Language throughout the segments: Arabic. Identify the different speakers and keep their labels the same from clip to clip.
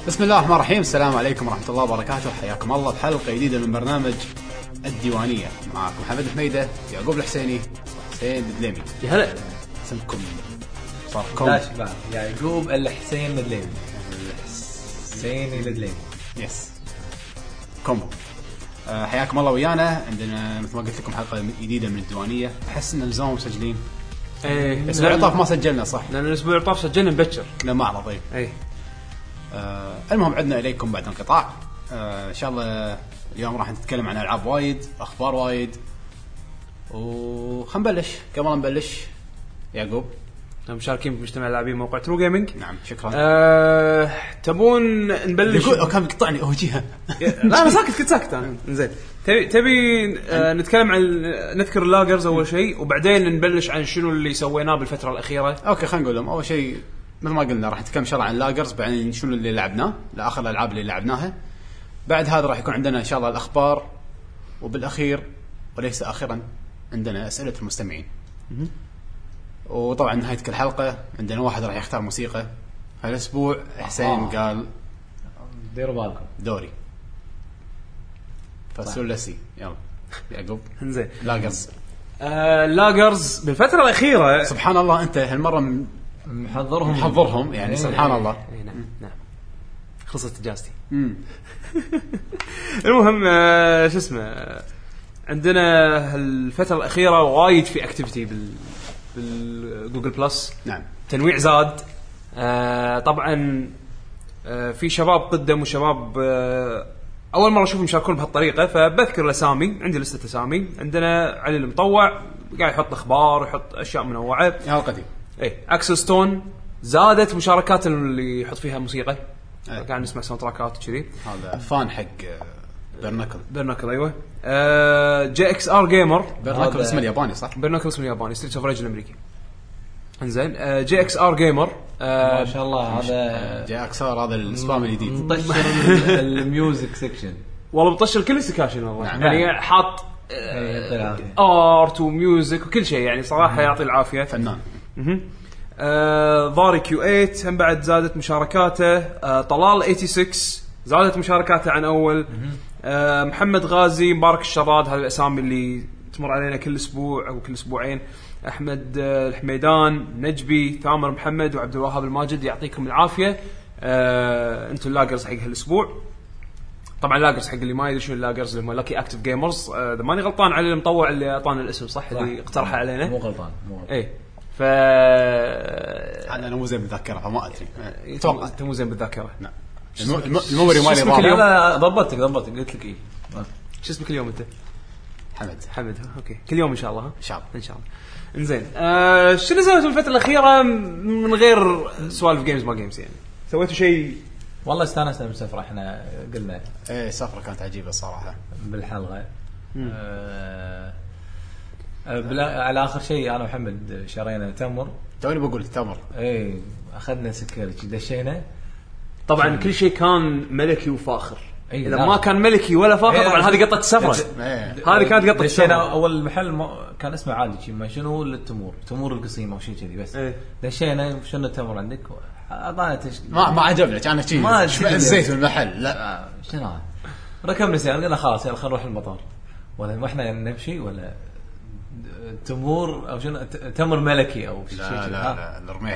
Speaker 1: بسم الله الرحمن الرحيم. السلام عليكم ورحمة الله وبركاته. حياكم الله بحلقة جديدة من برنامج الديوانية. معكم محمد حميدة، يعقوب الحسيني، حسين الدليمي.
Speaker 2: يا هلا.
Speaker 1: اسمكم صار كوم.
Speaker 3: لا شباب، يعقوب الحسين الدليمي. الحسين الدليمي.
Speaker 1: يس كومبو. حياكم الله ويانا. عندنا مثل ما قلت لكم حلقة جديدة من الديوانية. أحس إن الزوم مسجلين.
Speaker 2: ايه
Speaker 1: الأسبوع الطاف ما سجلنا صح؟
Speaker 2: لأن الأسبوع الطاف سجلنا مبكر.
Speaker 1: لا ما أعرف. طيب.
Speaker 2: ايه.
Speaker 1: المهم عدنا إليكم بعد انقطاع. إن شاء الله اليوم راح نتكلم عن ألعاب وايد، أخبار وايد، وخلنا نبلش. قبل ما نبلش يعقوب،
Speaker 2: مشاركين بمجتمع لاعبين موقع ترو جيمنج.
Speaker 1: نعم شكرا.
Speaker 2: تبون نبلش؟
Speaker 1: يقول كان يقطعني أوجيها.
Speaker 2: لا أنا ساكت، كنت ساكت أنا. إنزين تبي نتكلم عن نذكر اللاجرز أول شيء، وبعدين نبلش عن شنو اللي سويناه بالفترة الأخيرة.
Speaker 1: أوكي خلينا نقول لهم أول شيء مثل ما قلنا راح نتكلم شرع عن اللاجرز، بعدين شنو اللي لعبناه لآخر الألعاب اللي لعبناها. بعد هذا راح يكون عندنا إن شاء الله الأخبار، وبالأخير وليس آخرا عندنا أسئلة المستمعين. وطبعا نهاية كل حلقة عندنا واحد راح يختار موسيقى. هالأسبوع حسين قال
Speaker 3: ديروا بالكم
Speaker 1: دوري فسولسي. يلا يعقوب.
Speaker 2: إنزين
Speaker 1: لاجرز.
Speaker 2: اللاجرز بالفترة الأخيرة
Speaker 1: سبحان الله أنت هالمرة محضرهم يعني سبحان الله.
Speaker 2: نعم خلصت إجازتي. المهم شو اسمه، عندنا الفترة الأخيرة وايد في اكتيفيتي بالجوجل بلس.
Speaker 1: نعم
Speaker 2: تنويع زاد. طبعا في شباب قدم وشباب أول مرة أشوفهم يشاركون بهالطريقة، فبذكر الأسامي. عندي لستة أسامي. عندنا علي المطوع قاعد يحط أخبار ويحط أشياء منوعة.
Speaker 1: يا القديم.
Speaker 2: إيه أكسل ستون زادت مشاركات اللي يحط فيها موسيقى. قاعد نسمع ساوند تراكات وكذي.
Speaker 1: هذا فان حق برناكل.
Speaker 2: أيوة. جي اكس ار جيمر.
Speaker 1: برناكل اسمه الياباني صح؟
Speaker 2: برناكل اسمه الياباني، ستريت اوف ريج الامريكي. انزين جي اكس ار جيمر
Speaker 3: ما شاء الله. هذا
Speaker 1: جي اكس ار، هذا السبام الجديد.
Speaker 3: مطشر الميوزك سيكشن.
Speaker 2: والله بطشر كل السكاشن والله.
Speaker 1: نعم.
Speaker 2: يعني حاط ارت وميوزك وكل شيء، يعني صراحه يعطي العافيه.
Speaker 1: فنان.
Speaker 2: ضاري كيو 8 هم بعد زادت مشاركاته. طلال 86 زادت مشاركاته عن اول. محمد غازي، مبارك الشراد، هذه الاسامي اللي تمر علينا كل اسبوع او كل اسبوعين. احمد الحميدان، نجبي، ثامر محمد، وعبد الوهاب الماجد. يعطيكم العافيه. انتم اللاجرز حق هالاسبوع. طبعا لاجرز حق اللي ما يدري شو اللاجرز اللي هم لاكي اكتيف جيمرز. اذا ماني غلطان علي المطوع اللي اعطانا الاسم صح اللي اقترحه علينا.
Speaker 3: مو غلطان.
Speaker 2: اي
Speaker 1: انا مو زين بالذاكره فما ادري. اتوقع
Speaker 2: انت مو زين بالذاكره.
Speaker 1: نعم الميموري مالي ضايع.
Speaker 3: لا ضبطتك قلت لك ايه.
Speaker 2: شو اسمك اليوم انت؟
Speaker 1: حمد.
Speaker 2: اوكي كل يوم ان شاء الله.
Speaker 1: ان شاء الله.
Speaker 2: انزين شنو سويتوا الفتره الاخيره من غير سوالف جيمز ما جيمز؟ يعني سويتوا شيء؟
Speaker 3: والله استانسنا بالسفره. احنا قلنا
Speaker 1: ايه سفره كانت عجيبه صراحه
Speaker 3: بالحلقه. على اخر شيء انا وحمد شرينا تمر.
Speaker 1: توني بقول تمر.
Speaker 3: ايه اخذنا سكرتي دشينا.
Speaker 2: طبعا كل شيء كان ملكي وفاخر.
Speaker 3: أيه
Speaker 2: اذا ما كان ملكي ولا فاخر طبعا هذه قطه السفره. هذه كانت قطه السفره.
Speaker 3: اول محل كان اسمه عادي ما شنو للتمور، تمور القصيمه وشيء كذي بس. دشينا شنو التمر عندك؟ اعطانا
Speaker 1: ما عجبنا كان شيء الزيت المحل. لا
Speaker 3: شنو ركبنا سيارة قلنا خلاص يلا خلينا نروح المطار. ولا ما احنا نمشي ولا تمور او شنو تمر ملكي او شيء.
Speaker 1: لا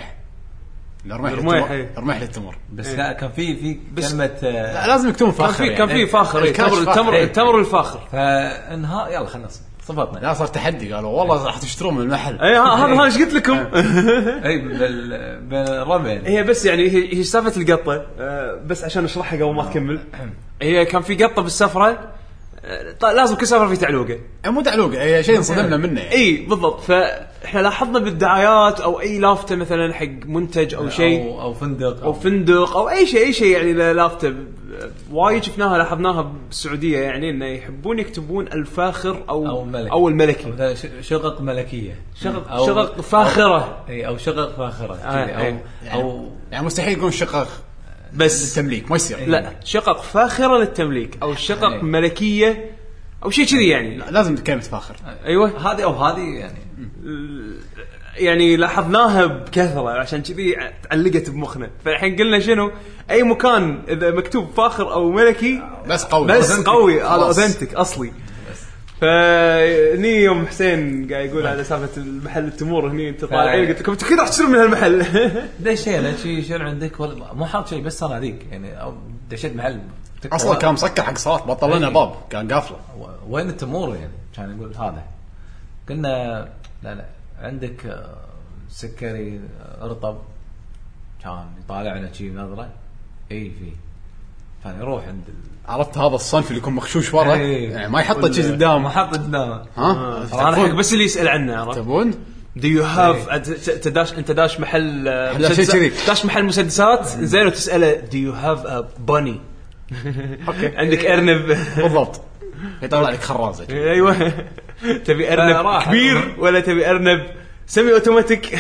Speaker 1: الرميح للتمر.
Speaker 3: بس لا كان في كلمه
Speaker 1: لازم يكتبون فاخر.
Speaker 2: كان في فاخر. التمر الفاخر.
Speaker 3: فانها يلا خلينا صفطنا.
Speaker 1: لا صار تحدي قالوا والله راح تشترون من المحل.
Speaker 2: اي هذا ايش قلت لكم.
Speaker 3: اي بالرمل.
Speaker 2: هي بس يعني هي سالفه القطه بس عشان اشرحها قبل ما تكمل. هي كان في قطه بالسفره. لازم كل سفر في تعلوقه.
Speaker 1: مو تعلوقه هي شيء انصدمنا منه يعني.
Speaker 2: اي بالضبط. فاحنا لاحظنا بالدعايات او اي لافته مثلا حق منتج او شيء
Speaker 3: او
Speaker 2: فندق او اي شيء يعني لافته وايد شفناها لاحظناها بالسعوديه، يعني انه يحبون يكتبون الفاخر او الملكي.
Speaker 3: شقق ملكيه.
Speaker 2: شقق فاخره.
Speaker 3: او شقق فاخره.
Speaker 1: او يعني مستحيل يكون شقق
Speaker 2: بس
Speaker 1: للتمليك ما يصير.
Speaker 2: لا شقق فاخره للتمليك او شقق ملكيه او شيء كذي يعني.
Speaker 1: لازم كلمه فاخر.
Speaker 2: ايوه
Speaker 3: هذه او هذه يعني
Speaker 2: يعني لاحظناها بكثره عشان كذي علقت بمخنا. فالحين قلنا شنو اي مكان اذا مكتوب فاخر او ملكي
Speaker 1: بس قوي
Speaker 2: هذا اوثنتيك اصلي. فني يوم حسين قاعد يقول على سالفه المحل التمور هني انت طالع قلت لكم كذا راح تشتري من هالمحل.
Speaker 3: ده شيء لا شيء عندك ولا مو حاط شيء بس انا هذيك يعني او دشيت محل
Speaker 1: اصلا كان مسكر حق صلاه بطل لنا باب كان قافله.
Speaker 3: وين التمور يعني كان يقول هذا قلنا لا عندك سكري رطب كان يطالعنا شيء نظره اي في ثاني يروح عند
Speaker 1: عرفت هذا الصنف اللي يكون مخشوش ورا يعني ما يحط شيء قدام
Speaker 3: ما حط قدامه.
Speaker 2: انا حق بس اللي يسال عنه عرفت
Speaker 1: تبون
Speaker 2: do you have انت داش محل داش محل مسدسات زين وتساله do you have a bunny اوكي عندك ارنب
Speaker 1: بالضبط يطلع لك خرازه.
Speaker 2: ايوه تبي ارنب كبير ولا تبي ارنب سمي اوتوماتيك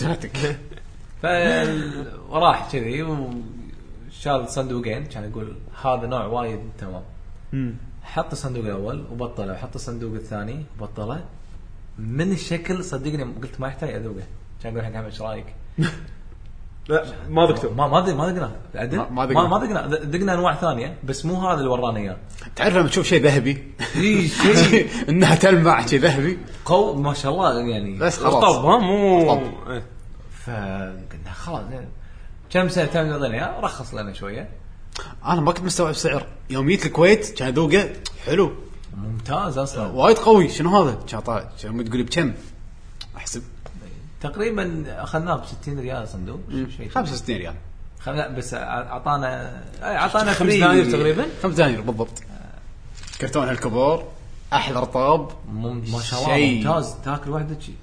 Speaker 3: وراح كذي وشال صندوقين كان يقول هذا نوع وايد تمام. حط الصندوق الاول وبطله وحط الصندوق الثاني وبطله من الشكل صدقني قلت ما يحتاج اذوقه. كان يقول حق ايش رايك؟
Speaker 2: لا ما ذقته
Speaker 3: ما دقنا عدل ما دقنا انواع ثانيه بس مو هذا اللي ورانا اياه.
Speaker 1: تعرف لما تشوف شيء ذهبي
Speaker 3: شيء
Speaker 1: انها تلمع شيء ذهبي
Speaker 3: قوي ما شاء الله يعني
Speaker 1: بس خلاص
Speaker 2: طب مو
Speaker 3: فقلنا خلاص كم سنه تاني رخص لنا شويه.
Speaker 1: انا ما كنت مستوعب سعر يوم جيت الكويت كان ذوقه حلو
Speaker 3: ممتاز اصلا
Speaker 1: وايد قوي. شنو هذا كان طالع كان تقول بكم احسب
Speaker 3: تقريبا اخذناه ب 60 ريال صندوق
Speaker 1: شيء 65 ريال
Speaker 3: لا بس اعطانا
Speaker 2: 5 دنانير تقريبا
Speaker 1: 5 دنانير بالضبط. كرتون هالكبار احلى رطاب
Speaker 3: ما شاء الله ممتاز. تاكل واحده شيء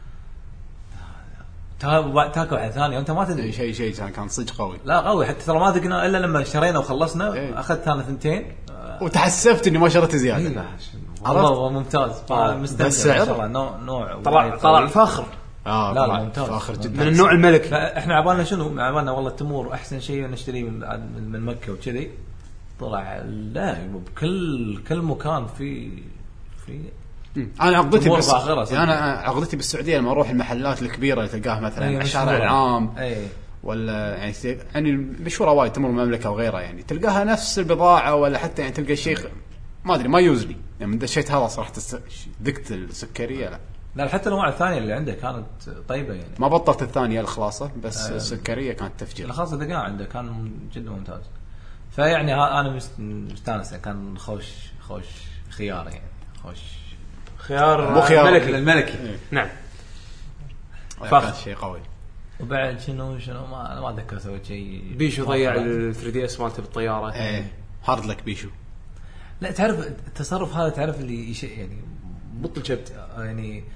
Speaker 3: تاكل واحده ثانيه وانت ما تدري
Speaker 1: شيء كان صدق قوي.
Speaker 3: لا قوي حتى ترى ما ذقنا الا لما اشترينا وخلصنا اخذت انا 2
Speaker 1: وتحسفت اني ما شريت زياده.
Speaker 3: الله ممتاز مستمتع نوع
Speaker 2: طلع فاخر.
Speaker 3: لا ممتاز
Speaker 1: فاخر جدا
Speaker 2: من النوع الملكي.
Speaker 3: فاحنا عبالنا شنو عبالنا والله التمور احسن شيء نشتريه من مكه وكذي. طلع لا بكل مكان في
Speaker 1: انا عقدتي بس يعني انا عقدتي بالسعوديه لما اروح المحلات الكبيره اللي تلقاها مثلا الشارع العام ولا يعني مشهوره وايد تمر المملكه وغيرها يعني تلقاها نفس البضاعه ولا حتى يعني تلقى شيء ما ادري ما يوزلي يعني من دشيت هذا صراحه ذقت السكريه
Speaker 3: لا حتى الانواع الثانيه اللي عنده كانت طيبه يعني
Speaker 1: ما بطلت الثانيه الخلاصه بس السكريه كانت تفجير.
Speaker 3: الخلاصه ذقها عنده كان جدا ممتاز. فيعني انا مستانس كان خوش خيار يعني خوش
Speaker 2: خيار
Speaker 1: مو خيار
Speaker 3: الملكي
Speaker 2: نعم
Speaker 1: فاخذ شيء قوي.
Speaker 3: وبعد شنو ما اتذكر سويت شيء.
Speaker 2: بيشو ضيع ال 3DS مالته بالطياره.
Speaker 1: هارد لك بيشو.
Speaker 3: لا تعرف التصرف هذا تعرف اللي يعني بطل كبت يعني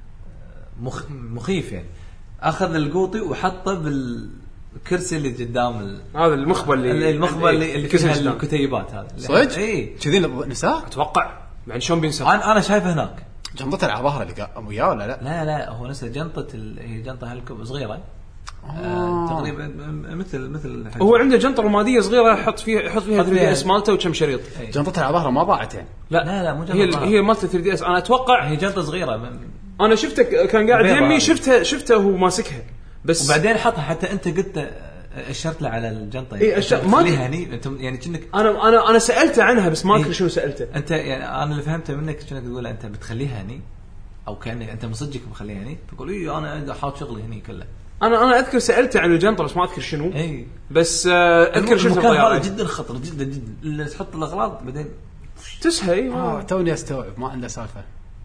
Speaker 3: مخيف يعني. اخذ القوطي وحطه بالكرسي اللي قدام
Speaker 2: هذا المخبل
Speaker 3: اللي فيها الكتيبات هذا
Speaker 1: صدق كذي نساء
Speaker 2: اتوقع يعني شلون بينسى.
Speaker 3: انا شايفه هناك
Speaker 1: جنطته على ظهره اللي وياه ولا
Speaker 3: لا هو نفس جنطه هي جنطه هالكب صغيره تقريبا مثل
Speaker 2: هو عنده جنطه رماديه صغيره يحط فيها 3DS مالته وكم شريط.
Speaker 1: جنطته على ظهره ما ضاعت يعني.
Speaker 3: لا مو جنطه
Speaker 2: هي مالته 3DS انا اتوقع
Speaker 3: هي جنطه صغيره
Speaker 2: انا شفته كان قاعد يمي شفته وهو ماسكها بس
Speaker 3: وبعدين حطها حتى انت قلت اشرت له على الجنطه
Speaker 2: يعني
Speaker 3: ما هني انت يعني كأنك
Speaker 2: انا سالته عنها بس ما ادري شنو سالته
Speaker 3: انت يعني انا اللي فهمته منك كأنك تقول انت بتخليها هني او كانك انت مصدقك مخليها هني تقول انا حاط شغلي هني كله.
Speaker 2: انا اذكر سالته عن الجنطه بس ما اذكر شنو بس اذكر شفت
Speaker 3: الطياره جدا خطر جدا اللي تحط الاغراض بعدين
Speaker 2: تسهي
Speaker 1: توني استوعب ما عنده سالفه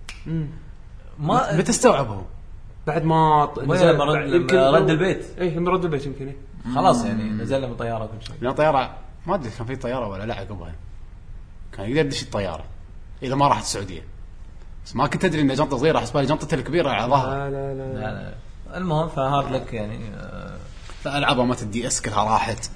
Speaker 3: ما
Speaker 1: بتستوعبه
Speaker 2: بعد ما
Speaker 3: رد البيت
Speaker 2: رد البيت يمكن
Speaker 3: خلاص يعني نزلنا من الطياره كل شيء.
Speaker 1: لا طياره ما ادري كان في طياره ولا لا عقبها كان يقدر يدش الطياره اذا ما راحت السعوديه بس ما كنت ادري ان جنطه صغيره احسب لي جنطته الكبيره على ظهره.
Speaker 3: لا المهم فهارد لك يعني
Speaker 1: العابها ما تدي اس كلها راحت.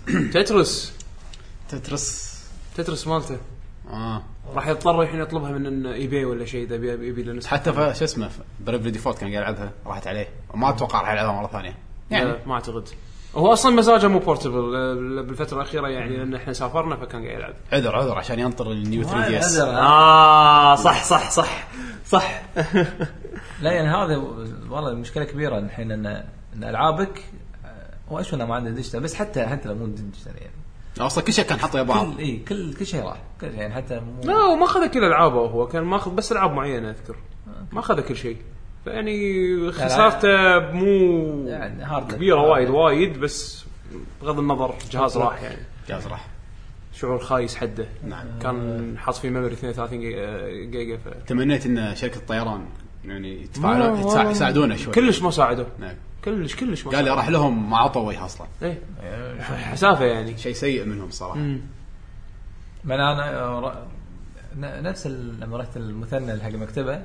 Speaker 2: تترس مالته راح يضطر الحين يطلبها من اي بي ولا شيء اذا يبي لنسخه حتى
Speaker 1: شو اسمه بريفلي ديفولت كان قاعد يلعبها راحت عليه وما اتوقع راح يلعبها مره ثانيه يعني
Speaker 2: ما اعتقد. هو اصلا مزاجه مو بورتبل بالفتره الاخيره يعني لان احنا سافرنا فكان قاعد يلعب
Speaker 1: عذر عشان ينطر النيو 3DS.
Speaker 2: صح
Speaker 3: لا يعني هذا والله المشكله كبيره الحين ان العابك وايش انا ما عندي ديجيتال بس حتى لو مو ديجيتال يعني
Speaker 1: اصلا كل شيء كان حاطه يا بعض
Speaker 3: كل شيء راح كل شيء يعني حتى
Speaker 2: لا وما اخذ كل العابه هو كان ماخذ بس العاب معينه اذكر ما اخذ كل شيء فيعني خسارته مو
Speaker 3: يعني
Speaker 2: كبيره وايد بس بغض النظر جهاز راح يعني
Speaker 1: جهاز راح
Speaker 2: شعور خايس حده
Speaker 1: نعم.
Speaker 2: كان حاط فيه ميموري 32 جيجا
Speaker 1: تمنيت ان شركه الطيران يعني يساعدونا شوي
Speaker 2: كلش ما ساعدوا
Speaker 1: نعم.
Speaker 2: كلش ما
Speaker 1: قال لي راح لهم ما عطوا وجه اصلا
Speaker 2: ايه حسافه يعني
Speaker 1: شيء سيء منهم صراحه
Speaker 3: من انا نفس لما رحت المثنى حق مكتبه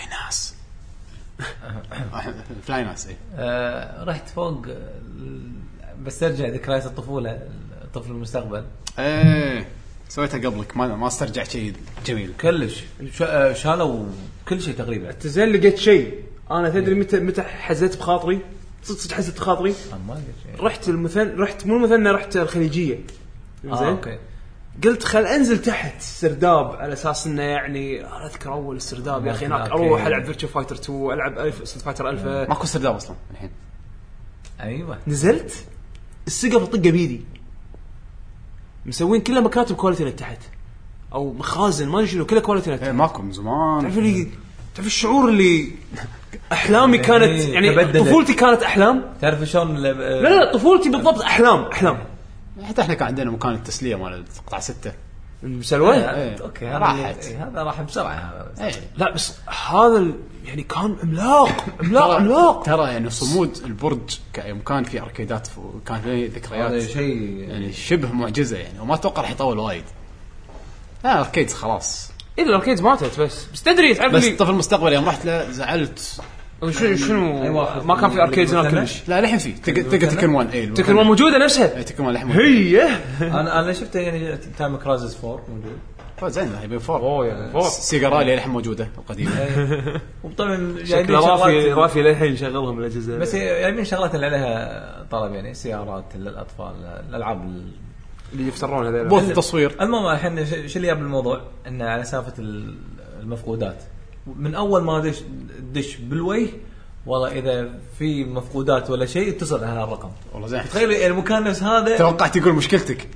Speaker 1: فلاي ناس ايه
Speaker 3: رحت فوق بس ارجع ذكريات الطفوله طفل المستقبل
Speaker 1: ايه سويتها قبلك ما استرجع شيء جميل
Speaker 3: كلش شالوا كل شيء تقريبا
Speaker 2: تزين لقيت شيء انا تدري متى حزت بخاطري صدق حزت بخاطري رحت رحت مو المثنى رحت الخليجيه زين
Speaker 3: اوكي
Speaker 2: قلت خل انزل تحت السرداب على اساس انه يعني اذكر اول السرداب يا اخي هناك اروح العب فيرتشو فايتر 2 العب ستريت فايتر 1000
Speaker 1: ماكو سرداب اصلا الحين
Speaker 3: ايوه
Speaker 2: نزلت السقف طقه بيدي مسوين كله مكاتب كواليتي لتحت او مخازن ما ادري شنو كله كواليتي لتحت
Speaker 1: ماكو من زمان
Speaker 2: تعرف الشعور اللي احلامي كانت يعني طفولتي كانت احلام
Speaker 3: تعرف شلون
Speaker 2: لا طفولتي بالضبط احلام
Speaker 1: حتى احنا كان عندنا مكان التسليه مال قطعه 6
Speaker 2: مسلوه
Speaker 3: اوكي هذا راح بسرعه هذا
Speaker 2: لا بس هذا يعني كان عملاق
Speaker 1: ترى يعني صمود البرج كمكان فيه اركيدات وكان فيه ذكريات
Speaker 3: هذا شيء
Speaker 1: يعني شبه معجزه يعني وما اتوقع راح يطول وايد اركيدز خلاص
Speaker 2: الا الاركيدز ماتت بس تدري تعرف
Speaker 1: بس طفل المستقبل يوم رحت له زعلت
Speaker 2: شنو ما كان في اركيدز هناك كلش
Speaker 1: لا الحين في تكن 1
Speaker 2: تكن 1 موجوده نفسها
Speaker 1: تكن 1 الحين
Speaker 2: هي
Speaker 3: انا شفته يعني تايم كرايسس 4 موجود
Speaker 1: زين هي 4 سيجارالي الحين موجوده القديمه
Speaker 3: وطبعا
Speaker 2: يعني رافي للحين يشغلهم الاجهزه
Speaker 3: بس يعني من شغلات اللي عليها طلب يعني سيارات للاطفال الالعاب
Speaker 2: اللي يفترون هذول
Speaker 1: بوث تصوير
Speaker 3: المهم الحين شو اللي جاب الموضوع انه على سالفه المفقودات من اول ما دش بالوجه والله اذا في مفقودات ولا شيء اتصل على الرقم والله زين تخيل المكان نفس هذا
Speaker 1: توقعت يقول مشكلتك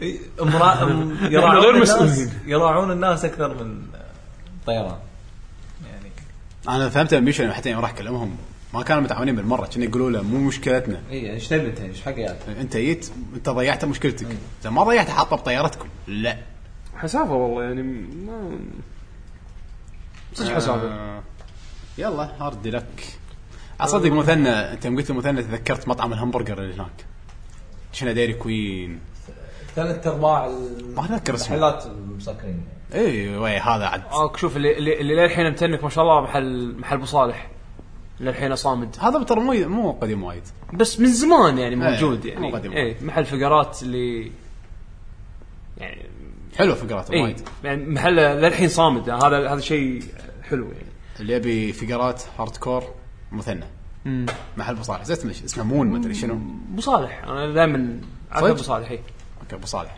Speaker 3: يراعون الناس اكثر من طيران يعني
Speaker 1: انا فهمت الميشن حتى يوم راح كلمهم ما كانوا متعاونين بالمره كانوا يقولوا له مو مشكلتنا
Speaker 3: اي ايش تبي انت ايش حقك
Speaker 1: انت جيت انت ضيعت مشكلتك اذا ما ضيعت حاطه بطيارتكم لا
Speaker 2: حسافه والله يعني ما صدق حسافه
Speaker 1: يلا هارد لك اصدق مثنى انت يوم قلت المثنى تذكرت مطعم الهمبرجر اللي هناك شنو ديري كوين
Speaker 3: 3/4 المحلات مسكرين
Speaker 1: اي وي هذا عد
Speaker 2: شوف اللي للحين متنك ما شاء الله محل ابو صالح للحين صامد
Speaker 1: هذا ترى مو قديم وايد
Speaker 2: بس من زمان يعني موجود يعني
Speaker 1: اي
Speaker 2: محل فقرات اللي يعني
Speaker 1: حلو فقرات وايد
Speaker 2: يعني محل للحين صامد هذا شيء حلو يعني
Speaker 1: اللي يبي فقرات هارد كور مثنى محل ابو صالح اسمه مون ما ادري شنو
Speaker 2: ابو صالح انا دائما عارف ابو صالح اوكي
Speaker 1: ابو صالح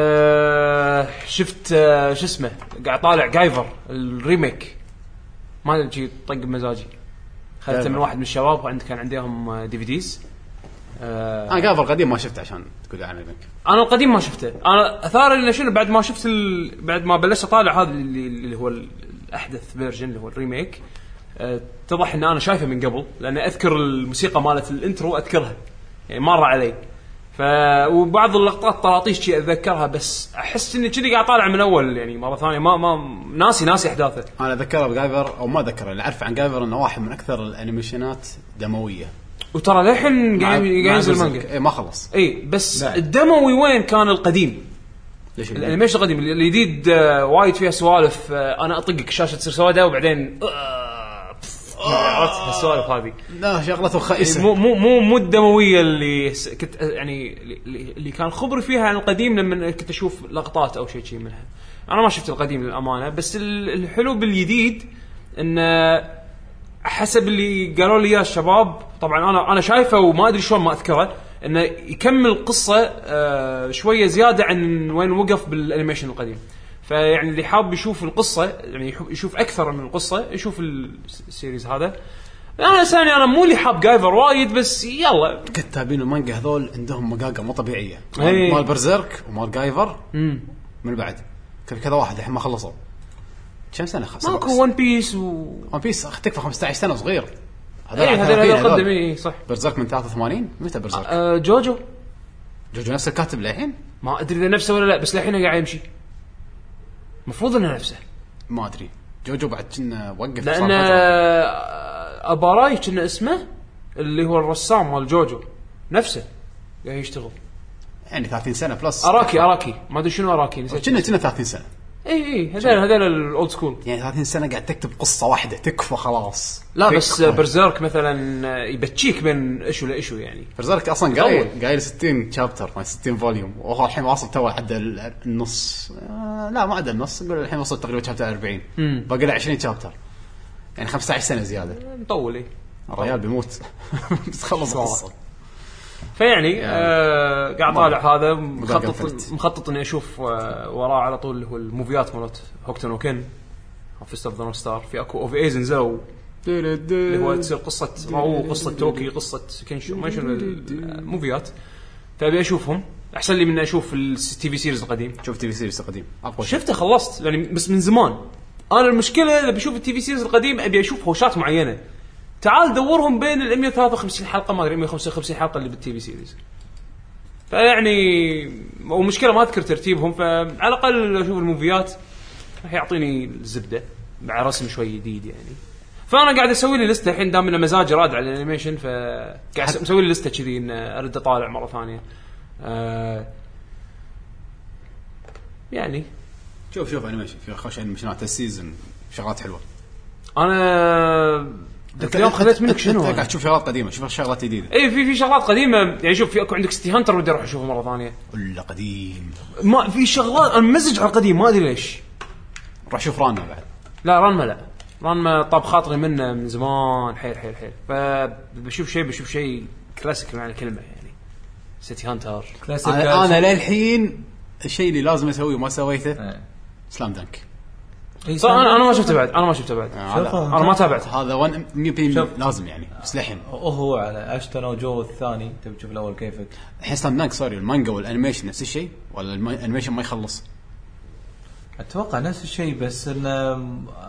Speaker 2: شفت شو اسمه قاعد طالع جايفر الريميك ما ادري طق مزاجي خذته من واحد من الشباب كان عندهم دي في ديز
Speaker 1: انا جايفر قديم ما شفته عشان تقول عنه ريميك
Speaker 2: انا القديم ما شفته انا اثار انه شنو بعد ما شفت بعد ما بلشت اطالع هذا اللي هو الاحدث فيرجن اللي هو الريميك اتضح ان انا شايفه من قبل لان اذكر الموسيقى مالت الانترو اذكرها يعني مر علي وبعض اللقطات طراطيش شيء اتذكرها بس احس اني كذي قاعد طالع من اول يعني مره ثانيه ما ناسي احداثه
Speaker 1: انا اتذكره بجايفر او ما اتذكره اللي اعرف عن جايفر انه واحد من اكثر الانيميشنات دمويه
Speaker 2: وترى للحين قاعد ينزل مانجا
Speaker 1: اي ما خلص
Speaker 2: بس الدموي وين كان القديم الانيميشن القديم الجديد وايد فيها سوالف انا اطقك الشاشه تصير سوداء وبعدين عرفت السوالف هذه
Speaker 1: لا شغلته خائسه
Speaker 2: مو الدمويه اللي كنت يعني اللي كان خبر فيها عن القديم لما كنت اشوف لقطات او شيء منها انا ما شفت القديم للامانه بس الحلو بالجديد ان حسب اللي قالوا لي اياه الشباب طبعا انا شايفه وما ادري شلون ما اذكره انه يكمل قصه شويه زياده عن وين وقف بالانيميشن القديم فيعني اللي حاب يشوف القصه يعني يشوف اكثر من القصه يشوف السيريز هذا انا ثاني انا مو اللي حاب جايفر وايد بس يلا.
Speaker 1: كتابين المانجا هذول عندهم مقاقه مو طبيعيه.
Speaker 2: إيه.
Speaker 1: مال برزيرك ومال جايفر من بعد كذا واحد الحين ما خلصوا كم سنه
Speaker 2: ماكو ون بيس
Speaker 1: ون بيس تكفى 15 سنه صغير.
Speaker 2: هذا قدم اي صح.
Speaker 1: برزيرك من 83 متى برزيرك؟
Speaker 2: جوجو
Speaker 1: نفس الكاتب للحين
Speaker 2: ما ادري اذا نفسه ولا لا بس للحين قاعد يمشي مفروض انه نفسه
Speaker 1: ما ادري. جوجو بعد كنا وقف
Speaker 2: لان اباراي كنا اسمه اللي هو الرسام مال جوجو نفسه قاعد يشتغل
Speaker 1: يعني 30 سنه بلس.
Speaker 2: اراكي ما ادري شنو اراكي
Speaker 1: كنا 30 سنه.
Speaker 2: اي هذول الاولد سكول
Speaker 1: يعني 30 سنه قاعد تكتب قصه واحده تكفى خلاص.
Speaker 2: لا بس برزيرك مثلا يبتشيك بين ايشو لايشو يعني.
Speaker 1: برزيرك اصلا قايل 60 شابتر ما 60 فوليوم وهو الحين واصل تو حد النص. لا ما عدا النص نقول الحين وصل تقريبا شابتر 40 باقي له 20 شابتر يعني 15 سنه زياده
Speaker 2: مطول. ايه
Speaker 1: الرجال بيموت بتخلص القصه.
Speaker 2: فيعني قاعد طالع هذا مخطط اني اشوف وراه على طول اللي هو الموفيات مالت هوكتن وكن فيست اوف ذا نورث ستار. في اكو اوف ايز نزلوا اللي هو تصير قصه راو قصه توكي قصه كنشو ما شنو الموفيات. فابي اشوفهم احسن لي من اشوف التي في سيريز القديم.
Speaker 1: شوف تي في سيريز القديم
Speaker 2: شفته خلصت يعني بس من زمان. انا المشكله اذا بشوف التي في سيريز القديم ابي اشوف هوشات معينه. تعال دورهم بين ال 153 حلقه ما ادري 155 حلقه اللي بالتي في سيريز. فيعني ومشكله ما اذكر ترتيبهم فعلى الاقل اشوف الموفيات راح يعطيني الزبده مع رسم شوي جديد يعني. فانا قاعد اسوي لي لسته الحين دام ان مزاجي راد على الانيميشن فقاعد مسوي لي لسته كذي ان ارد اطالع مره ثانيه. يعني
Speaker 1: شوف انيميشن في خوش انيميشنات السيزون شغلات حلوه.
Speaker 2: انا اليوم خذيت منك شنو
Speaker 1: قاعد تشوف شغلات قديمه شوف شغلات جديده.
Speaker 2: اي في شغلات قديمه يعني شوف في اكو عندك سيتي هانتر ودي اروح اشوفه مره ثانيه
Speaker 1: ولا قديم
Speaker 2: ما في شغلات انا مزج على القديم ما ادري ليش.
Speaker 1: راح اشوف رانما بعد.
Speaker 2: لا رانما طاب خاطري منه من زمان حيل فبشوف شيء كلاسيك معنى الكلمه يعني سيتي هانتر
Speaker 3: كلاسيك.
Speaker 1: انا للحين الشيء اللي لازم اسويه وما سويته سلام دانك.
Speaker 2: صح انا ما شفته بعد انا ما تابعته هذا
Speaker 1: 100% لازم يعني بس لحين
Speaker 3: هو على اشتون وجو الثاني تبي تشوف الاول كيفك
Speaker 1: الحين سلام دانك سوري المانجا والانيميشن نفس الشيء ولا الانيميشن ما يخلص؟
Speaker 3: اتوقع نفس الشيء بس انه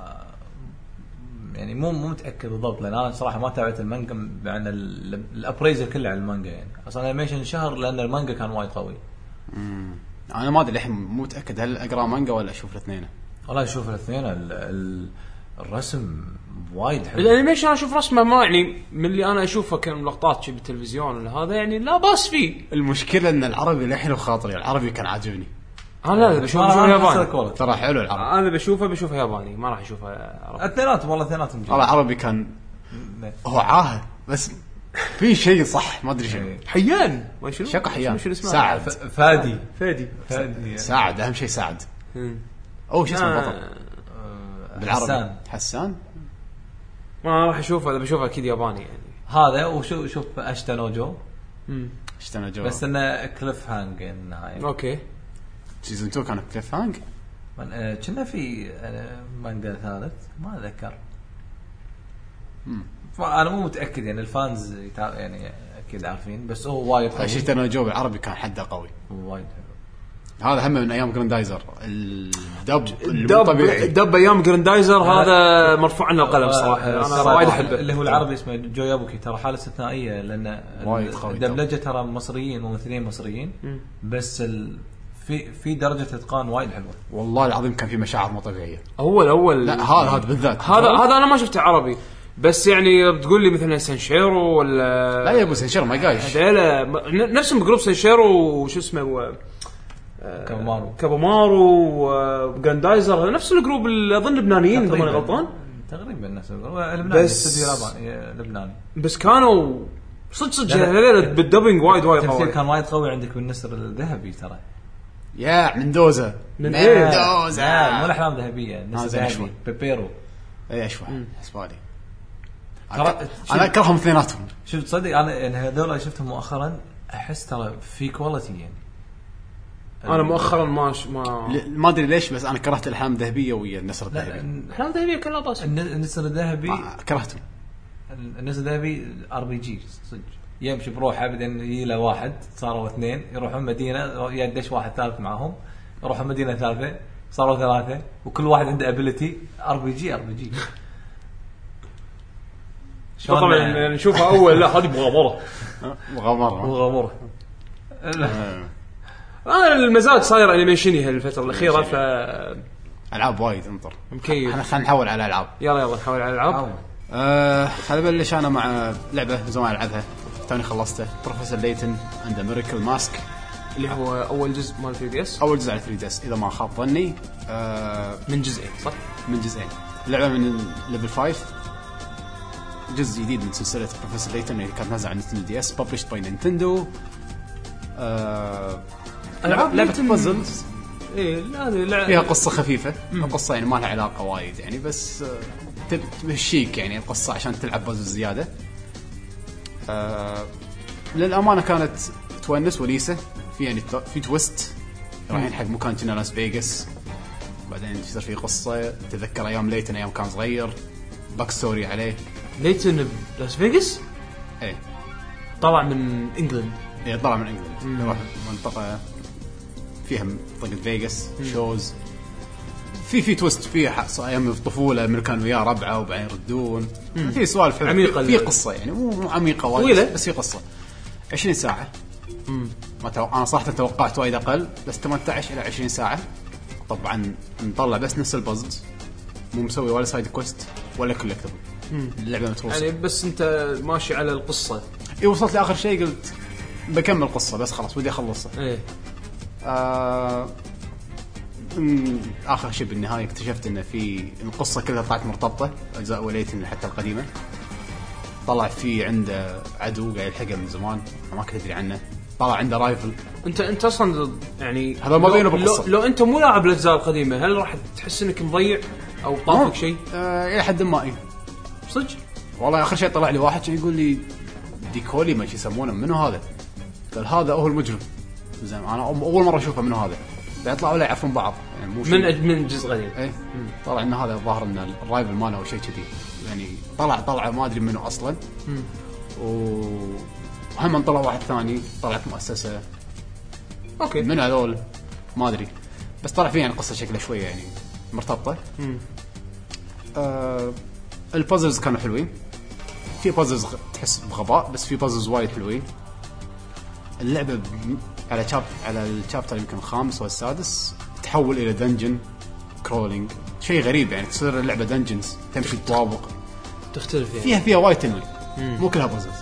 Speaker 3: يعني مو متاكد بالضبط لان انا صراحه ما تابعت المانجا عن الابريزر كله على المانجا يعني اصلا الانيميشن شهر لان المانجا كان وايد قوي.
Speaker 1: انا ما ادري الحين مو متاكد هل اقرا مانجا ولا اشوف الاثنين.
Speaker 3: والله اشوف الاثنين الرسم وايد حلو.
Speaker 2: الانيميشن انا اشوف رسمه ما يعني من اللي انا اشوفه كان لقطات شي بالتلفزيون ولا هذا يعني لا باس فيه.
Speaker 1: المشكله ان العربي لحين وخاطري العربي كان عاجبني.
Speaker 2: انا بشوفه ياباني
Speaker 1: ترى حلو العربي.
Speaker 2: انا بشوفه ياباني ما راح اشوفه عربي.
Speaker 3: الاثنيناتهم والله اثنيناتهم
Speaker 1: والله العربي كان هو عاهد بس في شيء صح ما ادري شنو.
Speaker 2: حيان ما شنو
Speaker 1: شكو حيان
Speaker 2: شنو اسمه
Speaker 1: ساعد
Speaker 2: فادي
Speaker 1: ساعد اهم شيء ساعد او شو اسمه البطل بالعربي حسان.
Speaker 2: ما راح اشوفه اذا بشوفه اكيد ياباني يعني
Speaker 3: هذا وشوف اشتنوجو
Speaker 1: اشتنوجو
Speaker 3: بس انه كليف هانج النهايه.
Speaker 2: اوكي
Speaker 1: سيزون 2 كان كليف هانج
Speaker 3: كنا في مانجا ثالث ما اتذكر. انا مو متاكد يعني الفانز يعني اكيد عارفين بس هو وايد قوي.
Speaker 1: اشتنوجو بالعربي كان حده قوي
Speaker 3: وايد حلو.
Speaker 1: هذا هم من ايام جراندايزر الدب
Speaker 2: ايام جراندايزر هذا مرفوع عنه القلم صراحه. انا وايد احبه
Speaker 3: اللي هو العربي اسمه جو يابوكي ترى حاله استثنائيه لان الدبلجه ترى مصريين ممثلين مصريين بس في درجه اتقان وايد حلوه
Speaker 1: والله العظيم. كان في مشاعر مو طبيعيه
Speaker 2: اول
Speaker 1: لا هذا بالذات
Speaker 2: هذا انا ما شفته عربي بس يعني بتقول لي مثلا سانشيرو ولا
Speaker 1: لا يا ابو سانشيرو ما قايش
Speaker 2: نفسهم بجروب سانشيرو وشو اسمه كابومارو وغاندايزر نفس الجروب اللي اظن لبنانيين اذا ماني غلطان
Speaker 3: تقريبا نفس لبناني استديو لبناني بس
Speaker 2: كانوا صدق هذول بالدبنج وايد
Speaker 3: قوي. كان وايد قوي عندك بالنسر الذهبي ترى
Speaker 1: يا مندوزا
Speaker 3: مو الاحلام ذهبيه النسر الذهبي بيبيرو
Speaker 1: اي اشوى حسبالي انا اكرههم اثنيناتهم.
Speaker 3: شفت تصدق انا يعني هذول شفتهم مؤخرا احس ترى في كواليتي يعني
Speaker 2: انا مؤخرا
Speaker 1: ما ادري ليش بس انا كرهت الاحلام الذهبيه ويا النسر الذهبي.
Speaker 2: الاحلام الذهبيه كلها باس
Speaker 3: النسر الذهبي
Speaker 1: كرهته
Speaker 3: الناس ذابي RPG صدق يمشي بروحه بعدين يجي له واحد صاروا اثنين يروحون مدينه يدش واحد ثالث معهم يروحون مدينه ثالثه صاروا ثلاثه وكل واحد عنده ابيليتي RPG
Speaker 2: طبعا نشوفها اول لا هذه مغامره انا المزاج صاير انيميشني هالفتره الاخيره ف
Speaker 1: العاب وايد انطر
Speaker 2: مكيف.
Speaker 1: احنا خلينا نحول على العاب.
Speaker 2: يلا نحول على العاب.
Speaker 1: هذا بلش انا مع لعبه زمان العبها توني خلصته بروفيسور ليتن عند ميراكل ماسك
Speaker 2: اللي هو اول جزء مال 3DS.
Speaker 1: اول جزء على 3DS اذا ما خاب ظني.
Speaker 2: من جزئين صح؟
Speaker 1: من جزئين. لعبه من ليفل 5 جزء جديد من سلسله بروفيسور ليتن اللي كانت نازله على نينتندو DS published باي نينتندو. لعبه بازلز فيها قصه خفيفه قصه يعني ما لها علاقه وايد يعني بس تمشيك يعني القصه عشان تلعب بازل زياده. للامانه كانت تونس وليسه في يعني في تويست رايحين حق مكان كنا لاس فيغاس بعدين يصير في قصه تذكر ايام ليتن ايام كان صغير باك ستوري عليه.
Speaker 2: ليتن لاس فيغاس
Speaker 1: ايه
Speaker 2: طلع من انجلند.
Speaker 1: ايه طلع من انجلند يروح منطقه فيها منطقه فيغاس شوز في تويست فيها ايام الطفوله من كانوا وياه ربعه وبعدين يردون في سوالف
Speaker 2: عميقه
Speaker 1: في قصه يعني مو عميقه وايد بس في قصه 20 ساعه. انا صراحه توقعت وايد اقل بس 18 الى 20 ساعه. طبعا نطلع بس نفس البازلز مو مسوي ولا سايد كويست ولا كولكتبل. اللعبه متوسطه
Speaker 2: يعني بس انت ماشي على القصه.
Speaker 1: وصلت لاخر شيء قلت بكمل القصه بس خلاص ودي اخلصها.
Speaker 2: ايه
Speaker 1: اخر شيء بالنهايه اكتشفت ان في القصه كلها طلعت مرتبطه اجزاء وليتن حتى القديمه. طلع في عنده عدو قاعد يلحقه من زمان ما كنت ادري عنه. طلع عنده رايفل. انت اصلا يعني هذا ما بينه بالقصه.
Speaker 2: لو انت مو لاعب الاجزاء القديمه هل راح تحس انك مضيع او طافك شيء؟
Speaker 1: الى حد ما ايه
Speaker 2: صدق
Speaker 1: والله. اخر شيء طلع لي واحد يقول لي ديكولي ما يسمونه منو هذا قال هذا هو المجرم. زين انا اول مره اشوفه منو هذا بيطلعوا لا يعرفون بعض يعني مو
Speaker 2: من جزء قديم.
Speaker 1: ايه طلع ان هذا ظاهر ان الرايفل ماله او شيء كذي يعني طلع ما ادري منو اصلا. وهم طلع واحد ثاني طلعت مؤسسه
Speaker 2: اوكي
Speaker 1: من هذول ما ادري بس طلع فيه يعني قصه شكله شويه يعني مرتبطه. البازلز كانوا حلوين. في بازلز تحس بغباء بس في بازلز وايد حلوين. اللعبه على الشابتر يمكن الخامس والسادس تحول الى دنجن كرولينج شيء غريب يعني تصير اللعبه دنجنز تمشي تطابق
Speaker 2: تختلف يعني
Speaker 1: فيها وايد تنوي مو كلها بازلز.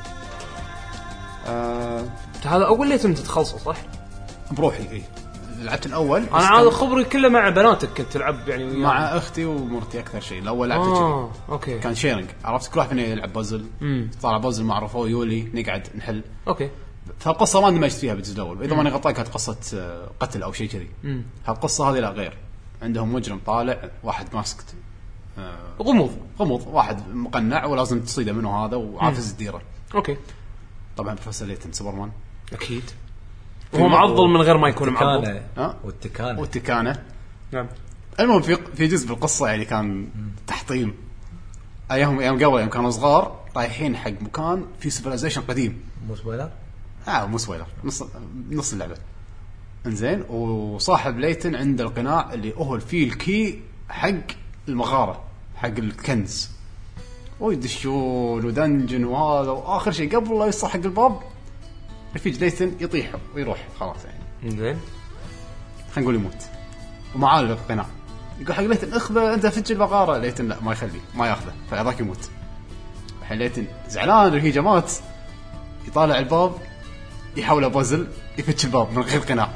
Speaker 2: هذا اول ليتم تتخلصه صح
Speaker 1: بروحي ايه لعبت الاول
Speaker 2: انا عاد خبري كله مع بناتك كنت تلعب يعني
Speaker 1: مع اختي ومرتي اكثر شيء. الاول لعبت
Speaker 2: اوكي
Speaker 1: كان شيرنج عرفت كل واحد فينا يلعب بازل طلع بازل معروفه ويولي نقعد نحل
Speaker 2: اوكي.
Speaker 1: فالقصه ما اندمجت فيها بالجزء الاول اذا ماني غلطان كانت قصه قتل او شيء كذي. هالقصه هذه لا غير عندهم مجرم طالع واحد ماسكت غموض واحد مقنع ولازم تصيده منه هذا وعافز الديره.
Speaker 2: اوكي
Speaker 1: طبعا بروفيسور ليتن سوبرمان
Speaker 2: اكيد وهو معضل من غير ما يكون معضل
Speaker 1: والتكانه
Speaker 2: نعم.
Speaker 1: المهم في جزء بالقصه يعني كان تحطيم ايام قبل يوم كانوا صغار رايحين حق مكان في سيفيلايزيشن قديم.
Speaker 3: مو سبويلر
Speaker 1: مو سبويلر نص اللعبه. انزين وصاحب ليتن عنده القناع اللي هو فيه الكي حق المغاره حق الكنز ويدشون ودنجن وهذا واخر شيء قبل لا يصح حق الباب رفيج ليتن يطيح ويروح خلاص يعني
Speaker 2: زين
Speaker 1: خلينا نقول يموت ومعاه القناع يقول حق ليتن اخذه انت فج المغاره. ليتن لا ما يخليه ما ياخذه فيذاك يموت. الحين ليتن زعلان رفيجه مات يطالع الباب يحاول بازل يفتش الباب من غير قناع.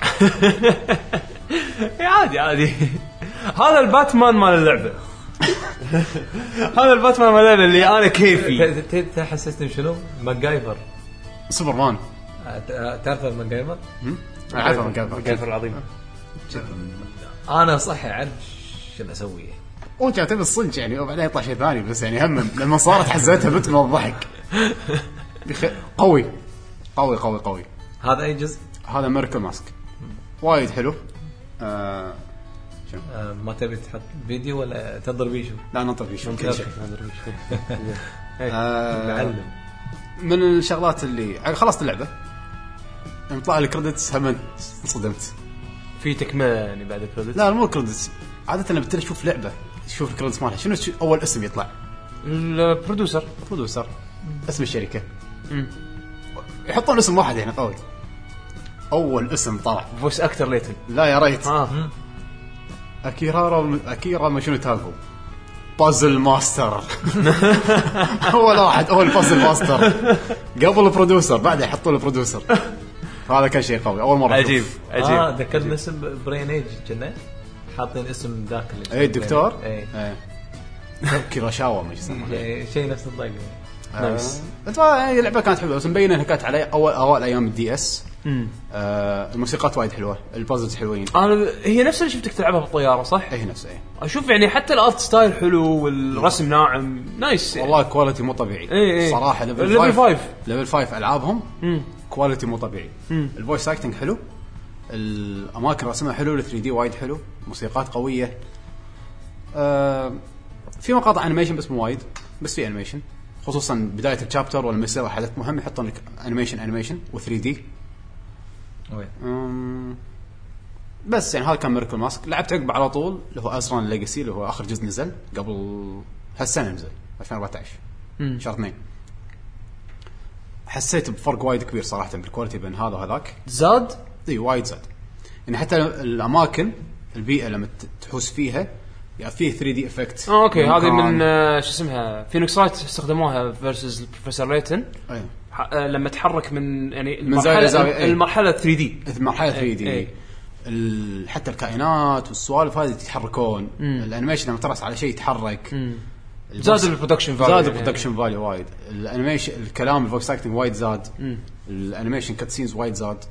Speaker 2: عادي هذا الباتمان مال اللعبه. هذا الباتمان مال اللعبه اللي انا كيفي.
Speaker 3: تحسستني شنو ماجايفر
Speaker 1: سوبرمان.
Speaker 3: تعرف ماجايفر؟
Speaker 1: انا عارف ماجايفر
Speaker 2: العظيم.
Speaker 3: انا صح اعرف شو اسوي
Speaker 1: وجا تبي الصنج يعني وبعدين يطلع شيء ثاني بس يعني هم لما صارت حزتها بنت من الضحك. قوي قوي قوي قوي.
Speaker 3: هذا اي جزء؟
Speaker 1: هذا ميراكل ماسك وايد حلو.
Speaker 3: ما تبي تحط فيديو ولا تنظر بيشو؟
Speaker 1: لا ننطر بيشو
Speaker 3: معلم.
Speaker 1: من الشغلات اللي خلصت اللعبه يطلع لي كريدتس هم انصدمت.
Speaker 2: في تكمله يعني بعد الكريدت؟
Speaker 1: لا مو كريدتس، عاده انا بتشوف شوف لعبه تشوف الكريدتس مالها شنو اول اسم يطلع.
Speaker 2: البرودوسر
Speaker 1: اسم الشركه يحطون اسم واحد يعني قوي. اول اسم طلع
Speaker 2: فويس اكتر ليتن.
Speaker 1: لا يا ريت اكيرا ما شنو تاغو بازل ماستر. اول واحد اول بازل ماستر قبل البرودوسر بعده يحطوا البرودوسر. هذا كان شيء قوي اول مره.
Speaker 2: عجيب
Speaker 3: ذكرني اسم برين ايج كنا حاطين اسم ذاك اللي
Speaker 1: اي الدكتور
Speaker 3: اي
Speaker 1: كيراشاوا ما يسمونه
Speaker 3: شيء نفس الضيق.
Speaker 1: نايس. اللعبه كانت حلوه بس مبينه انها كانت على اوائل ايام الدي اس. الموسيقات وايد حلوه، البازلز حلوين.
Speaker 2: هي نفس اللي شفتك تلعبها بالطياره صح؟
Speaker 1: هي نفس
Speaker 2: اشوف يعني حتى الارت ستايل حلو والرسم ناعم نايس
Speaker 1: والله كواليتي مو طبيعي. صراحه ليفل 5 العابهم كواليتي مو طبيعي. الفويس اكتنج حلو، الاماكن رسمها حلو، ال 3 دي وايد حلو، موسيقات قويه. في مقاطع انيميشن بس مو وايد، بس في انيميشن خصوصا بدايه الشابتر ولا يسوي حدث مهم يحطون لك انيميشن و3 دي. بس يعني هذا كان ميركل ماسك. لعبت عقب على طول اللي هو أزران ليجاسي اللي هو اخر جزء نزل قبل هالسنه، نزل 2014 شهر 2. حسيت بفرق وايد كبير صراحه بالكواليتي بين هذا وهذاك.
Speaker 2: زاد
Speaker 1: وايد زاد يعني حتى الاماكن البيئه لما تحوس فيها يعني فيه 3 دي افكت.
Speaker 2: اوكي هذه من شو اسمها فينيكس رايت استخدموها فيرسز البروفيسور ليتن. لما تحرك من يعني المرحله 3 دي
Speaker 1: المرحله 3 دي حتى الكائنات والسوالف هذه يتحركون. الانيميشن لما ترس على شيء يتحرك.
Speaker 2: زاد البرودكشن
Speaker 1: فاليو وايد. الانيميشن الكلام الفويس اكتنج وايد زاد. الانيميشن كاتسينز وايد زاد.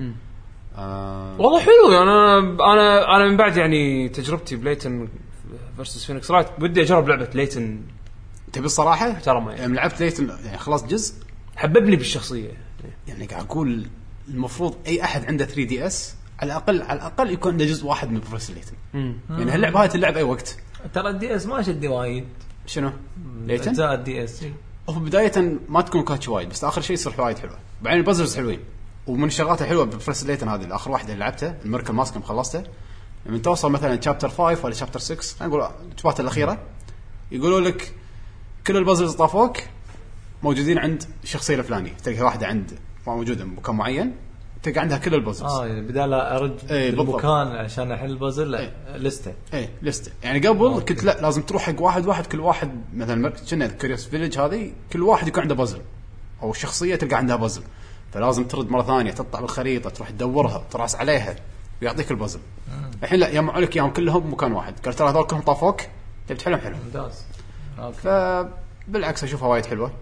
Speaker 2: والله حلو يعني انا من بعد يعني تجربتي بليتن فيرسس فينيكس رايت بدي اجرب لعبه ليتن.
Speaker 1: تبي الصراحه
Speaker 2: ترى
Speaker 1: يعني لعبت ليتن يعني خلاص جزء
Speaker 2: حببني بالشخصيه.
Speaker 1: يعني قاعد اقول المفروض اي احد عنده 3 دي اس على الاقل يكون عنده جزء واحد من فيرسس ليتن. يعني هاللعبه هاي تلعب اي وقت.
Speaker 3: ترى الدي اس ما شدي وايد.
Speaker 1: شنو ليتن
Speaker 3: زاد الدي اس
Speaker 1: هو بدايه ما تكون كاتش وايد بس اخر شيء يصير وايد حلوه. بعدين البازلز حلوين ومن الشغلات الحلوه بفيرسس ليتن هذه الاخر واحده اللي لعبتها الميركل ماسك مخلصته. لما توصل مثلا شابتر 5 ولا شابتر 6 خلينا نقول الشابتر الاخيره يقولوا لك كل البازلز طافوك موجودين عند الشخصيه الفلانيه. تلقى واحده عند موجوده بمكان معين تلقى عندها كل البازلز.
Speaker 3: بدال ارج المكان عشان احل البازل لسته.
Speaker 1: لسته يعني قبل كنت لا لازم تروح حق واحد كل واحد مثلا كنا كوريوس فيليج هذه كل واحد يكون عنده بازل او الشخصيه تلقى عندها بازل فلازم ترد مره ثانيه تطلع بالخريطه تروح تدورها تراس عليها ويعطيك البازل. الحين لا يجمعوا لك اياهم كلهم بمكان واحد. قال ترى هذول كلهم طافوك تبي تحلهم حلو
Speaker 3: ممتاز.
Speaker 1: فبالعكس اشوفها وايد حلوه.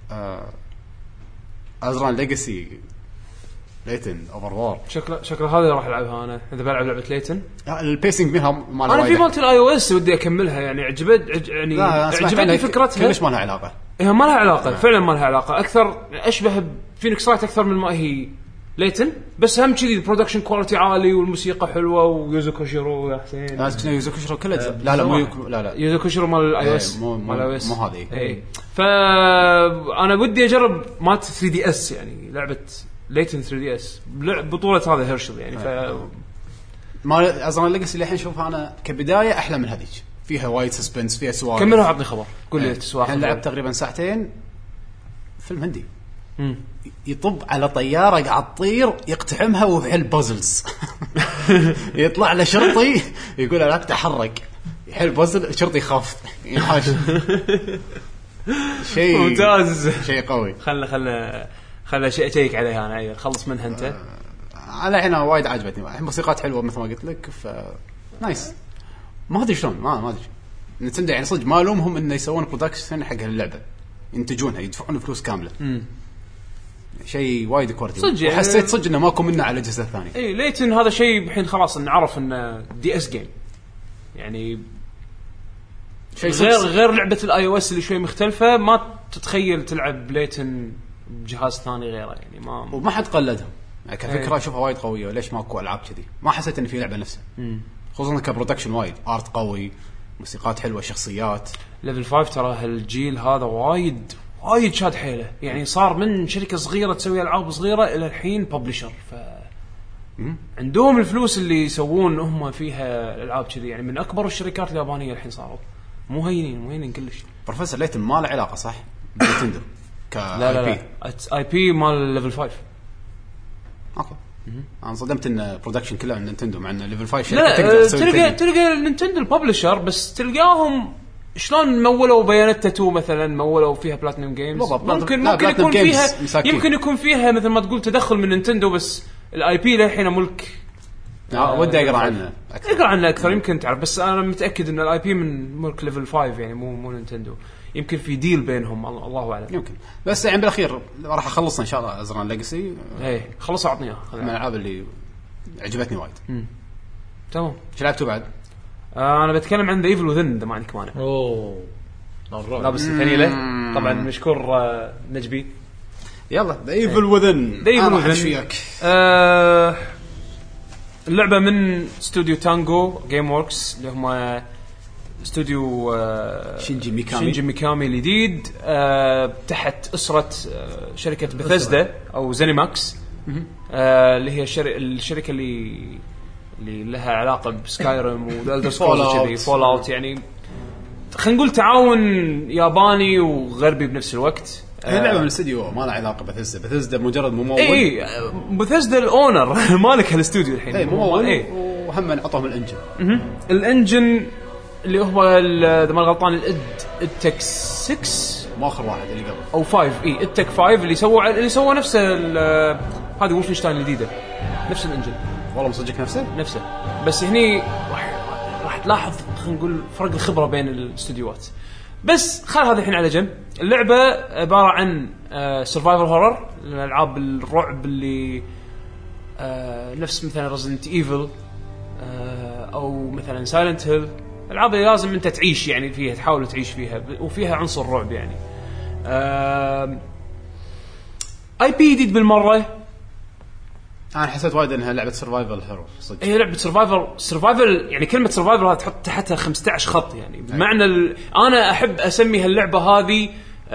Speaker 1: أزران ليجاسي ليتن اوفر وور
Speaker 2: شكله هذا راح العبها انا اذا بلعب لعبه ليتن.
Speaker 1: البيسنج منها مال
Speaker 2: انا في مالت الاي او اس ودي اكملها يعني عجبتني فكرتها.
Speaker 1: كلش ما لها علاقه.
Speaker 2: هي ما لها علاقه فعلا ما لها علاقه. اكثر اشبه بفينيكس رايت اكثر من ما هي ليتن بس هم كذي البرودكشن كواليتي عالي والموسيقى حلوه ويوزو كوشيرو يا حسين.
Speaker 1: لا يوزو كوشيرو كله لا
Speaker 2: يوزو كوشيرو مال الاي او اس
Speaker 1: مو هذه.
Speaker 2: فانا ودي اجرب مات 3 دي اس يعني لعبه ليتن 3 دي اس بطوله هذا هيرشل يعني
Speaker 1: ما أزران ليجاسي اللي الحين شوفها انا كبدايه احلى من هذيك. فيها وايد سسبنس فيها سوالف.
Speaker 2: كملها عطني خبر قول لي سوالف.
Speaker 1: لعبت تقريبا ساعتين فيلم هندي يطب على طياره قاعد تطير يقتحمها ويحل بازلز. يطلع له شرطي يقول لا تتحرك يحل بازل شرطي يخاف ينحاش. شيء
Speaker 2: ممتاز
Speaker 1: شيء قوي.
Speaker 2: خلنا شيء اشيك عليها انا خلص منها انت.
Speaker 1: على هنا وايد عجبتني موسيقات حلوه مثل ما قلت لك نايس. ما ادري شلون ما ادري نتندو يعني صدق ما لومهم انه يسوون برودكشن حق هاللعبه ينتجونها يدفعون فلوس كامله. شيء وايد كواليتي وحسيت صدق انه ماكو منه على الجزء الثاني.
Speaker 2: اي ليتن هذا شيء الحين خلاص نعرف انه دي اس جيم يعني شيء غير لعبه الاي او اس اللي شوي مختلفه. ما تتخيل تلعب ليتن بجهاز ثاني غيره يعني
Speaker 1: وما حد قلدهم يعني كفكره اشوفها وايد قويه. ليش ماكو العاب كذي؟ ما حسيت ان في لعبه نفسها خصوصا كبرودكشن وايد ارت قوي موسيقات حلوه، شخصيات.
Speaker 2: ليفل 5 ترى هالجيل هذا وايد شاد حيله، يعني صار من شركه صغيره تسوي العاب صغيره الى الحين ببلشر، ف عندهم الفلوس اللي يسوون هم فيها الالعاب كذي، يعني من اكبر الشركات اليابانيه الحين صاروا مو هينين كلش.
Speaker 1: بروفيسور ليتن ما له علاقه صح بنينتندو
Speaker 2: لا اي بي مال ليفل 5.
Speaker 1: اوكي. انا صدمت ان برودكشن كله من نينتندو، مع ان ليفل 5 شركه
Speaker 2: لا تلقى نينتندو الببلشر، بس تلقاهم شلون مولوا بيانات 2 مثلا، مولوا فيها بلاتينوم جيمز. ممكن يكون فيها مثل ما تقول تدخل من نينتندو، بس الاي بي للحين ملك.
Speaker 1: ودي اقرا عنه
Speaker 2: اكثر يمكن تعرف، بس انا متاكد ان الاي بي من ملك ليفل 5 يعني مو نينتندو. يمكن في ديل بينهم الله اعلم.
Speaker 1: يمكن، بس يعني بالاخير راح اخلصنا ان شاء الله ازران ليجاسي.
Speaker 2: ايه خلص اعطني
Speaker 1: من الالعاب اللي عجبتني وايد.
Speaker 2: تمام.
Speaker 1: ايش لعبتوا بعد؟
Speaker 2: انا بتكلم عن ذا ايفل وذن، اذا ما عندك مانع. لابس ثنيله طبعا، مشكور نجبي.
Speaker 1: يلا ذا ايفل وذن.
Speaker 2: اللعبه من استوديو تانجو جيم ووركس، اللي هم استوديو شينجي ميكامي الجديد، تحت اسره شركه بثيسدا او زينيماكس، اللي هي الشركه اللي لها علاقه بسكايرم وإلدر سكرولز فول اوت، يعني خلينا نقول تعاون ياباني وغربي بنفس الوقت.
Speaker 1: هي لعبه من الاستوديو ما لها علاقه بثيسدا مجرد ممول.
Speaker 2: بثيسدا الاونر مالك هالاستوديو الحين
Speaker 1: ممول. وهم عطهم
Speaker 2: الانجن اللي هو اذا ما غلطان التك 6
Speaker 1: ما اخر واحد اللي قبل
Speaker 2: او 5. التك 5 اللي سووا نفسه هذه وولفنشتاين الجديده، نفس الانجن.
Speaker 1: والله مصدق نفسه،
Speaker 2: بس هني راح تلاحظ خلينا نقول فرق الخبره بين الاستديوهات. بس خل هذا الحين على جنب. اللعبه عباره عن سرفايفل هورر، الالعاب الرعب اللي نفس مثلا ريزيدنت ايفل او مثلا سايلنت هيل، العاب اللي لازم انت تعيش يعني فيها، تحاول تعيش فيها، وفيها عنصر رعب يعني. اي بي جديد بالمره.
Speaker 1: انا حسيت وايد انها لعبه سرفايفل هورر صدق.
Speaker 2: هي لعبه سرفايفل يعني كلمه سرفايفل هذا تحط تحتها 15 خط يعني، بمعنى انا احب اسمي هاللعبه هذه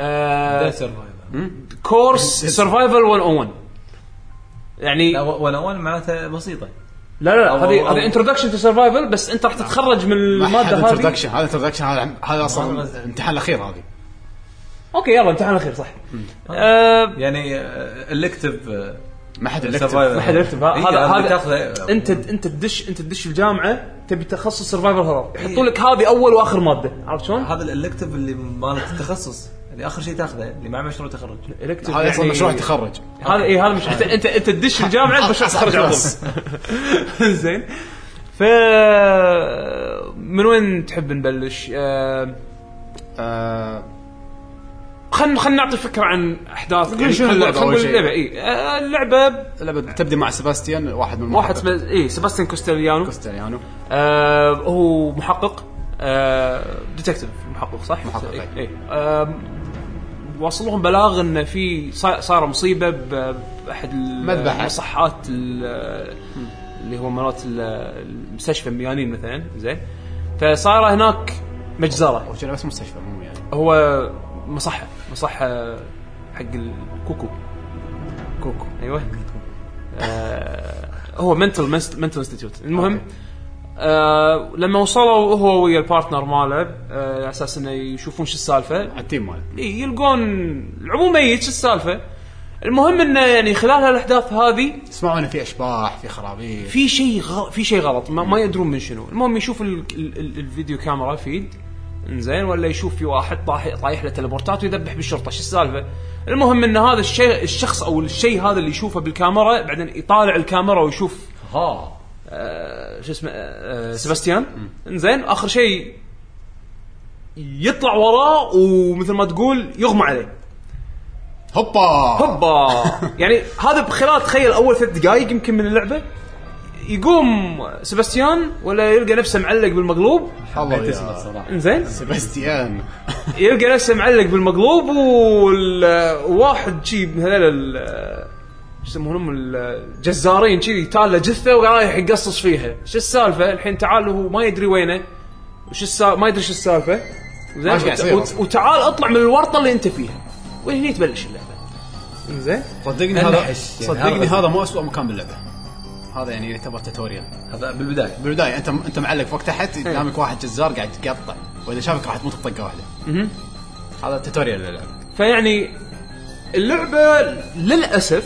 Speaker 2: كورس سرفايفل 101 يعني.
Speaker 3: 101 معناته بسيطه.
Speaker 2: لا هذه انتروداكشن تو سرفايفل، بس انت راح تتخرج من الماده هذه.
Speaker 1: هذا انتروداكشن، هذا اصلا الامتحان الاخير هذه.
Speaker 2: اوكي يلا امتحان الاخير صح.
Speaker 3: يعني الكتب
Speaker 1: ما حد يكتب
Speaker 2: هذا انت تدش الجامعه تبي تخصص سرفايفل هورر، يحطوا لك هذه اول واخر ماده، عرفت شلون؟
Speaker 3: هذا الالكتيف اللي مالك التخصص اللي اخر شيء تاخذه، اللي مع مشروع تخرج.
Speaker 1: هذا اصلا مشروع تخرج.
Speaker 2: هذا هذا مش انت تدش الجامعه مشروع تخرج على طول. زين. ف من وين تحب نبلش؟ خلنا نعطي فكره عن احداث
Speaker 1: يعني
Speaker 2: اللعبه
Speaker 1: تبدي مع سباستيان، واحد
Speaker 2: سباستيان كوستيليانو. هو محقق، ديتكتيف محقق صح. وصلهم بلاغ ان في صار مصيبه باحد المصحات اللي هو مرات المستشفى ميانين مثلا. زين. فصار هناك مجزره،
Speaker 1: وش بس مستشفى مو يعني،
Speaker 2: هو مصحة حق الكوكو. ايوه. هو منتل انستيتيوت. المهم لما وصلوا هو ويا البارتنر ماله على اساس انه يشوفون شو السالفه،
Speaker 1: التيم ماله
Speaker 2: يلقون العموم ميت، شو السالفه. المهم انه يعني خلال هالاحداث هذه
Speaker 1: يسمعون في اشباح، في خرابيط،
Speaker 2: في شيء غلط، ما يدرون من شنو. المهم يشوف الفيديو كاميرا فيد، انزين، ولا يشوف في واحد طايح له تليبورتات ويذبح بالشرطه، شو السالفه. المهم ان هذا الشخص او الشيء هذا اللي يشوفه بالكاميرا بعدين يطالع الكاميرا ويشوف شو اسمه سباستيان. انزين، اخر شيء يطلع وراه ومثل ما تقول يغمى عليه. هوبا يعني هذا بخلال تخيل اول 3 دقائق يمكن من اللعبه يقوم سباستيان ولا يلقى نفسه معلق بالمقلوب. انزين،
Speaker 1: سباستيان
Speaker 2: يلقى نفسه معلق بالمقلوب، وواحد شي من هذول يسمونهم الجزارين شي تاله جثه ورايح يقصص فيها. شو السالفه الحين؟ تعال هو ما يدري وينه، ما يدري شو السالفه
Speaker 1: ما إيش قاعد يصير أصلاً.
Speaker 2: وتعال اطلع من الورطه اللي انت فيها وهني تبلش اللعبه. زين
Speaker 1: صدقني هذا مو أسوأ مكان باللعبه هذا، يعني اذا تبغى توتوريال
Speaker 3: هذا بالبدايه
Speaker 1: انت معلق فوق تحت قدامك واحد جزار قاعد يقطع، واذا شافك راح تموت بطقه واحده. هذا توتوريال للعبه.
Speaker 2: فيعني اللعبه للاسف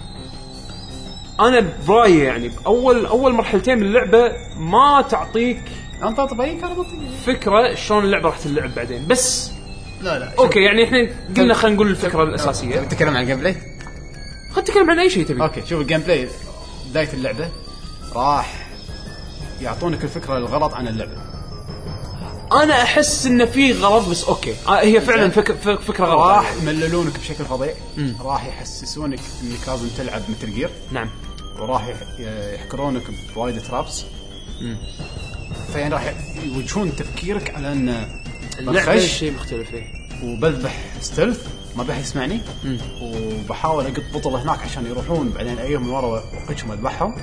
Speaker 2: انا برايي يعني اول مرحلتين من اللعبه ما تعطيك
Speaker 1: انت طبيعي
Speaker 2: فكره شلون اللعبه راح تلعب بعدين. بس
Speaker 1: لا
Speaker 2: اوكي يعني احنا قلنا خلينا نقول الفكره الاساسيه.
Speaker 1: نتكلم عن الجيم بلاي.
Speaker 2: خلينا نتكلم عن اي شيء تبي.
Speaker 1: اوكي شوف الجيم بلاي بدايه اللعبه راح يعطونك الفكره الغلط عن اللعبه.
Speaker 2: انا احس ان في غلط بس اوكي هي فعلا فكره غلط.
Speaker 1: راح يمللونك بشكل فظيع، راح يحسسونك انك لازم تلعب مثل جير.
Speaker 2: نعم.
Speaker 1: وراح يحكرونك بوايد ترابس. فيعني راح يوجهون تفكيرك على ان
Speaker 2: اللعبه شيء مختلف فيه،
Speaker 1: وبذبح ستيلث ما بح يسمعني، وبحاول اقط بطل هناك عشان يروحون بعدين ايهم من ورا وقتهم اذبحهم.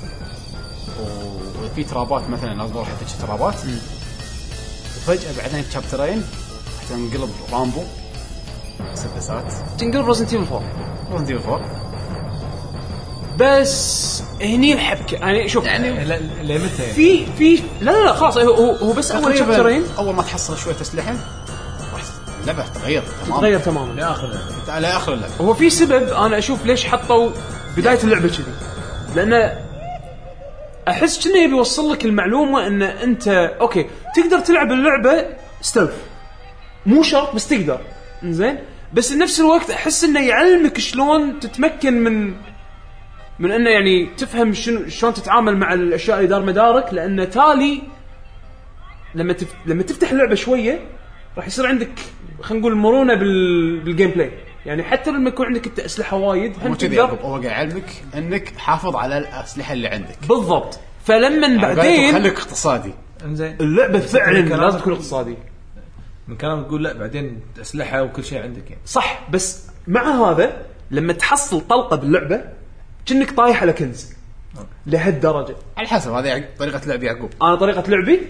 Speaker 1: وفي ترابات مثلا لازم اروح اتش ترابات. وفجاه بعدين تشابترين تنقلب رامبو سدسات،
Speaker 2: تنقلب ريزنت ايفل
Speaker 1: 4.
Speaker 2: بس هني الحبكه يعني شوف
Speaker 3: يعني لمتى
Speaker 2: في لا خلاص هو بس اول شابترين
Speaker 1: اول ما تحصل شويه اسلحه اللعبه تغير
Speaker 2: تماما
Speaker 1: لاخر اللعبه.
Speaker 2: هو في سبب انا اشوف ليش حطوا بدايه اللعبه كذي، لان احس انه يبي يوصل لك المعلومه ان انت اوكي تقدر تلعب اللعبه ستيلث مو شرط بس تقدر زين، بس بنفس الوقت احس انه يعلمك شلون تتمكن من انه يعني تفهم شلون تتعامل مع الاشياء اللي دار مدارك، لان تالي لما تفتح اللعبه شويه راح يصير عندك خلينا نقول مرونه بالجيم بلاي. يعني حتى لما يكون عندك انت اسلحه وايد هم تقدر
Speaker 1: هو قاعد يعلمك انك حافظ على الاسلحه اللي عندك
Speaker 2: بالضبط. فلما
Speaker 1: يعني
Speaker 2: بعدين
Speaker 1: خليك اقتصادي.
Speaker 3: انزين
Speaker 2: اللعبه فعلا لازم تكون اقتصادي
Speaker 3: من كلام تقول لا بعدين اسلحه وكل شيء عندك يعني
Speaker 2: صح. بس مع هذا لما تحصل طلقه باللعبه كأنك طايح على كنز لهالدرجه.
Speaker 1: على حسب هذه طريقه لعب يعقوب.
Speaker 2: انا طريقه لعبي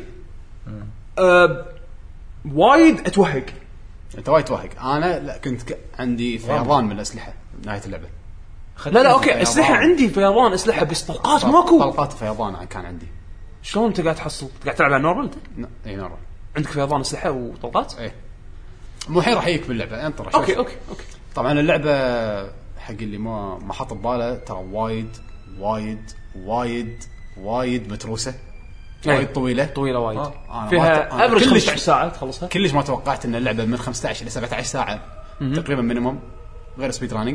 Speaker 2: وايد اتوهق.
Speaker 1: انت وايد توهق. انا لا كنت عندي فيضان من الاسلحه نهايه اللعبه.
Speaker 2: لا اوكي اسلحه عندي فيضان اسلحه بس طلقات ماكو.
Speaker 1: طلقات فيضان كان عندي.
Speaker 2: شلون انت قاعد تحصل؟ قاعد تلعب على نورمال؟
Speaker 1: اي نورمال.
Speaker 2: عندك فيضان اسلحه وطلقات؟
Speaker 1: ايه مو الحين راح يجيك باللعبه انطر.
Speaker 2: اوكي
Speaker 1: طبعا اللعبه حق اللي ما حط بباله ترى وايد متروسه وايد طويله
Speaker 2: وايد. فيها افرج 15 ساعه تخلصها.
Speaker 1: كلش ما توقعت ان اللعبه من 15 الى 17 ساعه تقريبا مينيمم غير سبيد رانينج.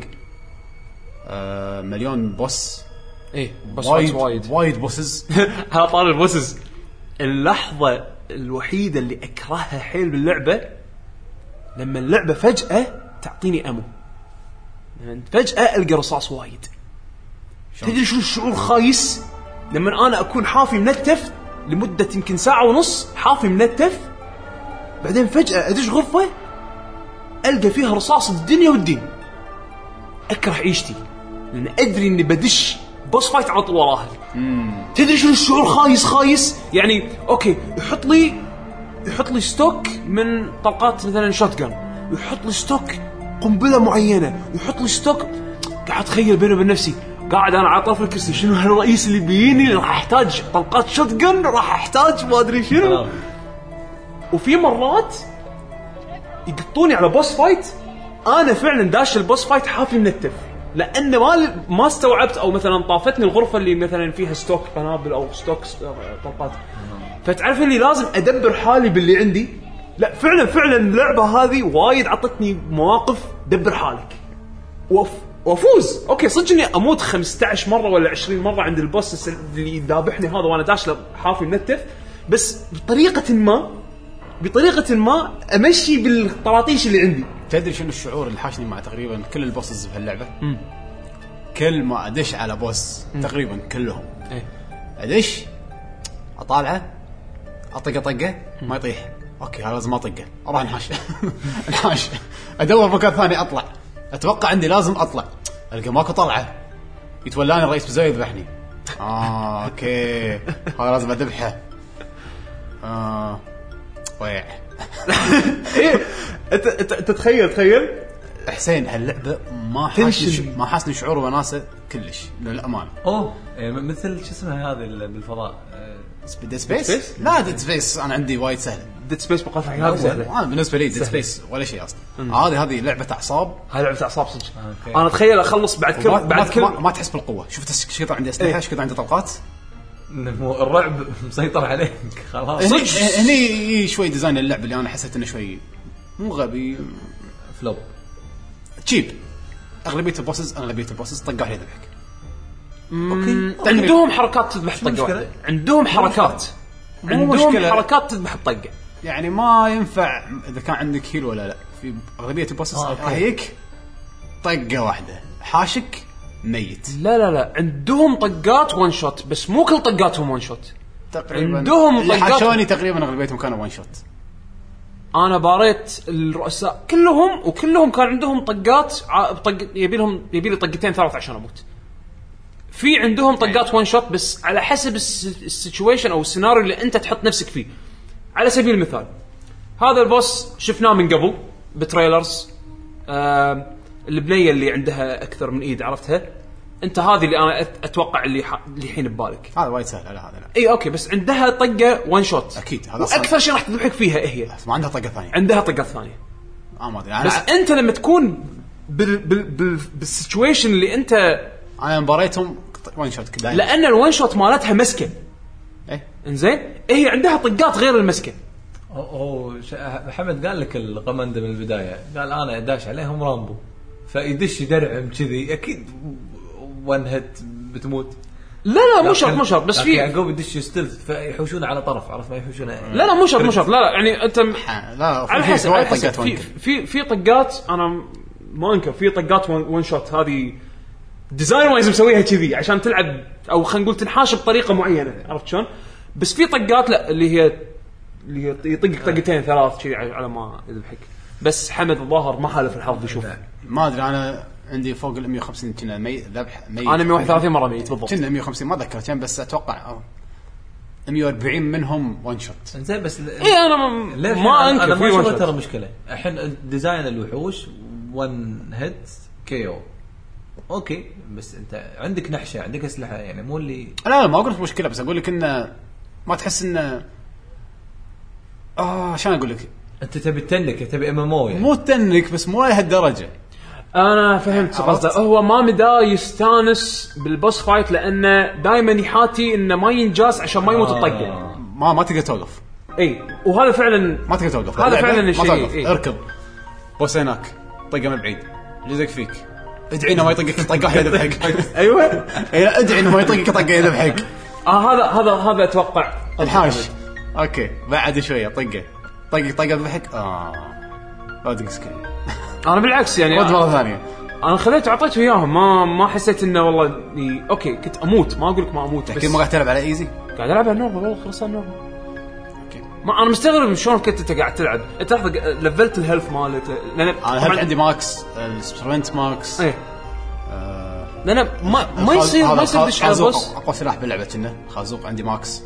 Speaker 1: مليون بوس.
Speaker 2: ايه بس
Speaker 1: وايد بوسز.
Speaker 2: ها طال البوسز. اللحظه الوحيده اللي اكرهها حيل باللعبه لما اللعبه فجاه تعطيني امو، يعني فجاه القى رصاص وايد. تدري شو الشعور خايس لما انا اكون حافي منتف لمده يمكن ساعه ونص حافي منتف، بعدين فجاه ادش غرفه القى فيها رصاص الدنيا والدين. اكره عيشتي لان ادري اني بدش بوس فايت على طول وراها. تدري شو الشعور خايس يعني اوكي يحط لي ستوك من طلقات مثلا شوت جن، يحط لي ستوك قنبله معينه، يحط لي ستوك. قاعد اتخيل بيني وبين نفسي قاعد انا على طرف الكرسي شنو هالرئيس اللي بيجيني راح احتاج طلقات شوت جن، راح احتاج ما ادري شنو. وفي مرات يقطوني على بوس فايت انا فعلا داش البوس فايت حافي منتف لان ما استوعبت او مثلا طافتني الغرفه اللي مثلا فيها ستوك قنابل او ستوك طلقات. فتعرف اني لازم ادبر حالي باللي عندي. لا فعلا اللعبه هذه وايد عطتني مواقف دبر حالك وافوز. اوكي صدق اني اموت 15 مره ولا 20 مره عند البوس اللي يذابحني هذا وانا داش له حافي منتف، بس بطريقه ما امشي بالطراطيش اللي عندي.
Speaker 1: تدري شنو الشعور اللي حاشني مع تقريبا كل البوسز في اللعبه؟ كل ما ادش على بوس تقريبا كلهم ادش اطالعه اطقه طقه ما يطيح. اوكي هذا لازم اطقه اروح انحاش ادور مكان ثاني اطلع. اتوقع عندي لازم اطلع القى ماكو طلعه يتولاني الرئيس بزاي يذبحني. اوكي هذا لازم اذبحه. ويع.
Speaker 2: انت تتخيل
Speaker 1: حسين هاللعبه ما حاسني شعور وناسه كلش للامانه.
Speaker 3: يعني مثل شو اسمها هذه بالفضاء
Speaker 1: ديد سبيس. لا ديد سبيس انا عندي وايد سهل.
Speaker 2: ديد سبيس بقاطع حياه سهله.
Speaker 1: انا بالنسبه لي ديد سبيس ولا شيء اصلا. هذه لعبه اعصاب.
Speaker 2: هاي لعبه اعصاب صدق. انا اتخيل اخلص بعد كل
Speaker 1: ما تحس بالقوه. شفت ايش كثر عندي اسلحه ايش كثر عندي طلقات.
Speaker 3: الرعب مسيطر عليك خلاص.
Speaker 1: هني شوي ديزاين اللعب اللي انا حسيت انه شوي مو غبي
Speaker 3: فلوب
Speaker 1: تشيب. اغلبيه البوسز طقوا عليه ذبحك.
Speaker 2: اوكي عندهم حركات تذبح طقه واحده. عندهم حركات تذبح الطقه.
Speaker 1: يعني ما ينفع اذا كان عندك هيل ولا لا. في اغلبيه البوسز هيك طقه واحده حاشك ميت.
Speaker 2: لا عندهم طقات وان شوت بس مو كل طقاتهم وان شوت
Speaker 1: تقريبا.
Speaker 2: عندهم طقات
Speaker 1: حاشوني تقريبا اغلبيتهم كانوا وان شوت.
Speaker 2: انا باريت الرؤساء كلهم كان عندهم طقات يبي لي طقتين ثلاث عشان اموت. في عندهم طقات وان شوت بس على حسب السيتويشن او السيناريو اللي انت تحط نفسك فيه. على سبيل المثال هذا البوس شفناه من قبل بتريلرز. البنيه اللي عندها اكثر من ايد عرفتها انت. هذه اللي انا اتوقع اللي الحين ببالك.
Speaker 1: هذا وايد سهل. لا هذا لا.
Speaker 2: اي اوكي بس عندها طقه وان شوت
Speaker 1: اكيد. هذا
Speaker 2: اكثر شيء راح تذبحك فيها هي
Speaker 1: ما عندها طقه ثانيه.
Speaker 2: عندها طقات ثانيه.
Speaker 1: ما ادري
Speaker 2: بس انت لما تكون بالسيتويشن اللي انت
Speaker 1: انا مباريتهم وان شوت كذا
Speaker 2: لان الوان شوت مالتها مسكه. انزين هي عندها طقات غير المسكه.
Speaker 3: محمد قال لك القمندة من البداية قال أنا داش عليهم رامبو فيدش يدرعم كذي أكيد وان هيت بتموت.
Speaker 2: لا مو شرط بس في
Speaker 3: يعقوب يدش يستلث فيحوشون على طرف عرف ما يحوشون.
Speaker 2: لا مو شرط لا يعني أنت
Speaker 1: لا
Speaker 2: على حسب في طقات أنا ما أنكر في طقات وان شوت هذه ديزاين وايز مسويها كذي عشان تلعب أو خلينا نقول تنحاش بطريقة معينة عرفت شلون. بس في طقات لا اللي يطقك طقتين ثلاث شيء على ما يذبحك. بس حمد الظاهر ما حالف الحظ يشوف.
Speaker 1: ما ادري انا عندي فوق ال 150 كنا ذبح ميت.
Speaker 2: انا 131 مره ميت بالضبط.
Speaker 1: كنا 150 ما اتذكر كم بس اتوقع 140 منهم وان شوت.
Speaker 3: زين بس
Speaker 2: انا ما انكر
Speaker 3: انا ما ترى مشكله الحين ديزاين الوحوش وان هيت كيو اوكي بس انت عندك نحشه عندك اسلحه يعني مو اللي
Speaker 1: لا ما اقول مشكله بس اقول لك انه ما تحس انه عشان اقول لك
Speaker 3: انت تبي تنك تبي ام ام او يعني
Speaker 1: مو تنك بس مو لهالدرجه.
Speaker 2: انا فهمت قصده. هو ما مدى يستانس بالبوس فايت لانه دائما يحاتي انه ما ينجاز عشان ما يموت الطقه.
Speaker 1: ما تقدر توقف.
Speaker 2: اي وهذا فعلا
Speaker 1: ما تقدر توقف.
Speaker 2: هذا فعلا الشيء.
Speaker 1: اركض بوس هناك طقه من بعيد لزق فيك ادعينا ما يطقك طقه يذبحك.
Speaker 2: ايوه
Speaker 1: ادعي انه ما يطقك طقه يذبحك.
Speaker 2: هذا اتوقع
Speaker 1: الحاش. اوكي بعد شويه طقه يذبحك. لا تقسك.
Speaker 2: انا بالعكس يعني
Speaker 1: مره ثانيه
Speaker 2: انا خذيت وعطيته اياهم ما حسيت انه والله اوكي كنت اموت. ما اقول لك ما اموت
Speaker 1: بس ما قاعد تلعب على ايزي.
Speaker 2: قاعد العب على نورمال والله خلص نورمال. ما انا مستغرب شلون كنت انت قاعد تلعب. انت لفلت الهيلث مالته لان
Speaker 1: انا عندي ماكس السبرنت ماكس.
Speaker 2: لان ما يصير دش على بوس.
Speaker 1: اقوى سلاح باللعبه كنا خازوق عندي ماكس.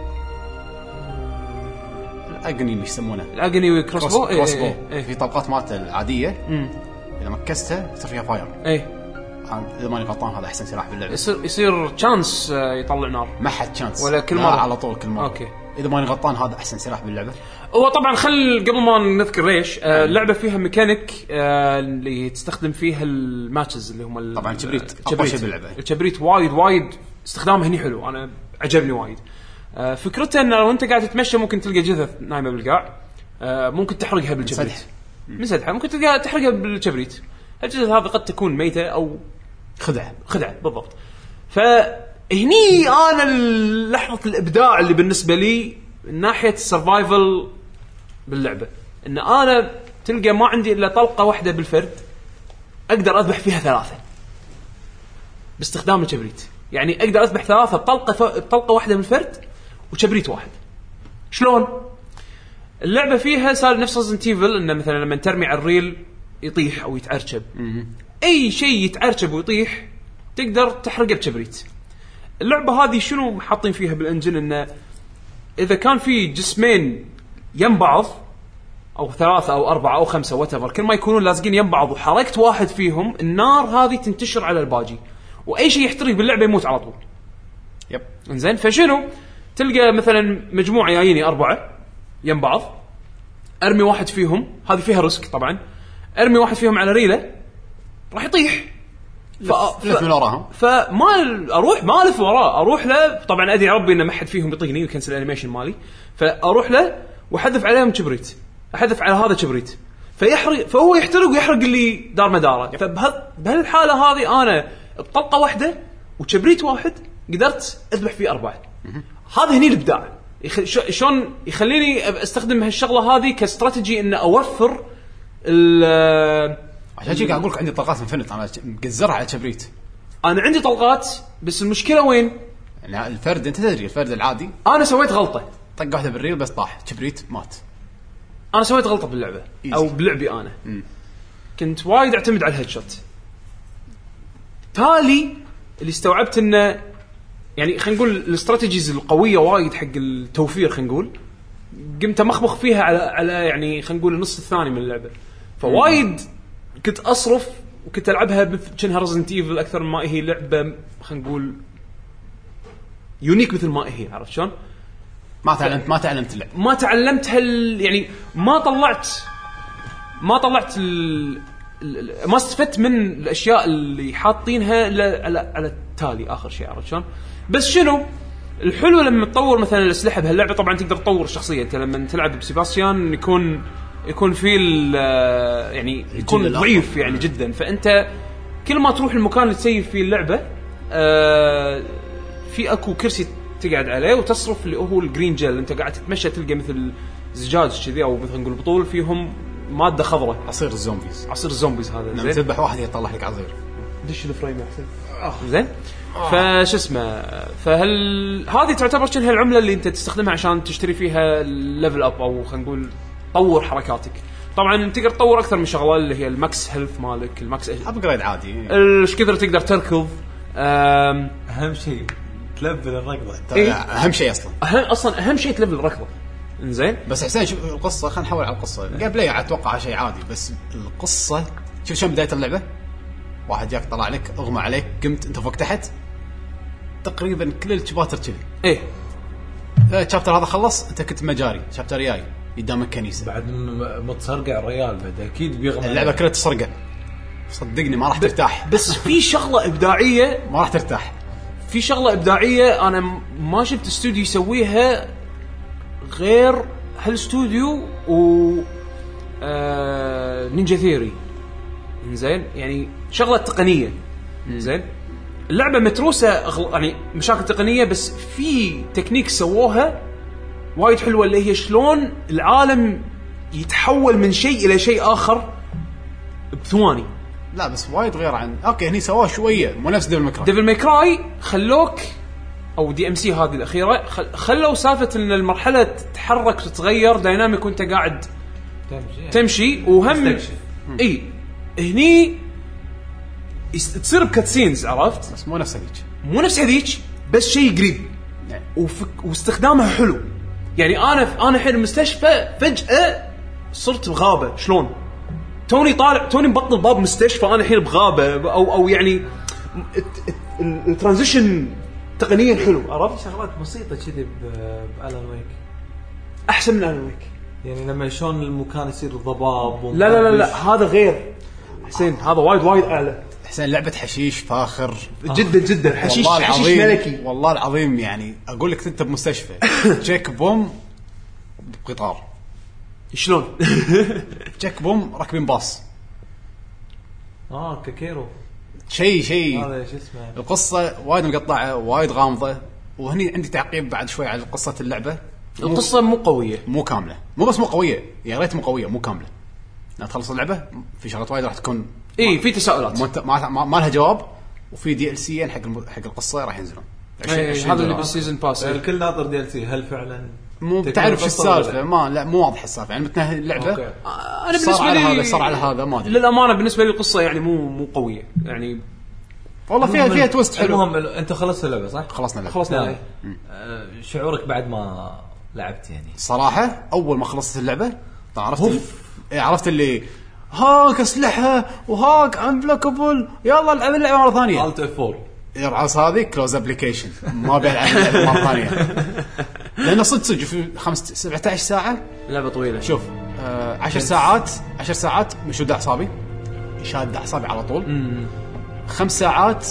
Speaker 1: الاغني مش يسمونه
Speaker 2: الاغني وكروسبو.
Speaker 1: في طلقات مالته العاديه اذا مكستها يصير فيها فاير. اذا ماني غلطان هذا احسن سلاح باللعبه.
Speaker 2: يصير تشانس يطلع نار.
Speaker 1: ما حد تشانس
Speaker 2: ولا كل مره
Speaker 1: على طول كل مره.
Speaker 2: اوكي
Speaker 1: اذا ماني غلطان هذا احسن سلاح باللعبه.
Speaker 2: هو طبعا قبل ما نذكر ليش اللعبه فيها ميكانيك اللي تستخدم فيها الماتشز اللي هم
Speaker 1: طبعا الكبريت اقوى شيء باللعبه.
Speaker 2: الكبريت وايد استخدامه هني حلو. انا عجبني وايد. فكرته ان لو انت قاعد تتمشى ممكن تلقى جثث نايمه بالقاع. ممكن تحرقها بالكبريت مسدحه. ممكن تحرقها بالكبريت. الجثث هذه قد تكون ميته او خدعه بالضبط. فهني انا لحظه الابداع اللي بالنسبه لي من ناحيه السرفايفل باللعبه ان انا تلقى ما عندي الا طلقه واحده بالفرد اقدر اذبح فيها ثلاثه باستخدام الكبريت. يعني اقدر اذبح ثلاثه بطلقه واحده بالفرد وكبريت واحد. شلون اللعبه فيها صار نفس ريزنت ايفل انه مثلا لما ترمي على الريل يطيح او يتعرشب. اي شيء يتعرشب ويطيح تقدر تحرقه بكبريت. اللعبه هذه شنو حاطين فيها بالانجن انه اذا كان في جسمين يم بعض او 3 أو 4 أو 5 واتيفر، كل ما يكونون لازقين يم بعض وحركت واحد فيهم النار هذه تنتشر على الباقي، واي شيء يحترق باللعبه يموت على طول.
Speaker 1: يب
Speaker 2: انزين فشنو تلقى مثلا مجموعه جاييني 4 يم بعض، ارمي واحد فيهم، هذه فيها ريسك طبعا، ارمي واحد فيهم على ريله راح يطيح.
Speaker 1: لف من وراهم،
Speaker 2: فما اروح ما الف وراه، اروح له طبعا ادري ربي ان ما حد فيهم يطيقني ويكنسل الانيميشن مالي، فاروح له واحذف عليهم كبريت، احذف على هذا كبريت فيحرق، فهو يحترق ويحرق اللي دار مداره. فبهالحاله هذه انا بطلقه واحده وكبريت واحد قدرت اذبح فيه 4. هذا هني الابداع، شلون يخليني استخدم هالشغله هذه كاستراتيجي ان اوفر
Speaker 1: عشان كذا قاعد اقول لك عندي طلقات انفنت انا مقزرها على كبريت.
Speaker 2: انا عندي طلقات بس المشكله وين؟
Speaker 1: يعني الفرد انت تدري الفرد العادي
Speaker 2: انا سويت غلطه،
Speaker 1: طق واحده بالريل بس طاح كبريت مات.
Speaker 2: انا سويت غلطه باللعبه او بلعبي انا كنت وايد اعتمد على الهيد شوت. تالي اللي استوعبت انه يعني خلينا نقول الاستراتيجيز القويه وايد حق التوفير، خلينا نقول قمت مخبخ فيها على يعني خلينا نقول النص الثاني من اللعبه. فوايد كنت اصرف وكنت العبها كأنها ريزنت ايفل اكثر ما هي لعبه خلينا نقول يونيك مثل ما هي. عرفت شلون؟
Speaker 1: ما تعلمت اللعبه،
Speaker 2: ما تعلمت يعني ما طلعت ما استفدت من الاشياء اللي حاطينها على التالي اخر شيء. عرفت شلون؟ بس شنو الحلو لما تطور مثلا الاسلحه بهاللعبه؟ طبعا تقدر تطور الشخصيه. انت لما تلعب بسيباستيان يكون في يعني يكون ضعيف يعني جدا، فانت كل ما تروح المكان اللي تسيف فيه اللعبه في اكو كرسي تقعد عليه وتصرف اللي هو الجرين جل. انت قاعد تتمشى تلقى مثل زجاج كذي او مثلا نقول بطول فيهم ماده خضراء،
Speaker 1: عصير الزومبيز
Speaker 2: هذا
Speaker 1: لما تذبح واحد يطلع لك عصير.
Speaker 2: دش الفريم احسن زين. فش اسمه هذه تعتبر شنو العمله اللي انت تستخدمها عشان تشتري فيها الليفل اب او خلينا نقول طور حركاتك. طبعا تقدر تطور اكثر من شغله اللي هي الماكس هيلث مالك، الماكس
Speaker 1: ابجريد عادي،
Speaker 2: ايش كثر تقدر تركض.
Speaker 3: اهم شيء تلفل الركضه.
Speaker 1: اهم شيء
Speaker 2: اصلا اهم شيء تلفل الركضه. انزين بس
Speaker 1: حسين شوف القصه، خلينا نحول على القصه. قبل لا اتوقع شيء عادي، بس القصه شوف شلون بدايه اللعبه. واحد جاك طلع لك اغمى عليك، قمت انت فوق تحت تقريبا كل الشباتر كذي.
Speaker 2: ايه
Speaker 1: الشابتر هذا خلص، انت كنت مجاري شابتر جاي قدامك كنيسه
Speaker 3: بعد متصرقع الريال بعد اكيد بيغمى.
Speaker 1: اللعبه كلها تصرقع صدقني ما راح ترتاح.
Speaker 2: بس في شغله ابداعيه
Speaker 1: ما راح ترتاح.
Speaker 2: في شغله ابداعيه انا ما شفت استوديو يسويها غير هالاستوديو و نينجا ثيوري. زين يعني شغله تقنيه. زين اللعبه متروسه يعني مشاكل تقنيه، بس في تكنيك سووها وايد حلوه اللي هي شلون العالم يتحول من شيء الى شيء اخر بثواني.
Speaker 1: لا بس وايد غير عن اوكي هني سواه شويه مو نفس
Speaker 2: ديفل ماكراي خلوك او دي ام سي هذه الاخيره خلوا سالفه ان المرحله تتحرك وتتغير دايناميك وانت قاعد تمشي وهم اي هني تصير بكاتسينز. عرفت؟
Speaker 1: بس مو نفس هذيك
Speaker 2: بس شيء قريب واستخدامها حلو. يعني انا الحين المستشفى فجاه صرت بغابه. شلون توني مبطل باب مستشفى انا الحين بغابه او يعني الترانزيشن تقنيا حلو. عرفت؟
Speaker 3: شغلات بسيطه كذي بألان ويك
Speaker 2: احسن من ألان ويك.
Speaker 3: يعني لما شلون المكان يصير ضباب
Speaker 2: لا هذا غير حسين، هذا وايد اعلى.
Speaker 1: حسين لعبه حشيش فاخر
Speaker 2: جدا حشيش ملكي
Speaker 1: والله العظيم. يعني اقول لك انت بمستشفى تشيك بوم بقطار.
Speaker 2: شلون
Speaker 1: تشيك بوم راكبين باص
Speaker 3: كاكيرو
Speaker 1: شيء
Speaker 3: هذا شو اسمه.
Speaker 1: القصه وايد مقطعه وايد غامضه. وهني عندي تعقيب بعد شوي على قصه اللعبه.
Speaker 2: القصه مو قويه،
Speaker 1: مو كامله، مو بس مو قويه، يا ريت مو قويه مو كامله. لا تخلص اللعبه في شغلات وايد راح تكون
Speaker 2: في تساؤلات
Speaker 1: ما لها جواب. وفي دي ال سي حق القصه راح ينزلون.
Speaker 2: هذا اللي بالسيزون باس.
Speaker 3: الكل ناطر دي ال سي. هل فعلا
Speaker 1: مو بتعرف شو السالفه؟ مو واضح السالفه. يعني متنهي اللعبه.
Speaker 2: انا بالنسبه لي
Speaker 1: صار على هذا ما ادري
Speaker 2: للامانه. بالنسبه لي القصه يعني مو قويه يعني.
Speaker 1: والله فيها تويست حلو.
Speaker 3: المهم انت خلصت اللعبه صح؟
Speaker 1: خلصنا اللعبه.
Speaker 3: شعورك بعد ما لعبت يعني
Speaker 1: صراحه اول ما خلصت اللعبه عرفت اللي هاك اسلحه وهاك انبلوكابل، يلا العب اللعبه مره ثانيه.
Speaker 3: الت اف 4
Speaker 1: يرعص هذه كلوز ابليكيشن ما بيلعب اللعبه مره ثانيه. لانه صدق في 17 ساعه
Speaker 2: لعبه طويله.
Speaker 1: شوف 10 ساعات مشود اعصابي، شاد اعصابي على طول. 5 ساعات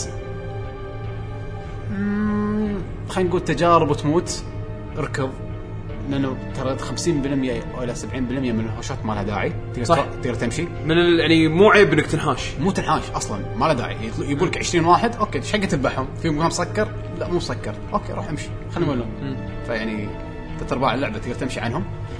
Speaker 1: خلينا نقول تجارب وتموت ركض، لانه ترى 50% او الى 70% من الهوشات ما لها داعي. تقدر تمشي
Speaker 2: من يعني مو عيب انك تنحاش،
Speaker 1: مو تنحاش اصلا، ما له داعي. يقولك 20 واحد اوكي ايش حق تذبحهم؟ في مكان مسكر؟ لا مو مسكر، اوكي روح امشي خليهم يولون. فيعني تربع اللعبه تقدر تمشي عنهم.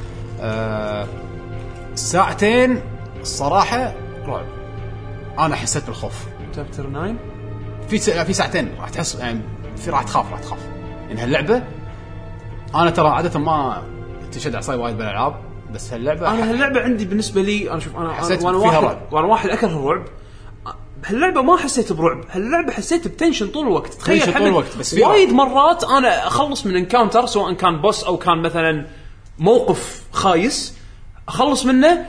Speaker 1: ساعتين الصراحه رعب، انا حسيت بالخوف.
Speaker 2: شابتر 9
Speaker 1: في ساعتين راح تحس يعني راح تخاف يعني هاللعبه. انا ترى عاده ما تشد اعصابي وايد بالالعاب، بس هاللعبه
Speaker 2: انا هاللعبه عندي بالنسبه لي انا شوف
Speaker 1: وانا
Speaker 2: واحد اكره الرعب. هاللعبه ما حسيت برعب، هاللعبه حسيت بتنشن طول الوقت. تخيل
Speaker 1: طول الوقت، بس
Speaker 2: وايد مرات انا اخلص من انكاونتر سواء كان بوس او كان مثلا موقف خايس اخلص منه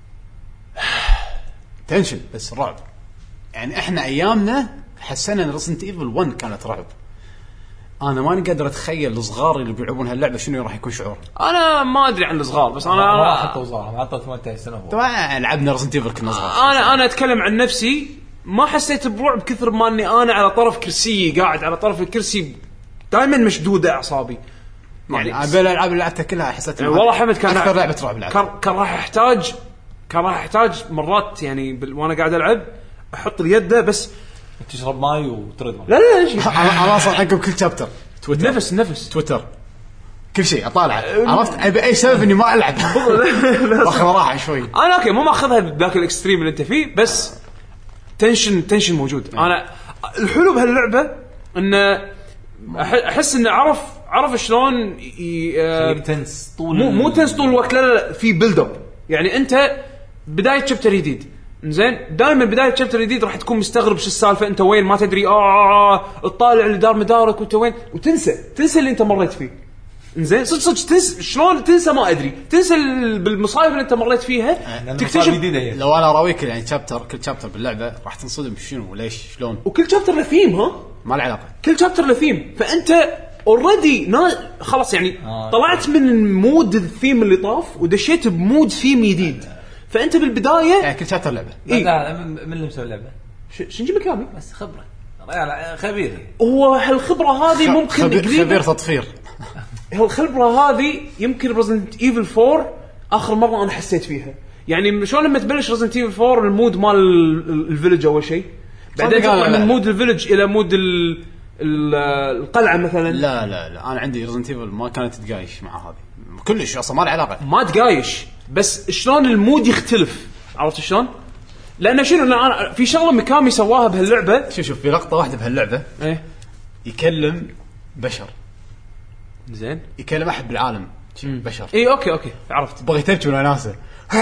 Speaker 1: تنشن بس رعب. يعني احنا ايامنا حسنا ان ريزنت ايفل 1 كانت رعب. انا ماني قادر اتخيل الصغار اللي بيلعبون هاللعبه شنو راح يكون شعور.
Speaker 2: انا ما ادري عن الصغار، بس انا
Speaker 3: ما حطوا صغار، ما حطوا 18 سنه.
Speaker 1: طبعا لعبنا ريزنت ايفل كنا صغار.
Speaker 2: انا اتكلم عن نفسي، ما حسيت برعب كثر ما اني انا على طرف كرسي قاعد على طرف الكرسي دائما مشدوده اعصابي.
Speaker 1: يعني بالالعاب اللي لعبتها كلها حسيت
Speaker 2: يعني والله حمد كان
Speaker 1: اكثر لعبه رعب لعبتها.
Speaker 2: كان راح احتاج مرات يعني وانا قاعد العب احط اليد بس
Speaker 3: تشرب ماي وترد.
Speaker 2: لا شيء
Speaker 1: انا اصلا عقب كل شابتر تويتر
Speaker 2: نفس
Speaker 1: تويتر كل شيء اطالع. عرفت ابي اي سبب اني ما العب اخذ راحه شوي.
Speaker 2: انا اوكي مو ماخذها بذاك الاكستريم اللي انت فيه، بس تنشن موجود. انا الحلو بهاللعبه انه احس انه عرف شلون
Speaker 3: تنس
Speaker 2: طول مو تنس طول الوقت. لا في بيلد اب. يعني انت بدايه شابتر جديد زين، دائما بدايه شابتر جديد راح تكون مستغرب شو السالفه، انت وين ما تدري. تطالع لدار مدارك وانت وين، وتنسى اللي انت مريت فيه. زين صدق تنسى شلون تنسى، ما ادري تنسى بالمصايب اللي انت مريت فيها. تكتشف
Speaker 1: لو انا راويك يعني كل شابتر باللعبه راح تنصدم شنو وليش شلون.
Speaker 2: وكل شابتر له ثيم،
Speaker 1: ما له علاقه،
Speaker 2: كل شابتر له ثيم. فانت اوريدي خلاص يعني طلعت من المود الثيم اللي طاف ودشيت بمود ثيم جديد. فانت بالبدايه
Speaker 1: يعني كل شابتر لعبه.
Speaker 3: لا من اللي مسوي اللعبه
Speaker 2: شنجي مكامي
Speaker 3: بس خبره خبير.
Speaker 2: هو هالخبره هذه ممكن
Speaker 1: خبير تطفير.
Speaker 2: هالخبره هذه يمكن ريزنت ايفل 4 اخر مره انا حسيت فيها. يعني شلون لما تبلش ريزنت ايفل 4 المود مال الفيلج اول شيء، بعدين تطلع من مود الفيلج الى مود القلعه مثلا.
Speaker 1: لا انا عندي ريزنت ايفل ما كانت تقايش مع هذه كلش اصلا، ما له علاقه.
Speaker 2: ما تقايش بس شلون المود يختلف، عرفت شلون؟ لأن شنو أنا في شغلة مكامي سواها بهاللعبة.
Speaker 1: شوف في لقطة واحدة بهاللعبة
Speaker 2: إيه
Speaker 1: يكلم بشر،
Speaker 2: زين
Speaker 1: يكلم أحد بالعالم بشر.
Speaker 2: إيه أوكي عرفت.
Speaker 1: بغيت تبكي ولا ناسه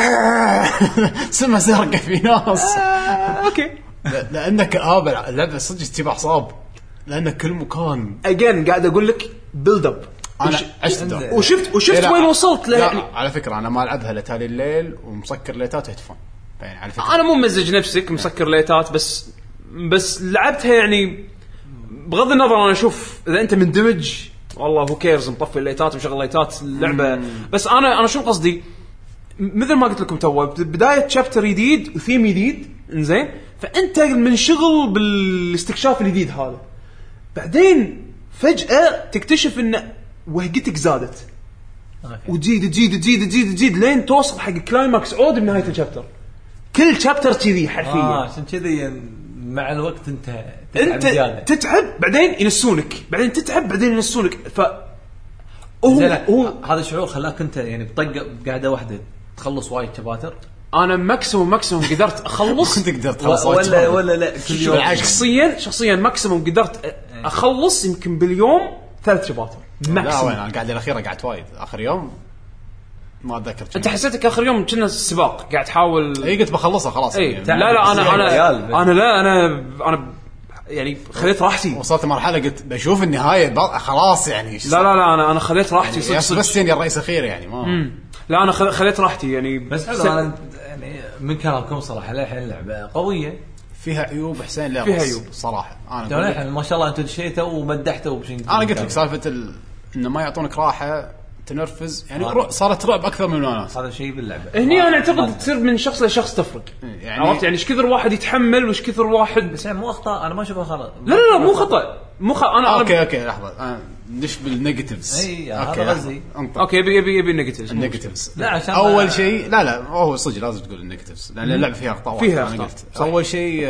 Speaker 1: سمع زرقة في ناس
Speaker 2: أوكي.
Speaker 1: لأنك اللعبة صدق تجيب أعصاب، لأن كل مكان
Speaker 2: أجين قاعد أقول لك بيلد أب.
Speaker 1: أنا عشت
Speaker 2: وشفت وين وصلت له. يعني
Speaker 1: على فكرة أنا ما ألعبها لتالي الليل ومسكر ليتات هيدفون. يعني على فكرة
Speaker 2: أنا مو ممزج نفسك مسكر ليتات، بس لعبتها يعني بغض النظر. أنا أشوف إذا أنت مندمج والله هو كيرز مطفي الليتات ومشغل ليتات اللعبة. بس أنا شو قصدي، مثل ما قلت لكم تو بداية شابتر جديد وثيم جديد إنزين، فأنت منشغل بالاستكشاف الجديد هذا. بعدين فجأة تكتشف إن وهقتك زادت وتزيد لين توصل حق كلايماكس عود بنهاية الشابتر. كل شابتر كذي حرفيا.
Speaker 3: عشان كذي مع الوقت انت
Speaker 2: تتعب بعدين ينسونك، بعدين تتعب بعدين ينسونك.
Speaker 3: هو هذا الشعور خلاك انت يعني بطقه قاعده واحده تخلص وايد شباتر.
Speaker 2: انا ماكسيموم قدرت اخلص
Speaker 1: كنت قدرت تخلص
Speaker 3: ولا لا كل يوم.
Speaker 2: شخصيا ماكسيموم قدرت اخلص يمكن باليوم 3 شباتر
Speaker 1: ماكسيموم. انا قاعد الاخيره قعدت وايد اخر يوم ما اتذكر.
Speaker 2: انت حسيتك اخر يوم كنا السباق قاعد تحاول.
Speaker 1: اي قلت بخلصها خلاص.
Speaker 2: لا انا يعني خذيت راحتي.
Speaker 1: وصلت مرحله قلت بشوف النهايه خلاص يعني.
Speaker 2: لا انا خذيت راحتي
Speaker 1: يعني
Speaker 2: صدق.
Speaker 1: بس يا الرئيس اخير يعني ما
Speaker 2: لا انا خذيت راحتي يعني.
Speaker 3: بس أنا يعني من كلامكم صراحه للحين اللعبه قويه.
Speaker 1: فيها عيوب حسين، لا
Speaker 2: فيها عيوب
Speaker 1: صراحه. انا
Speaker 3: يعني ما شاء الله انتم دشيتوا ومدحتوا بشيء.
Speaker 1: انا قلت لك سالفه انه ما يعطونك راحه تنرفز يعني صارت رعب اكثر من الوناس.
Speaker 3: هذا شيء باللعبه
Speaker 2: هني انا اعتقد تصير من شخص لشخص تفرق يعني. عرفت يعني ايش كثر واحد يتحمل وايش كثر واحد.
Speaker 3: بس يعني مو اخطاء انا ما اشوفها خطا.
Speaker 2: لا مو خطا انا
Speaker 1: اوكي لحظه نش بالنيجاتيفز.
Speaker 3: اي هذا غزي.
Speaker 2: اوكي يبي
Speaker 1: النيجاتيفز.
Speaker 3: لا عشان
Speaker 1: اول شيء لا هو صدق لازم تقول النيجاتيفز لان اللعبه فيها اخطاء. انا قلت اول شيء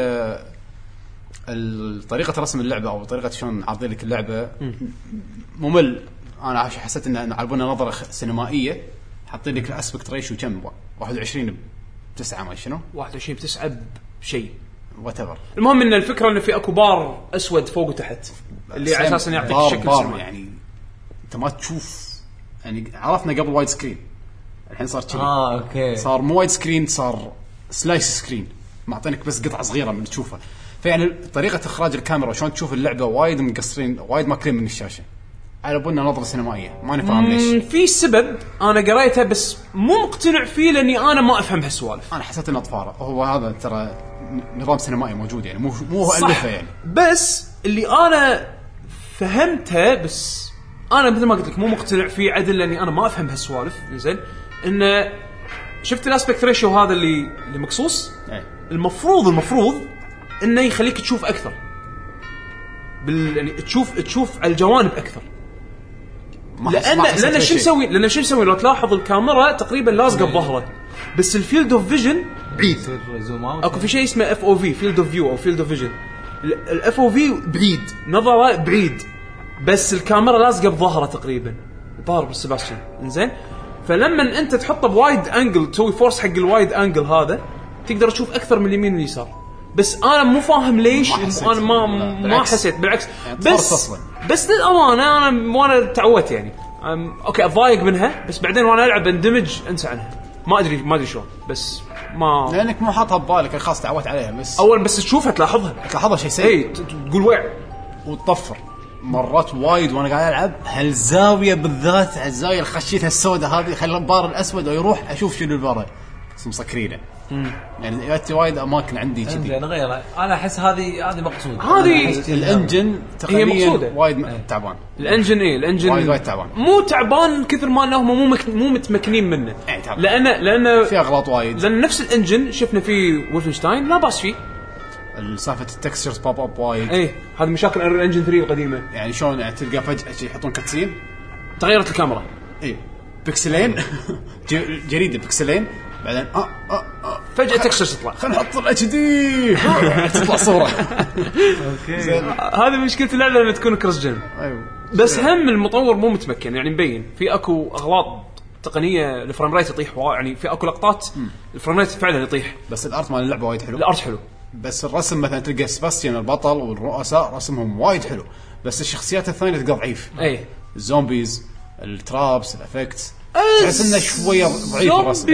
Speaker 1: طريقه رسم اللعبه او طريقه شلون عارضين لك اللعبه ممل. انا حسيت ان عربونا نظره سينمائيه حاطين لك الاسبكت ريشيو كم 21/9 ما شنو
Speaker 2: 21/9 بشيء
Speaker 1: واتيفر.
Speaker 2: المهم ان الفكره انه في اكو بار اسود فوق وتحت اللي على اساس انه يعطيك الشكل سينمائي.
Speaker 1: يعني انت ما تشوف يعني عرفنا قبل وايد سكرين الحين صار كذي.
Speaker 3: اوكي
Speaker 1: صار مو وايد سكرين صار سلايس سكرين معطينك بس قطعه صغيره من تشوفها. فيعني طريقه اخراج الكاميرا وشلون تشوف اللعبه وايد مقصرين وايد ماكلين من الشاشه على بالنا نظره سينمائيه ما نفهم ليش.
Speaker 2: في سبب انا قريته بس مو مقتنع فيه لاني انا ما افهم هالسوالف.
Speaker 1: انا حسيت انه طفاره هو هذا ترى نظام سينمائي موجود يعني مو هو الفه يعني.
Speaker 2: بس اللي انا فهمته بس انا مثل ما قلت لك مو مقتنع فيه عدل لاني انا ما افهم هالسوالف. زين انه شفت الاسبكت ريشيو هذا اللي مقصوص المفروض انه يخليك تشوف اكثر يعني تشوف الجوانب اكثر. لان شو نسوي لو تلاحظ الكاميرا تقريبا لازقه بظهره بس الفيلد اوف فيجن بعيد. اكو في شيء اسمه اف او في فيلد اوف فيو او فيلد اوف فيجن. الاف او في بعيد نظره بعيد بس الكاميرا لازقه بظهره تقريبا ضارب سباستيان. انزين فلما انت تحطه بوايد انجل تسوي فورس حق الوايد انجل هذا تقدر تشوف اكثر من اليمين واليسار. بس انا مو فاهم ليش انا ما حسيت بالعكس
Speaker 1: يعني
Speaker 2: بس للامانه انا تعودت يعني اوكي اضايق منها بس بعدين وانا العب اندمج انسى عنها. ما ادري شلون بس ما
Speaker 1: لانك مو حاطها ببالك خلاص تعودت عليها. بس
Speaker 2: اول بس تشوفها تلاحظها شيء سيء تقول وع
Speaker 1: وتطفر مرات وايد وانا قاعد العب هالزاويه بالذات الزاويه الخشيتها السوداء هذه خلي البار الاسود ويروح اشوف شنو البار مسكرينه. يعني ياتي وايد اماكن عندي كذي
Speaker 3: انا غير انا احس هذه مقصود.
Speaker 1: هذه الانجن تقريبا وايد تعبان.
Speaker 2: الانجن
Speaker 1: وايد تعبان
Speaker 2: مو تعبان كثر ما انهم مو متمكنين منه لان
Speaker 1: في اغلاط وايد.
Speaker 2: لان نفس الانجن شفنا في وولفنشتاين لا باس فيه
Speaker 1: السالفه التكستشرز بوب اب وايد.
Speaker 2: هذه مشاكل الانجن 3 القديمه.
Speaker 1: يعني شلون يعني تلقى فجاه يحطون كاتسين
Speaker 2: تغيرت الكاميرا
Speaker 1: بكسلين جريده بكسلين بعدين
Speaker 2: فجأة تكسر تطلع
Speaker 1: خلينا نحط الاتش دي تطلع صورة.
Speaker 3: اوكي
Speaker 2: هذه مشكلة اللعبة لما تكون كروس جن.
Speaker 1: ايوه
Speaker 2: بس هم المطور مو متمكن يعني مبين في اكو اغلاط تقنية الفريم ريت يطيح يعني في اكو لقطات الفريم ريت فعلا يطيح.
Speaker 1: بس الارت مال اللعبة وايد حلو.
Speaker 2: الارت حلو
Speaker 1: بس الرسم مثلا تلقى سباستيان البطل والرؤساء رسمهم وايد حلو بس الشخصيات الثانية تلقى ضعيف. الزومبيز الترابس الافكتس تحس انه شويه ضعيف الرسم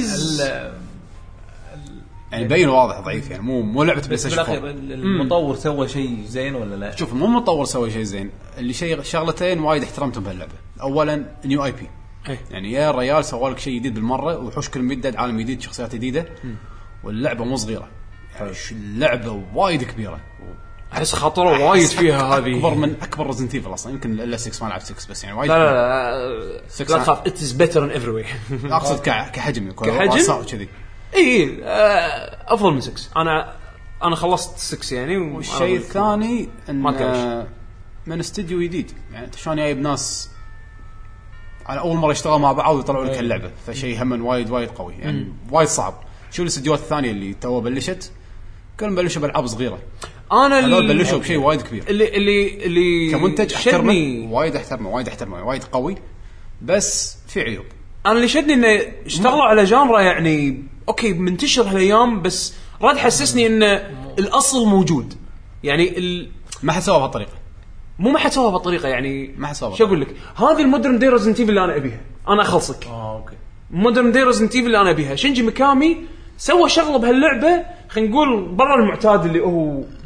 Speaker 1: يعني بين واضح ضعيف يعني مو لعبه بلاي ستيشن 4.
Speaker 3: المطور سوى شيء زين ولا لا؟
Speaker 1: شوف مو المطور سوى شيء زين اللي شغلتين وايد احترمتهم بهاللعبه. اولا نيو اي بي يعني يا الريال سوى لك شيء جديد بالمره وحوش كل مدد عالم جديد شخصيات جديده واللعبه مو صغيره يعني اللعبه وايد كبيره
Speaker 2: احس خاطره وايد فيها هذه
Speaker 1: اكبر من اكبر ريزنت ايفل اصلا يمكن الا 6 ما لعبت 6 بس يعني وايد
Speaker 2: لا تخاف ات از بيتر ان افري واي.
Speaker 1: اقصد كحجم كذي
Speaker 2: افضل من 6. انا خلصت 6 يعني.
Speaker 1: والشيء الثاني ان من استديو جديد يعني شلون جايب ناس على اول مره يشتغلوا مع بعض ويطلعوا لك اللعبه فشيء هم وايد وايد قوي يعني وايد صعب. شو الاستديوهات الثانيه اللي تو بلشت كلهم بلشوا بالعاب صغيره.
Speaker 2: انا
Speaker 1: اللي بلشوا بشيء وايد كبير
Speaker 2: اللي
Speaker 1: كمنتج احترمه وايد قوي بس في عيوب.
Speaker 2: انا اللي شدني انه اشتغلوا على جانرا يعني اوكي منتشر هالايام بس راد حسسني ان الاصل موجود يعني
Speaker 1: ما حسوها بهالطريقه
Speaker 2: ما حسوها بالطريقه يعني
Speaker 1: ما حسوها.
Speaker 2: شو اقول لك هذه المودرن دي ريزنت ايفل اللي انا ابيها انا اخلصك.
Speaker 3: اوكي
Speaker 2: مودرن دي ريزنت ايفل اللي انا ابيها. شينجي ميكامي سوى شغله بهاللعبه خلينا نقول برا المعتاد اللي هو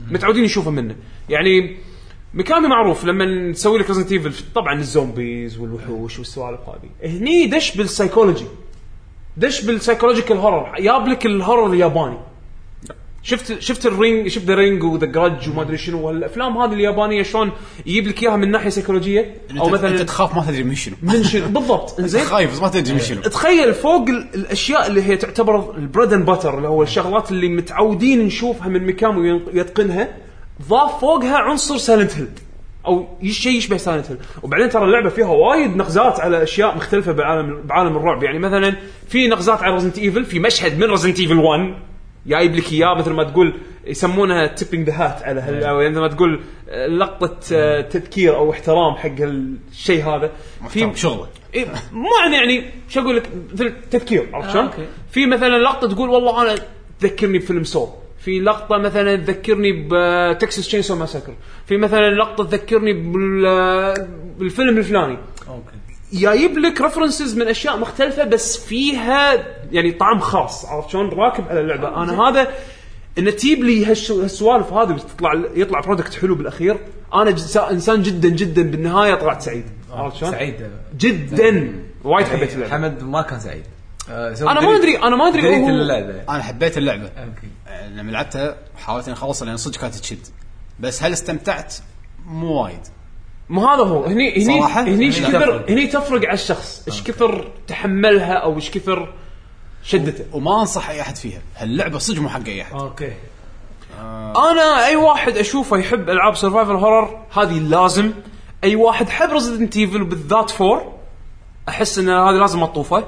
Speaker 2: متعودين نشوفه منه. يعني ميكامي معروف لما نسوي لك ريزنت ايفل طبعا الزومبيز والوحوش والسوالف هذه، هني دش بالسايكولوجي، دش بالسايكولوجيكال هورر، جاب لك الهورر الياباني. شفت الرينج، شفت ذا رينج وذا جراج وما ادري شنو والافلام هذه اليابانيه شلون يجيب لك اياها من ناحيه سيكولوجيه، او مثلا
Speaker 1: انت تخاف ما تدري من شنو
Speaker 2: بالضبط. زين
Speaker 1: خايف ما تدري من شنو.
Speaker 2: تخيل فوق الاشياء اللي هي تعتبر البريد اند باتر اللي هو الشغلات اللي متعودين نشوفها من ميكامي يتقنها، ضاف فوقها عنصر سايلنت هيل او شيء يشبه سايلنت هيل. وبعدين ترى اللعبه فيها وايد نقزات على اشياء مختلفه بعالم الرعب. يعني مثلا في نقزات على ريزنت ايفل، في مشهد من ريزنت ايفل 1 جايب لك اياه مثل ما تقول يسمونها تيبينج ذا هات على او يعني ما تقول لقطه تذكير او احترام حق الشيء هذا
Speaker 1: في شغله.
Speaker 2: ما يعني شو اقول لك مثل تذكير، عرفت شلون؟ في مثلا لقطه تقول والله انا تذكرني بفيلم سول، في لقطه مثلا تذكرني بتكساس تشينسو ماساكر، في مثلا لقطه تذكرني بالفيلم الفلاني. جايب لك ريفرنسز من اشياء مختلفه بس فيها يعني طعم خاص، عرفت شلون؟ راكب على اللعبه. انا هذا ان تجيب لي هالسوالف هذه يطلع برودكت حلو بالاخير. انا انسان جدا جدا بالنهايه طلعت سعيد، عرفت شلون؟
Speaker 3: سعيد
Speaker 2: جدا وايد حبيت اللعبه.
Speaker 3: حمد ما كان سعيد.
Speaker 2: انا ما ادري
Speaker 1: انا حبيت اللعبه لما لعبتها، حاولت اني اخلصها لان صدق كانت تشد، بس هل استمتعت؟ مو وايد.
Speaker 2: مو هذا هو. هني ايش كثر هني تفرق على الشخص، ايش كثر تحملها او ايش كثر شدته.
Speaker 1: وما انصح اي احد فيها، هاللعبه صدق مو حق اي احد.
Speaker 3: اوكي.
Speaker 2: انا اي واحد اشوفه يحب العاب سرفايفل هورر هذه لازم. اي واحد حب ريزيدنت ايفل بالذات 4 احس ان هذه لازم اطوفه.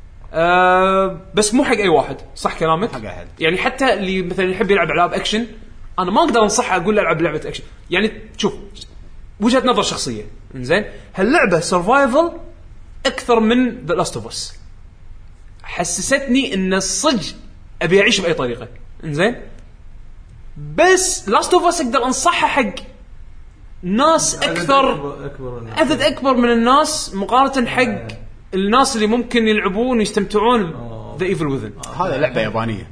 Speaker 2: بس مو حق اي واحد، صح كلامك؟ يعني حتى اللي مثلا يحب يلعب العاب اكشن انا ما اقدر انصحه اقول له العب لعبه اكشن. يعني شوف وجهه نظر شخصيه، انزين هاللعبه سرفايفل اكثر من ذا لاست اوف اس، حسستني ان الصج ابي اعيش باي طريقه، انزين بس لاست اوف اس اقدر انصحها حق ناس اكثر، عدد اكبر من الناس مقارنه حق الناس اللي ممكن يلعبون ويستمتعون ذا ايفل وذن.
Speaker 1: هذا لعبه يابانيه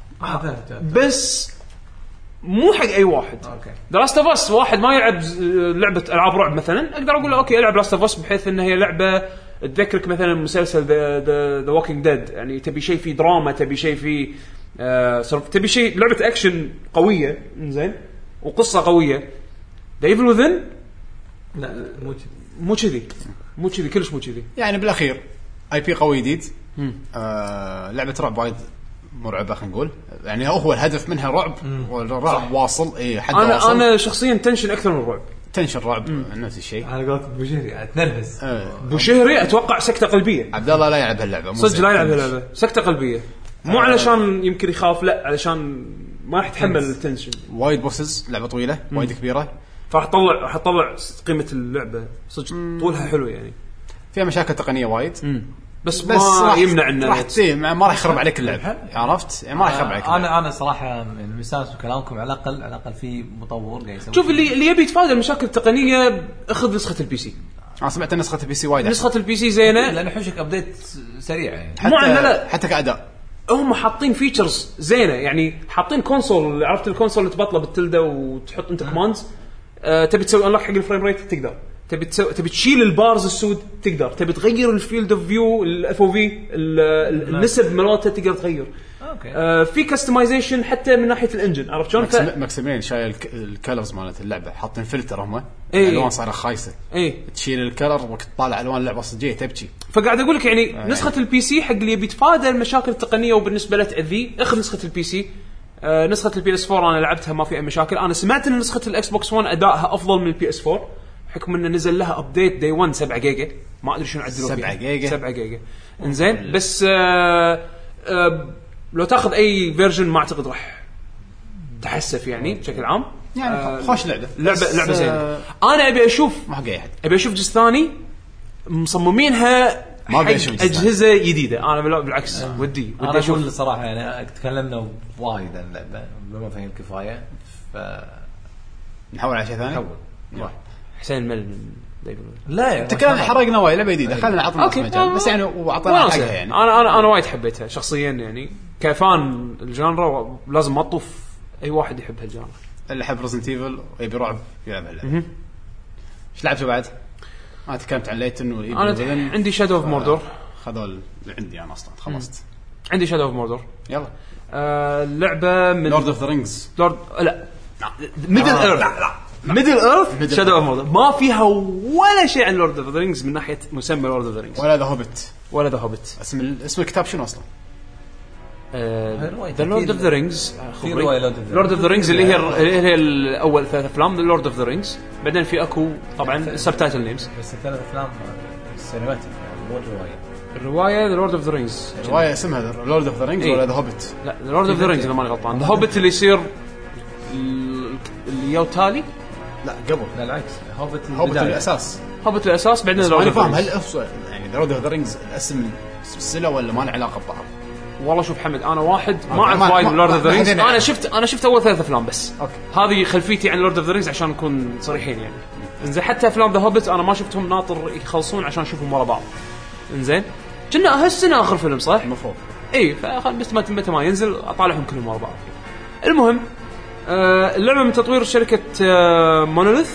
Speaker 2: بس مو حق اي واحد. ذا لاست اوف اس واحد ما يلعب لعبه العاب رعب مثلا اقدر اقول له اوكي العب لاست اوف اس، بحيث ان هي لعبه تذكرك مثلا مسلسل ذا ووكينج ديد. يعني تبي شيء فيه دراما، تبي شيء فيه تبي شيء لعبه اكشن قويه، انزين وقصه قويه. ذا ايفل وذن
Speaker 3: لا
Speaker 2: مو كذي كلش مو كذي.
Speaker 1: يعني بالاخير اي بي قوي جديد، لعبه رعب وايد مرعبه خلينا نقول. يعني هو الهدف منها رعب، والرعب واصل حد واصل.
Speaker 2: انا شخصيا تنشن اكثر من الرعب.
Speaker 1: تنشن رعب نفس الشيء.
Speaker 3: انا قلت بوشهري اتنرفز.
Speaker 2: بوشهري اتوقع سكته قلبيه.
Speaker 1: عبد الله لا يلعب هاللعبه،
Speaker 2: صدق لا يلعب هاللعبه، سكته قلبيه. مو علشان يمكن يخاف، لا علشان ما يتحمل التنشن.
Speaker 1: وايد بوسز، لعبه طويله وايد كبيره،
Speaker 2: فراح تطلع قيمه اللعبه. صدق طولها حلو، يعني
Speaker 1: فيها مشاكل تقنيه وايد.
Speaker 2: بس ما يمنع انه
Speaker 1: ما راح يخرب عليك اللعبه، عرفت؟ يعني ما راح يخرب عليك.
Speaker 3: انا صراحه من مستانس بكلامكم، على الاقل في مطور قاعد يسوي.
Speaker 2: شوف اللي يبي يتفادى المشاكل التقنيه اخذ نسخه البي سي.
Speaker 1: انا سمعت نسخه البي سي وايد،
Speaker 2: نسخه البي سي زينه
Speaker 3: لانه حوشك ابديت سريع يعني.
Speaker 1: حتى كاداء
Speaker 2: هم حاطين فيتشرز زينه. يعني حاطين كونسول، عرفت الكونسول اللي تبطله بالتلده وتحط انت كوماندز. تبي تسوي انلوك حق الفريم ريت تقدر، تبي تشيل البارز السود تقدر، تبي تغير الفيلد اوف فيو الاف او في النسب مالته تقدر تغير. في كاستمايزيشن حتى من ناحيه الانجن، عرفت شلون؟
Speaker 1: ماكسيمين شايل الكلرز مالت اللعبه، حاطين فلتر هم الالوان صايره خايسه. تشيل الكلر وقت تطالع الوان اللعبه صجيه تبكي. فقاعد اقول لك يعني نسخه البي سي حق اللي بيتفادى المشاكل التقنيه وبالنسبه له تاذيه اخذ نسخه البي سي. نسخه البي اس 4 انا لعبتها ما في اي مشاكل. انا سمعت ان نسخه الاكس بوكس 1 ادائها افضل من البي اس 4 حكم انه نزل لها ابديت داي 1 7 جيجا، ما ادري شنو عدلوا فيها 7 جيجا. انزين بس لو تاخذ اي فيرجن ما اعتقد راح تحسف يعني بشكل عام. يعني خوش
Speaker 2: لعبه زينه. انا ابي اشوف
Speaker 1: ما حق احد،
Speaker 2: ابي اشوف جزء ثاني مصممينها
Speaker 1: ما ابي اشوف
Speaker 2: اجهزه جديده. انا بالعكس ودي
Speaker 3: اشوف الصراحه. يعني تكلمنا وايد عن اللعبه بما فهم كفايه، ف
Speaker 1: نحول على شيء ثاني.
Speaker 2: حسين مل
Speaker 3: لا
Speaker 1: تكلم حرقنا وايد لعبه جديده، خلينا نعطينا مجال بس يعني وعطينا حقها. يعني
Speaker 2: انا وايد حبيتها شخصيا، يعني كفان الجانرا لازم اطوف اي واحد يحب هالجانرا.
Speaker 1: اللي يحب ريزنت ايفل ويبي رعب يلعب اللعبه. ايش لعبت بعد؟ ما تكلمت عن ليتن
Speaker 2: انا عندي شادو اوف موردور.
Speaker 1: خذوا اللي عندي انا اصلا خلصت.
Speaker 2: عندي شادو اوف موردور.
Speaker 1: يلا
Speaker 2: لعبه من
Speaker 1: لورد اوف ذا رينجز.
Speaker 2: لا ميدل ايرث. ميدل ايرث شادو اوف موردور ما فيها ولا شيء عن لورد اوف ذا رينجز من ناحيه مسمى لورد اوف ذا رينجز
Speaker 1: ولا ذا هوبيت. اسم الكتاب شنو اصلا؟
Speaker 2: ذا لورد اوف ذا رينجز. لورد اوف ذا رينجز اللي هي الاول 3 افلام لورد اوف ذا رينجز. بعدين في اكو طبعا سبتايتل نيمز
Speaker 3: بس 3 افلام سينماتيك مو
Speaker 2: الروايه ذا لورد اوف ذا رينجز.
Speaker 1: الروايه اسمها ذا لورد اوف ذا رينجز ولا ذا هوبيت؟
Speaker 2: لا ذا لورد اوف ذا رينجز اذا ماني غلطان. ذا هوبيت اللي يصير اللي يوتالي.
Speaker 1: لا قبل.
Speaker 3: لا العكس
Speaker 1: هوبيت الاساس.
Speaker 2: هوبيت الاساس بعدين
Speaker 1: انا فاهم هل يعني ذا لورد اوف ذا رينجز الاسم السلسله ولا ما له علاقه ببعض؟
Speaker 2: والله شوف حمد انا واحد ما اعرف وايد لورد اوف ذا رينجز. انا شفت اول 3 افلام بس. هذه خلفيتي عن لورد اوف ذا رينجز عشان نكون صريحين يعني. انزين حتى افلام ذا هوبيت انا ما شفتهم ناطر يخلصون عشان اشوفهم ورا بعض. انزين كنا هالسنه اخر فيلم صح
Speaker 1: المفروض.
Speaker 2: اي فخل بس متى ما ينزل اطالعهم كلهم ورا بعض. المهم اللعبه من تطوير شركه مونوليث.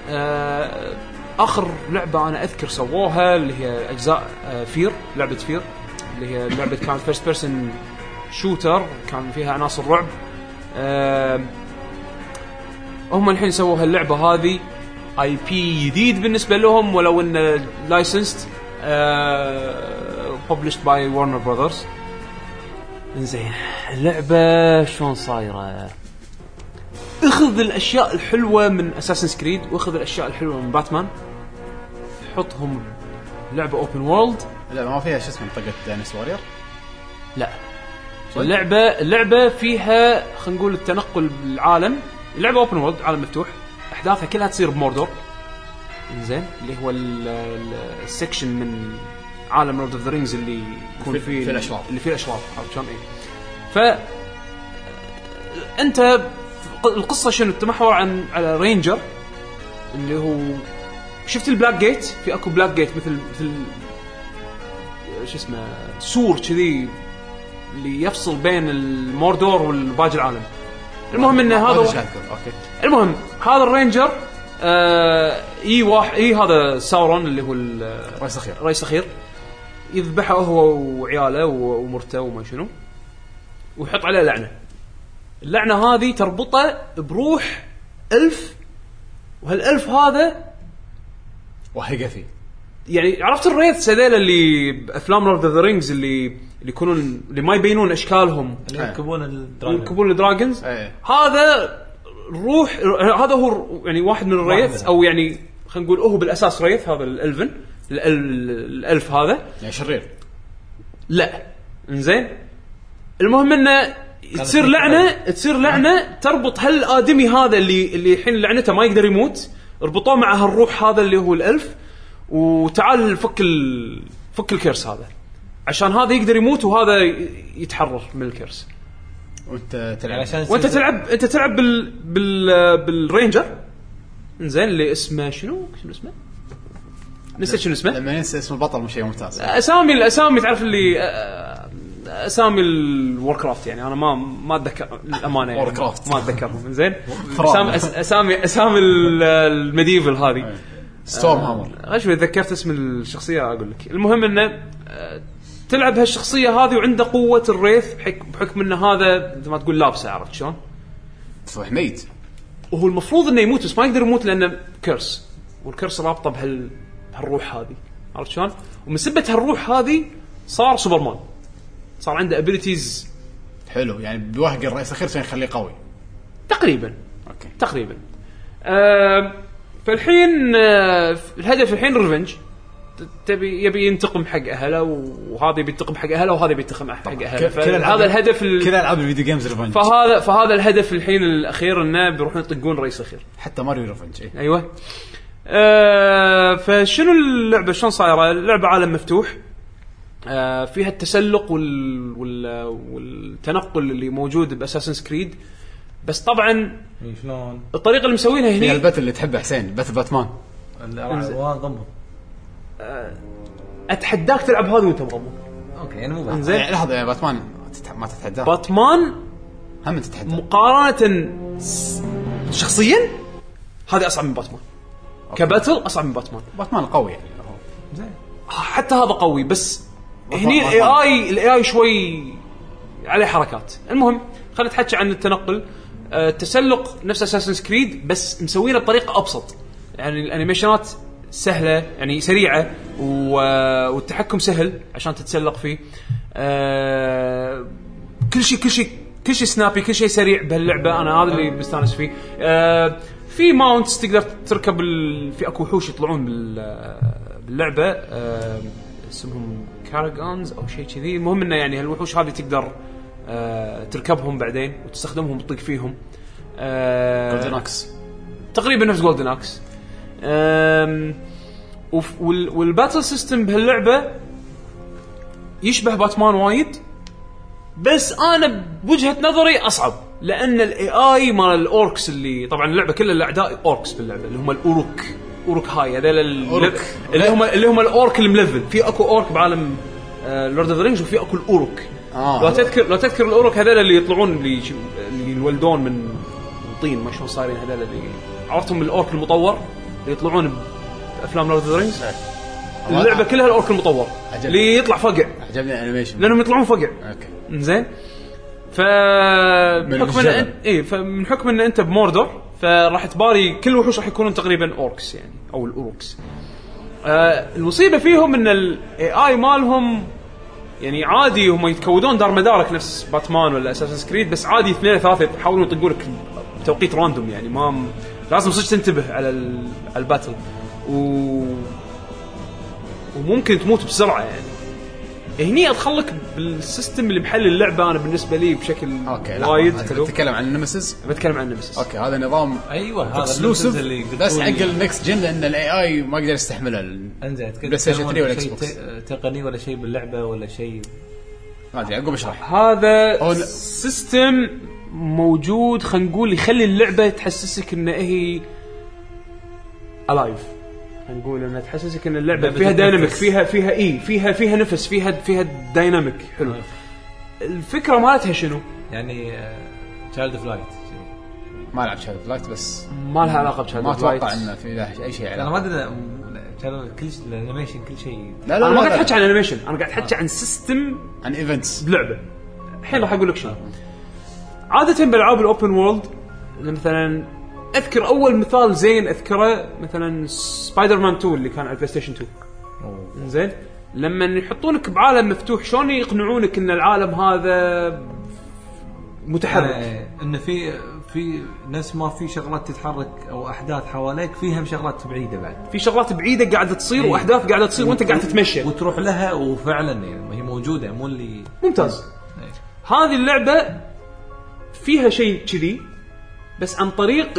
Speaker 2: اخر لعبه انا اذكر سووها اللي هي اجزاء فير. لعبه فير اللي هي لعبه كانت فيرست بيرسون شوتر كان فيها عناصر رعب. هم الحين سووا هاللعبه هذه اي بي جديد بالنسبه لهم ولو ان لايسنسد published by Warner Brothers. إنزين اللعبة شلون صايرة؟ اخذ الأشياء الحلوة من Assassin's Creed واخذ الأشياء الحلوة من باتمان حطهم لعبة open world.
Speaker 1: اللعبة ما فيها شو اسمه منطقة داينس وارير.
Speaker 2: لا اللعبة فيها خلينا نقول التنقل بالعالم. اللعبة open world عالم مفتوح أحداثها كلها تصير بموردور. إنزين اللي هو السكشن من عالم لورد اوف ذا رينجز اللي يكون فيه
Speaker 1: الاشرار
Speaker 2: اللي فيه الاشرار عرفت شلون؟ ايه انت القصه شنو تمحور على رينجر اللي هو شفت البلاك جيت. في اكو بلاك جيت مثل شو اسمه سور كذي اللي يفصل بين الموردور والباقي العالم. المهم ان هذا المهم هذا الرينجر هذا ساورون اللي هو الرئيس الأخير يذبحه هو وعياله ومرته وما شنو ويحط عليه لعنة. اللعنة هذه تربطه بروح 1000 وهالألف هذا وهيقى فيه يعني عرفت الريث هذول اللي بأفلام لورد اوف ذا رينجز اللي يكونون اللي ما يبينون أشكالهم يركبون الدراجونز. هذا الروح هذا هو يعني واحد من الريث أو يعني خلينا نقول هو بالأساس ريث. هذا الألفن الألف هذا
Speaker 1: يعني شرير.
Speaker 2: لا إنزين المهم إنه تصير لعنة تربط هالآدمي هذا اللي الحين لعنته ما يقدر يموت. ربطوه مع هالروح هذا اللي هو الألف وتعال فك الكرس هذا عشان هذا يقدر يموت وهذا يتحرر من الكرس. وانت تلعب بالرينجر إنزين اللي اسمه شنو اسمه نسيت شنو اسمه.
Speaker 1: لما ننسى اسم البطل مش شيء ممتاز.
Speaker 2: اسامي تعرف اللي اسامي الوركرافت يعني انا ما اتذكر الامانه يعني ما اتذكرهم. إنزين اسامي الميديفل هذه
Speaker 1: ستورم هامر
Speaker 2: ايش تذكرت اسم الشخصيه اقول لك. المهم انه تلعب هالشخصيه هذه وعنده قوه الريث بحكم ان هذا ما تقول لابسه عرفت شلون
Speaker 1: صح ميت
Speaker 2: وهو المفروض انه يموت بس ما يقدر يموت لانه كيرس والكيرس رابطه هالروح هذه عرفت شلون. ومن سبة هالروح هذه صار سوبرمان صار عنده ابيليتيز
Speaker 1: حلو يعني بوهق الرئيس الأخير عشان يخليه قوي
Speaker 2: تقريبا.
Speaker 1: أوكي.
Speaker 2: تقريبا فالحين الهدف الحين ريفنج يبي ينتقم حق أهله وهذا بينتقم حق أهله وهذا بينتقم حق أهله. هذا الهدف
Speaker 1: كل ألعاب الفيديو جيمز ريفنج.
Speaker 2: فهذا الهدف الحين الأخير إنه بيروحون يطقون رئيس الأخير
Speaker 1: حتى ماريو ريفنج.
Speaker 2: أيوة. فشنو اللعبة شلون صايرة؟ اللعبة عالم مفتوح فيها التسلق والتنقل اللي موجود بأساسنس كريد بس طبعا
Speaker 3: شلون
Speaker 2: الطريقة اللي مسوينها هنا
Speaker 1: البت اللي تحبه حسين بث باتمان
Speaker 3: غمض.
Speaker 2: أتحداك تلعب هذا وانت مغمض.
Speaker 3: اوكي يعني مو
Speaker 2: انزين
Speaker 1: يعني لحظة يعني باتمان ما تتحداه
Speaker 2: باتمان
Speaker 1: هم تتحدى
Speaker 2: مقارنة شخصيا هذا اصعب من باتمان. كباتل اصعب من
Speaker 1: باتمان قوي يعني
Speaker 3: زين
Speaker 2: حتى هذا قوي بس هني الاي اي شوي عليه حركات. المهم خلينا نتحكي عن التنقل. التسلق نفس اساسن كريد بس مسوينه بطريقه ابسط. يعني الانيميشنات سهله يعني سريعه والتحكم سهل عشان تتسلق فيه. كل شيء سنابي كل شيء سريع بهاللعبه. انا هذا اللي بستانس فيه. في ماونتس تقدر تركب في اكو وحوش يطلعون باللعبه اسمهم كاراغونز او شيء كذي. المهم انه يعني هالوحوش هذه تقدر تركبهم بعدين وتستخدمهم وتطيق فيهم.
Speaker 1: جولدن اكس
Speaker 2: تقريبا نفس جولدن اكس. والباتل سيستم بهاللعبه يشبه باتمان وايد بس انا بوجهه نظري اصعب لان الاي اي مال الاوركس اللي طبعا اللعبه كل الاعداء اوركس باللعبه اللي هم الاوروك هاي هذول اللي هم الاورك الملفل. في اكو اورك بعالم لورد اوف ذا رينجز وفي اكو الاوروك. لو تذكر الاوروك هذول اللي يطلعون اللي يولدون من طين ما شلون صايرين هذول اللي عرفتهم من الاورك المطور اللي يطلعون بافلام لورد اوف ذا رينجز. اللعبه كلها الاورك المطور اللي يطلع فقع.
Speaker 1: عجبني الانيميشن
Speaker 2: لانهم يطلعون فقع.
Speaker 1: اوكي
Speaker 2: زين. فمن حكم ان انت بموردر فراح تباري كل وحوش راح يكونون تقريبا اوركس يعني او الاوروكس. المصيبه فيهم ان الاي اي مالهم يعني عادي هم يتكودون دار مدارك نفس باتمان ولا اساسن كريد بس عادي 2 3 يحاولون يطقون لك بتوقيت راندوم يعني ما لازم صدق تنتبه على الباتل وممكن تموت بسرعه يعني. هني ادخلك بالسيستم اللي محل اللعبه انا بالنسبه لي بشكل وايد حلو.
Speaker 1: بتتكلم عن النمسيس.
Speaker 2: بتكلم عن النمسيس.
Speaker 1: اوكي هذا نظام
Speaker 3: ايوه هذا
Speaker 1: اللي بس حق النكست جن لان الاي اي ما يقدر يستحمله.
Speaker 3: انزين
Speaker 1: بلاي ستيشن 3 ولا اكس بوكس
Speaker 3: تقني ولا شيء باللعبه ولا شيء
Speaker 1: ما ادري عقب اشرح.
Speaker 2: هذا السيستم موجود خلينا نقول يخلي اللعبه تحسسك ان هي الايف. نقول انها تحسسك ان اللعبه فيها دايناميك فيها نفس فيها دايناميك حلو. الفكره مالتها شنو
Speaker 3: يعني تشايلد اوف لايت
Speaker 1: ما لعب تشايلد اوف لايت بس
Speaker 2: ما لها علاقه بتشايلد
Speaker 1: اوف لايت. ما اتوقع انه في اي شيء
Speaker 3: انا ما ادري كل الانيميشن كل شيء.
Speaker 1: لا
Speaker 2: انا ما قاعد احكي عن انيميشن انا قاعد احكي عن سيستم
Speaker 1: عن ايفنتس
Speaker 2: بلعبه. الحين راح اقول لك شنو. عاده بالالعاب الاوبن وورلد مثلا اذكر اول مثال زين اذكره مثلا سبايدر مان 2 اللي كان على البلاي ستيشن 2. زين لما يحطونك بعالم مفتوح شلون يقنعونك ان العالم هذا متحرك
Speaker 3: ان في ناس ما في شغلات تتحرك او احداث حواليك فيها شغلات بعيده بعد
Speaker 2: في شغلات بعيده قاعده تصير واحداث قاعده تصير وانت قاعد تتمشى
Speaker 3: وتروح لها وفعلا يعني هي موجوده مو اللي
Speaker 2: ممتاز. هذه اللعبه فيها شيء كذي بس عن طريق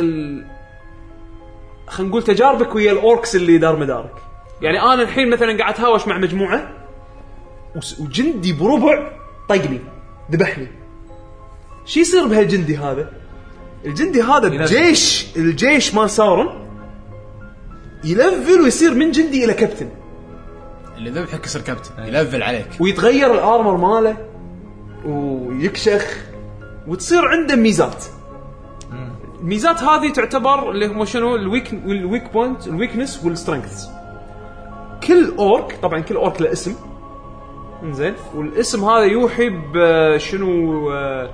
Speaker 2: خلينا نقول تجاربك ويا الاوركس اللي دار مدارك. يعني انا الحين مثلا قاعد هاوش مع مجموعه وجندي بربع طيقني ذبحني. شو يصير بهالجندي هذا؟ الجندي هذا الجيش مال ساورون يلفل ويصير من جندي الى كابتن.
Speaker 1: اللي ذبحك يصير كابتن يلفل عليك
Speaker 2: ويتغير الارمر ماله ويكشخ وتصير عنده ميزات. الميزات هذه تعتبر اللي هم شنو الويك بوينت الويكنس والسترينث. كل اورك طبعا كل اورك له اسم انزين والاسم هذا يوحي بشنو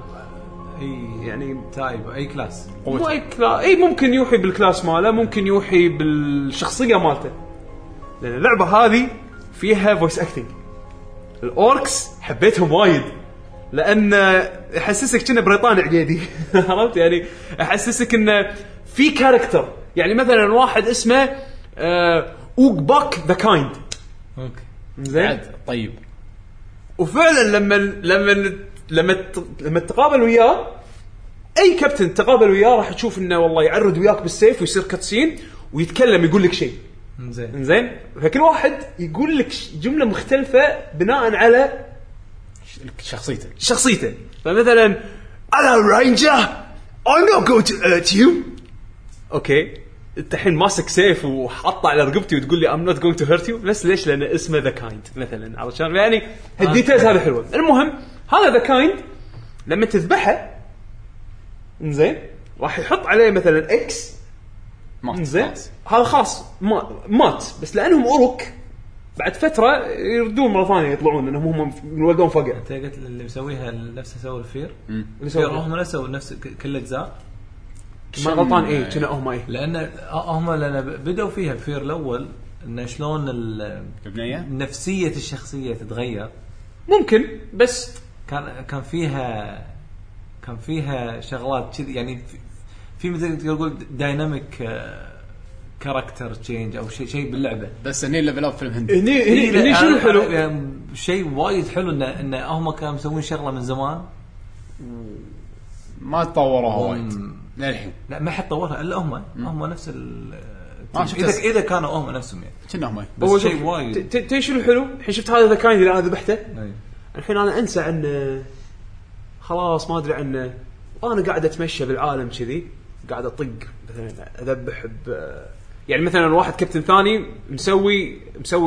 Speaker 2: يعني
Speaker 3: تايب اي كلاس
Speaker 2: مو اي كلاس اي ممكن يوحي بالكلاس ماله ممكن يوحي بالشخصيه مالته. لان اللعبه هذه فيها فويس اكتنج. الاوركس حبيتهم وايد لان يحسسك كأنه بريطاني عقيدي عرفت يعني احسسك انه في كاركتر. يعني مثلا واحد اسمه اوغباك ذا كايند
Speaker 3: اوكي
Speaker 2: زين
Speaker 1: طيب
Speaker 2: وفعلا لما تقابل وياه اي كابتن تقابل وياه راح تشوف انه والله يعرض وياك بالسيف ويصير كاتسين ويتكلم يقول لك شيء زين فكل واحد يقول لك جمله مختلفه بناء على شخصيته. فمثلا انا رينجر I'm not going to hurt you. اوكي انت الحين ماسك سيف وحاطه على رقبتي وتقول لي I'm not going to hurt you بس ليش؟ لان اسمه ذا كايند مثلا علشان يعني الديتيلز هذه حلوه. المهم هذا ذا كايند لما تذبحه انزين راح يحط عليه مثلا اكس زين هذا خاص مات بس لانهم اوروك بعد فتره يردون مره ثانيه يطلعون انهم هم يولدون فقع.
Speaker 3: انت قلت اللي مسويها نفسه سوى الفير هم نفسه نفس كل اجزاء
Speaker 2: ما غلطان ايه كنا هم ايه
Speaker 3: لان هم لان بدأوا فيها الفير الاول ان شلون نفسيه الشخصيه تتغير
Speaker 2: ممكن بس
Speaker 3: كان فيها شغلات كذي يعني في مثل تقول دايناميك كاركتر تشينج او شيء باللعبه
Speaker 1: بس هني ليفل اب فيلم هندي
Speaker 2: هني شنو الحلو
Speaker 3: يعني شيء وايد حلو ان هم كانوا مسوين شغله من زمان
Speaker 1: ما تطوروها وايد للحين.
Speaker 3: لا ما حد طورها الا هم نفس اذا كانوا هم نفسهم يعني
Speaker 1: كنا هم
Speaker 2: بس شيء وايد تيش الحلو. الحين شفت هذا الذكاء اللي انا ذبحته الحين انا انسى عنه خلاص ما ادري عنه وانا قاعد اتمشى بالعالم كذي قاعد اطق مثلا اذبح يعني مثلا واحد كابتن ثاني مسوي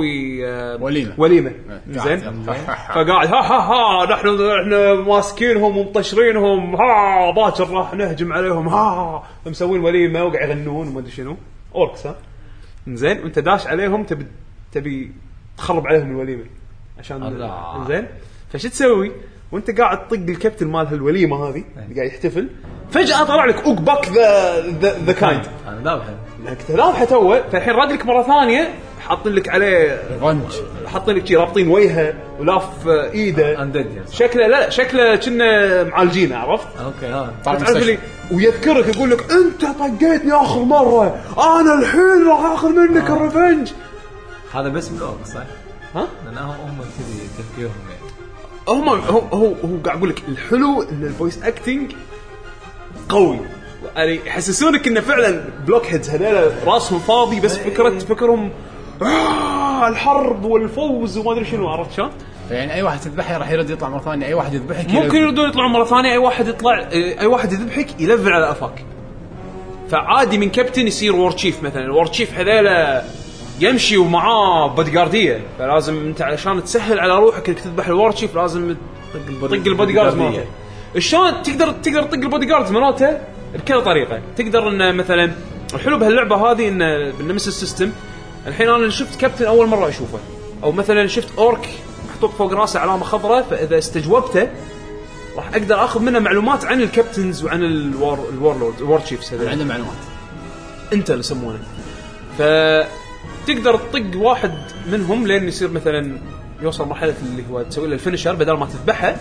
Speaker 2: وليمه زين فقاعد ها احنا ماسكينهم ومطشرينهم باكر راح نهجم عليهم مسوين وليمه وقاعد يغنون وما ادري شنو اوركس زين وانت داش عليهم تبي تخرب عليهم الوليمه عشان زين فش تسوي وانت قاعد تطق الكابتن مال هالوليمه هذه اللي قاعد يحتفل فجاه طلع لك اوك ذا كايند
Speaker 3: انا ذابحه
Speaker 2: انك تذابحه تو فالحين راد لك مره ثانيه حاطين لك عليه رنج حاطين لك شي رابطين وجهه ولاف ايده شكله لا شكله كنا معالجين عرفت
Speaker 3: اوكي
Speaker 2: تعرف لي ويذكرك يقول لك انت طقيتني اخر مره انا الحين راح اخذ منك الريفنج
Speaker 3: هذا بس بلوك صح لان هم كذي تفكيرهم يعني
Speaker 2: هو قاعد اقول لك الحلو ان الفويس اكتنج قوي يعني يحسسونك انه فعلا بلوك هيدز هذول راسهم فاضي بس فكرهم الحرب والفوز وما ادري شنو عرفت شلون
Speaker 1: يعني اي واحد تذبحه راح يرد يطلع مره ثانيه اي واحد يذبحك
Speaker 2: ممكن يردون يطلعوا مره ثانيه اي واحد يذبحك يلفل على افاك فعادي من كابتن يصير وور تشيف مثلا الوور تشيف هذول يمشي ومعاه بوديغارديه فلازم انت علشان تسهل على روحك انك تذبح الوور تشيف لازم تطق البوديغارد مالته شلون تقدر تطق البوديغارد مالته بكذا طريقه تقدر ان مثلا الحلو بهاللعبه هذه ان بالنمسيس سيستم الحين انا شفت كابتن اول مره اشوفه او مثلا شفت اورك محطوط فوق راسه علامه خضراء فاذا استجوبته راح اقدر اخذ منه معلومات عن الكابتنز وعن الوارلورد الوار تشيفز هذول
Speaker 1: عنده معلومات
Speaker 2: انت اللي يسمونه فتقدر تطق واحد منهم لين يصير مثلا يوصل مرحله اللي هو تسوي له الفينيشر بدل ما تذبحه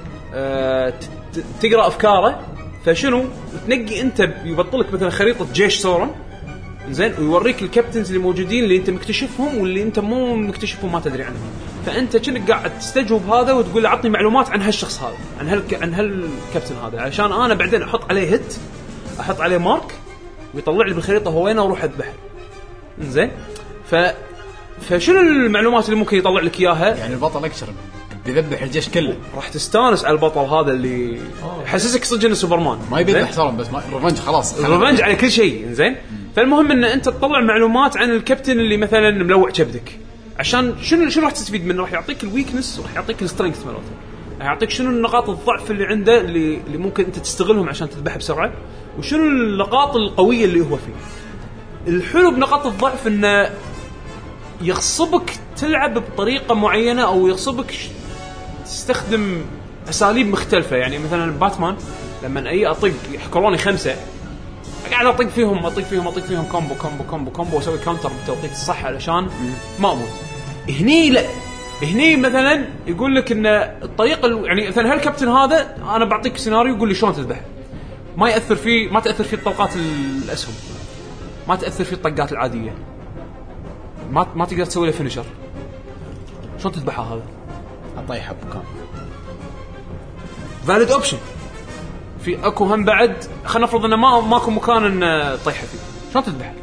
Speaker 2: تقرا افكاره فشنو تنقي انت يبطلك مثلا خريطه جيش سورن زين ويوريك الكابتنز اللي موجودين اللي انت مكتشفهم واللي انت مو مكتشفهم ما تدري عنهم فانت كأنك قاعد تستجوب هذا وتقول له عطني معلومات عن هالشخص هذا عن هالكابتن هذا عشان انا بعدين احط عليه هيت احط عليه مارك ويطلع لي بالخريطه هو وين اروح اذبحه زين فشنو المعلومات اللي ممكن يطلع لك اياها
Speaker 1: يعني البطل اكثر بيذبح الجيش كله
Speaker 2: راح تستانس على البطل هذا اللي يحسسك صدق سوبرمان
Speaker 1: ما يذبح صار بس الريفنج خلاص
Speaker 2: الريفنج على كل شيء زين فالمهم ان انت تطلع معلومات عن الكابتن اللي مثلا ملوع كبدك عشان شنو راح تستفيد منه راح يعطيك الويكنس وراح يعطيك السترينث مالته راح يعطيك شنو النقاط الضعف اللي عنده اللي ممكن انت تستغلهم عشان تذبحه بسرعه وشنو النقاط القويه اللي هو فيه الحلو بنقاط الضعف انه يغصبك تلعب بطريقه معينه او يغصبك تستخدم اساليب مختلفه يعني مثلا باتمان لما اي اطق يحكروني 5 قاعد اطق فيهم كومبو واسوي كاونتر بالتوقيت الصح علشان ما اموت هني لا هني مثلا يقول لك ان الطريقه يعني مثلا هالكابتن هذا انا بعطيك سيناريو يقول لي شلون تذبح ما تاثر فيه الطلقات الاسهم ما تاثر فيه الطقات العاديه ما تقدر تسوي له فينيشر شلون تذبحه هذا
Speaker 1: اطيحه بكام
Speaker 2: فاليد اوبشن في اكو هم بعد خلينا نفرض انه ماكو مكان ان طيحه فيه شلون تذبح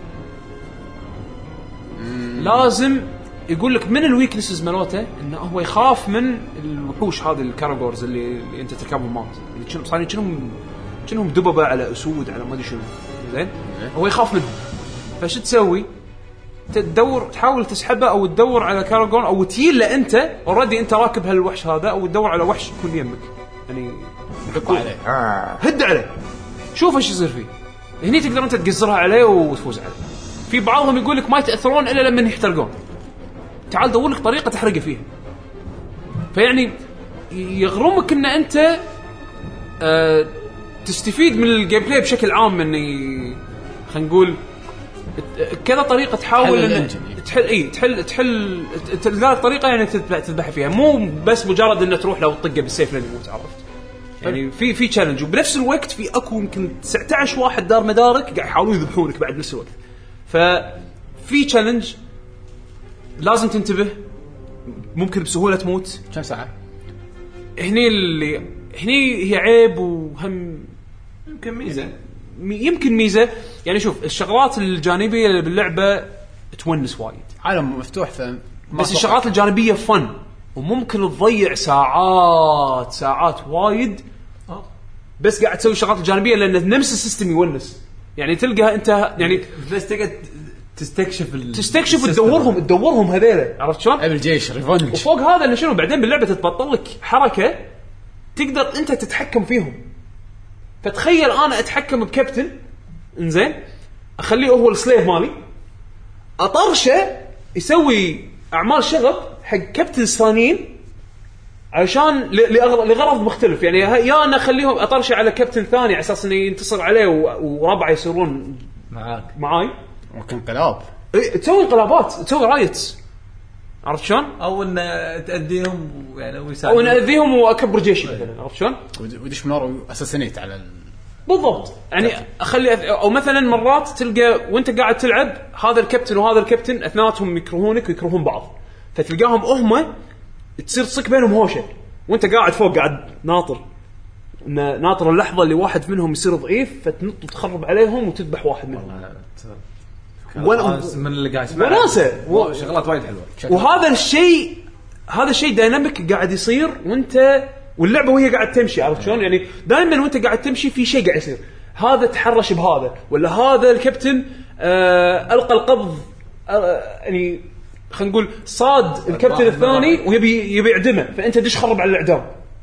Speaker 2: لازم يقول لك من الويكنسز مالته انه هو يخاف من الوحوش هذه الكاراغورز اللي انت تركبهم مات اللي صار كأنهم دببه على اسود على ما ادري شنو زين هو يخاف منهم فش تسوي تحاول تسحبه او تدور على كاراغون او تيل له انت اوريدي انت راكب هالوحش هذا او تدور على وحش يكون يمك يعني
Speaker 1: دق عليه
Speaker 2: هد عليه شوف ايش يصير فيه هني تقدر انت تقزرها عليه وتفوز عليه. في بعضهم يقول لك ما يتاثرون الا لما يحترقون، تعال دور لك طريقه تحرقه فيها. فيعني يغرمك ان انت تستفيد من الجيم بلاي بشكل عام، اني خلينا نقول كذا طريقه تحاول ان تحل تلقى طريقه يعني تذبح فيها، مو بس مجرد ان تروح لو تطقه بالسيف لين يموت، عرفت؟ يعني في تشالنج، وبنفس الوقت في اكو يمكن 19 واحد دار مدارك قاعد يحاولون يذبحونك بعد نفس الوقت. ففي تشالنج لازم تنتبه، ممكن بسهوله تموت.
Speaker 1: كم ساعه
Speaker 2: هني هي عيب وهم يمكن ميزه. يعني شوف الشغلات الجانبيه اللي باللعبه تونس وايد،
Speaker 1: عالم مفتوح
Speaker 2: بس الشغلات الجانبيه فن، وممكن تضيع ساعات وايد بس قاعد تسوي الشغلات الجانبيه، لان نفس السيستم يونس. يعني تلقى انت يعني
Speaker 3: بس تقعد تستكشف
Speaker 2: تدورهم هذيله، عرفت شلون؟
Speaker 1: الجيش ريفنج.
Speaker 2: وفوق هذا انه شنو بعدين باللعبه تتبطل لك حركه تقدر انت تتحكم فيهم. فتخيل انا اتحكم بكابتن، انزين اخليه هو السليف مالي، اطرشه يسوي اعمال شغب حق كابتن ثانيين عشان لغرض مختلف. يعني يا انا اخليهم اطرشه على كابتن ثاني على اساس انه ينتصر عليه وربعه يصيرون معاي
Speaker 1: ممكن انقلاب،
Speaker 2: تسوي انقلابات، تسوي رايتس، عرفت شلون؟
Speaker 3: او ان تاذيهم يعني
Speaker 2: او ان اذيهم واكبر جيشي مثلا، عرفت شلون؟
Speaker 1: ودش نار اساسنيت على
Speaker 2: بالضبط. يعني اخلي او مثلا مرات تلقى وانت قاعد تلعب هذا الكابتن وهذا الكابتن اثناتهم يكرهونك ويكرهون بعض، فتلقاهم هم تصير تصك بينهم هوشه، وانت قاعد فوق قاعد ناطر اللحظه اللي واحد منهم يصير ضعيف فتنط وتخرب عليهم وتذبح واحد منهم.
Speaker 3: من اللي قاعد يسمع شغلات وايد حلوه.
Speaker 2: وهذا الشيء دايناميك قاعد يصير وانت واللعبه وهي قاعد تمشي، عرفت شلون؟ يعني دائما وانت قاعد تمشي في شيء قاعد يصير، هذا تحرش بهذا ولا هذا الكابتن القى القبض يعني خلينا نقول صاد الكابتن الثاني ويبي يعدمه، فانت دش خرب على الاعدام.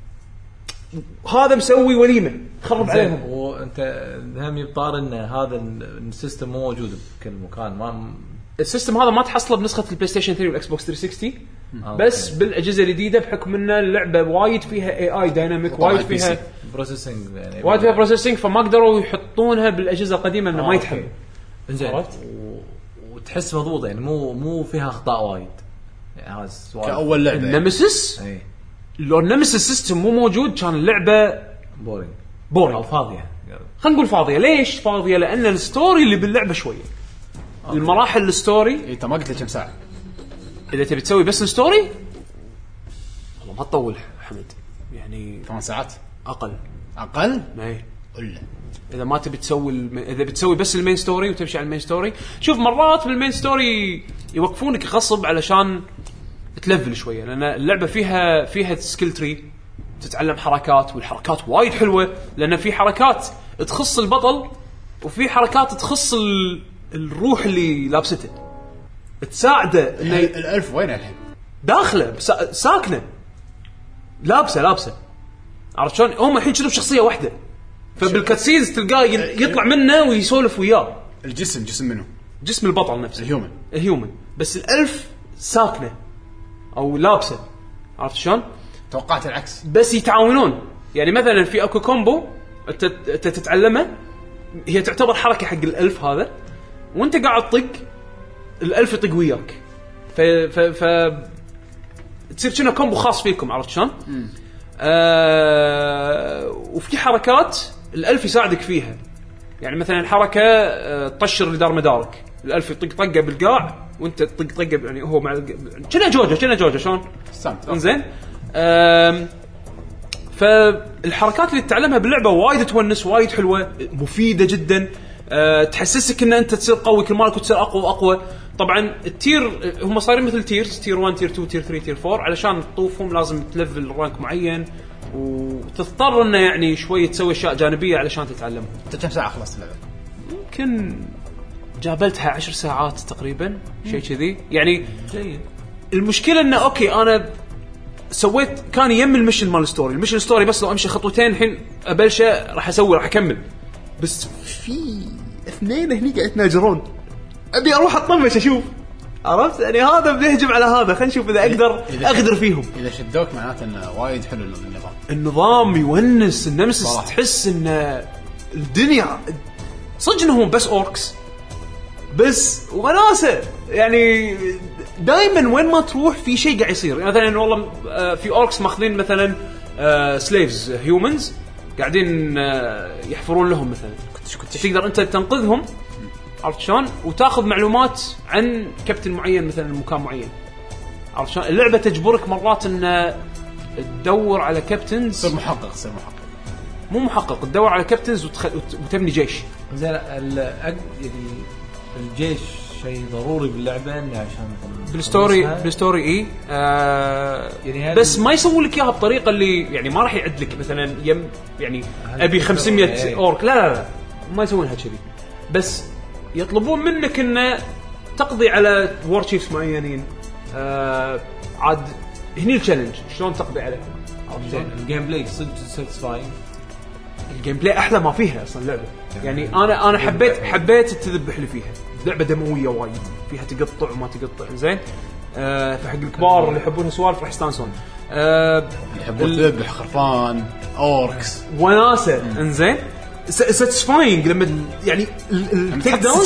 Speaker 2: هذا مسوي وليمه خرب عليهم.
Speaker 3: وانت هم يبطار ان هذا السيستم مو موجود بكل مكان. ما
Speaker 2: السيستم هذا ما تحصله بنسخه البلاي ستيشن 3 والاكس بوكس 360 بس بالاجهزه الجديده، بحكم ان اللعبه وايد فيها اي اي دايناميك، وايد فيها
Speaker 3: بروسيسنج، يعني
Speaker 2: وايد فيها بروسيسنج، فما قدروا يحطونها بالاجهزه القديمه انه ما يتحمل.
Speaker 3: زين وتحس مضبوطه، يعني مو فيها اخطاء وايد. يعني هذا
Speaker 1: كاول لعبه
Speaker 2: النمسيس لو النمسيس سيستم مو موجود كان اللعبه بورينج
Speaker 3: او فاضيه.
Speaker 2: خلينا نقول فاضيه. ليش فاضيه؟ لان الستوري اللي باللعبه شويه المراحل الستوري
Speaker 1: انت ما قلت لي كم ساعه.
Speaker 2: اذا تبي تسوي بس الستوري والله ما تطول حمد، يعني
Speaker 1: 8 ساعات
Speaker 2: اقل
Speaker 1: ما هي
Speaker 2: ولا اذا ما تبي تسوي اذا بتسوي بس المين ستوري وتمشي على المين ستوري. شوف مرات بالمين ستوري يوقفونك غصب علشان تلفل شويه، لان اللعبه فيها سكيل تري، تتعلم حركات، والحركات وايد حلوه لان في حركات تخص البطل وفي حركات تخص الروح اللي لابسته تساعده. انه
Speaker 1: الالف وين الحين
Speaker 2: داخله ساكنه لابسه، عرفت شلون؟ هم الحين كذا بشخصيه واحده، فبالكاتسينز تلقاه يطلع منه ويسولف وياه.
Speaker 1: الجسم منه
Speaker 2: جسم البطل نفسه الهيومن بس الالف ساكنه او لابسه، عرفت شلون؟
Speaker 1: توقعت العكس،
Speaker 2: بس يتعاونون. يعني مثلا في اكو كومبو انت تتعلمه، هي تعتبر حركه حق الالف هذا، وانت قاعد طق الالف يطق وياك، ف تصير كنا كومبو خاص فيكم، عرفت شلون؟ وفي حركات الالف يساعدك فيها. يعني مثلا حركه طشر لدار مدارك، الالف يطق طقه بالقاع وانت تطق طقه، يعني هو مع كنا جوجو شلون انزين. فالحركات اللي تتعلمها باللعبه وايد تونس، وايد حلوه، مفيده جدا، تحسسك ان انت تصير قوي كل مالك وتصير اقوى واقوى. طبعا التير هم صايرين مثل تيرز، تير 1 تير 2 تير 3 تير 4، علشان تطوفهم لازم تلفل رانك معين، وتضطر انه يعني شويه تسوي اشياء جانبيه علشان تتعلمهم.
Speaker 1: انت كم ساعه خلصت اللعبه؟
Speaker 2: يمكن جابلتها 10 ساعات تقريبا، شيء كذي يعني. المشكله انه اوكي انا سويت كان يم الميشن مال الستوري بس لو امشي خطوتين الحين ابلشه راح اكمل. بس اثنين هني قاعد يتناجرون ابي اروح اطمش اشوف عرفت يعني هذا بيهجم على هذا خلينا نشوف اذا اقدر اغدر فيهم.
Speaker 1: اذا شدوك معناته انه وايد حلو النظام.
Speaker 2: النظام يونس النمسس تحس ان الدنيا صدق انهم بس اوركس بس وناسه يعني دائما وين ما تروح في شيء قاعد يصير مثلا والله في اوركس ماخذين مثلا سليفز هيومنز قاعدين يحفرون لهم مثلا كنت تقدر انت تنقذهم عرفت شلون وتاخذ معلومات عن كابتن معين مثلا مكان معين عرفت شلون اللعبه تجبرك مرات ان تدور على كابتنز
Speaker 1: تصير محقق
Speaker 2: مو محقق تدور على كابتنز وتبني جيش
Speaker 3: زين يعني الجيش شيء ضروري باللعبه عشان
Speaker 2: بالستوري يعني بس ما يسوي لك اياها بطريقه اللي يعني ما راح يعد لك مثلا يعني ابي 500 اورك لا ما يسوونها كذي بس يطلبون منك انه تقضي على وور تشيفز معينين عاد هني التشالنج شلون تقضي عليهم.
Speaker 3: الجيم بلاي صدق ساتيسفاينج
Speaker 2: الجيم بلاي احلى ما فيها اصلا اللعبه يعني انا حبيت التذبح اللي فيها لعبه دمويه وايد فيها تقطع وما تقطع زين فحق الكبار اللي يحبون السوالف راح يستانسون
Speaker 1: يحبون تذبح خرفان اوركس
Speaker 2: وناسه انزين ساتيسفاينج لما يعني التيك داون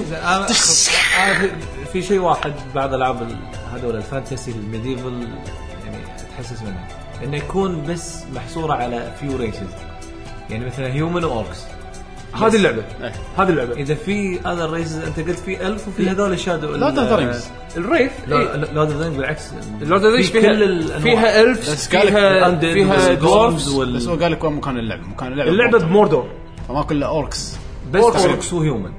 Speaker 3: في شيء واحد بعض العاب هذول الفانتسي الميديفل يعني تحسس منه انه يكون بس محصوره على فيو ريسز يعني مثلا هيومن اوركس
Speaker 2: هذه اللعبه
Speaker 3: اذا في هذا الريسز انت قلت في 1000 وفي هذول شادو
Speaker 1: لا تنظرينز
Speaker 2: الريف
Speaker 3: لا بالعكس
Speaker 2: اللورد اوف ذا فيها 1000 فيها دورفز
Speaker 1: بس هو قال لك وين مكان
Speaker 2: اللعبه بموردور
Speaker 1: فما كله اوركس
Speaker 3: بس اوركس وهيومن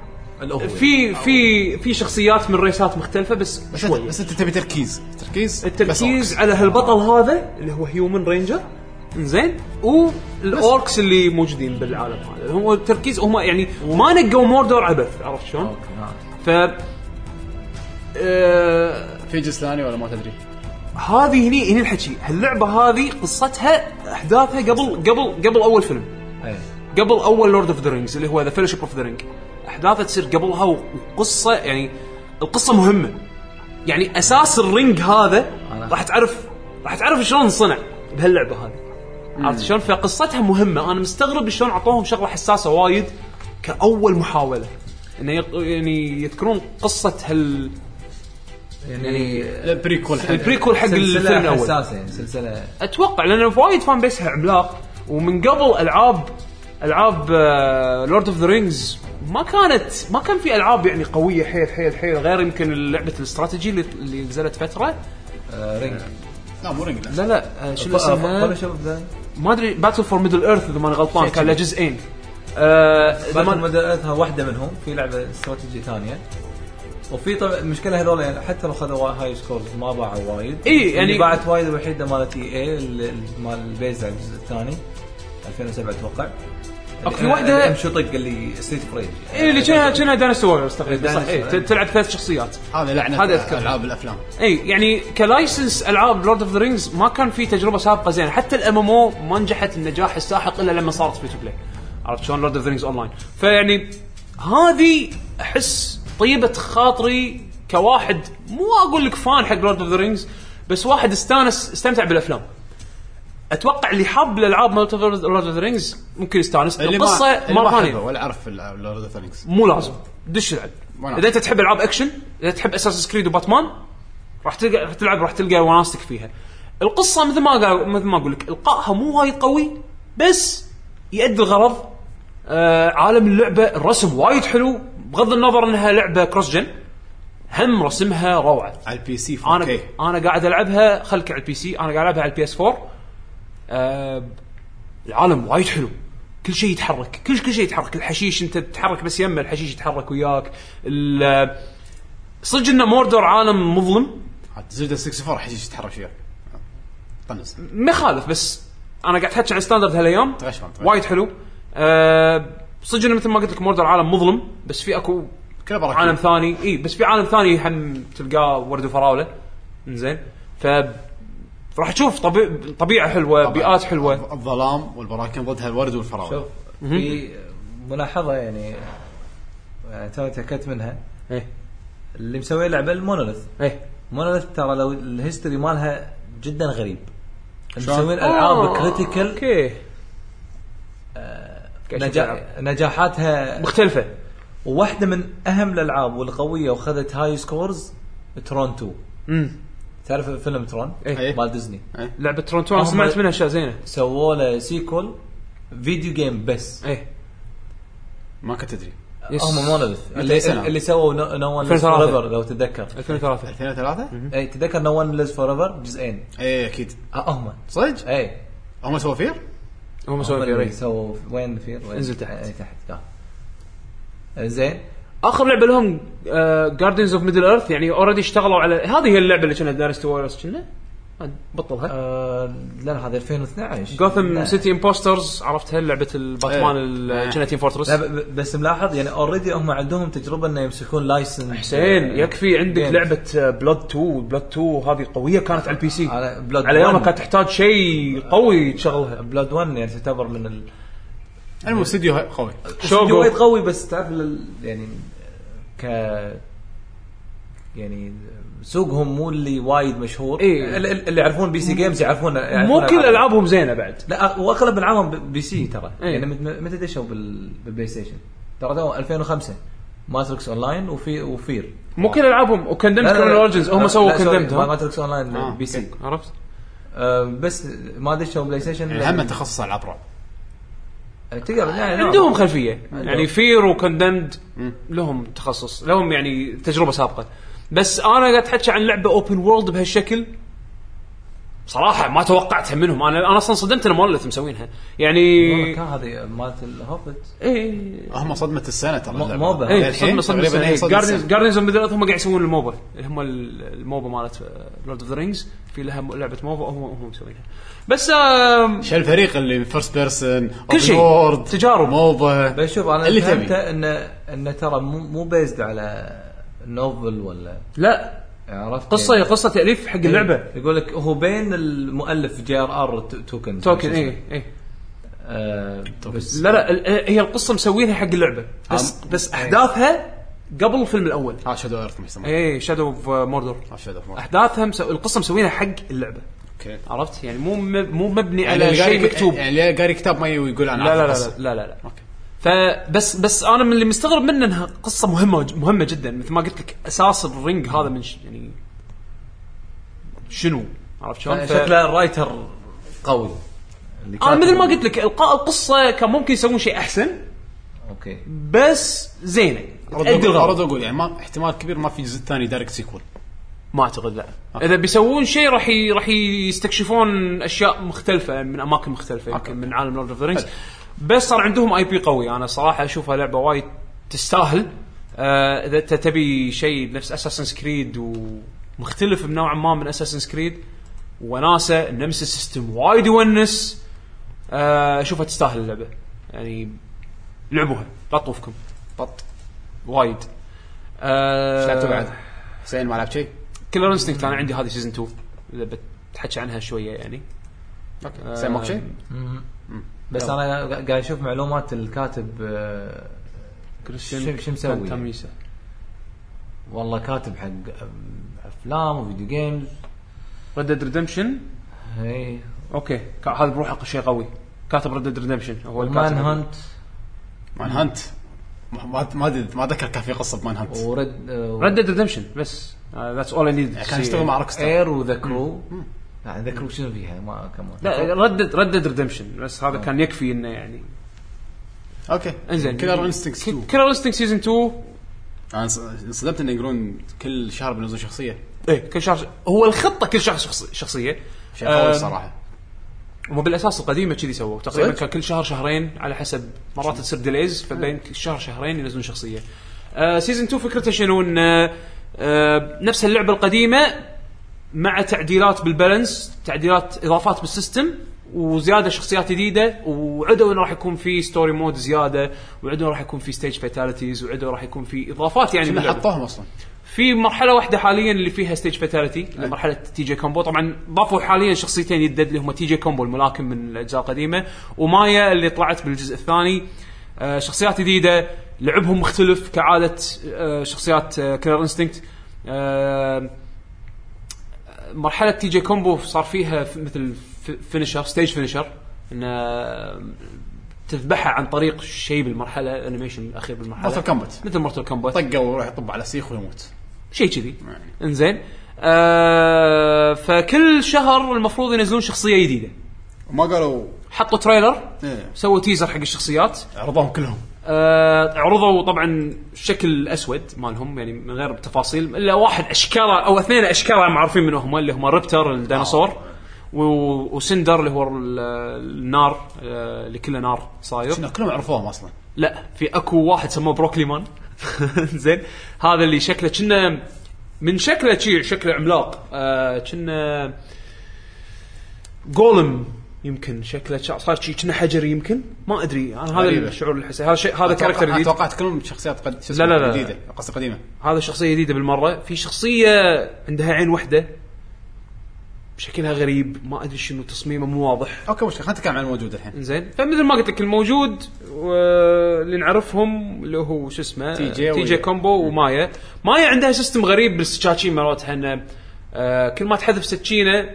Speaker 2: في شخصيات من ريسات مختلفه بس شوي
Speaker 1: بس انت تبي تركيز
Speaker 2: على هالبطل هذا اللي هو هيومن رينجر انزين والاوركس اللي موجودين بالعالم هذا هو التركيز هم يعني ما نقوا موردور عبث عرفت شلون ف
Speaker 1: في جزء ثاني ولا ما تدري
Speaker 2: هذه هني الحكي هاللعبه هذه قصتها احداثها قبل اول فيلم قبل اول لورد اوف ذا رينجز اللي هو ذا فيلوشيب اوف ذا رينج احداثها تصير قبلها وقصه يعني القصه مهمه يعني اساس الرينج هذا راح تعرف شلون صنع بهاللعبه هذه عرفت شلون فقصتها مهمه انا مستغرب شلون عطوهم شغله حساسه وايد كاول محاوله انه يعني يذكرون قصه يعني البريكول حق الفيلم الاول
Speaker 3: حساسه يعني سلسله
Speaker 2: اتوقع لانه وايد فان بيسها عملاق ومن قبل العاب لورد اوف ذا رينجز ما كان في العاب يعني قويه حيل غير يمكن لعبه الاستراتيجي اللي نزلت فتره
Speaker 3: رينج
Speaker 1: لا مو رينج
Speaker 2: لا شنو اسمها ما ادري باتل فور ميدل ايرث اذا ما غلطان كان له جزئين
Speaker 3: باتل فور ميدل ايرث واحده منهم في لعبه استراتيجي ثانيه وفي طبعا المشكله هذول يعني حتى لو خذوا هاي سكورز ما باعوا وايد
Speaker 2: يعني
Speaker 3: باعت وايد الوحيده مالتي مال البيز على الجزء الثاني 2007 اتوقع
Speaker 2: في واحده
Speaker 3: شو طق اللي ستريت فريج
Speaker 2: اللي كنا داينستي ووريرز تقريبا صح تلعب 3 شخصيات
Speaker 1: هذا لعنه العاب الافلام
Speaker 2: يعني كلايسنس العاب لورد اوف ذا رينجز ما كان في تجربه سابقه زينه حتى الMMO ما نجحت النجاح الساحق الا لما صارت فري تو بلاي عرفت شلون لورد اوف ذا رينجز اونلاين فيعني هذه احس طيبه خاطري كواحد مو اقول لك فان حق لورد اوف ذا رينجز بس واحد استمتع بالافلام اتوقع اللي حاب الالعاب مال لورد اوف ذا رينجز ممكن يستانس القصه مره ثانيه
Speaker 1: ولا اعرف لورد اوف ذا رينجز
Speaker 2: مو لازم دش العب اذا انت تحب العاب اكشن اذا تحب اساس كريد وباتمان راح تلقى وناستك فيها القصه مثل ما اقول لك القائها مو وايد قوي بس يؤدي الغرض عالم اللعبه الرسم وايد حلو بغض النظر انها لعبه كروس جن هم رسمها روعه
Speaker 1: على البي سي 4K
Speaker 2: انا قاعد العبها خلك على البي سي انا قاعد العبها على البي اس 4 العالم وايد حلو كل شيء يتحرك كل شيء يتحرك الحشيش انت تتحرك بس يمه الحشيش يتحرك وياك صدق انه موردور عالم مظلم
Speaker 1: زلدة 64 حشيش يتحرك وياك طنز
Speaker 2: ما خالف بس انا قاعد احكي عن ستاندرد هالايام وايد حلو صدق انه مثل ما قلت لك موردور عالم مظلم بس في اكو عالم ثاني بس في عالم ثاني هم تلقاه ورد وفراوله زين راح تشوف طبيعه حلوه بيئات حلوه
Speaker 1: الظلام والبراكين ضدها الورد والفراوله
Speaker 3: شوف في ملاحظه يعني تو تاكدت منها
Speaker 2: ايه
Speaker 3: اللي مسوي لعبه المونوليث.
Speaker 2: ايه
Speaker 3: مونوليث ترى لو الهيستوري مالها جدا غريب، مسوين العاب كريتيكال
Speaker 2: اوكي
Speaker 3: نجاحاتها
Speaker 2: مختلفه.
Speaker 3: وواحده من اهم الالعاب والقويه وخذت هاي سكورز ترون 2. تعرف فيلم ترون
Speaker 2: إيه؟
Speaker 3: مال ديزني.
Speaker 2: لعبه ترون 2 سمعت منها اشياء زينه.
Speaker 3: سووا له سيكول فيديو جيم بس.
Speaker 2: ايه
Speaker 1: ما كنت تدري
Speaker 3: هم مونوليث اللي سووا نو ون ليفز فوريفر لو تتذكر
Speaker 2: 2003
Speaker 3: اي تذكر نو ون ليفز فوريفر جزئين.
Speaker 1: ايه اكيد
Speaker 3: هم
Speaker 1: صدق
Speaker 3: اي
Speaker 1: هم سووا فير
Speaker 2: هم سووا فير
Speaker 3: سووا وين فير
Speaker 2: انزل تحت
Speaker 3: اي تحت زين.
Speaker 2: اخر لعبه لهم جاردينز اوف ميدل ايرث يعني اوريدي اشتغلوا على هذه هي اللعبه اللي كانت داينستي ووريرز كنا بطلها
Speaker 3: لا هذا 2012
Speaker 2: جوثم سيتي امبوسترز عرفتها لعبه الباتمان الجنتين فورترس.
Speaker 3: بس ملاحظ يعني اوريدي هم عندهم تجربه انه يمسكون لايسنس.
Speaker 2: حسين يكفي عندك لعبه بلود 2 هذه قويه كانت على البي سي على ايامها كانت تحتاج شيء قوي تشغلها.
Speaker 3: بلود 1 يعني تعتبر من
Speaker 1: الاستوديو قوي
Speaker 3: استوديو وايد قوي بس تعرف يعني يعني سوقهم مو اللي وايد مشهور.
Speaker 2: إيه؟
Speaker 3: اللي يعرفون بي سي جيمز يعرفون
Speaker 2: مو كل العابهم زينه بعد.
Speaker 3: لا واغلب العابهم بي سي ترى.
Speaker 2: إيه؟
Speaker 3: يعني متى دشوا بالبلاي ستيشن ترى تو 2005 ماتريكس اونلاين وفير
Speaker 2: مو كل العابهم وكندمد كرونولوجيز هم سووا كندمد
Speaker 3: ماتريكس اونلاين بي سي
Speaker 2: عرفت.
Speaker 3: بس ما دشوا بلاي ستيشن
Speaker 1: هم تخصص العاب رعب
Speaker 3: تقدر يعني
Speaker 2: عندهم خلفيه يعني فير وكندمد لهم تخصص لهم يعني تجربه سابقه. بس انا قاعد احكي عن لعبه اوبن وورلد بهالشكل صراحه ما توقعتها منهم. انا اصلا صدمت ان مولت مسوينها يعني
Speaker 3: كان هذه مالت الهوبت.
Speaker 2: ايه
Speaker 1: هم صدمه السنه ترى
Speaker 3: موبا.
Speaker 2: ايه صدمه جاردينز اوف ميدل هم قاعد يسوون الموبا اللي هم الموبا مالت لورد اوف ذا رينجز في لها لعبه موبا هم مسوينها. بس
Speaker 1: شو الفريق اللي فيرست بيرسون
Speaker 2: كل شيء تجارب
Speaker 1: موبا.
Speaker 3: بس شوف انا اللي فهمته ان ترى مو بيزد على نوفل ولا
Speaker 2: لا
Speaker 3: عرفت
Speaker 2: قصه هي قصه تاليف حق اللعبه.
Speaker 3: يقول لك هو بين المؤلف جي ار ار توكن
Speaker 2: ايه بس لا هي القصه مسوينها حق اللعبه بس احداثها قبل الفيلم الاول.
Speaker 1: شادو ايرث يسمونه
Speaker 2: ايه شادو اوف موردر. احداثها القصه مسوينها حق اللعبه.
Speaker 1: اوكي
Speaker 2: عرفت يعني مو مبني على شيء مكتوب
Speaker 1: يعني قاري كتاب ما يقول عن
Speaker 2: لا اوكي. فبس انا من اللي مستغرب منه انها قصه مهمه جدا مثل ما قلت لك. اساس الرينج هذا من يعني شنو عرفت شلون
Speaker 3: شكله الرايتر قوي.
Speaker 2: انا مثل ما قلت لك القاء القصه كان ممكن يسوون شيء احسن.
Speaker 3: اوكي
Speaker 2: بس زينه
Speaker 1: ارد اقول يعني ما احتمال كبير ما في جزء ثاني دايركت سيكول.
Speaker 2: ما اعتقد لا. اذا بيسوون شيء راح يستكشفون اشياء مختلفه من اماكن مختلفه يمكن من عالم لورد اوف ذا رينجز. بس صار عندهم اي بي قوي. انا صراحه اشوفها لعبه وايد تستاهل. اذا تبي شيء نفس اساسنز كريد ومختلف بنوع ما من اساسنز كريد وناسا النمسيس سيستم وايد يونس. اشوفها تستاهل اللعبه يعني لعبوها لا تطوفكم بط وايد.
Speaker 1: لعبتوا بعد حسين ما لعبت شيء؟
Speaker 2: كيلر انستنكت انا عندي هذه سيزون 2 اذا بتحكي عنها شويه يعني.
Speaker 1: اوكي حسين ماك شيء؟
Speaker 3: بس انا قاعد اشوف معلومات الكاتب
Speaker 2: كريستيان
Speaker 3: شو مسوي والله كاتب حق افلام وفيديو جيمز.
Speaker 2: ريد ديد ريدمشن
Speaker 3: اي
Speaker 2: اوكي هذا بروحه شيء قوي. كاتب ريد ديد ريدمشن هو
Speaker 3: مان هانت
Speaker 1: ما ذكر كان في قصه بمان هانت
Speaker 2: ريد ديد ريدمشن بس that's all I need.
Speaker 1: كان يشتغل مع روكستار
Speaker 3: اير وذا كرو. لا ذكروا شنو فيها ما كمان
Speaker 2: لا ريد ديد ريدمشن بس هذا كان يكفي انه يعني
Speaker 1: اوكي انزين. كيلر انستنكت 2
Speaker 2: كيلر انستنكت سيزون 2
Speaker 1: انا صدمت انه يقولون كل شهر بينزلون شخصيه.
Speaker 2: ايه كل شهر هو الخطه كل شهر شخصيه
Speaker 1: شيء قوي صراحه.
Speaker 2: وما بالاساس القديمه كذي سووا تقريبا كان كل شهر شهرين على حسب مرات تصير ديليز فبين كل شهر شهرين ينزلون شخصيه. سيزون 2 فكرته شنو ان نفس اللعبه القديمه مع تعديلات بالبالانس تعديلات اضافات بالسيستم وزياده شخصيات جديده وعدوا راح يكون في ستوري مود زياده وعدوا راح يكون في ستيج فاتاليتيز وعدوا راح يكون في اضافات يعني
Speaker 1: اللي حطوهم اصلا
Speaker 2: في مرحله واحده حاليا اللي فيها ستيج فاتاليتي مرحله تي جي كومبو. طبعا ضافوا حاليا شخصيتين يدد اللي هم تي جي كومبو الملاكم من الاجزاء القديمه ومايا اللي طلعت بالجزء الثاني. شخصيات جديده لعبهم مختلف كعاده شخصيات كيلر انستينكت. مرحله تي جي كومبو صار فيها مثل فينيشر ستيج فينيشر ان تذبحها عن طريق شيء بالمرحله الانيميشن الاخير بالمرحله مثل مورتال كومبات
Speaker 1: طقه ويروح يطب على سيخ ويموت
Speaker 2: شيء كذي. انزين فكل شهر المفروض ينزلون شخصيه جديده.
Speaker 1: ما قالوا
Speaker 2: حطوا تريلر سووا تيزر حق الشخصيات
Speaker 1: عرضوهم كلهم.
Speaker 2: عرضوا طبعا شكل اسود مالهم يعني من غير تفاصيل الا واحد اشكاله او اثنين اشكاله معروفين منهم اللي هم ريبتر الديناصور وسندر اللي هو النار اللي كله نار صاير.
Speaker 1: شنو كلهم عرفوهم اصلا؟
Speaker 2: لا في اكو واحد سموه بروكلي مان زين هذا اللي شكله كنا من شكله شكله عملاق كنا جولم يمكن شكله صار شيء كنا حجر يمكن ما ادري انا هذا الشعور اللي حسيت. هذا شيء هذا كاركتر جديد.
Speaker 1: توقعت كلهم شخصيات
Speaker 2: لا
Speaker 1: جديده قصه قديمه.
Speaker 2: هذا شخصيه جديده بالمره. في شخصيه عندها عين واحده شكلها غريب ما ادري شنو تصميمه مو واضح.
Speaker 1: اوكي مش خلينا نتكلم عن الموجود الحين.
Speaker 2: زين فمثل ما قلت لك الموجود اللي نعرفهم اللي هو شو اسمه تي جي كومبو ومايا عندها سيستم غريب بالسكاكين مالتها انه كل ما تحذف سكينه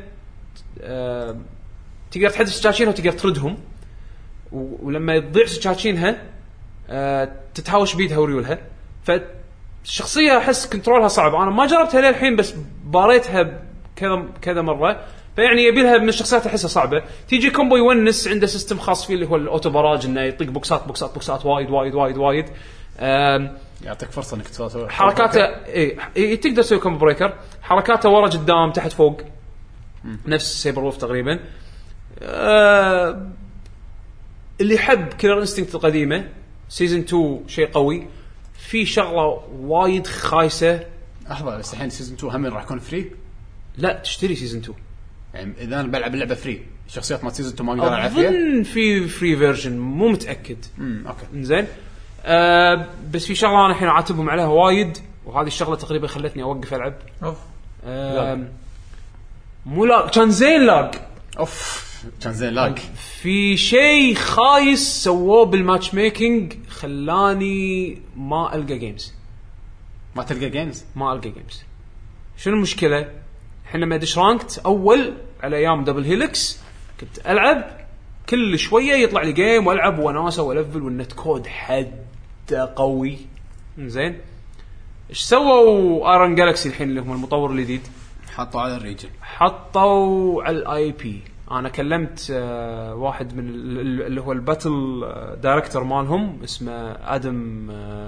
Speaker 2: تقدر تحذف سكاكينها وتقدر تردهم ولما تضيع سكاكينها تتهاوش بيدها وريولها. فالشخصيه احس كنترولها صعب. انا ما جربتها للحين بس باريتها كذا مره فيعني يبي لها من الشخصيات احسها صعبه. تيجي كومبو يونس عنده سيستم خاص فيه اللي هو الاوتو باراج انه يطق بوكسات وايد
Speaker 1: يعطيك فرصه انك تسوي
Speaker 2: حركاته. اي تقدر تسوي كومبو بريكر. حركاته ورا قدام تحت فوق نفس سيبر وولف تقريبا. اللي يحب كيلر انستينكت القديمه سيزن 2 شيء قوي. في شغله وايد خايسه
Speaker 1: لحظه بس الحين سيزن 2 هم راح يكون فري.
Speaker 2: لا تشتري سيزن 2
Speaker 1: يعني اذا انا بلعب اللعبه فري الشخصيات ما سيزن 2 ما اقدر العب
Speaker 2: فيها. اظن في فري فيرجن مو متاكد.
Speaker 1: اوكي
Speaker 2: زين بس في شغله انا الحين اعاتبهم عليها وايد وهذه الشغله تقريبا خلتني اوقف العب. مو لا كان زين لاج
Speaker 1: كان زين لاج. في
Speaker 2: شيء خايس سووه بالماتش ميكينج خلاني ما القى جيمز.
Speaker 1: ما تلقى جيمز.
Speaker 2: شنو المشكله؟ احنا لما ادش رانكت اول على ايام دبل هيلكس كنت العب كل شويه يطلع لي جيم والعب وناسه ولفل والنت كود حد قوي. زين ايش سووا ايرون جالكسي الحين اللي هم المطور الجديد؟
Speaker 1: حطوا على الريجن
Speaker 2: حطوا على الاي بي. انا كلمت واحد من اللي هو الباتل دايركتور مالهم اسمه ادم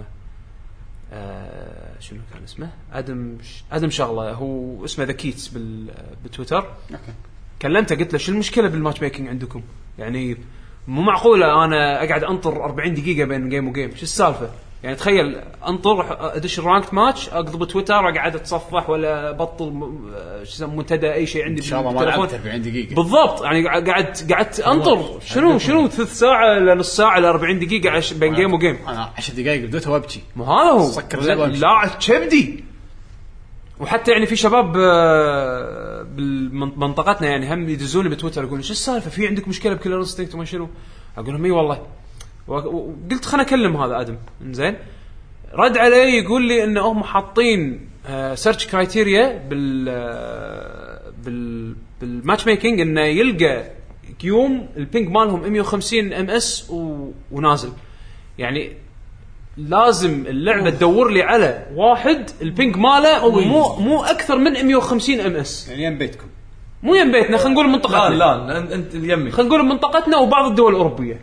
Speaker 2: شنو كان اسمه ادم شغله هو اسمه ذا كيتس بتويتر.
Speaker 1: اوكي
Speaker 2: كلمته قلت له شو المشكله بالماتش ميكينج عندكم؟ يعني مو معقوله انا اقعد انطر 40 دقيقه بين جيم وجيم. شو السالفه؟ يعني تخيل انطر ادش الرانك ماتش اقلب تويتر اقعد اتصفح ولا بطل شو اسمه منتدى اي شيء عندي
Speaker 1: بالتليفون 40 دقيقه بالضبط.
Speaker 2: يعني قعدت انطر شنو 3 ساعه ل نص ساعه ل 40 دقيقه بين جيم وجيم.
Speaker 1: انا 10 دقائق بديتها وابكي.
Speaker 2: مو هذا هو سكر لا كبدي. وحتى يعني في شباب بمنطقتنا يعني هم يدزوني بتويتر يقولون شو السالفه في عندك مشكله بكيلر انستينكت وما شنو. اقول لهم اي والله. وقلت خلنا اكلم هذا ادم. زين رد علي يقول لي انه هم حاطين سيرش كرايتيريا بالماتش ميكينج انه يلقى يوم البينج مالهم 150 ام اس ونازل. يعني لازم اللعبه تدور لي على واحد البينج ماله مو اكثر من 150 ام اس.
Speaker 1: يعني يم بيتكم
Speaker 2: مو يم بيتنا خلينا نقول منطقتنا.
Speaker 3: لا انت اليمي
Speaker 2: خلينا نقول منطقتنا وبعض الدول الاوروبيه.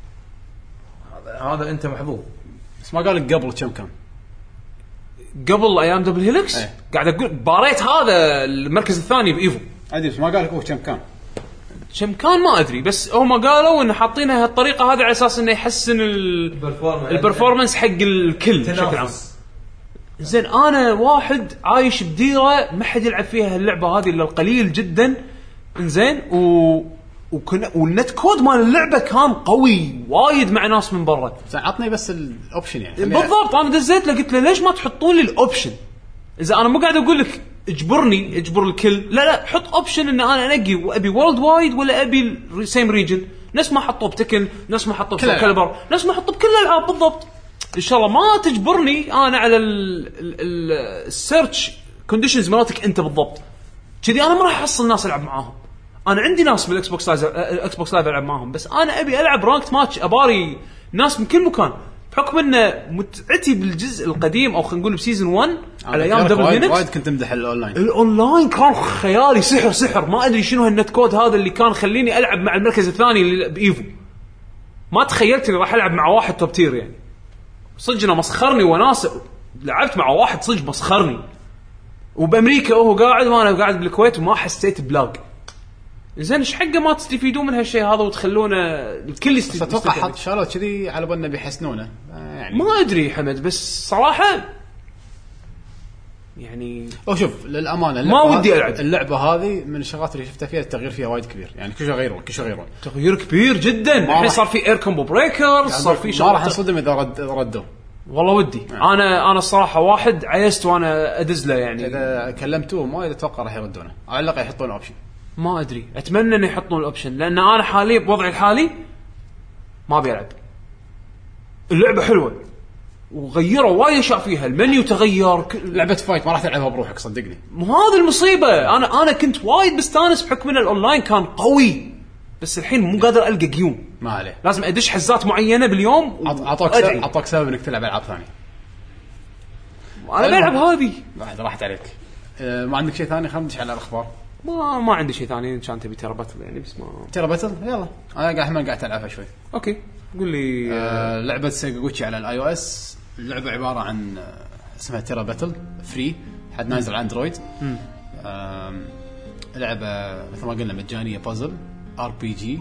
Speaker 3: هذا انت محظوظ.
Speaker 1: بس ما قال لك قبل كم كان
Speaker 2: قبل ايام دبل هيلكس قاعد اقول باريت هذا المركز الثاني بايفو
Speaker 1: ادري بس ما قال لك هو كم كان
Speaker 2: ما ادري بس هم قالوا ان حاطينها هالطريقه هذه على اساس انه يحسن البرفورمانس حق الكل بشكل عام. زين انا واحد عايش بديره ما حد يلعب فيها اللعبه هذه الا القليل جدا. زين والنت كود مال اللعبه كان قوي وايد مع ناس من برا.
Speaker 1: عطني بس الاوبشن يعني
Speaker 2: بالضبط. انا دزيت له قلت له ليش ما تحطون لي الاوبشن؟ اذا انا مو قاعد اقول لك اجبر الكل لا حط اوبشن ان انا انقي وابي وورلد وايد ولا ابي سيم ريجن. ناس ما حطوا بتكن ناس ما حطوا بكالبر ناس ما حطوا بكل الالعاب بالضبط. ان شاء الله ما تجبرني انا على السيرش كونديشنز مالتك انت بالضبط كذي. انا ما راح احصل ناس العب معاهم. انا عندي ناس بالاكس بوكس لايف العب معاهم، بس انا ابي العب رانكت ماتش، اباري ناس من كل مكان. بحكم ان متعتي بالجزء القديم او خلينا نقول بسيزون 1 على ايام دبل
Speaker 1: وايد
Speaker 2: لينكس
Speaker 1: كنت امدح الاونلاين.
Speaker 2: الاونلاين كان خيالي، سحر. ما ادري شنو هالنت كود هذا اللي كان خليني العب مع المركز الثاني اللي بايفو. ما تخيلت اني راح العب مع واحد توب تير يعني. صدقنا مسخرني وناس لعبت مع واحد صدق مسخرني. وبامريكا وهو قاعد وانا قاعد بالكويت وما حسيت بلاغ. زين ايش حقه ما تستفيدون من هالشيء هذا وتخلونه الكل يستفيد؟
Speaker 1: اتوقع حط شغله كذي على بالنا بيحسنونه يعني.
Speaker 2: ما ادري حمد، بس صراحه يعني
Speaker 1: شوف للامانه
Speaker 2: ما ودي العب
Speaker 1: اللعبه هذه من الشغلات اللي شفتها فيها التغيير فيها وايد كبير يعني. كل شيء غيروا
Speaker 2: تغيير كبير جدا. الحين صار في اير كومبو بريكر، صار في
Speaker 1: شغله ما راح نصدم اذا ردوا.
Speaker 2: والله ودي انا الصراحه واحد عيست وانا ادز له يعني.
Speaker 1: اذا كلمتوه ما اتوقع راح يردونه، على الاقل يحطون اوبشن.
Speaker 2: ما ادري، اتمنى ان يحطون الاوبشن، لان انا حاليا بوضعي الحالي ما بيلعب. اللعبه حلوه وغيروا وايد اشياء فيها، المنيو تغير.
Speaker 1: لعبه فايت ما راح تلعبها بروحك صدقني.
Speaker 2: مو هذا المصيبه. انا كنت وايد مستانس بحكم ان الاونلاين كان قوي، بس الحين مو قادر القى قيوم.
Speaker 1: ما عليه،
Speaker 2: لازم ادش حزات معينه باليوم.
Speaker 1: اعطاك سبب انك تلعب العاب ثانيه.
Speaker 2: انا بلعب هذه
Speaker 1: بعد راحت عليك. ما عندك شيء ثاني؟ خلينا ندش على الاخبار.
Speaker 2: ما عندي شيء ثاني. كان تبي ترى باتل يعني، بس ما
Speaker 1: ترى باتل. يلا انا قاعد العبها شوي.
Speaker 2: اوكي قول لي.
Speaker 1: لعبه سيجاغوتشي على الاي او اس. اللعبه عباره عن اسمها ترى باتل فري، حد نازل على اندرويد. لعبه مثل ما قلنا مجانيه، بازل ار بي جي.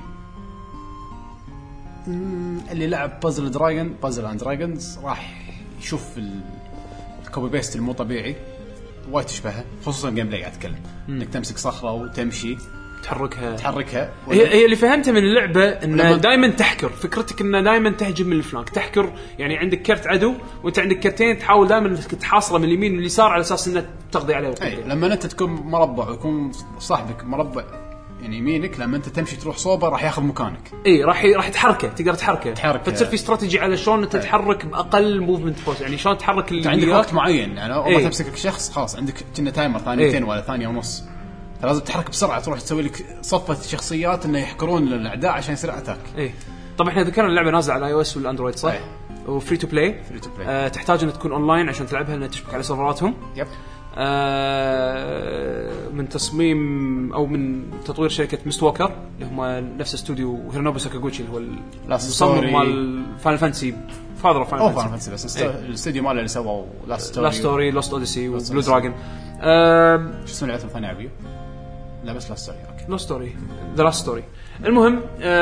Speaker 1: اللي لعب بازل اند دراجونز راح يشوف الكوبي بيست المو طبيعي وايد تشبهها، خصوصا الجيم بلاي. قاعد اتكلم انك تمسك صخره وتمشي تحركها.
Speaker 2: هي اللي فهمتها من اللعبه ان دائما تحكر فكرتك، ان دائما تهجم من الفلانك، تحكر يعني. عندك كرت عدو وانت عندك كرتين، تحاول دائما تحاصره من اليمين واليسار على اساس انك تقضي عليه.
Speaker 1: لما انت تكون مربع ويكون صاحبك مربع يعني يمينك، لما انت تمشي تروح صوبه راح ياخذ مكانك.
Speaker 2: راح تحركه، تقدر تحركه. فتصير في استراتيجي على شلون انت تتحرك باقل موفمنت فورس، يعني شلون تحرك
Speaker 1: اللي عندك وقت معين يعني. لو ما تمسكك شخص خلاص عندك كنا تايمر ثانيتين ولا ثانيه ونص، لازم تتحرك بسرعه، تروح تسوي لك صفه شخصيات انه يحكرون الاعداء عشان يصير اتاك.
Speaker 2: طبعا احنا ذكرنا اللعبه نازله على اي او اس والاندرويد صح؟ وفري تو بلاي. تحتاج ان تكون اونلاين عشان تلعبها، لان تشبك على سيرفراتهم.
Speaker 1: يب.
Speaker 2: من تصميم او من تطوير شركه مستوكر اللي هم نفس استوديو هيرونوبو ساكاغوتشي اللي هو المصمم مال فاينل فانتسي. فاذر فاينل فانتسي
Speaker 1: بس الاستوديو ماله اللي سووا لاست
Speaker 2: ستوري لوست اوديسي وبلو دراجون.
Speaker 1: شو اسمه اللعبه الثانيه عبيو؟ لا بس لاست ستوري. اوكي
Speaker 2: لاست ستوري ذا لاست ستوري. المهم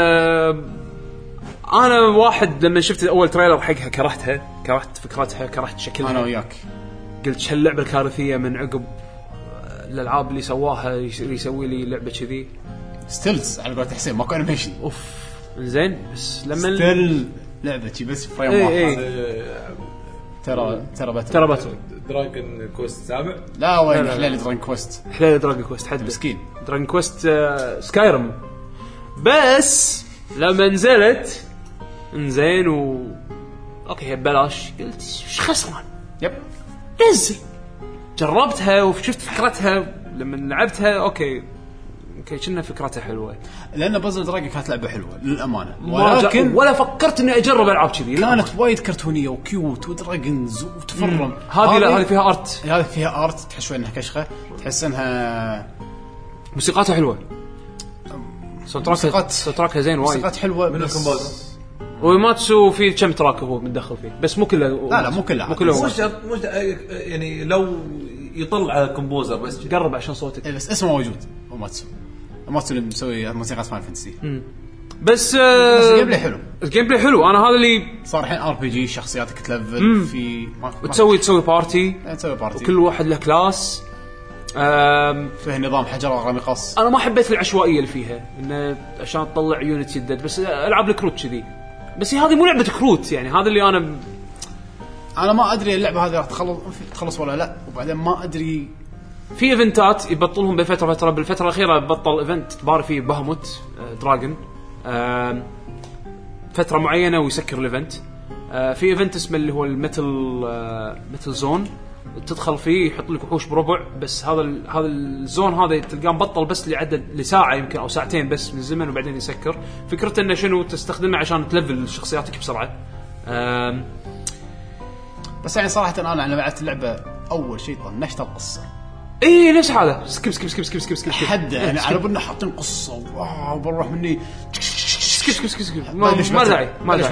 Speaker 2: انا واحد لما شفت اول تريلر حقها كرهت فكرتها، كرهت شكلها.
Speaker 1: انا وياك
Speaker 2: قلت شو اللعبه الكارثيه من عقب الالعاب اللي سواها يسوي لي لعبه كذي
Speaker 1: ستيلز على قولة حسين، ماكو انيميشن.
Speaker 2: زين بس لما
Speaker 1: ستيل لعبه شي بس فريم واحد. ترى باتل
Speaker 3: دراجون كويست 7.
Speaker 1: لا وين حلال دراجون كويست،
Speaker 2: حد
Speaker 1: مسكين.
Speaker 2: دراجون كويست سكايرم. بس لما نزلت انزين اوكي ببلاش، قلت ايش خسران.
Speaker 1: يب
Speaker 2: نزل. جربتها وشفت فكرتها لما لعبتها. اوكي كنا فكرتها حلوه،
Speaker 1: لان بازل دراجون كانت لعبه حلوه للامانه،
Speaker 2: ولكن ولا فكرت اني اجرب العاب كذي.
Speaker 1: كانت وايد كرتونيه وكيوت ودراجونز وتفرم.
Speaker 2: هذه فيها ارت.
Speaker 1: هذه فيها ارت، تحس شوي انها كشخه، تحس انها
Speaker 2: موسيقاتها حلوه، سوتراكها زين وايد،
Speaker 1: موسيقات حلوه
Speaker 3: من الكومبوزر.
Speaker 2: وماتسو في كم تراك هو متدخل فيه، بس مو كله.
Speaker 1: لا مو كله
Speaker 3: مش يعني لو يطلع على الكومبوزر بس
Speaker 2: قرب عشان صوتك.
Speaker 1: بس اسمه موجود. ماتسو اللي مسوي موسيقى فاينل فانتسي.
Speaker 2: بس الجيم بلاي حلو. انا هذا اللي
Speaker 1: صار الحين ار بي جي، شخصياتك تلفل في
Speaker 2: وتسوي بارتي وكل واحد له كلاس.
Speaker 1: فيه نظام حجر ورمقص.
Speaker 2: انا ما حبيت العشوائيه اللي فيها، انه عشان تطلع يونت يدد بس العب الكروت كذي. بس هذه مو لعبه كروت يعني. هذا اللي انا
Speaker 1: ما ادري اللعبه هذه راح تخلص ولا لا. وبعدين ما ادري
Speaker 2: في ايفنتات يبطلهم بفتره. بالفتره الاخيره بطل ايفنت تباري فيه بهموت دراجون فتره معينه ويسكر الايفنت. في ايفنت اسمه اللي هو الميتل زون، تدخل فيه يحط لك وحوش بربع بس. هذا الزون هذا تلقاه مبطل بس لعدد لساعه يمكن او ساعتين بس من الزمن وبعدين يسكر. فكرته انه شنو تستخدمه عشان تلفل شخصياتك بسرعه.
Speaker 1: بس يعني صراحه انا لعبت اللعبه اول شيء طنشت القصه.
Speaker 2: ايه نفس هذا سكيب سكيب سكيب سكيب سكيب سكيب
Speaker 1: حد يعني على بالنا حاطين قصه واو بروح مني
Speaker 2: سكيب سكيب سكيب ما داعي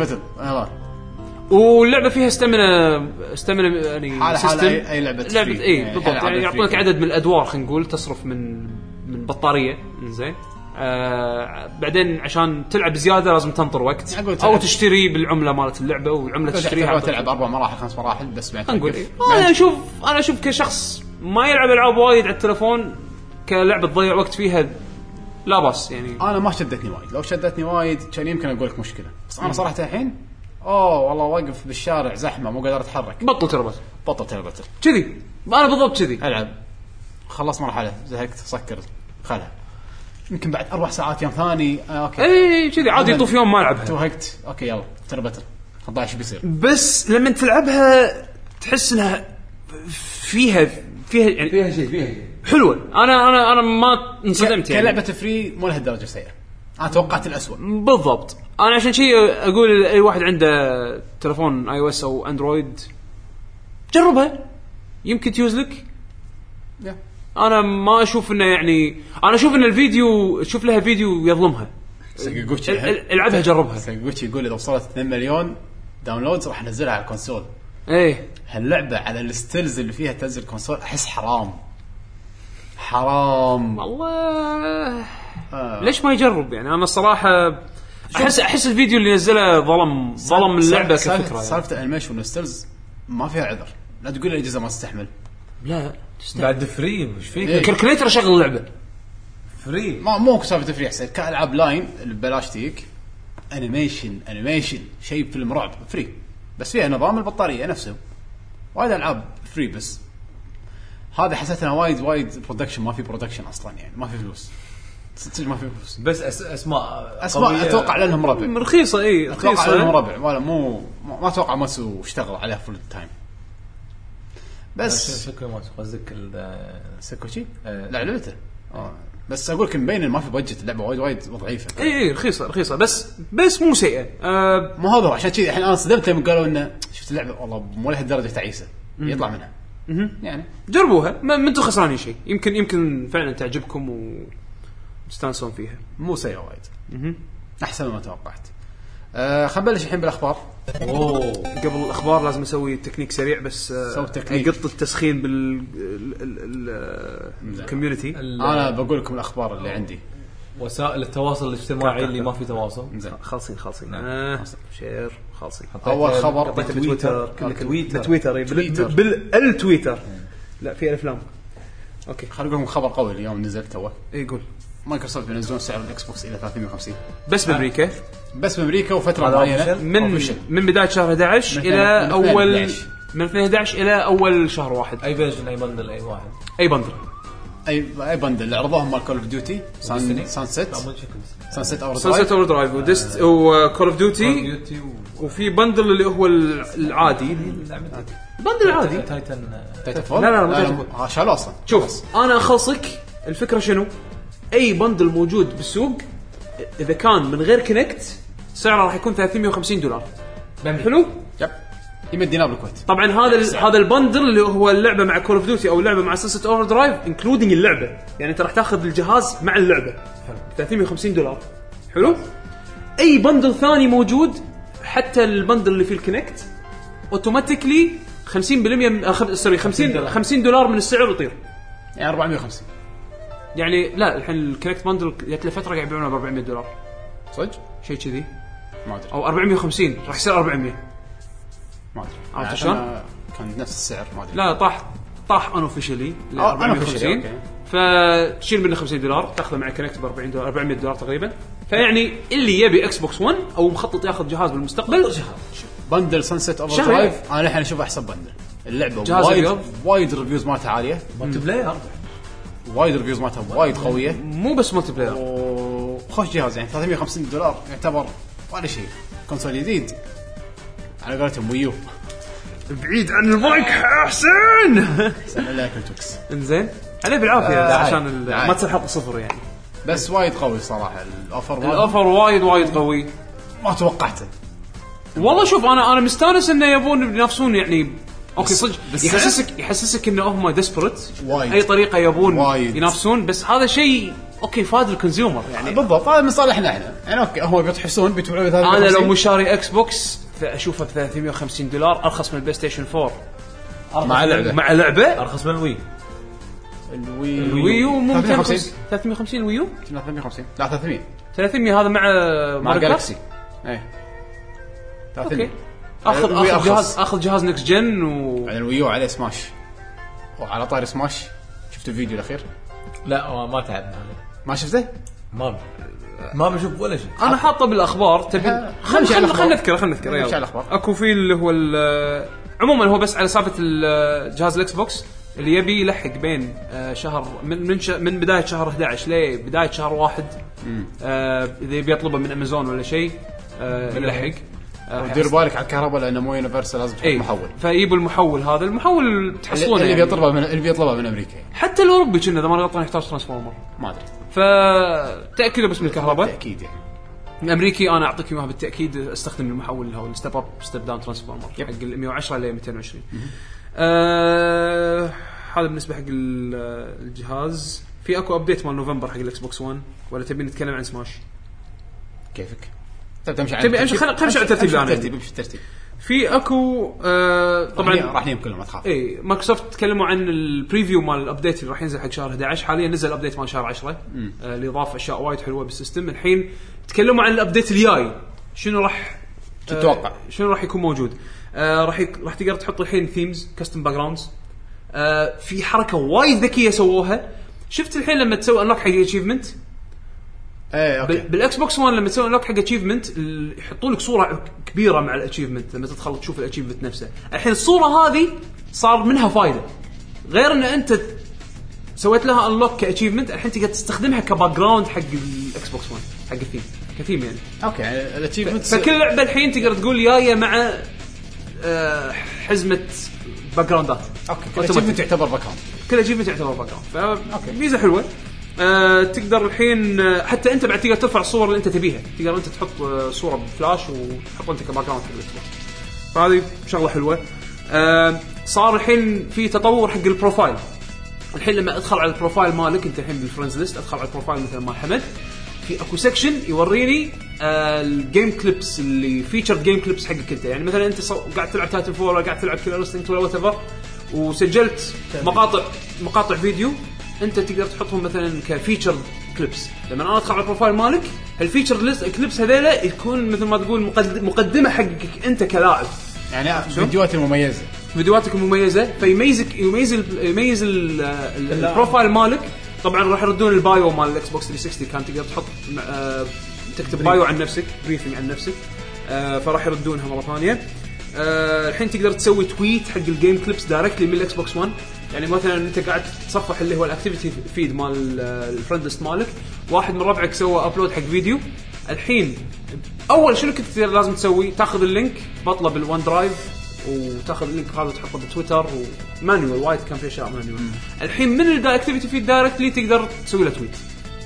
Speaker 2: واللعبه فيها استمنة يعني
Speaker 1: حال اي لعبه
Speaker 2: اي بالضبط يعني يعطونك عدد من الادوار خلينا نقول تصرف من بطاريه زين. بعدين عشان تلعب زياده لازم تنطر وقت او تشتري بالعمله مالت اللعبه والعمله تشتريها
Speaker 1: تلعب 4 مراحل 5 مراحل بس
Speaker 2: نقول إيه؟ انا اشوف كشخص ما يلعب العاب وايد على التلفون كلعبه تضيع وقت فيها لا باس يعني.
Speaker 1: انا ما شدتني وايد، لو شدتني وايد كان يمكن اقول لك مشكله، بس انا صراحه الحين والله واقف بالشارع زحمه مو قادر اتحرك.
Speaker 2: بطل تربت كذي انا بالضبط كذي العب
Speaker 1: خلص مرحله زهقت سكرت خلها يمكن بعد 4 ساعات يوم ثاني اوكي
Speaker 2: اي كذي عادي يطوف يوم ما العبها
Speaker 1: توهقت اوكي يلا تربت 11 بيصير.
Speaker 2: بس لما تلعبها تحس انها فيها يعني
Speaker 3: فيها شيء
Speaker 2: حلوه. انا ما انصدمت يعني
Speaker 1: كلعبه فري مو لهالدرجه سيئه. انا توقعت الأسوأ
Speaker 2: بالضبط. انا عشان شيء اقول اي واحد عنده تلفون اي او اس او اندرويد جربها يمكن تيوزلك. انا ما اشوف انه يعني انا اشوف ان الفيديو شوف لها فيديو يظلمها. العبها جربها.
Speaker 1: ساكوغوتشي يقول اذا وصلت 2 مليون داونلودز راح ننزلها على الكونسول.
Speaker 2: ايه
Speaker 1: هاللعبه على الستيلز اللي فيها تنزل كونسول احس حرام
Speaker 2: والله. ليش ما يجرب يعني؟ انا الصراحه احس الفيديو اللي نزله ظلم اللعبه كفكره يعني.
Speaker 1: صارت الانيميشن والستيلز ما فيها عذر. لا تقول لي الاجهزه ما تستحمل.
Speaker 2: لا
Speaker 3: بعد فري مش فيك
Speaker 2: كالكوليتر شغل اللعبه
Speaker 3: فري
Speaker 1: مو سالفه فري احسن كالعاب لاين اللي ببلاش تيك انيميشن شيء فيلم رعب فري بس فيها نظام البطاريه نفسه. وايد العاب فري بس هذا حسيتنا وايد برودكشن ما في برودكشن اصلا يعني ما في فلوس صدق ما في فلوس
Speaker 3: بس اسماء
Speaker 1: اتوقع لهم ربع
Speaker 2: رخيصه. اي
Speaker 1: اتوقع لهم ربع ولا ما اتوقع ما اشتغل عليها فول تايم بس
Speaker 3: شكله ما قصدك
Speaker 1: ساكوغوتشي لا لعبته بس اقول لك مبين ما في بادجت اللعبه وايد ضعيفه.
Speaker 2: اي رخيصه بس مو سيئه.
Speaker 1: مو هذا عشان كذا الحين انا صدمت لما قالوا انه شفت اللعبه والله مو لهالدرجه تعيسه يطلع منها. يعني
Speaker 2: جربوها ما انتم خسرانين شيء يمكن فعلا تعجبكم وتستانسون فيها.
Speaker 1: مو سيئه وايد احسن ما توقعت. خلينا نبلش الحين بالاخبار.
Speaker 2: قبل الاخبار لازم اسوي تكنيك سريع بس اقط التسخين بالكوميونتي.
Speaker 1: انا بقول لكم الاخبار اللي عندي.
Speaker 3: وسائل التواصل الاجتماعي اللي ما في تواصل
Speaker 2: خالصين شير خالصين.
Speaker 1: اول خبر
Speaker 2: تويتر بالتويتر لا في الافلام. اوكي
Speaker 1: خلينا نقول خبر قوي اليوم نزل توه.
Speaker 2: يقول
Speaker 1: مايكروسوفت بينزلون سعر الاكس بوكس الى 350
Speaker 2: بس بامريكا
Speaker 1: وفتره معينه
Speaker 2: من بدايه شهر 11 الى اول من 11 الى اول شهر 1.
Speaker 3: اي فيرجن اي بندل اي واحد
Speaker 1: اي بندل عرضوهم مال كول اوف ديوتي سانسيت
Speaker 2: اور درايف وديست وكول اوف ديوتي وفي بندل اللي هو العادي بندل العادي
Speaker 1: تايتن فول. لا شالوا اصلا.
Speaker 2: شوف انا اخلصك الفكره شنو. اي بندل موجود بالسوق اذا كان من غير كونكت سعره راح يكون $350. حلو
Speaker 1: يب $100 بالكويت.
Speaker 2: طبعا هذا البندل اللي هو اللعبه مع كول اوف ديوتي او اللعبه مع سانست اوفر درايف انكلودينج اللعبه يعني انت راح تاخذ الجهاز مع اللعبه $350. حلو. اي بندل ثاني موجود حتى البندل اللي فيه الكونكت اوتوماتيكلي 50% $50 من السعر يطير
Speaker 1: يعني 450
Speaker 2: يعني. لا الحين الكونكت بندل جت له فتره قاعد يبيعونه $400
Speaker 1: صدق
Speaker 2: شيء كذي
Speaker 1: ما ادري
Speaker 2: او 450 راح يصير 400
Speaker 1: ما ادري
Speaker 2: عرفت شلون
Speaker 1: كان نفس السعر ما ادري.
Speaker 2: لا طاح انوفيشلي 450 فتشيل منه $50 تاخذه مع كونكت $400 تقريبا. فيعني اللي يبي اكس بوكس 1 او مخطط ياخذ جهاز بالمستقبل
Speaker 1: بندل سانسيت اوفر درايف انا الحين اشوف احسن بندل. اللعبه وايد ريفيوز مالتها عاليه
Speaker 3: مالتي بلاير
Speaker 1: وايد ريفيوز مالتها وايد قويه
Speaker 2: مو بس مالتي بلاير
Speaker 1: وخش جهاز يعني $350 يعتبر ولا شيء. كونسول جديد على قولتهم ويو.
Speaker 2: بعيد عن المايك حسين.
Speaker 1: سلام عليكم توكس.
Speaker 2: انزين عليه بالعافيه عشان ما تصير حلقه صفر يعني.
Speaker 1: بس وايد قوي صراحه
Speaker 2: الاوفر وايد قوي.
Speaker 1: ما توقعته
Speaker 2: والله. شوف انا مستانس انه يبون ينافسون يعني. اوكي صدق يحسسك انه هم ديسبرت اي طريقه يبون ينافسون. بس هذا شيء اوكي فاد الكونسيومر يعني.
Speaker 1: بالضبط هذا من صالحنا احنا يعني. اوكي هم بيتحسون بيتبعون هذا.
Speaker 2: انا لو مشاري اكس بوكس اشوفه ب $350 ارخص من البلاي ستيشن 4 مع لعبه
Speaker 3: ارخص من الوي.
Speaker 2: الويو مو 350 الويو
Speaker 1: 350 لا
Speaker 2: 300 هذا مع
Speaker 1: جالكسي. اي
Speaker 2: اوكي اخذ جهاز نكس جن
Speaker 1: على الويو عليه سماش. وعلى طاري سماش شفت الفيديو الاخير؟
Speaker 3: لا ما تعبنا عليه.
Speaker 1: ما شفته؟
Speaker 3: ما بشوف ولا شيء.
Speaker 2: انا حاطه بالاخبار. تبي خلينا نذكر
Speaker 1: يلا.
Speaker 2: اكو في اللي هو عموما هو بس على سالفه الجهاز الاكس بوكس اللي يبي يلحق بين شهر من بدايه شهر 11 لبدايه شهر 1. اذا يبي يطلبه من امازون ولا شيء يلحق.
Speaker 1: دير بالك على الكهرباء لانه مو يونيفرسال لازم تحط محول.
Speaker 2: فيجيبوا المحول هذا المحول تحصلونه
Speaker 1: اللي بيطلبه من امريكا يعني.
Speaker 2: حتى الاوروبي كنا اذا ما غلطان يحتاج ترانسفورمر
Speaker 1: ما ادري.
Speaker 2: فتاكدوا بس من الكهرباء
Speaker 1: تاكيد يعني.
Speaker 2: الامريكي انا اعطيك اياها بالتاكيد استخدم المحول اللي هو الستيب اب ستيب داون ترانسفورمر حق ال 110 ل 220. هذا بالنسبه حق الجهاز. في اكو ابديت مال نوفمبر حق الاكس بوكس 1 ولا تبي نتكلم عن سماش؟
Speaker 1: كيفك تمشي
Speaker 2: خلينا على الترتيب.
Speaker 1: الترتيب
Speaker 2: في اكو طبعا
Speaker 1: راح نيم كلهم ما تخاف.
Speaker 2: اي مايكروسوفت تكلموا عن البريفيو مال الابديت اللي راح ينزل حق شهر 11. حاليا نزل ابديت مال شهر 10 اللي ضاف اشياء وايد حلوه بالسيستم. الحين تكلموا عن الابديت الجاي شنو راح
Speaker 1: تتوقع
Speaker 2: شنو راح يكون موجود. راح تقدر تحط الحين ثيمز كاستم باك جراوندز. في حركه وايد ذكيه سووها. شفت الحين لما تسوي انلوك حق اتشيفمنت بالاكس بوكس 1 لما تسوي انلوك حق اتشيفمنت يحطوا لك صوره كبيره مع الاتشيفمنت لما تدخل تشوف الاتشيفمنت نفسه. الحين الصوره هذه صار منها فايده غير ان انت سويت لها انلوك كاتشيفمنت. الحين تقدر تستخدمها كباك جراوند حق الاكس بوكس 1 حق الثيم كثيم يعني.
Speaker 1: اوكي الاتشيفمنت
Speaker 2: فكل لعبه الحين تقدر تقول جايه مع حزمه باك جراوندات.
Speaker 1: اوكي كل اتشيفمنت يعتبر باك جراوند.
Speaker 2: كل اتشيفمنت يعتبر باك جراوند. فميزه حلوه. تقدر الحين حتى انت بعد تقدر ترفع الصور اللي انت تبيها. تقدر انت تحط صوره بفلاش وتحط انت كباك جراوند في الاكس. فهذه شغله حلوه. صار الحين في تطور حق البروفايل. الحين لما ادخل على البروفايل مالك انت الحين بالفريندز ليست ادخل على البروفايل مثل ما حمد في اكو سيكشن يوريني الجيم كليبس اللي فيتشرد جيم كليبس حقك انت. يعني مثلا انت قاعد تلعب تايتن فور ولا قاعد تلعب كيلر انستنكت ولا وات وسجلت مقاطع فيديو انت تقدر تحطهم مثلا كفيتشر كليبس. لما انا ادخل على البروفايل مالك الفيتشر ليست كليبس هذيلا يكون مثل ما تقول مقدمه حقك انت كلاعب يعني فيديوهاتك المميزه. يميز البروفايل مالك. طبعا راح يردون البايو مال الاكس بوكس 360 كان تقدر تحط تكتب بايو عن نفسك بريفنج عن نفسك. فراح يردونها مره ثانيه. الحين تقدر تسوي تويت حق الجيم كليبس دايركتلي من الاكس بوكس 1. يعني مثلا انت قاعد تصفح اللي هو الاكتيفيتي فيد مال الفريند ليست مالك واحد من ربعك سوى ابلود حق فيديو. الحين اول شنو كنت لازم تسوي تاخذ اللينك بطلب بالون درايف وتاخذ اللينك هذا وتحطه بتويتر ومانيوال وايد كان في اشياء مانيوال. الحين من الاكتيفيتي فيد دايركتلي تقدر تسوي له تويت.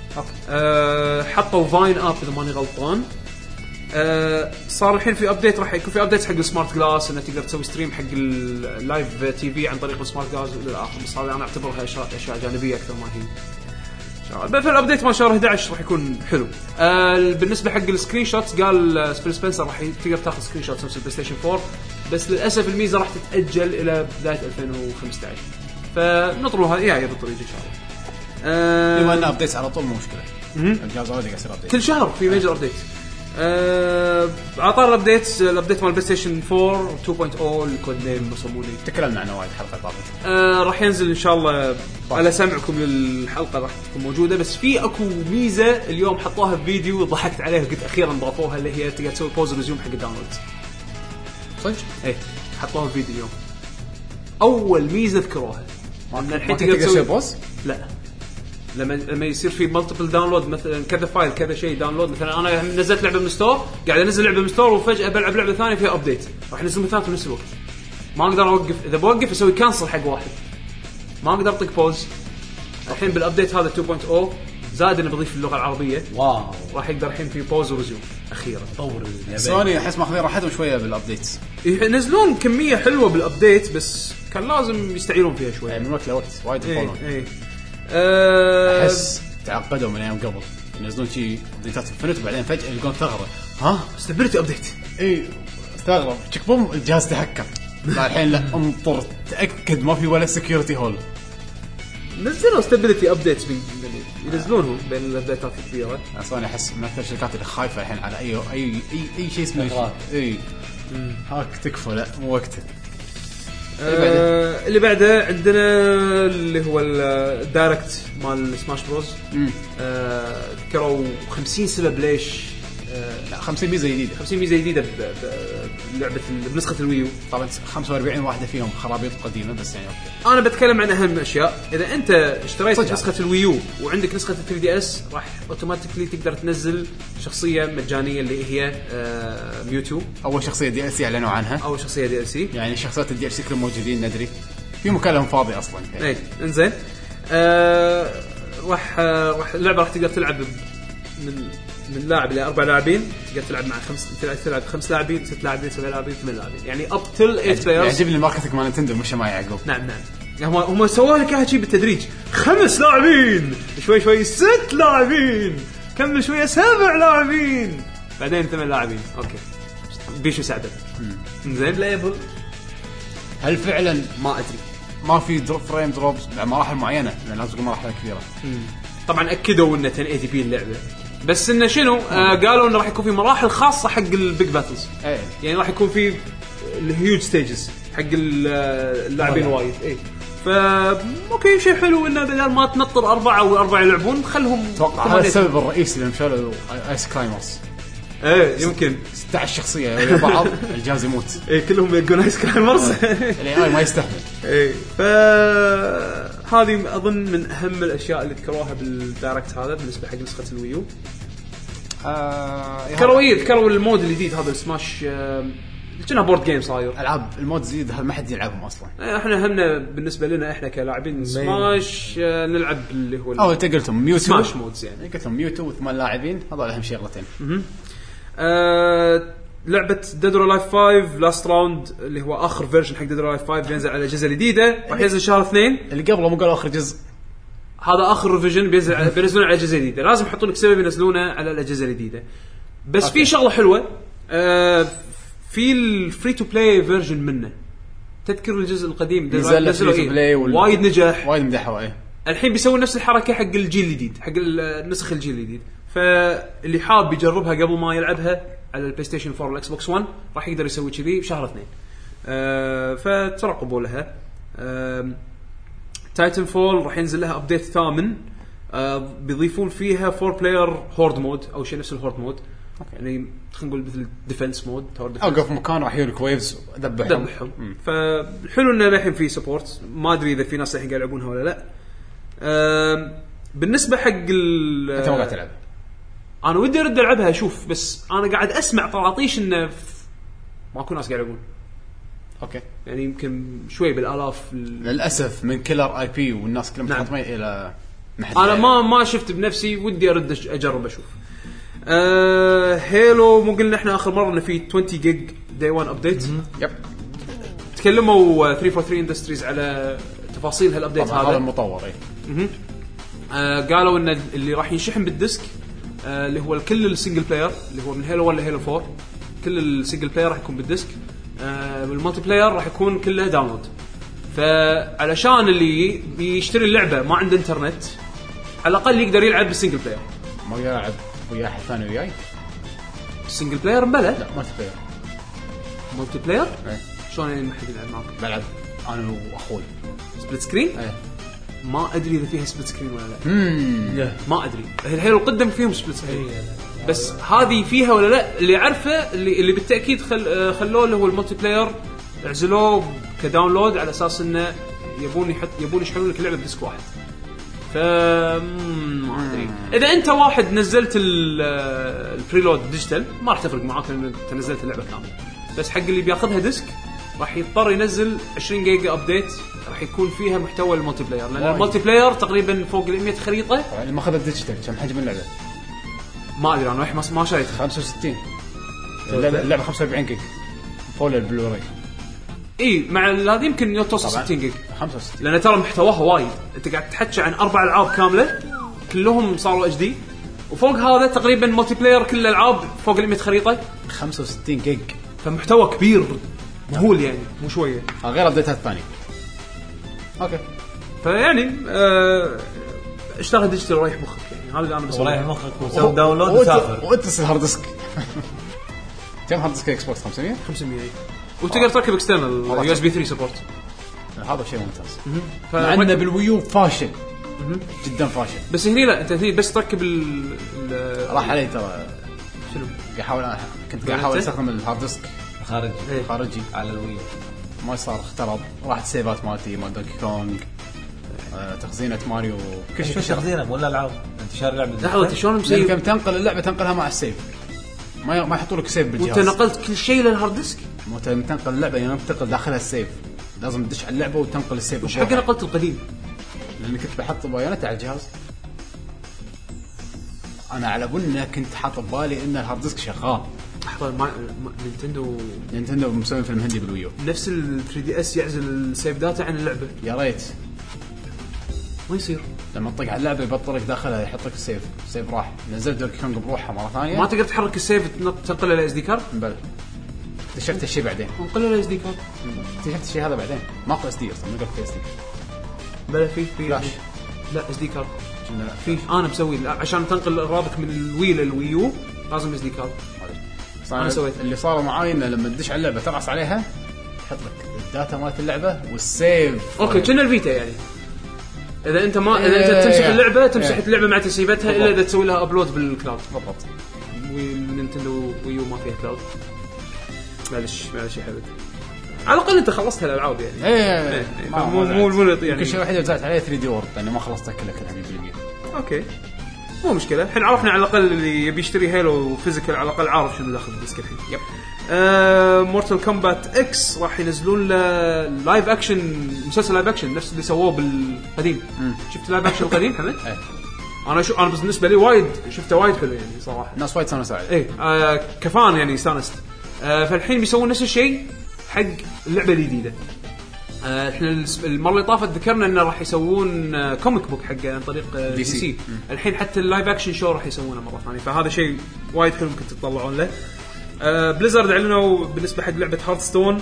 Speaker 2: حطوا فاين اب اذا ماني غلطان. صار الحين في ابديت راح يكون في ابديت حق السمارت جلاس انه تقدر تسوي ستريم حق اللايف تي في عن طريق السمارت جلاس للاخر. بس هذا انا اعتبرها اشياء جانبيه اكثر ما هي شغال. الابديت ما شهر 11 راح يكون حلو. بالنسبه حق السكرين شوتس قال سبنسر راح تقدر تاخذ سكرين شوتس نفس البلاي ستيشن 4 بس للاسف الميزه راح تتاجل الى بدايه 2015. فنطروا هذا جاي بالطريق ان شاء الله.
Speaker 1: بما ان ابديت على طول مو مشكله. الجهاز اوريدي قاعد يصير ابديت
Speaker 2: كل شهر في ميجر ابديت. عطار الابديت مال بلاي ستيشن 4 2.0 الكود نيم بصموني
Speaker 1: تكلمنا عنه وايد حلقه طافت.
Speaker 2: راح ينزل ان شاء الله على سمعكم للحلقه راح تكون موجوده. بس في اكو ميزه اليوم حطوها في فيديو وضحكت عليها قلت اخيرا ضافوها اللي هي تقدر تسوي بوز ريزيوم حق الداونلود.
Speaker 1: صدق
Speaker 2: ايه حطوها في فيديو اليوم. اول ميزه ذكروها ان الحين تقدر تسوي
Speaker 1: بوز.
Speaker 2: لا لما يصير في مالتيبل داونلود مثلا كذا فايل كذا شيء داونلود مثلا انا نزلت لعبه من ستور قاعد انزل لعبه من ستور وفجاه بلعب لعبه ثانيه فيها ابديت راح انزل مثلا في نفس الوقت ما اقدر اوقف اذا بوقف اسوي كانسل حق واحد ما اقدر اطق بوز. الحين بالابديت هذا 2.0 زاد انه بضيف اللغه العربيه
Speaker 3: واو
Speaker 2: راح يقدر الحين في بوز وريزيوم اخيرا
Speaker 3: طور
Speaker 1: سوني احس ماخذين راحتهم شويه بالابديت
Speaker 2: ينزلون كميه حلوه بالابديت بس كان لازم يستعيرون فيها شويه
Speaker 1: من وقت لوقت وايد يطولون. احس تعقدوا من ايام قبل ينزلون شيء ابديتات انفنت وبعدين فجاه يلقون ثغره
Speaker 2: استبرتي ابديت
Speaker 1: استغرب تشك بوم الجهاز تهكر. الحين لا انطر تاكد ما في ولا سكيورتي هول.
Speaker 2: نزلوا ستابيليتي ابديتس ينزلونهم بين الابديتات الكبيره.
Speaker 1: اصلا احس من اكثر الشركات اللي خايفه الحين على اي شيء اسمه هاك تكفى لا مو وقته.
Speaker 2: اللي بعده عندنا اللي هو الدايركت مال سماش بروز. ذكروا 50 سبب ليش
Speaker 1: لا 50 ميزه جديده
Speaker 2: 50 ميزه جديده بلعبه بنسخه الويو.
Speaker 1: طبعا 45 واحده فيهم خرابيط قديمه بس يعني اوكي.
Speaker 2: انا بتكلم عن اهم اشياء. اذا انت اشتريت نسخه الويو وعندك نسخه 3DS راح اوتوماتيكلي تقدر تنزل شخصيه مجانيه اللي هي ميوتو.
Speaker 1: اول شخصيه DLC اعلنوا عنها.
Speaker 2: اول شخصيه DLC يعني
Speaker 1: شخصيات DLC كلهم موجودين ندري في مكالمه فاضي اصلا.
Speaker 2: اي انزين راح اللعبه راح تقدر تلعب من لاعب الى 4 لاعبين. تقدر تلعب مع 5 لاعبين 6 لاعبين 7 لاعبين 8 لاعبين يعني اب تل 8 بلايرز.
Speaker 1: يعجبني الماركتينج مال نينتندو مش ما يعقوب.
Speaker 2: نعم هم سووا لك هذا شيء بالتدريج 5 لاعبين شوي 6 لاعبين كمل شويه 7 لاعبين بعدين 8 لاعبين. اوكي بيشو سعده زين بلايبل.
Speaker 1: هل فعلا
Speaker 2: ما ادري
Speaker 1: ما في دروب فريم دروبس بمراحل معينه لان لازم تكون مراحل كبيره.
Speaker 2: طبعا اكدوا انه 1080p اللعبه بس انه شنو قالوا انه راح يكون في مراحل خاصه حق البيج باتلز. يعني راح يكون في الهيوج ستيجز حق اللاعبين وايد. اوكي شيء حلو انه بدل ما تنطر 4 او 4 يلعبون خلهم.
Speaker 1: اتوقع هذا السبب الرئيسي اللي مشالوا ايس كلايمرز.
Speaker 2: يمكن
Speaker 1: 16 شخصيه ويا بعض الجهاز يموت.
Speaker 2: كلهم يلقون ايس كلايمرز.
Speaker 1: الاي ما يستحمل.
Speaker 2: هذه اظن من اهم الاشياء اللي ذكروها بالدايركت هذا بالنسبه حق نسخه الويو. ذكروا المود الجديد هذا السماش كنا بورد جيم صاير
Speaker 1: العاب المود جديد هذا ما حد يلعبهم اصلا.
Speaker 2: احنا همنا بالنسبه لنا احنا كلاعبين سماش نلعب اللي هو
Speaker 1: انت قلتهم ميوتو
Speaker 2: سماش مودز يعني
Speaker 1: قلتهم ميوتو و8 لاعبين هذول اهم شغلتين.
Speaker 2: لعبه ديد اور لايف 5 لاست راوند اللي هو اخر فيرجن حق ديد اور لايف 5 بينزل على اجهزه جديده راح ينزل شهر 2.
Speaker 1: اللي قبله مو قالوا اخر جزء
Speaker 2: هذا اخر ريفيجن بينزلونه على اجهزه جديده. لازم يحطون لك سبب ينزلونه على الاجهزه الجديده. بس في شغله حلوه في الفري تو بلاي فيرجن منه. تذكر الجزء القديم نزلوا وايد نجح
Speaker 1: وايد مدحوا.
Speaker 2: الحين بيسوون نفس الحركه حق الجيل الجديد حق النسخ الجيل الجديد. فاللي حاب يجربها قبل ما يلعبها على البلاي ستيشن 4 والاكس بوكس 1 راح يقدر يسوي كذي بشهر 2. فترقبوا لها. تايتن فول راح ينزل لها ابديت ثامن. بيضيفون فيها 4 بلاير هورد مود او شيء نفس الهورد مود. يعني خلينا نقول مثل ديفنس مود
Speaker 1: اوقف مكان راح يورك ويفز ذبحهم.
Speaker 2: فالحلو انه الحين في سبورت. ما ادري اذا في ناس الحين قاعد يلعبونها ولا لا. بالنسبه حق
Speaker 1: انت ما قاعد تلعب.
Speaker 2: انا ودي ارد العبها اشوف بس انا قاعد اسمع طراطيش انه ماكو ناس قاعد يلعبون. اوكي يعني يمكن شوي بالالاف
Speaker 1: للاسف من كيلر اي بي والناس كلهم متحطمين الى
Speaker 2: محل. انا ما شفت بنفسي ودي ارد اجرب اشوف. هيلو مو قلنا احنا اخر مره انه في 20 جيج داي 1 ابديت.
Speaker 1: يب
Speaker 2: تكلموا 343 اندستريز على تفاصيل هالابديت هذا
Speaker 1: المطور.
Speaker 2: قالوا ان اللي راح ينشحن بالديسك اللي هو كل السنجل بلاير اللي هو من هيلو 1 لهيلو 4 كل السنجل بلاير راح يكون بالديسك. والمالتي بلاير راح يكون كله داونلود. فعلشان اللي بيشتري اللعبه ما عنده انترنت على الاقل يقدر يلعب بالسنجل بلاير.
Speaker 1: ما يلعب ويا احد ثاني وياي
Speaker 2: سنجل بلاير مبلى.
Speaker 1: لا مالتي بلاير
Speaker 2: شلون يعني ما حد يلعب معك؟
Speaker 1: بلعب انا واخوي
Speaker 2: سبليت سكرين. ما ادري اذا فيها سبليت سكرين ولا لا. ما ادري الحين القدم فيهم سبليت سكرين بس هذه فيها ولا لا. اللي عارفه اللي بالتاكيد خلوه اللي هو المالتي بلاير اعزلوه كداونلود على اساس انه يبون يشحنون لك اللعبه بديسك واحد. ما ادري اذا انت واحد نزلت البريلود ديجيتال ما راح تفرق معاك لان انت نزلت اللعبه كامله. بس حق اللي بياخذها ديسك راح يضطر ينزل 20 جيجا ابديت راح يكون فيها محتوى الملتي بلاير لان الملتي بلاير تقريبا فوق ال 100 خريطه.
Speaker 1: يعني ما اخذ الديجيتال كم حجم اللعبه؟
Speaker 2: ما ادري انا ما شريتها
Speaker 1: 65 اللعبه 45 جيجا فوق البلوراي.
Speaker 2: اي مع هذا يمكن توصل 60 جيجا
Speaker 1: 65
Speaker 2: لان ترى محتواها وايد. انت قاعد تحكي عن 4 العاب كامله كلهم صاروا اتش دي وفوق هذا تقريبا ملتي بلاير كل الالعاب فوق ال 100 خريطه
Speaker 1: 65 جيج
Speaker 2: فمحتوى كبير مهول يعني مو شويه
Speaker 1: غير ابديتات ثانيه. اوكي
Speaker 2: فيعني اشتغل ديجيتال رايح مخك يعني هذا اللي انا بسويه
Speaker 3: رايح مخك وسوي داونلود وسافر
Speaker 1: وانت تصير هارد ديسك. كم هارد ديسك اكس بوكس 500
Speaker 2: وتقدر تركب اكسترنال يو اس بي 3 سبورت.
Speaker 1: هذا شيء ممتاز. عندنا بالويو فاشل جدا فاشل.
Speaker 2: بس هني لا انت هني بس تركب
Speaker 1: راح علي ترى
Speaker 2: شنو
Speaker 1: كنت قاعد احاول استخدم الهارد ديسك خارجي
Speaker 3: على الويو
Speaker 1: ما صار اخترب راحت سيفات مالتي مال دونكي كونغ تخزينه ماريو
Speaker 3: كل شيء تخزينه ولا العاب انت شاري لعبه
Speaker 2: لحظه شلون مسوي
Speaker 1: كم تنقل اللعبه تنقلها مع السيف ما يحطوا لك سيف بالجهاز
Speaker 2: وانت نقلت كل شيء للهارد ديسك
Speaker 1: مو تنقل اللعبه يعني تنقل داخلها السيف لازم تدش على اللعبه وتنقل السيف.
Speaker 2: وش حق نقلت القديم
Speaker 1: لاني كنت بحط بايونات على الجهاز انا على بالنا كنت حاط ببالي ان الهارد ديسك شغال.
Speaker 2: لحظه
Speaker 1: نينتندو مسوين فيلم هندي بالويو
Speaker 2: نفس ال 3 دي اس يعزل السيف داتا عن اللعبه.
Speaker 1: يا ريت
Speaker 2: ما يصير
Speaker 1: لما تطق على اللعبه يبطلك داخلها يحط لك السيف راح نزلت دونكي كونغ بروحها مره ثانيه
Speaker 2: ما تقدر تحرك السيف تنقله ل اس دي كارد.
Speaker 1: بل اكتشفت الشيء بعدين
Speaker 2: انقله ل اس دي كارد
Speaker 1: اكتشفت الشيء هذا بعدين ماكو اس دي اصلا ما قلت اس دي
Speaker 2: بلا في
Speaker 1: فلاش
Speaker 2: لا اس دي كارد في انا مسوي عشان تنقل الرابط من الوي للويو لازم اس دي كارد. انا سويت
Speaker 1: اللي صار معاي انه لما تدش على اللعبه ترعس عليها تحط لك الداتا مالت اللعبه والسيف
Speaker 2: اوكي كنا الفيتا يعني اذا انت تمسح اللعبه تمسح اللعبه مع تسييفاتها الا اذا تسوي لها ابلود بالكلاود.
Speaker 1: بالضبط
Speaker 2: والنينتندو ويو ما فيها كلاود. معلش يا حبيبي على الاقل انت خلصت هالالعاب يعني مو يعني
Speaker 1: كل شيء واحد زادت عليه 3 دي وورد يعني ما خلصتها كلها 100%.
Speaker 2: اوكي مو مشكله الحين عرفنا على الاقل اللي يبي يشتري هيلو فيزيكال على الاقل عارف شنو داخل الديسك الحين.
Speaker 1: يب
Speaker 2: مورتال كومبات اكس راح ينزلون له لايف اكشن مسلسل لايف اكشن نفس اللي سووه بالقديم. شفت لايف اكشن القديم حمد؟ انا بالنسبه لي وايد شفته وايد حلو يعني صراحه
Speaker 1: الناس وايد استانسوا عليه
Speaker 2: كفان يعني استانست. فالحين بيسوون نفس الشيء حق اللعبه الجديده. احنا المره اللي طافت ذكرنا انه راح يسوون كوميك بوك حق عن طريق دي سي. الحين حتى اللايف اكشن شو راح يسوونه مره ثانيه فهذا شيء وايد حلو ممكن تطلعون له. بليزرد اعلنوا بالنسبه حق لعبه هارتستون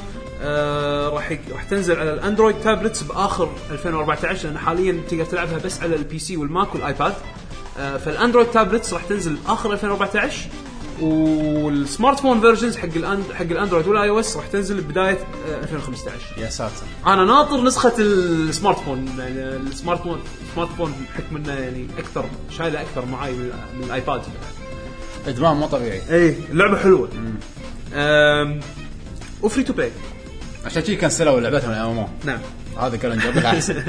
Speaker 2: راح تنزل على الاندرويد تابلتس باخر 2014 لان حاليا تقدر تلعبها بس على البي سي والماك والايباد. فالاندرويد تابلتس راح تنزل اخر 2014 والسمارت فون فيرجنز حق الاندرويد والاي او اس راح تنزل بدايه 2015.
Speaker 1: يا ساتر
Speaker 2: انا ناطر نسخه السمارت فون يعني السمارت فون حكم انه يعني اكثر شايله اكثر معاي من الايباد
Speaker 1: ادمان مو طبيعي.
Speaker 2: اي اللعبه حلوه وفري تو بلاي
Speaker 1: عشان كذي كنسلوا لعبتهم الامامو.
Speaker 2: نعم
Speaker 1: هذا كان نجرب احسن.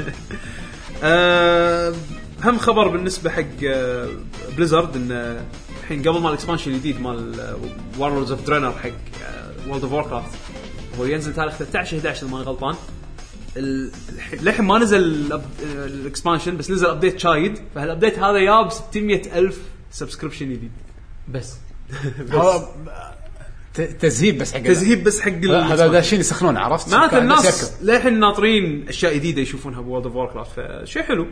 Speaker 2: هم خبر بالنسبه حق بليزرد ان الحين قبل ما الاكسبانشن الجديد مال وارلدز اوف درينر حق وورلد اوف واركرافت هو ينزل تاريخ 13/11 ما غلطان. للحين ما نزل الاكسبانشن بس نزل ابديت شايد فهالابديت هذا جاب 600,000 سبسكريبشن جديد
Speaker 3: بس
Speaker 1: تزهيب بس حق
Speaker 2: هذا
Speaker 1: داشين يسخنون عرفت
Speaker 2: معناته الناس للحين ناطرين اشياء جديده يشوفونها بوورلد اوف واركرافت فشيء حلو.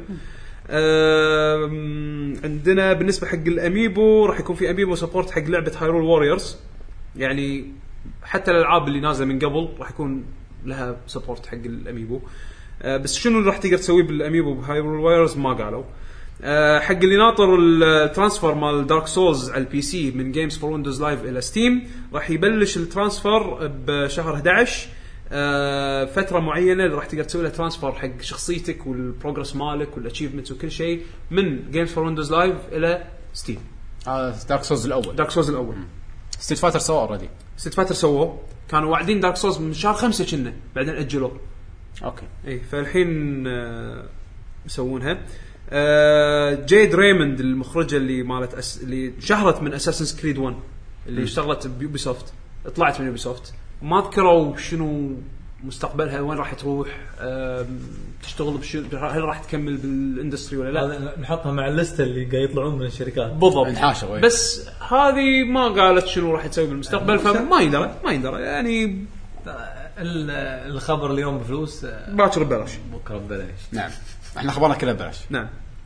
Speaker 2: عندنا بالنسبه حق الاميبو راح يكون في اميبو سبورت حق لعبه هايرول ووريرز يعني حتى الالعاب اللي نازله من قبل راح يكون لها سبورت حق الاميبو. بس شنو راح تقدر تسوي بالاميبو بهايرول ووريرز ما قالوا. حق اللي ناطر الترانسفير مال دارك سولز على البي سي من جيمز فور ويندوز لايف الى ستيم راح يبلش الترانسفير بشهر 11. فتره معينه اللي راح تقدر تسوي لها ترانسفير حق شخصيتك والبروجرس مالك والاتشيفمنتس وكل شيء من جيمز فور ويندوز لايف الى ستيم.
Speaker 1: دارك سولز الاول ستيت فايتر سووا اوريدي.
Speaker 2: ستيت فايتر سووا كانوا واعدين دارك سولز من شهر 5 كنا بعدين اجلوه.
Speaker 1: اوكي
Speaker 2: اي فالحين يسوونها. جيد ريموند المخرجه اللي مالت اللي شهرت من اساسنز كريد 1 اللي اشتغلت بيوبي سوفت، طلعت من يوبي سوفت، ما ذكروا شنو مستقبلها، وين راح تروح، تشتغل بشنو، هل راح تكمل بالاندستري ولا لا.
Speaker 3: نحطها مع الليسته اللي قاعد يطلعون من الشركات
Speaker 2: بالضبط.
Speaker 1: بس
Speaker 2: هذه ما قالت شنو راح تسوي بالمستقبل، فما يندرى يعني.
Speaker 3: الخبر اليوم بفلوس،
Speaker 2: باكر ببلاش،
Speaker 3: بكره ببلاش.
Speaker 1: نعم، احنا خبرنا كلها ببلاش.
Speaker 2: نعم.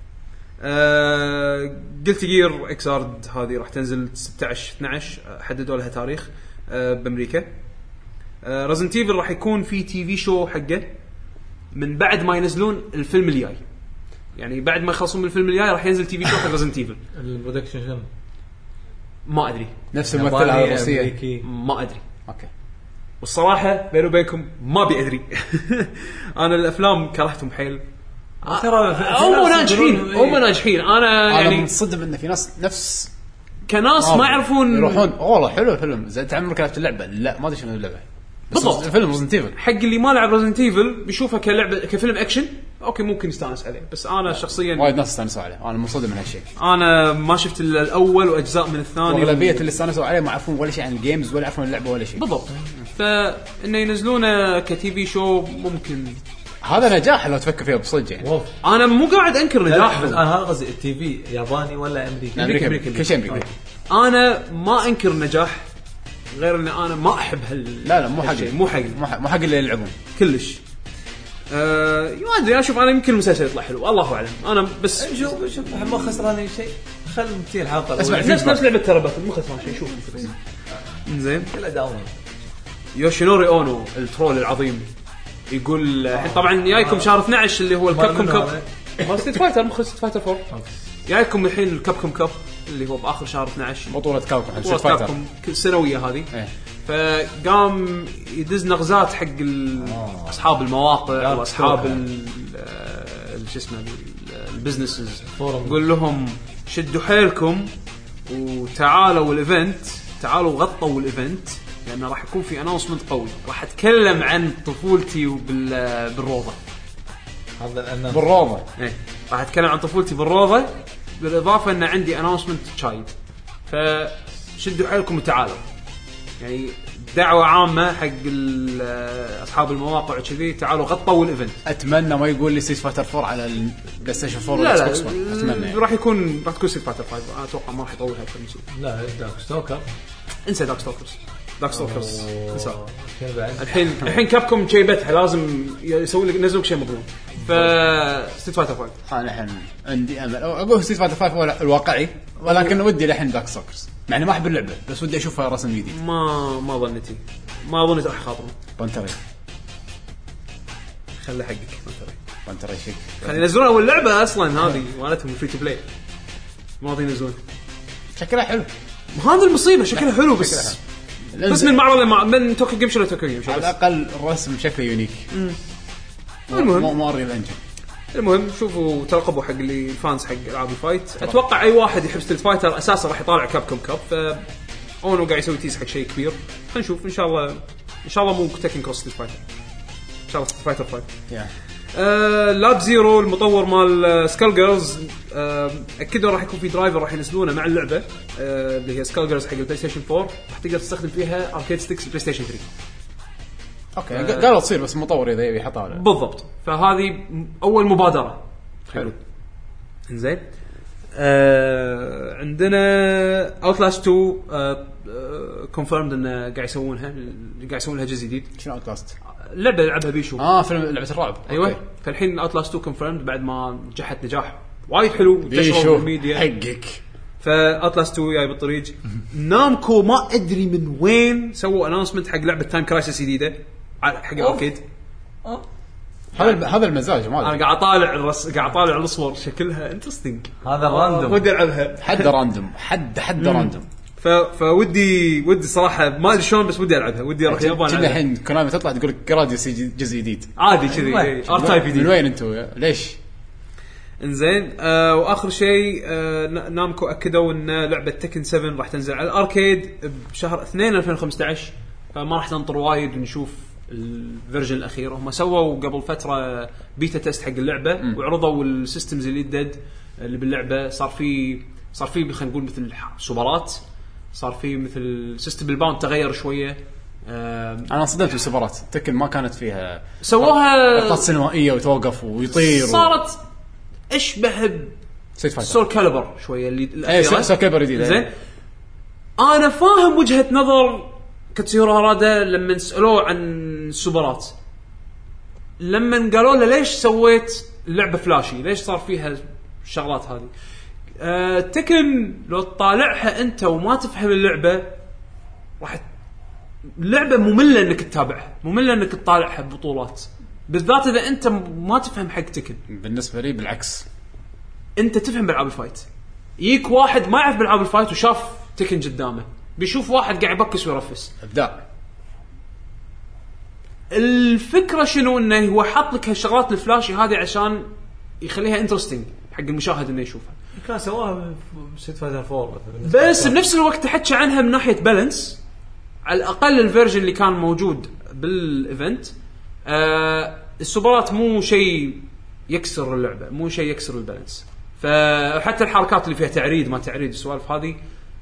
Speaker 2: قلت جير اكسارد هذه راح تنزل 16/12، حددوا لها تاريخ بامريكا. ريزنت ايفل راح يكون في تي في شو حقه من بعد ما ينزلون الفيلم الجاي، يعني بعد ما يخلصون من الفيلم الجاي راح ينزل تي في شو حق ريزنت ايفل.
Speaker 3: البرودكشن شنو؟
Speaker 2: ما ادري،
Speaker 1: نفس الممثله الروسيه،
Speaker 2: ما ادري.
Speaker 1: اوكي.
Speaker 2: والصراحه بيني وبينكم ما ادري. انا الافلام كرهتهم حيل.
Speaker 3: ترى
Speaker 2: هم ناجحين. انا يعني
Speaker 1: منصدم ان في ناس نفس
Speaker 2: كناس ما يعرفون
Speaker 1: يروحون والله حلو الفيلم زي تعمرك لعبه اللعبه، لا ما ادري شنو اللعبه
Speaker 2: بالضبط.
Speaker 1: الفيلم ريزنت ايفل
Speaker 2: حق اللي ما لعب ريزنت ايفل بيشوفها كلعبه كفيلم اكشن، اوكي ممكن يستانس عليه، بس انا شخصيا
Speaker 1: وايد ناس استانسوا عليه، انا منصدم من هالشيء.
Speaker 2: انا ما شفت الاول واجزاء من الثاني،
Speaker 1: واغلبيه اللي استانسوا عليه ما يعرفون ولا شيء عن الجيمز ولا يعرفون اللعبه ولا شيء.
Speaker 2: بالضبط. فانه ينزلونه كتي في شو ممكن
Speaker 1: هذا نجاح لو تفكر فيه بصدق يعني.
Speaker 2: انا مو قاعد انكر نجاح،
Speaker 3: بس انا قصدي التي في ياباني ولا امريكي؟
Speaker 1: كل شيء امريكي.
Speaker 2: انا ما انكر نجاح، غير ان انا ما احب
Speaker 1: لا مو حقي، مو حق اللي يلعبون
Speaker 2: كلش. ما ادري، اشوف انا يمكن المسلسل يطلع حلو، الله اعلم. انا بس
Speaker 3: شوف ما خسران شيء، خل نمتي الحلقه
Speaker 2: اسمع نفس لعبه تربت، مو خسران شيء. شوف زين
Speaker 3: كله داون.
Speaker 2: يوشينوري اونو الترول العظيم يقول طبعا جايكم شهر 12 اللي هو الكابكوم كاب ستريت فايتر، مخرج ستريت فايتر 4. جايكم الحين الكابكوم كاب اللي هو باخر شهر 12،
Speaker 1: بطوله كابكوم
Speaker 2: السنويه هذه. فقام يدز نغزات حق اصحاب المواقع واصحاب شو اسمه البزنسز، يقول لهم شدوا حيلكم وتعالوا الايفنت، تعالوا غطوا الايفنت، لأنه راح يكون في أناونسمنت قوي، راح أتكلم عن طفولتي بالروضة.
Speaker 3: هذا
Speaker 1: بالروضة.
Speaker 2: إيه راح أتكلم عن طفولتي بالروضة، بالإضافة أن عندي أناونسمنت شايد، فشدوا حيلكم وتعالوا. يعني دعوة عامة حق أصحاب المواقع وكذي، تعالوا غطوا الإيفنت.
Speaker 1: أتمنى ما يقول لي ستريت فايتر 4 على البلاي ستيشن 4
Speaker 2: ولا
Speaker 1: اكس بوكس 1. أتمنى يعني.
Speaker 2: راح تكون ستريت فايتر 5. أتوقع ما راح يطولها أكثر من شيء.
Speaker 3: لا دارك ستوكر،
Speaker 2: انسى دارك ستوكرز انسى. الحين كابكوم جيبتها، لازم يسوي لك ينزلوا شيء مضمون. ستريت فايتر 5
Speaker 1: انا الحين عندي امل اقول ستريت فايتر 5 ولا الواقعي، ولكن ودي الحين دارك ستوكرز، يعني ما احب اللعبه بس ودي اشوفها رسم جديد.
Speaker 2: ما ظنيت راح خاطر
Speaker 1: بانتري،
Speaker 2: خلي حقك
Speaker 1: بانتري شيك،
Speaker 2: خلي ينزلون اول لعبه اصلا هذه مالتهم فري تو بلاي، ما راضي ينزلون.
Speaker 1: شكلها حلو،
Speaker 2: هذا المصيبه، شكلها حلو بس من معرض من توكي جيم شو توكي جيم
Speaker 1: على الاقل الرسم شكله يونيك.
Speaker 2: المهم
Speaker 1: ما اري الانجن.
Speaker 2: المهم شوفوا ترقبوا حق اللي الفانز حق العاب الفايت. اتوقع اي واحد يحب ستريت فايتر اساسا راح يطالع كابكوم كاب، فاونو قاعد يسوي تيز حق شيء كبير. خلينا نشوف ان شاء الله مو تكن كروس ستريت فايتر، ان شاء الله ستريت فايتر 5. لاب زيرو المطور مال سكال جيرلز اكدوا راح يكون في درايفر راح ينزلونه مع اللعبه اللي هي سكال جيرلز حق البلاي ستيشن 4، راح تقدر تستخدم فيها اركيد ستيكس البلاي ستيشن 3.
Speaker 1: اوكي قالوا تصير بس المطور اذا يبي يحطها
Speaker 2: بالضبط. فهذه اول مبادره حلو. انزين عندنا اوتلاست 2 كونفيرمد انه قاعد يسوون لها جزء جديد.
Speaker 1: شنو اوتلاست؟
Speaker 2: لعبه يلعبها بيشو،
Speaker 1: فيلم لعبه الرعب.
Speaker 2: ايوه أوكي. فالحين اوتلاست 2 كونفيرمد بعد ما نجحت نجاح وايد حلو
Speaker 1: بيشو الميديا حقك.
Speaker 2: فاوتلاست 2 جاي بالطريق. نامكو ما ادري من وين سووا اناونسمنت حق لعبه تايم كرايسيس جديده حق الاركيد.
Speaker 1: هذا المزاج مالي.
Speaker 2: انا قاعد اطالع الصور شكلها انترستينج.
Speaker 3: هذا راندوم،
Speaker 2: ودي العبها
Speaker 1: حد راندوم حد راندوم.
Speaker 2: فودي صراحه ما ادري شلون، بس ودي العبها، ودي اروح اليابان.
Speaker 1: كنا الحين كونامي تطلع تقول لك جراديوس جزء جديد
Speaker 2: عادي كذي ار تايب جديد.
Speaker 1: من وين انتم ليش؟
Speaker 2: انزين واخر شيء نامكو اكدوا ان لعبه تكن 7 راح تنزل على الاركيد بشهر 2 2015، فما راح ننطر وايد ونشوف الفيرجن الاخير. هم سووا قبل فتره بيتا تيست حق اللعبه وعرضوا السيستمز اللي باللعبه. صار في خلينا نقول مثل سوبرات، صار في مثل سيستم الباوند تغير شويه.
Speaker 1: انا انصدمت بالسوبرات. تكن ما كانت فيها
Speaker 2: سووها
Speaker 1: لقطات سينمائيه وتوقف ويطير
Speaker 2: صارت اشبه سول كاليبر شويه اللي
Speaker 1: سول كاليبر جديد.
Speaker 2: زين انا فاهم وجهه نظر كاتسيورو هارادا لما سالوه عن السوبرات، لما قالوا له ليش سويت اللعبه فلاشي، ليش صار فيها الشغلات هذه. تكن لو تطالعها انت وما تفهم اللعبه راح اللعبه ممله انك تتابعها، ممله انك تطالعها ببطولات، بالذات اذا انت ما تفهم حق تكن.
Speaker 1: بالنسبه لي بالعكس،
Speaker 2: انت تفهم بالعاب الفايت. يجيك واحد ما يعرف بالعاب الفايت وشاف تكن قدامه بيشوف واحد قاعد يبكس ويرفس.
Speaker 1: ابداع.
Speaker 2: الفكره شنو انه هو حط لك هالشغلات الفلاشي هذه عشان يخليها انترستينج حق المشاهد انه يشوفها.
Speaker 3: كان سواها بسيت فايتر 4
Speaker 2: بس بنفس الوقت تحكي عنها من ناحيه بالانس. على الاقل الفيرجن اللي كان موجود بالايفنت السوبرات مو شيء يكسر اللعبه، مو شيء يكسر البالانس. فحتى الحركات اللي فيها تعريض ما تعريض السوالف هذه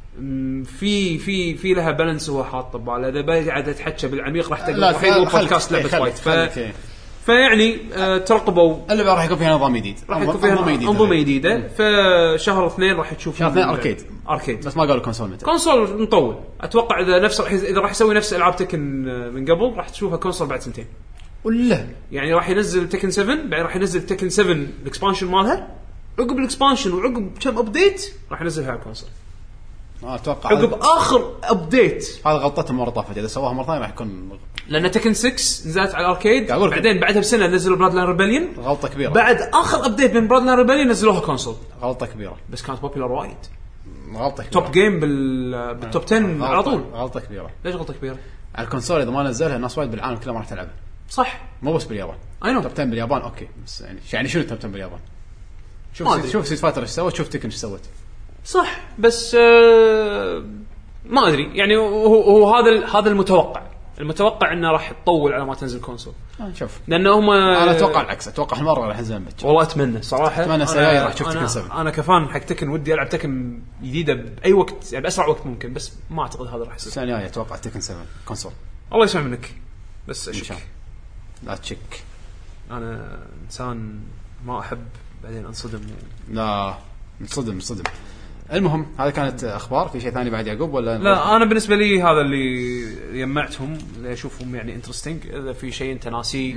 Speaker 2: في لها بالانس هو حاطه بباله. اذا بعد تحكي بالعميق راح تلقى بودكاست لعبه فايت. فيعني ترقبوا
Speaker 1: اللي راح يكون فيها نظام جديد،
Speaker 2: راح يكون فيها انظمه جديده. فشهر 2 راح تشوف
Speaker 1: شهر 2 اركيد بس ما قالوا كونسول متى.
Speaker 2: كونسول مطول اتوقع. اذا راح يسوي نفس العاب تكن من قبل راح تشوفها كونسول بعد 2
Speaker 1: ولا
Speaker 2: يعني راح ينزل تكن 7، بعدين راح ينزل تكن 7 الاكسبانشن مالها، عقب الاكسبانشن وعقب كم ابديت راح ينزلها على الكونسول.
Speaker 1: اتوقع
Speaker 2: عقب اخر ابديت.
Speaker 1: هذا غلطتهم مره طافت، اذا سواها مره ثانيه راح يكون
Speaker 2: لان تكن 6 نزلت على الاركيد، بعدين بعدها بسنه نزلوا برادلاين ريبليون.
Speaker 1: غلطه كبيره.
Speaker 2: بعد اخر ابديت من برادلاين ريبليون نزلوها كونسول.
Speaker 1: غلطه كبيره
Speaker 2: بس كانت بوبيلر وايد.
Speaker 1: غلطه كبيره.
Speaker 2: توب جيم بالتوب 10 على طول.
Speaker 1: غلطه كبيره.
Speaker 2: ليش غلطه كبيره؟
Speaker 1: على الكونسول اذا ما نزلها الناس وايد بالعالم كله ما راح تلعبها.
Speaker 2: صح
Speaker 1: مو بس باليابان. توب 10 باليابان اوكي، بس يعني شنو توب 10 باليابان؟ شوف سيت فايتر ايش سوت، شوف تكن ايش سوت.
Speaker 2: صح بس ما ادري يعني هو هذا المتوقع انه راح تطول على ما تنزل كونسول.
Speaker 1: نشوف
Speaker 2: لانه هم
Speaker 1: انا اتوقع العكس، اتوقع المره راح ينزل بكره.
Speaker 2: والله اتمنى صراحه،
Speaker 1: اتمنى السنه راح تشوف تكن 7.
Speaker 2: انا كفان حق تكن ودي العب تكن جديده باي وقت يعني باسرع وقت ممكن، بس ما اعتقد هذا راح يصير
Speaker 1: السنه الجايه. اتوقع تكن 7 كونسول.
Speaker 2: الله يسمع منك بس اشك.
Speaker 1: لا تشك،
Speaker 2: انا انسان ما احب بعدين انصدم يعني.
Speaker 1: لا نصدم. المهم هذا كانت اخبار. في شيء ثاني بعد يعقوب ولا
Speaker 2: لا؟ انا بالنسبه لي هذا اللي جمعتهم اللي اشوفهم يعني انترستينج. اذا في شيء انت ناسي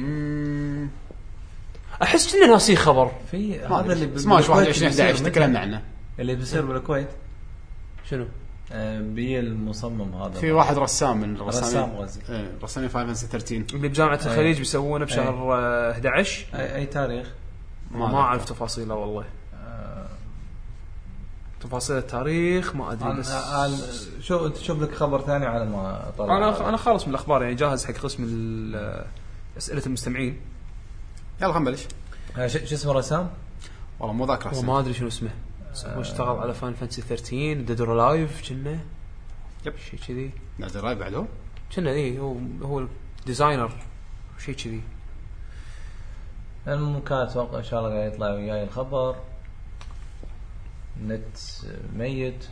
Speaker 2: احس انه ناسي خبر
Speaker 3: في هذا اللي
Speaker 1: سماش 21/11 تكلمنا عنه
Speaker 3: اللي بيصير بالكويت.
Speaker 2: شنو
Speaker 3: بي المصمم هذا
Speaker 1: في واحد رسام من
Speaker 3: رسام غازي
Speaker 1: رسامين 513
Speaker 2: اللي بجامعه الخليج بيسوونه بشهر 11.
Speaker 3: اي تاريخ
Speaker 2: ما اعرف تفاصيله والله. تفاصيل التاريخ ما ادري. بس
Speaker 3: شو انت شوف لك خبر ثاني على ما طلع.
Speaker 2: انا خالص من الاخبار يعني جاهز حق قسم اسئله المستمعين.
Speaker 1: يلا خلينا نبلش.
Speaker 3: شو اسمه رسام؟
Speaker 1: والله مو ذاكر
Speaker 2: ما ادري شنو اسمه. هو اشتغل على فان فانتسي 13 ديد اور لايف كنا.
Speaker 1: يب
Speaker 2: شيء كذي.
Speaker 1: ديد اور لايف بعده
Speaker 2: كنا ايه هو الديزاينر شيء كذي.
Speaker 3: الممكن اتوقع ان شاء الله قاعد يطلع وياي الخبر. نت ميت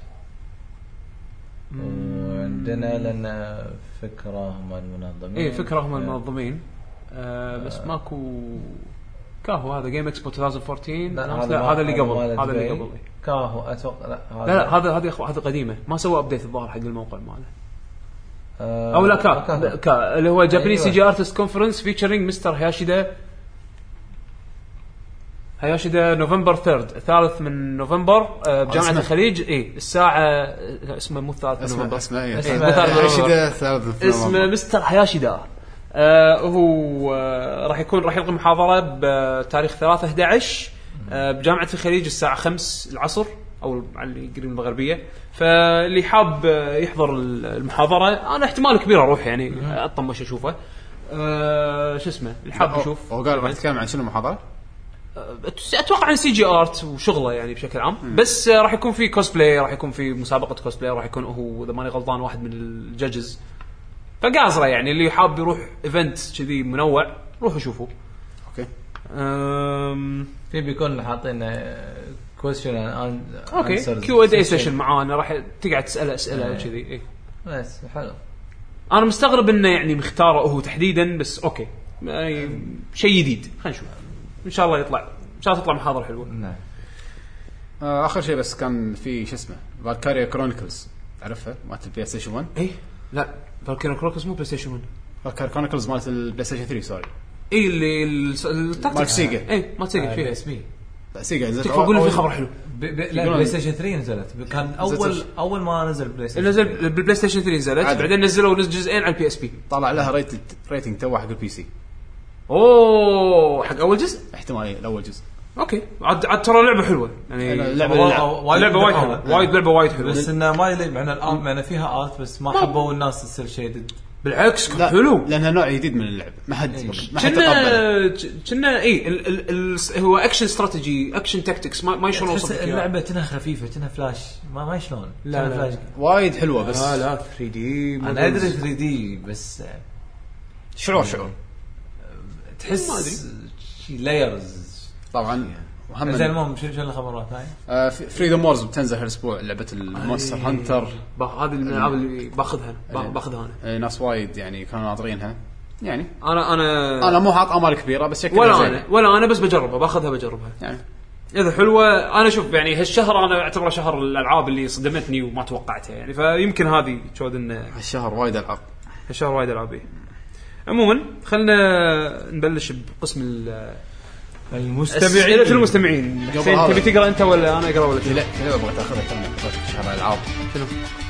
Speaker 3: وعندنا لنا فكرة هم المنظمين.
Speaker 2: ايه فكرة هم المنظمين. بس ماكو كاهو. هذا جيم اكسبو 2014. هذا اللي قبل
Speaker 3: كاهو اتوقع.
Speaker 2: لا هذا قديمة ما سوى ابديت الظاهر حق الموقع ماله. او لا كا اللي هو جابانيز سي جي ارتست كونفرنس فيتشرينج مستر هياشيدا نوفمبر 3 من نوفمبر بجامعة الخليج. ايه الساعة اسمه مو 3 نوفمبر اسمه مستر هياشيدا. هو راح يلقي محاضرة بتاريخ 3/11 بجامعة الخليج الساعة 5 العصر او اللي قريب من الغربية. فاللي حاب يحضر المحاضرة انا احتمال كبير اروح يعني اطمش اشوفه. شو اسمه اللي حاب يشوف.
Speaker 1: هو قال راح يتكلم عن شنو المحاضرة؟
Speaker 2: اتوقع عن سي جي ارت وشغله يعني بشكل عام. بس راح يكون في كوسبلاي، راح يكون في مسابقه كوسبلاي، راح يكون هو اذا ماني غلطان واحد من الجاجز. فقازره يعني اللي حاب يروح ايفنت كذي منوع روحوا شوفوا.
Speaker 1: اوكي
Speaker 3: في بيكون حاطين كويستشن
Speaker 2: اوكي كيو اي سيشن معانا راح تقعد تسال اسئله وكذي. اي
Speaker 3: بس حلو.
Speaker 2: انا مستغرب انه يعني مختاره هو تحديدا بس اوكي شيء جديد خلينا نشوف ان شاء الله يطلع ان شاء الله تطلع محاضره حلوه.
Speaker 3: نعم.
Speaker 1: اخر شيء بس كان في شو اسمه فالكاريا كرونيكلز تعرفها مالت البلاي ستيشن 1.
Speaker 2: اي لا فالكاريا كرونيكلز مو بلاي ستيشن 1.
Speaker 1: فالكاريا كرونيكلز مالت البلاي ستيشن 3 سوري.
Speaker 2: اي اللي
Speaker 1: مال سيجا.
Speaker 2: اي ما سيجا فيها
Speaker 3: اس بي
Speaker 1: سيجا نزلت.
Speaker 2: تقول لي في خبر حلو.
Speaker 3: لا بلاي ستيشن 3 نزلت كان اول ما نزل بلاي ستيشن
Speaker 2: نزل بالبلاي ستيشن 3 نزلت بعدين نزلوا جزئين على البي اس بي
Speaker 1: طلع لها ريتنج تو حق البي سي.
Speaker 2: اوه حق اول جزء
Speaker 1: احتمال الاول جزء.
Speaker 2: اوكي عاد ترى لعبه حلوه يعني
Speaker 1: لعبه
Speaker 2: وايد حلوه وايد لعبه وايد حلوه
Speaker 3: بس انه ما يلعب معنا الان معنا فيها ارت بس ما حبوا الناس تصير شيء
Speaker 2: بالعكس حلو
Speaker 1: لانها نوع جديد من اللعب ما حد تقبله.
Speaker 2: كنا اي هو اكشن استراتيجي اكشن تاكتكس ما شلون
Speaker 3: اوصف اللعبه تنها خفيفه تنها فلاش ما شلون
Speaker 2: لا فلاش
Speaker 1: وايد حلوه بس
Speaker 2: لا 3 دي
Speaker 3: انا ادري 3 دي بس
Speaker 1: شعور
Speaker 3: تحس شي لايرز
Speaker 1: طبعا. وهم
Speaker 3: زين المهم شو الخبرات
Speaker 1: هاي فريدوم وورز بتنزل هالاسبوع لعبه المونستر هانتر.
Speaker 2: هذه الالعاب اللي باخذها انا
Speaker 1: ناس وايد يعني كانوا ناطرينها يعني.
Speaker 2: انا
Speaker 1: مو حاط امال كبيره بس شكلها
Speaker 2: ولا انا بس بجربها يعني اذا حلوه. انا شوف يعني هالشهر انا اعتبره شهر الالعاب اللي صدمتني وما توقعتها يعني فيمكن هذه تشود ان
Speaker 1: هالشهر وايد العاب
Speaker 2: عموما خلنا نبلش بقسم المستمعين. تبي تقرا انت ولا انا اقرا ولا
Speaker 1: لا ابغى تاخذها كم شهر العاب.
Speaker 2: شنو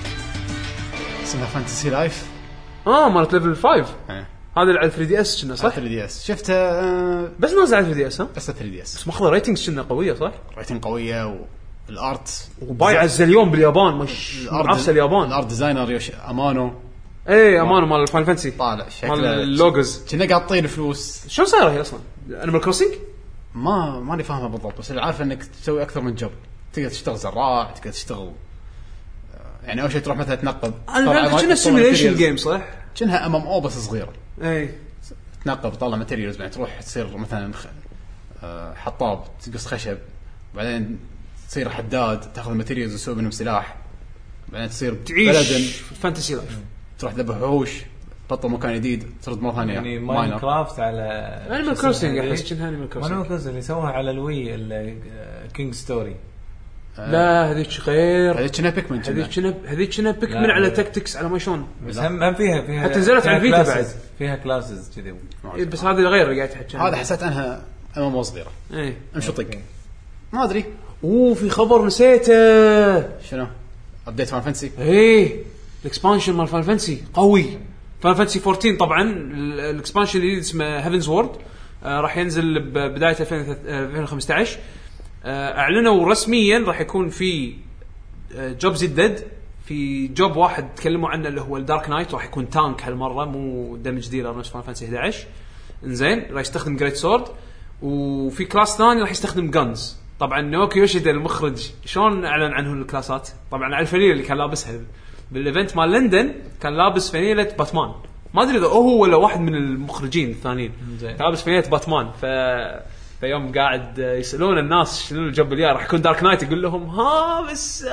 Speaker 1: اسمها فانتسي لايف
Speaker 2: مالت ليفل 5 هذا على 3 دي اس كنا صح
Speaker 1: 3 دي اس شفته
Speaker 2: بس نازل على 3 دي اس
Speaker 1: بس 3 دي اس
Speaker 2: بس ماخذ ريتنجز كنا قويه صح
Speaker 1: ريتنج قويه والارت
Speaker 2: وبايع الزليون باليابان مش عارف اليابان
Speaker 1: الارت ديزاينر امانو
Speaker 2: امانو مال فاينل فانتسي
Speaker 1: طالع شكله
Speaker 2: مال اللوجوز
Speaker 1: كنا قاطين فلوس.
Speaker 2: شو صايره هي اصلا انيمال كروسنج
Speaker 1: ماني فاهمها بالضبط بس عارف انك تسوي اكثر من جوب تقدر تشتغل زراع تقدر تشتغل يعني اول شيء تروح مثلا تنقب.
Speaker 2: كنا سيميليشن جيم صح
Speaker 1: كأنها MMO بس صغيره.
Speaker 2: اي
Speaker 1: تنقب تطلع ماتيريالز بعدين تروح تصير مثلا حطاب تقص خشب بعدين تصير حداد تاخذ الماتيريالز وتسوي منهم سلاح بعدين تصير
Speaker 2: تعيش فانتسي لايف
Speaker 1: تروح ذبح وحوش تبطل مكان جديد ترد مره ثانيه
Speaker 3: يعني ماينكرافت على
Speaker 2: انيمال كروسنج احس كأنها انيمال كروسنج
Speaker 3: اللي سووها على الوي الكينج ستوري.
Speaker 2: لا هذيك غير
Speaker 1: هذيك كنا بيكمن
Speaker 2: هذيك كنا بيكمن على تاكتكس على ما شلون
Speaker 3: بس هم فيها
Speaker 2: حتى نزلت على الفيتا بعد
Speaker 3: فيها كلاسز كذي
Speaker 2: بس هذه غير قاعد تحكي
Speaker 1: هذا حسيت انها MMO صغيره امشي طق ما ادري.
Speaker 2: في خبر نسيته
Speaker 1: شنو ابديت فاينل فانتسي
Speaker 2: الاكسبانشن مال فاينل فانتسي قوي. فاينل فانتسي 14 طبعا الاكسبانشن اللي اسمه هيفنز وورد راح ينزل ببدايه 2015. اعلنوا رسميا راح يكون في جوب جديد في جوب واحد تكلموا عنه اللي هو الدارك نايت راح يكون تانك هالمره مو دمج ديلر نفس فاينل فانتسي 11 انزين راح يستخدم جريت سورد وفي كلاس ثاني راح يستخدم جانز. طبعا نوكي يوشيدا المخرج شلون اعلن عنه الكلاسات طبعا على الفنيله اللي كان لابسها بالايفنت مال لندن كان لابس فنيله باتمان ما ادري اذا هو ولا واحد من المخرجين الثانيين لابس فنيله باتمان فيوم قاعد يسالون الناس شنو الجوب اللي راح يكون دارك نايت يقول لهم بس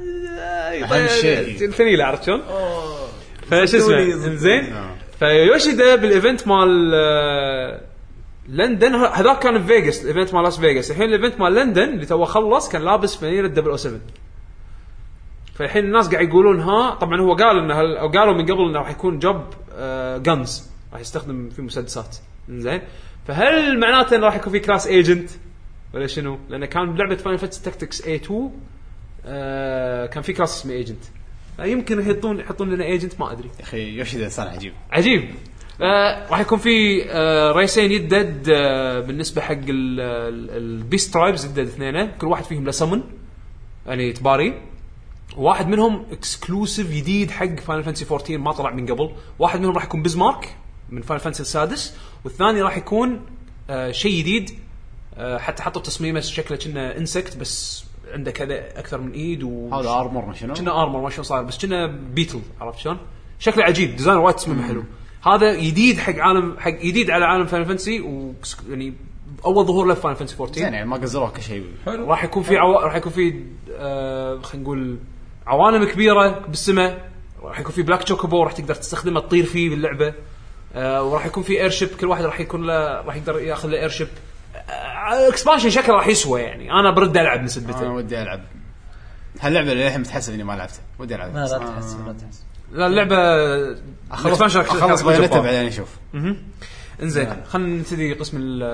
Speaker 2: الفنيله عرفت شلون فايش اسمه زين. فيوشيدا بالايفنت مال لندن هذا كان في فيغاس الايفنت مال لاس فيغاس الحين الايفنت مال لندن اللي تو خلص كان لابس فنيله 007 فالحين الناس قاعد يقولون طبعا هو قال انه او قالوا من قبل انه راح يكون جوب جانز راح يستخدم في مسدسات زين. فهل معناته انه راح يكون في كلاس ايجنت ولا شنو لانه كان بلعبه فاينل فانتسي تاكتكس A2 كان في كلاس اسمه ايجنت فيمكن يحطون لنا ايجنت ما ادري
Speaker 1: يا اخي يوشيدا انسان
Speaker 2: عجيب. راح يكون في رئيسين يدد بالنسبه حق البيست ترايبز يدد اثنين كل واحد فيهم له سمن يعني تباري. واحد منهم اكسكلوسيف جديد حق فاينل فانتسي 14 ما طلع من قبل. واحد منهم راح يكون بيزمارك من فاينل فانتسي السادس والثاني راح يكون شيء جديد حتى حطوا تصميمه شكله كأنه انسكت بس عنده كذا اكثر من ايد
Speaker 1: هذا ارمور ما شنو
Speaker 2: كنا ارمور ما شلون صار بس كنا بيتل عرفت شلون شكله عجيب، ديزاين وايد تصميمه حلو. هذا جديد حق جديد على عالم فاينل فانتسي، يعني اول ظهور له فاينل فانتسي 14
Speaker 1: يعني ما قزروه كشيء
Speaker 2: حلو. راح يكون في راح يكون في خلينا نقول عوالم كبيره بالسماء، راح يكون في بلاك تشوكوبو راح تقدر تستخدمه تطير فيه باللعبه، وراح يكون في ايرشيب، كل واحد راح يكون له راح يقدر ياخذ له ايرشيب. اكسبانشن شكله راح يسوى، يعني انا برد العب نسبته.
Speaker 1: انا ودي العب هاللعبه اللي الحين متحسب اني ما لعبتها، ودي العب.
Speaker 3: لا تحس لا تحس.
Speaker 2: لا اللعبه
Speaker 1: اخلص بياناتها بعدين نشوف.
Speaker 2: انزين خلينا نبتدي قسم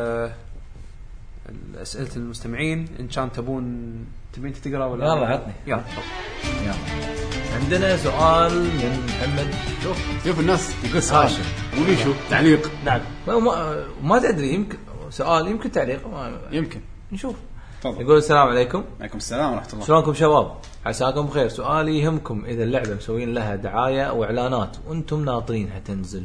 Speaker 2: الاسئله المستمعين. ان كان تبين تقرا ولا
Speaker 3: يلا عطني.
Speaker 2: يلا
Speaker 3: عندنا سؤال من محمد.
Speaker 1: شوف الناس يقول سؤال قولي شو تعليق.
Speaker 3: نعم ما تدري، يمكن سؤال يمكن تعليق
Speaker 1: يمكن
Speaker 3: نشوف.
Speaker 1: طبعا.
Speaker 3: يقول السلام عليكم.
Speaker 1: وعليكم السلام ورحمه الله.
Speaker 3: شلونكم شباب؟ عساكم بخير. سؤالي يهمكم اذا اللعبه مسوين لها دعايه او اعلانات وانتم ناطرينها تنزل،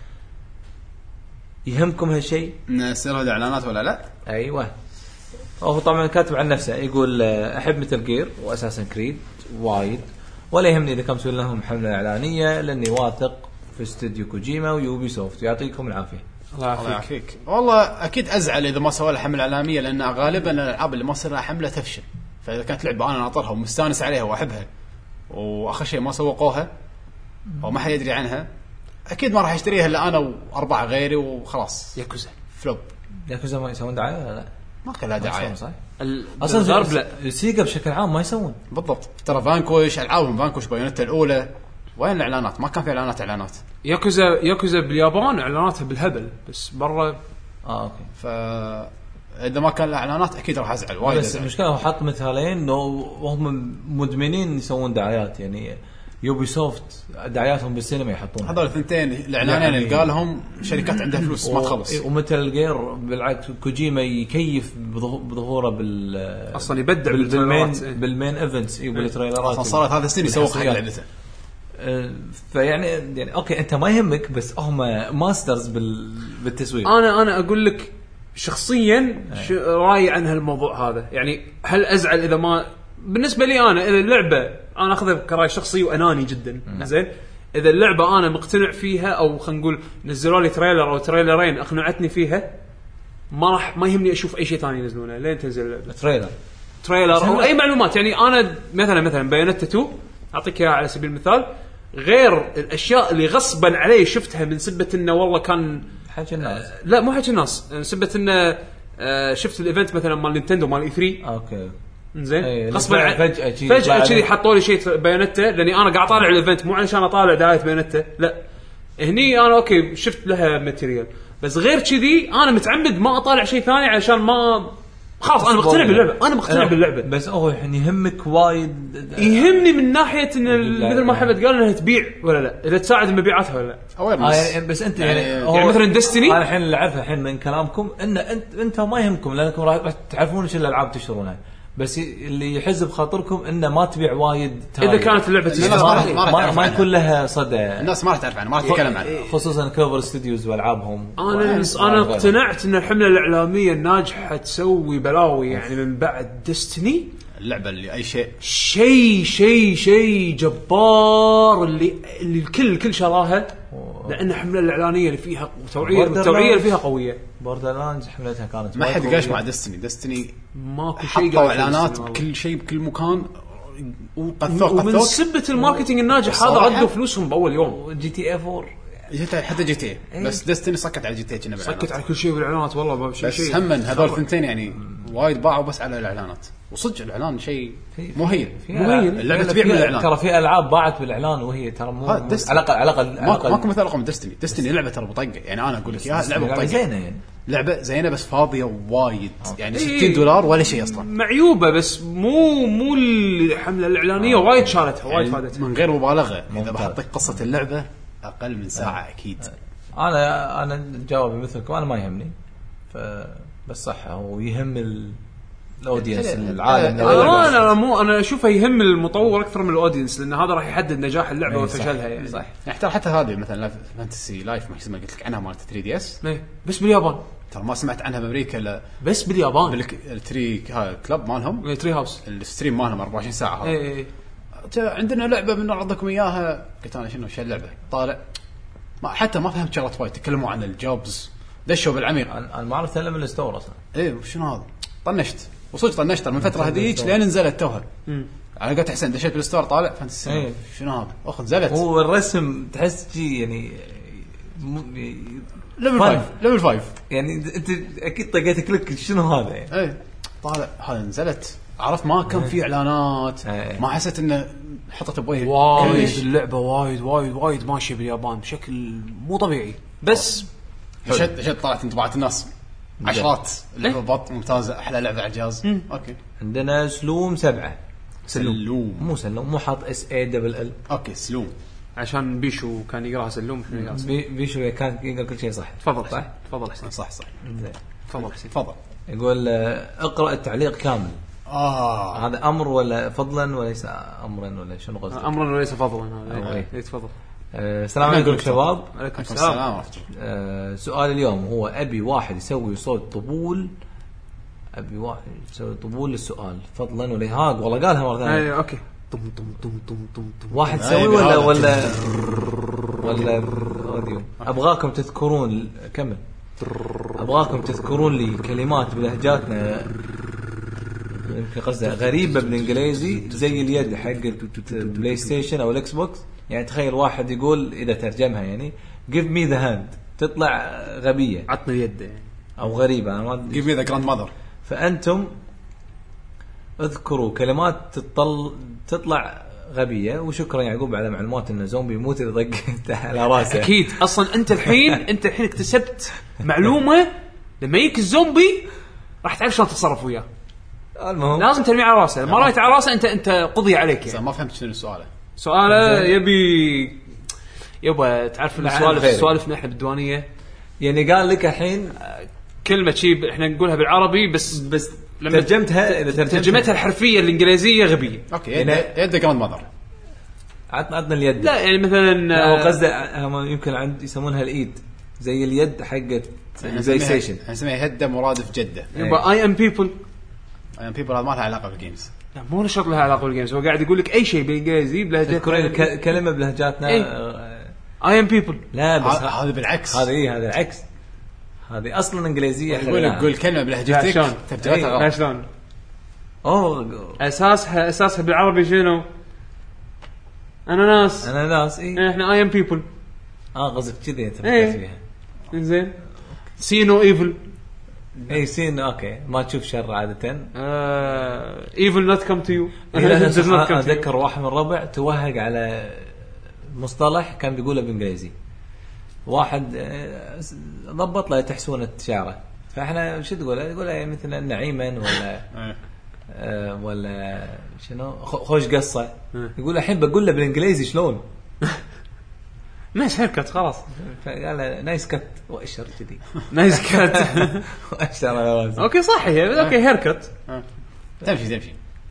Speaker 3: يهمكم هالشيء؟
Speaker 1: نسير هذه اعلانات ولا لا؟
Speaker 3: ايوه. هو طبعا كاتب عن نفسه يقول احب متل جير واساسن كريد وايد، ولا يهمني اذا كم مسوين لهم حمله اعلانيه لاني واثق في استوديو كوجيما ويوبي سوفت. يعطيكم العافيه.
Speaker 1: الله يعافيك. والله اكيد ازعل اذا ما سووا لها حمله اعلاميه، لان غالبا الالعاب اللي ما صار لها حمله تفشل. فاذا كانت لعبه انا ناطرها ومستانس عليها واحبها واخر شيء ما سوقوها او ما حد يدري عنها، اكيد ما راح اشتريها الا انا واربعه غيري وخلاص.
Speaker 2: ياكوزا
Speaker 3: فلوب. ياكوزا ما يسوون دعايه ولا لا؟
Speaker 1: ما كان لها دعايه
Speaker 3: صح.
Speaker 2: اصلا
Speaker 3: سيجا بشكل عام ما يسوون.
Speaker 1: بالضبط. ترى فانكوش العابهم فانكوش بايونيتا الاولى وين الاعلانات؟ ما كان في اعلانات.
Speaker 2: ياكوزا باليابان اعلاناتها بالهبل، بس برا
Speaker 3: اوكي.
Speaker 1: اذا ما كان الاعلانات اكيد راح ازعل وايد.
Speaker 3: بس المشكله هو حط مثالين انه وهم مدمنين يسوون دعايات، يعني يوبي سوفت دعاياتهم بالسينما يحطون
Speaker 1: هذول الثنتين الاعلانين اللي قالهم شركات عندها فلوس ما تخلص.
Speaker 3: ومثل غير بالعكس كوجيما يكيف بظهوره
Speaker 2: اصلا يبدع
Speaker 3: بالمين ايفنتس بالتريلرات.
Speaker 1: اصلا صارت هذا السنه يسوق حق لعبته.
Speaker 3: فيعني اوكي انت ما يهمك، بس هم ماسترز بالتسويق.
Speaker 2: انا اقول لك شخصيا رايي عن هالموضوع هذا. يعني هل ازعل اذا ما، بالنسبه لي انا اذا اللعبه انا اخذها كراي شخصي واناني جدا زين، اذا اللعبه انا مقتنع فيها او خلينا نقول نزلوا لي تريلر او تريلرين اقنعتني فيها، ما يهمني اشوف اي شيء ثاني ينزلونه لين تنزل اللعبه. تريلر او اي معلومات. يعني انا مثلا بايونيتا 2 اعطيك اياها على سبيل المثال، غير الاشياء اللي غصبا علي شفتها من سبه انه والله كان
Speaker 3: حكي الناس،
Speaker 2: لا مو حكي الناس، سبه انه شفت الايفنت مثلا مال نينتندو مال اي 3
Speaker 3: اوكي
Speaker 2: زين غصبا فجاه كذي حطوا لي شيء بايونيتا، لاني انا قاعد طالع الايفنت مو علشان اطالع دعايه بايونيتا، لا هني انا اوكي شفت لها ماتيريال، بس غير كذي انا متعمد ما اطالع شيء ثاني علشان ما خلاص انا مقتنع باللعبه.
Speaker 3: بس هو يعني يهمك وايد،
Speaker 2: يهمني من ناحيه ان مثل ما حمد قال انها تبيع ولا لا، اذا تساعد مبيعاتها ولا لا.
Speaker 3: يعني بس انت
Speaker 2: يعني مثلا ديستني
Speaker 3: انا الحين اللي اعرفه الحين من كلامكم ان انت ما يهمكم لانكم راح تعرفون ايش الالعاب تشترونها، بس اللي يحز بخاطركم انه ما تبيع وايد
Speaker 2: اذا كانت اللعبه
Speaker 3: ما يكون لها صدى،
Speaker 1: الناس ما راح تعرف عنها، ما راح تتكلم عنها،
Speaker 3: خصوصا كوفر ستوديوز والعابهم.
Speaker 2: انا اقتنعت ان الحمله الاعلاميه الناجحه تسوي بلاوي يعني من بعد ديستني.
Speaker 1: اللعبه اللي اي
Speaker 2: شيء جبار اللي الكل شراها، لان الحمله الاعلانيه اللي فيها والتوعيه اللي فيها قويه.
Speaker 3: بوردرلاندز حملتها كانت
Speaker 1: ما حد قاش مع ديستني
Speaker 2: ماكو شيء قال
Speaker 1: اعلانات بكل شيء بكل مكان،
Speaker 2: ومن سبه الماركتينج الناجح هذا ردوا فلوسهم باول يوم.
Speaker 3: جي تي اي 4
Speaker 1: حتى جي تي اي، بس ديستني سكت على جي تي اي، كنا
Speaker 2: سكت على كل شيء بالاعلانات والله ما شيء.
Speaker 1: بس هم هذول الثنتين يعني وايد باعوا بس على الاعلانات، وصدق الاعلان شيء مهين اللعبه تبيع بالاعلان.
Speaker 3: ترى في العاب باعت بالاعلان وهي ترى مو على الاقل
Speaker 1: ماكو مثال رقم ديستني لعبه ترى بطقه، يعني انا اقول لك يا لعبه بطقه
Speaker 3: زينه، يعني
Speaker 1: لعبه زينه بس فاضيه وايد، يعني $60 ولا شيء اصلا،
Speaker 2: معيوبه، بس مو الحمله الاعلانيه وايد شالتها وايد
Speaker 1: يعني
Speaker 2: فادتها
Speaker 1: من غير مبالغه. اذا بحطك قصه اللعبه اقل من ساعه اكيد.
Speaker 3: انا جوابي مثلكم، انا ما يهمني، بس صح هو يهم الاودينس العالم.
Speaker 2: انا اشوفه يهم المطور اكثر من الاودينس، لان هذا راح يحدد نجاح اللعبه وفشلها. يعني
Speaker 1: صح. حتى هذه مثلا فانتسي لايف ما اسمها قلت لك عنها مالت 3 دي اس،
Speaker 2: بس باليابان
Speaker 1: ترى ما سمعت عنها بامريكا لا،
Speaker 2: بس باليابان
Speaker 1: التري كلاب مالهم
Speaker 2: التري هاوس
Speaker 1: الستريم مالهم 24 ساعه هذا عندنا لعبه بنعرضكم اياها. قلت انا شنو اللعبه؟ طالع ما فهمت شغلات وايد. تكلموا عن الجوبز دشوا بالعميق.
Speaker 3: انا ما عرفت الا من الستور اصلا.
Speaker 1: ايه شنو هذا؟ طنشت وصدق طنشت من فتره هذيك لين نزلت توها. على قلت حسين دشيت بالستور طالع فانت شنو هذا؟ اخذ نزلت.
Speaker 3: هو الرسم تحس شيء يعني
Speaker 1: ليفل 5
Speaker 3: يعني انت اكيد طقيت كليك شنو هذا يعني.
Speaker 1: ايه طالع هذا نزلت. عرفت ما كان في اعلانات. ما حسيت انه حطت بوجهي
Speaker 2: وايد اللعبه وايد ماشيه باليابان بشكل مو طبيعي. بس
Speaker 1: دشيت طلعت انطباعات الناس عشرات. اللعبه بط ممتازه احلى لعبه على الجهاز. اوكي
Speaker 3: عندنا سلوم 7.
Speaker 1: سلوم
Speaker 3: مو سلوم مو حاط SALL.
Speaker 1: اوكي سلوم
Speaker 2: عشان بيشو كان يقراها سلوم.
Speaker 3: بيشو كان يقرا كل شيء صح.
Speaker 2: تفضل صح. تفضل حسين.
Speaker 1: صح
Speaker 2: تفضل حسين.
Speaker 1: تفضل.
Speaker 3: يقول اقرا التعليق كامل. هذا امر ولا فضلا وليس امرا ولا شنو قصدك؟
Speaker 2: امرا وليس فضلا. هذا تفضل.
Speaker 3: السلام عليكم شباب.
Speaker 2: عليكم السلام.
Speaker 3: سؤال اليوم هو ابي واحد يسوي صوت طبول. للسؤال فضلا ولا هاق والله قالها مره ثانيه.
Speaker 2: اوكي
Speaker 3: واحد يسوي ولا راديو. ابغاكم تذكرون كمل. ابغاكم تذكرون لي كلمات بلهجاتنا يمكن قصدها غريبه بالانجليزي زي اليد حق البلاي ستيشن او الاكس بوكس. يعني تخيل واحد يقول اذا ترجمها يعني give me the hand تطلع غبيه.
Speaker 2: عطنا اليد يعني
Speaker 3: او غريبه. انا ما
Speaker 1: give me the grandmother.
Speaker 3: فانتم اذكروا كلمات تطلع غبيه. وشكرا يعقوب على معلومات ان زومبي يموت اذا ضقت على راسه.
Speaker 2: اكيد اصلا انت الحين اكتسبت معلومه لما يجيك الزومبي راح تعرف شلون تتصرف وياه.
Speaker 3: المهم
Speaker 2: لازم ترمي على راسه. ما رميت على راسه انت قضي عليك يعني.
Speaker 1: ما فهمت شنو
Speaker 2: سؤاله يبي تعرف السوالف احنا بالديوانيه.
Speaker 3: يعني قال لك الحين
Speaker 2: كلمه شيء احنا نقولها بالعربي بس
Speaker 3: لما ترجمتها
Speaker 2: الحرفيه الانجليزيه غبيه.
Speaker 1: اوكي يد جراند ماذر.
Speaker 3: عطنا اليد.
Speaker 2: لا يعني مثلا
Speaker 3: هو قصده هم يمكن عند يسمونها الايد زي اليد حقت زي ستيشن.
Speaker 1: نسميها هده مرادف جده.
Speaker 2: يبقى اي ام بيبل
Speaker 1: هذا ما لها علاقه بالجيمز.
Speaker 2: لا مو نشاط لها علاقه بالجيمز. هو قاعد يقول لك اي شيء بالانجليزي بلهجتنا.
Speaker 3: كلمه بلهجاتنا
Speaker 2: اي ام بيبل.
Speaker 3: لا بس
Speaker 1: هذا بالعكس.
Speaker 3: هذا العكس. هذه اصلا انجليزيه.
Speaker 1: يقول كلمه بلهجتك ترجمتها غلط.
Speaker 2: شلون اساسها بالعربي شنو؟ انا ناس احنا اي ام بيبل.
Speaker 3: قصدك كذي انت فيها.
Speaker 2: زين سينو ايفل.
Speaker 3: سين اوكي ما تشوف شر عاده.
Speaker 2: ايفل نوت كم تو يو.
Speaker 3: اتذكر واحد من الربع توهق على مصطلح كان بيقوله بالانجليزي. واحد ضبط له تحسونه شعره. فاحنا شو تقول مثلا نعيما ولا شنو خوش قصه. يقول الحين بقول له بالانجليزي شلون.
Speaker 2: نايس هيركت خلاص.
Speaker 3: فقال نايس كت واشر كذي.
Speaker 2: نايس كت
Speaker 3: واشر على راسه.
Speaker 2: اوكي صح هي اوكي هيركت.
Speaker 1: تمشي.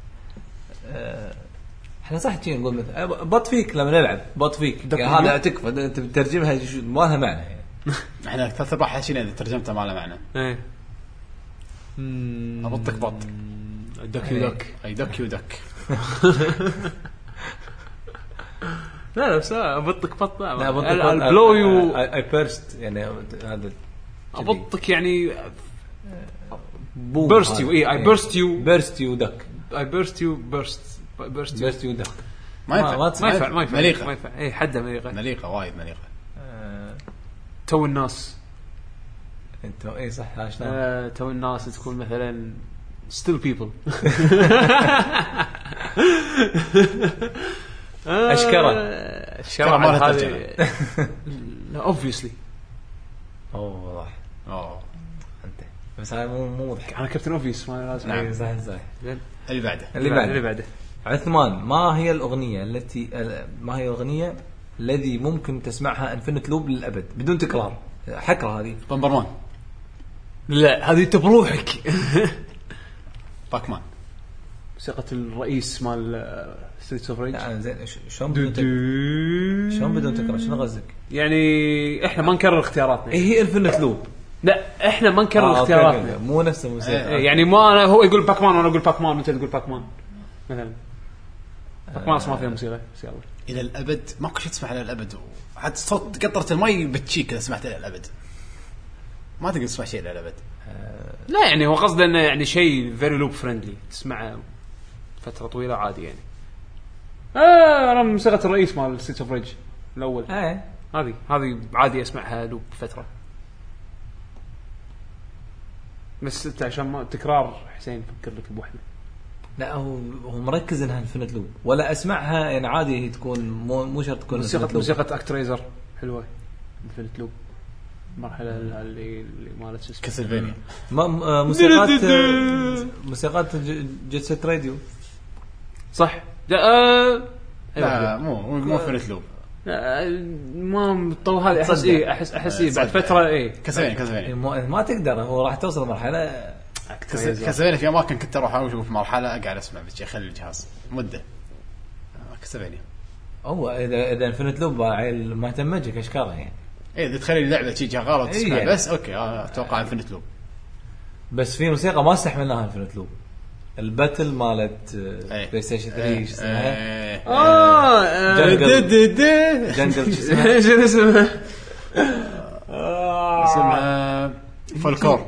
Speaker 3: احنا صح تجي نقول مثلا بط فيك لما نلعب بط فيك هذا تكفى انت بترجمها ما لها معنى يعني.
Speaker 1: احنا كثر راح حشينا اذا ترجمتها ما لها معنى. ابطك بط
Speaker 2: دك يدك
Speaker 1: اي دك يدك.
Speaker 2: لا بس ابطك بط. البلو يو
Speaker 3: اي بيرست يعني هذا
Speaker 2: ابطك يعني بيرست يو. اي بيرست يو دك. اي بيرست يو دك.
Speaker 1: ما ينفع.
Speaker 2: مليقه. اي حده
Speaker 1: مليقه وايد مليقه.
Speaker 2: تو الناس
Speaker 3: انت صح
Speaker 2: عشان تو الناس تكون مثلا still people.
Speaker 3: اشكره
Speaker 2: هذه obviously.
Speaker 3: واضح. انت بس هاي مو واضح.
Speaker 2: انا كابتن اوبفيس ما لازم.
Speaker 3: صح.
Speaker 2: اللي بعده
Speaker 3: عثمان ما هي الأغنية الذي ممكن تسمعها انفينيت لوب للأبد بدون تكرار؟ حكرة هذه.
Speaker 1: بمبرمان.
Speaker 2: لا هذه تبروحك.
Speaker 1: باكمان.
Speaker 2: موسيقى الرئيس مال ستريت اوف ريج.
Speaker 3: زين شلون بدون تكرار شنو قصدك؟
Speaker 2: يعني احنا ما نكرر اختياراتنا.
Speaker 3: هي انفينيت لوب.
Speaker 2: لا احنا ما نكرر اختياراتنا.
Speaker 3: مو نفس الموسيقى.
Speaker 2: يعني ما أنا هو يقول باكمان وانا اقول باكمان وانت تقول باكمان مثلا. ما فيها موسيقى بس يلا
Speaker 1: الى الابد ماكو شيء تسمع الى الابد حتى صوت قطره المي بتشيك اذا سمعت الى الابد ما تقدر تسمع شيء الى الابد.
Speaker 2: لا يعني هو قصده انه يعني شيء فيري لوب فريندلي تسمعه فتره طويله عادي يعني. انا موسيقى الرئيس مال ستيت اوف ريج الاول هذه عادي اسمعها لوب فتره بس انت عشان ما تكرار حسين فكر لك بوحده.
Speaker 3: لا هو مركز انها انفنت لوب ولا اسمعها يعني عادي هي تكون مو شرط تكون
Speaker 2: موسيقى اكتريزر حلوه انفنت لوب مرحله اللي مالت
Speaker 1: كاسلفينيا
Speaker 3: موسيقات جيت سيت راديو
Speaker 2: صح.
Speaker 1: لا مو انفنت لوب
Speaker 2: ما طول هذه احس بعد فتره
Speaker 1: كاسلفينيا
Speaker 3: ما تقدر هو راح توصل مرحله
Speaker 1: كاسلفينيا في اماكن كنت اروح اشوف مرحله اقعد اسمع بس اخلي الجهاز مده كاسلفينيا
Speaker 3: هو اذا انفنت لوب ما تمجك اشكالها يعني
Speaker 1: اذا تخلي اللعبه شيء شغاله وتسمع يعني. بس اوكي اتوقع انفنت لوب
Speaker 3: بس في موسيقى ما استحملناها انفنت لوب الباتل مالت بلاي ستيشن 3 ايش اسمها جنجل
Speaker 1: اسمها فولكلور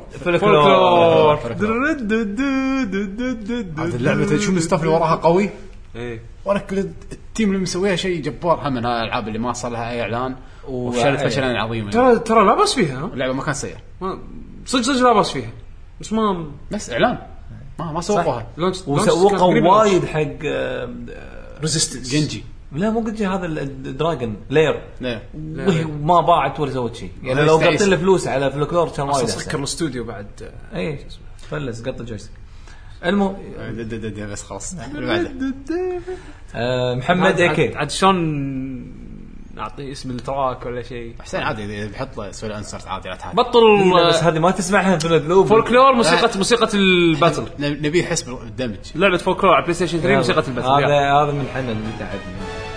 Speaker 1: هذه اللعبه شو الاستاف اللي وراها قوي ولا كل التيم اللي مسويها شيء جبار هم من الالعاب اللي ما صار لها اي اعلان وفشلت فشلا عظيما.
Speaker 2: ترى لا بس فيها
Speaker 1: اللعبه ما كان سيء
Speaker 2: صدق لا بس فيها بس ما
Speaker 1: بس اعلان ما سوقوها
Speaker 3: وسوقوا وايد حق
Speaker 1: ريزيستنس جنجي
Speaker 3: لا مو قد هذا الدراجون لاير ما باعت ولا سوت شيء يعني لو قطت له فلوس على فلوكلور كان وايد
Speaker 2: سكر الاستوديو بعد
Speaker 3: اي فلس قط الجويستيك المهم
Speaker 1: بس خلاص
Speaker 3: محمد اكي
Speaker 2: عاد شلون نعطي اسم التراك ولا شيء
Speaker 1: حسين عادي اذا بحط له سوي انسرت عادي لا تحاتي
Speaker 2: بطل
Speaker 3: بس هذه ما تسمعها في اللوب
Speaker 2: فولكلور موسيقى الباتل
Speaker 1: نبي حس بالدمج
Speaker 2: لعبه فولكلور على بلاي ستيشن 3 موسيقى الباتل
Speaker 3: هذا من حنا اللي تعبنا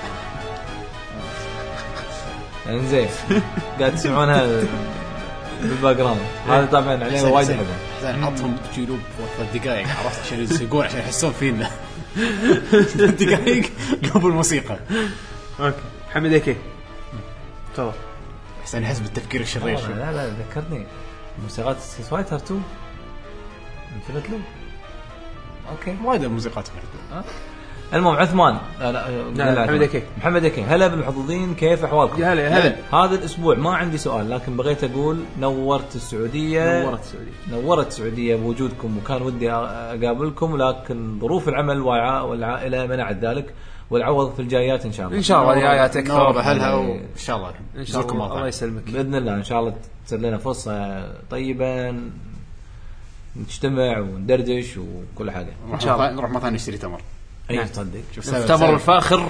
Speaker 3: انزين قاعد تسمعونها بالباك جراوند هذا طبعا عليه وايد حلو
Speaker 1: حسين نحطهم بجلوب وقت دقائق عرفت عشان يسوقون عشان يحسون فينا دقائق قبل الموسيقى.
Speaker 2: اوكي محمد اكي تفضل
Speaker 1: حسين يحس بالتفكير الشرير.
Speaker 3: لا ذكرني موسيقات ستريت فايتر 2 انفنت لوب اوكي
Speaker 1: وايد الموسيقات
Speaker 3: المهم عثمان
Speaker 2: محمد اكي
Speaker 3: هلا بالمحظوظين كيف احوالكم؟
Speaker 2: هلا
Speaker 3: هذا الاسبوع ما عندي سؤال لكن بغيت اقول نورت السعوديه بوجودكم وكان ودي اقابلكم ولكن ظروف العمل والعائله منعت ذلك والعوض في الجايات ان شاء الله
Speaker 1: الجايات اكثر بهلها وان شاء الله
Speaker 2: الله يسلمك
Speaker 3: باذن الله ان شاء الله تصير لنا فرصه طيبه نجتمع وندردش وكل حاجه
Speaker 1: ان شاء الله نروح مكان نشتري تمر
Speaker 3: اي تصدق
Speaker 2: تمر الفاخر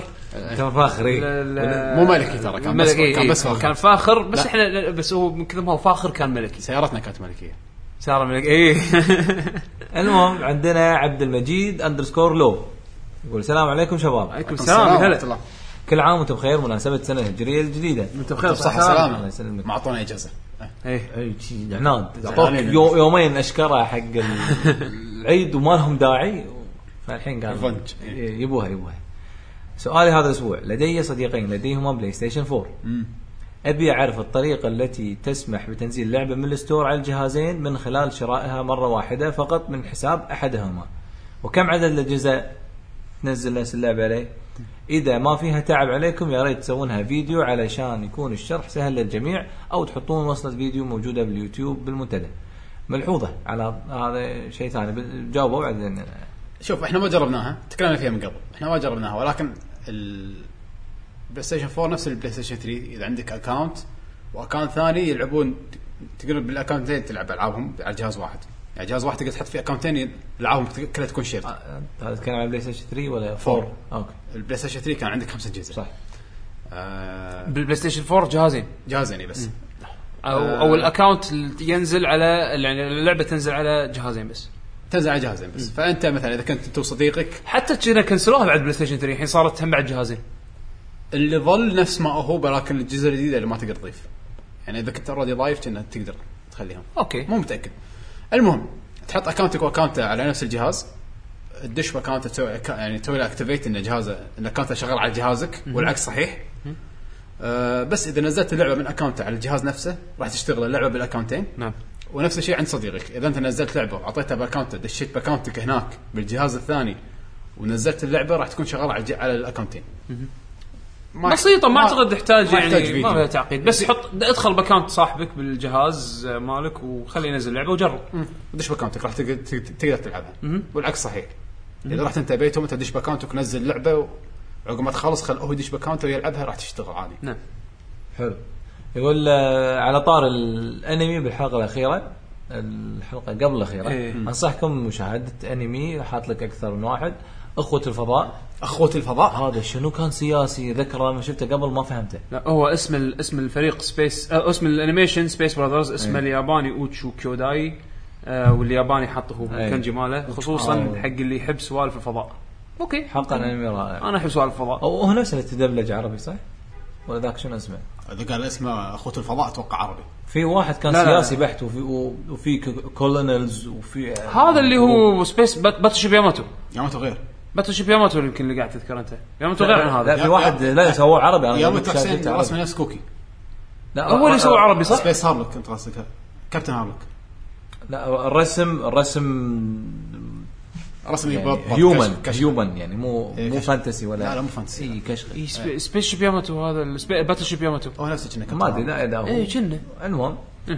Speaker 1: مو ملكي ترى كان بس
Speaker 2: كان فاخر بس لا. احنا بس هو من كذا ما هو فاخر كان ملكي
Speaker 1: سيارتنا كانت ملكيه
Speaker 2: سياره ملكيه
Speaker 3: المهم عندنا عبد المجيد _لو يقول السلام عليكم شباب.
Speaker 2: عليكم السلام هلا
Speaker 3: كل عام وانتم بخير مناسبة السنة الهجرية الجديدة
Speaker 2: انتم بخير
Speaker 1: صحة سلامة ما اعطونا اجازة
Speaker 3: اي شيء عناد يومين اشكره حق العيد وما لهم داعي فالحين قال يبوها سؤالي هذا الاسبوع لدي صديقين لديهما بلاي ستيشن 4 ابي اعرف الطريقة التي تسمح بتنزيل لعبة من الستور على الجهازين من خلال شرائها مرة واحدة فقط من حساب احدهما وكم عدد الاجهزة تنزل نفس اللعبة عليه إذا ما فيها تعب عليكم يا ريت تسوونها فيديو علشان يكون الشرح سهل للجميع أو تحطون وصلة فيديو موجودة باليوتيوب بالمنتدى. ملحوظة على هذا شيء ثاني جاوبوا بعد.
Speaker 1: شوف إحنا ما جربناها تكلمنا فيها من قبل إحنا ما جربناها ولكن البلاي ستيشن 4 نفس البلاي ستيشن 3 إذا عندك أكاونت وأكاونت ثاني يلعبون تقرب بالأكاونتين تلعب ألعابهم على جهاز واحد يعني جهاز واحد تقدر تحط فيه أكاونتين العابهم كلها تكون شير.
Speaker 3: هذا كان على بلاي ستيشن 3 ولا 4
Speaker 1: اوكي البلاي ستيشن 3 كان عندك 5 اجهزه
Speaker 3: صح.
Speaker 2: بالبلاي ستيشن 4 جهازين بس او الاكاونت ينزل على يعني اللعبه تنزل على جهازين بس فانت مثلا اذا كنت انت وصديقك حتى كنا كنسلوها بعد بلاي ستيشن 3 الحين صارت هم بعد جهازين
Speaker 1: اللي ظل نفس ما هو ولكن الجزء الجديد اللي ما تقدر تضيف يعني اذا كنت اوريدي ضايف كنا تقدر تخليهم
Speaker 2: اوكي
Speaker 1: مو متاكد. المهم تحط اكاونتك واكاونته على نفس الجهاز الدش باكونت تسوي يعني تسوي اكتيفيت ان جهازه ان اكونته شغال على جهازك والعكس صحيح. بس اذا نزلت اللعبه من اكونته على الجهاز نفسه راح تشتغل اللعبه بالاكونتين.
Speaker 2: نعم.
Speaker 1: ونفس الشيء عند صديقك، اذا انت نزلت لعبه وعطيته باكونته دشيت باكونتك هناك بالجهاز الثاني ونزلت اللعبه راح تكون شغاله على الاكونتين.
Speaker 2: بسيطه ما اعتقد تحتاج يعني ما فيها تعقيد، بس
Speaker 1: يعني
Speaker 2: حط ادخل باكونت صاحبك بالجهاز مالك وخليه ينزل اللعبه وجرب.
Speaker 1: دش باكونتك راح تقدر تلعبها. والعكس صحيح. اذا رحت انت بيتهم انت دش باكونتك ونزل لعبه وعقب ما تخلص خل هو يدش باكونته ويلعبها راح تشتغل عادي.
Speaker 2: نعم.
Speaker 3: حلو. يقول على طار الانمي بالحلقه الاخيره الحلقه قبل الاخيره انصحكم مشاهده انمي حاط لك اكثر من واحد اخوة الفضاء. هذا شنو كان سياسي ذكره لما شفته قبل ما فهمته.
Speaker 2: لا هو اسم الفريق سبيس اسم الانيميشن سبيس براذرز اسمه الياباني اوتشو كيوداي والياباني حطه كانجي ماله خصوصا حق اللي يحب سوالف الفضاء. اوكي
Speaker 3: حقا انمي رائع.
Speaker 2: انا احب سوالف الفضاء.
Speaker 3: هو نفس اللي تدبلج عربي صح ولا ذاك شنو اسمه؟
Speaker 1: اذا قال اسمه اخوة الفضاء اتوقع عربي.
Speaker 3: في واحد كان سياسي بحت وفي كولونيلز وفي
Speaker 2: هذا اللي هو سبيس باتشيب ياماتو
Speaker 1: غير
Speaker 2: باتشيب ياماتو يمكن اللي قاعد تذكر انت. ياماتو غير عن هذا.
Speaker 3: لا في واحد لا سووا عربي. انا
Speaker 1: ياماتو رسم نفس كوكي.
Speaker 3: لا
Speaker 2: هو اللي سوى عربي صح.
Speaker 1: سبيس هارلوك كنت قصدك كابتن هارلوك.
Speaker 3: لا الرسم هيومن يعني مو فانتسي ولا
Speaker 1: لا مو فانتسي
Speaker 2: كشخ. سبيس شيب ياماتو هذا باتل شيب ياماتو
Speaker 1: هو نفسه كنا
Speaker 3: ما ادري لا هو
Speaker 2: اي كنا
Speaker 3: المهم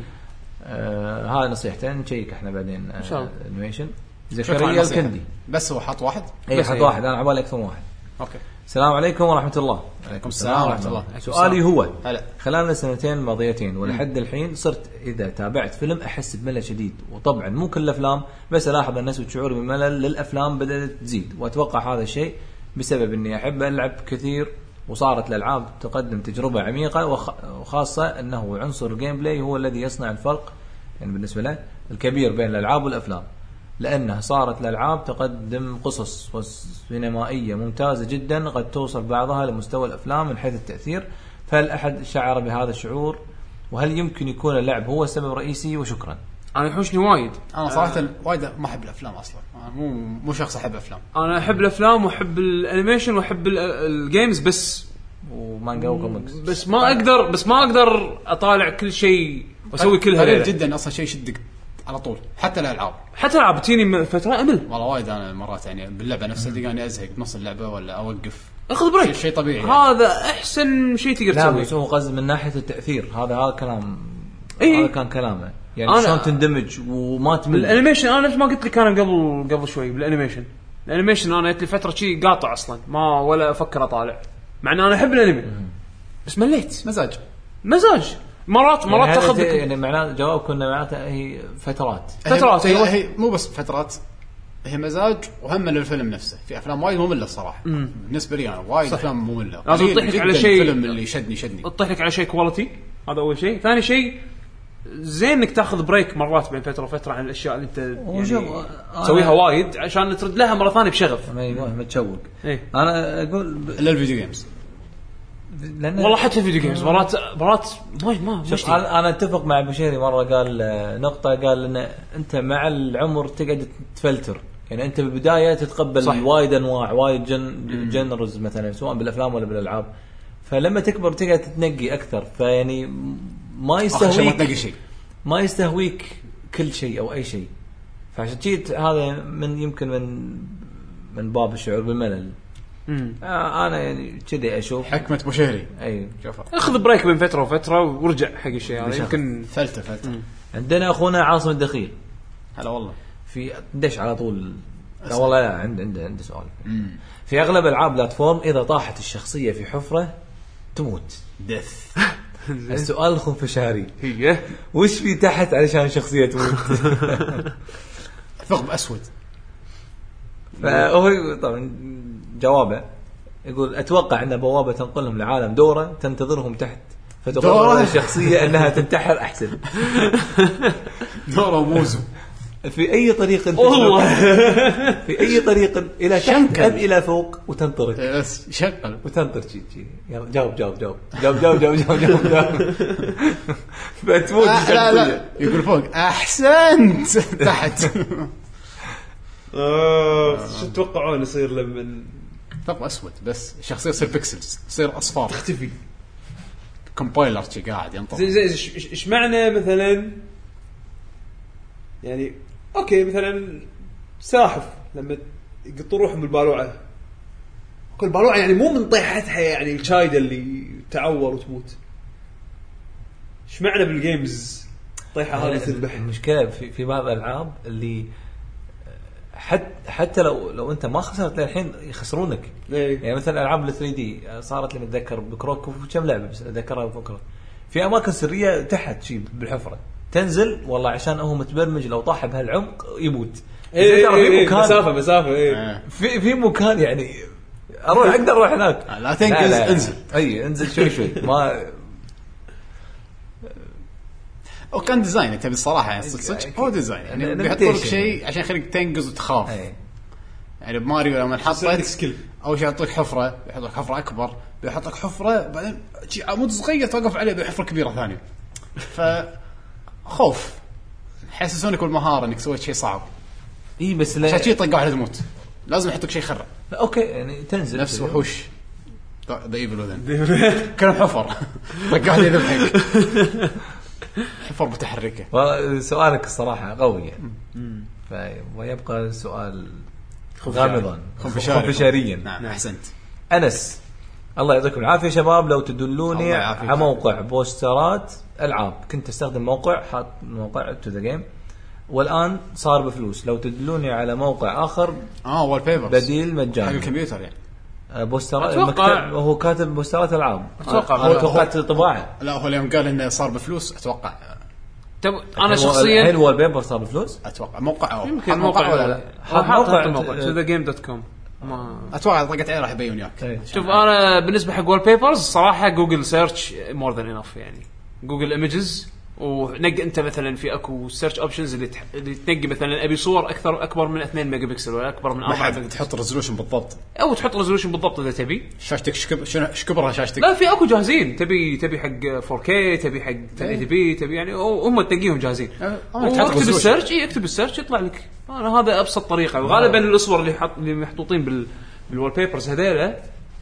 Speaker 3: هاي نصيحتين نشيك احنا بعدين انيميشن زكريا الكندي
Speaker 1: بس هو حط واحد
Speaker 3: حط واحد انا عبالي اكثر من واحد.
Speaker 1: اوكي
Speaker 3: السلام عليكم ورحمه الله.
Speaker 1: عليكم السلام ورحمه الله.
Speaker 3: سؤالي هو
Speaker 1: هلا.
Speaker 3: خلال السنتين الماضيتين ولحد الحين صرت اذا تابعت فيلم احس بملل شديد وطبعا مو كل الافلام بس الاحظ الناس شعور بالملل للافلام بدات تزيد واتوقع هذا الشيء بسبب اني احب العب كثير وصارت الالعاب تقدم تجربه عميقه وخاصه انه عنصر الجيم بلاي هو الذي يصنع الفرق يعني بالنسبه له الكبير بين الالعاب والافلام لأنها صارت الألعاب تقدم قصص سينمائية ممتازة جدا قد توصل بعضها لمستوى الأفلام من حيث التأثير. فهل أحد شعر بهذا الشعور وهل يمكن يكون اللعب هو السبب الرئيسي وشكرا.
Speaker 2: أنا يحوشني وايد.
Speaker 1: أنا صراحة وايد ما أحب الأفلام أصلا. مو شخص أحب أفلام.
Speaker 2: أنا أحب الأفلام وأحب الأنيميشن وأحب الجيمز بس
Speaker 3: ومانجا وكوميكس
Speaker 2: بس ما أقدر أطالع كل شيء وأسوي كل هذا
Speaker 1: جدا أصلا شيء يشدك على طول حتى الألعاب
Speaker 2: تجيني فترة أمل
Speaker 1: والله وايد أنا مرات يعني باللعبة نفسها تلقاني أزهق بنص اللعبة ولا أوقف
Speaker 2: أخذ بريك.
Speaker 1: شيء طبيعي يعني.
Speaker 2: هذا أحسن شيء تقدر تسويه.
Speaker 3: لا بس هو قصد من ناحية التأثير هذا كلام هذا كان كلامه يعني شلون تندمج وما تمل.
Speaker 2: الأنيميشن أنا نفس ما قلت لك أنا قبل شوي بالأنيميشن أنا جت لي فترة شيء قاطع أصلا ما ولا أفكر أطالع مع أن أنا أحب الأنمي بس مليت مزاج مرات يعني تاخذ
Speaker 3: يعني معناه جواب كنا معناته هي فترات
Speaker 1: هي مو بس فترات هي مزاج وهم للفيلم نفسه. في افلام وايد ممله الصراحه بالنسبه لي انا وايد افلام ممله
Speaker 2: لازم تطيح على شيء
Speaker 1: الفيلم اللي شدني
Speaker 2: تطيح لك على شيء كواليتي. هذا اول شيء. ثاني شيء زين انك تاخذ بريك مرات بين فتره وفتره عن الاشياء اللي انت يعني تسويها وايد عشان ترد لها مره ثانيه بشغف.
Speaker 3: ايوه متشوق. انا اقول
Speaker 1: للفيديو جيمز
Speaker 2: والله حتى الفيديو جيمز مرات ما
Speaker 3: انا اتفق مع بشيري مره قال نقطه قال ان انت مع العمر تقعد تفلتر يعني انت بالبدايه تتقبل وايد انواع وايد جنرز مثلا سواء بالافلام ولا بالالعاب فلما تكبر تقعد تتنقي اكثر فيعني ما يستهويك كل شيء او اي شيء فعشان جيت هذا يمكن من باب الشعور بالملل. انا يعني كذي اشوف
Speaker 1: حكمه بوشيري.
Speaker 3: اي
Speaker 2: اخذ بريك بين فتره وفتره ورجع حق الشيء هذا يمكن
Speaker 1: فلته.
Speaker 3: عندنا اخونا عاصم الدخيل.
Speaker 1: هلا والله
Speaker 3: في دش على طول. لا والله عنده سؤال. في اغلب العاب بلاتفورم اذا طاحت الشخصيه في حفره تموت دث. السؤال الخنفشاري
Speaker 2: هي
Speaker 3: وش في تحت علشان الشخصيه تموت؟
Speaker 1: ثقب اسود.
Speaker 3: فهو طبعا جوابه يقول اتوقع ان بوابه تنقلهم لعالم دوره تنتظرهم تحت فتقرر الشخصيه انها تنتحر احسن.
Speaker 1: دوره موزو
Speaker 3: في اي طريق في اي طريق الى تحت ام الى فوق وتنطرق
Speaker 1: بس شغل
Speaker 3: وتنطر شيء يلا جاوب فتموت
Speaker 1: لا يقول فوق احسنت تحت.
Speaker 2: شو تتوقعون يصير لما
Speaker 1: ثقب اسود بس الشخصيه تصير بيكسلز تصير اصفار
Speaker 2: تختفي
Speaker 1: كومبايلر شي قاعد ينطق
Speaker 2: زي ايش معنى مثلا يعني اوكي مثلا ساحف لما يقطوا روحهم بالبالوعه كل بالوعه يعني مو من طيحتها يعني الشايده اللي تعور وتموت ايش معنى بالجيمز طيحه هذه تذبح
Speaker 3: المشكله في بعض الالعاب اللي حتى لو انت ما خسرت للحين يخسرونك يعني مثلا العاب ال 3 دي صارت لي متذكر بكروك وكم لعبه بس اتذكرها بكره في اماكن سريه تحت شيء بالحفره تنزل والله عشان هو متبرمج لو طاح بهالعمق يموت
Speaker 2: في مكان مسافه
Speaker 3: في مكان يعني اقدر اروح هناك
Speaker 1: لا تنقز انزل
Speaker 3: انزل شوي ما
Speaker 1: وكان ديزاين تبي الصراحه يعني صدق هو ديزاين يعني بيحطوا لك شيء عشان يخليك تنقز وتخاف يعني بماريو لما حطيت اول شيء يعطيك حفره بيحط لك حفره اكبر بيحط لك حفره بعدين شيء عمود صغير توقف عليه بحفره كبيره ثانيه فخوف حسسونك بالمهاره انك سويت شيء صعب
Speaker 3: بس
Speaker 1: عشان شيء طق واحد تموت لازم يحطك شيء خرع
Speaker 3: اوكي يعني تنزل
Speaker 1: نفس وحوش ذا ايفل وذن كان حفر طق واحد يذبحك حفر متحركه
Speaker 3: سؤالك الصراحه قوي يعني ويبقى سؤال غامضا خفشاريا
Speaker 1: نعم احسنت
Speaker 3: انس الله يعطيكم العافيه شباب لو تدلوني على موقع بوسترات العاب كنت استخدم موقع حاط موقع تو ذا جيم والان صار بفلوس لو تدلوني على موقع اخر
Speaker 1: وول بيبرز
Speaker 3: بديل مجاني
Speaker 1: حق الكمبيوتر يعني
Speaker 3: بوسترات وهو كاتب بوسترات العاب توقعت طباعه
Speaker 1: لا هو اليوم قال انه صار بفلوس اتوقع
Speaker 2: انا شخصيا
Speaker 3: هل الوول بيبر صار بفلوس
Speaker 1: اتوقع موقع او
Speaker 2: يمكن موقع ولا لا
Speaker 3: موقع
Speaker 2: mothegame.com
Speaker 1: ما اتوقع طقت عليه راح يبين وياك
Speaker 2: شوف انا بالنسبه حق وول بيبرز صراحه جوجل سيرش مور ذان انف يعني جوجل ايمجز ونق انت مثلا في اكو سيرش اوبشنز اللي تنقي مثلا ابي صور اكبر من 2 ميجا بكسل ولا اكبر من 4 ميجا
Speaker 1: تحط ريزولوشن بالضبط
Speaker 2: او تحط ريزولوشن بالضبط اذا تبي
Speaker 1: شاشتك ايش كبرها شاشتك
Speaker 2: لا في اكو جاهزين تبي حق 4K تبي حق 1080p تبي يعني هم تنقيهم جاهزين اكتب السيرش اكتب السيرش يطلع لك انا هذا ابسط طريقه وغالبا الصور اللي محطوطين بالوول بيبرز هذيله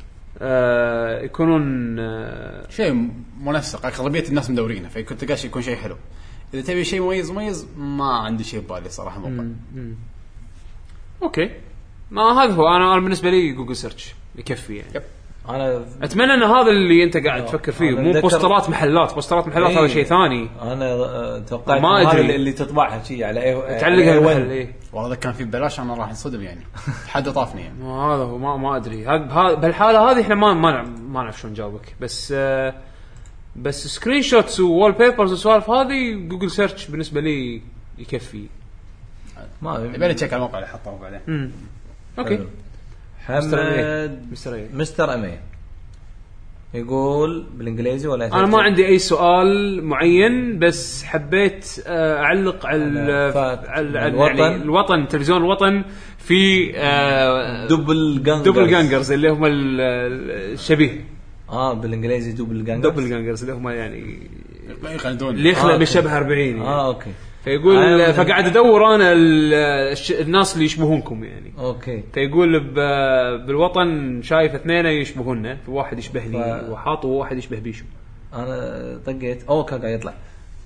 Speaker 2: يكونون
Speaker 1: شيء منسق اغلبيه الناس مدورينه فكنت قاش يكون شيء حلو اذا تبي شيء مميز ما عندي شيء ببالي صراحه موقع
Speaker 2: اوكي ما هذا هو انا بالنسبه لي جوجل سيرش يكفي يعني
Speaker 3: انا
Speaker 2: اتمنى ان هذا اللي انت قاعد تفكر فيه مو بوسترات محلات هذا شيء ثاني
Speaker 3: انا توقعت ما ادري اللي تطبعها شيء على
Speaker 2: تعلقها المحل
Speaker 1: والله اذا كان في ببلاش انا راح انصدم يعني حد طافني يعني
Speaker 2: هذا هو ما ادري بالحاله هذه احنا ما نعرف شلون نجاوبك بس سكرين شوتس وول بيبرز وسوالف هذه جوجل سيرش بالنسبه لي يكفي
Speaker 1: ما يبي تشيك على الموقع اللي حطه بعدين
Speaker 2: اوكي
Speaker 3: مستر أمي يقول بالإنجليزي ولا
Speaker 2: أنا ما عندي أي سؤال معين بس حبيت أعلق على الوطن تلفزيون الوطن في
Speaker 3: دوبل
Speaker 2: جانجرز اللي هم الشبيه
Speaker 3: بالإنجليزي دوبل
Speaker 2: جانجرز اللي هم يعني
Speaker 1: يقلدون
Speaker 2: اللي يخلق بشبه 40
Speaker 3: أوكي
Speaker 2: فيقول فقاعد ادور انا الناس اللي يشبهونكم يعني
Speaker 3: اوكي
Speaker 2: فيقول بالوطن شايف اثنين يشبهوننا في واحد يشبهني وحاط وواحد يشبه بيشو
Speaker 3: انا طقيت كان قاعد يطلع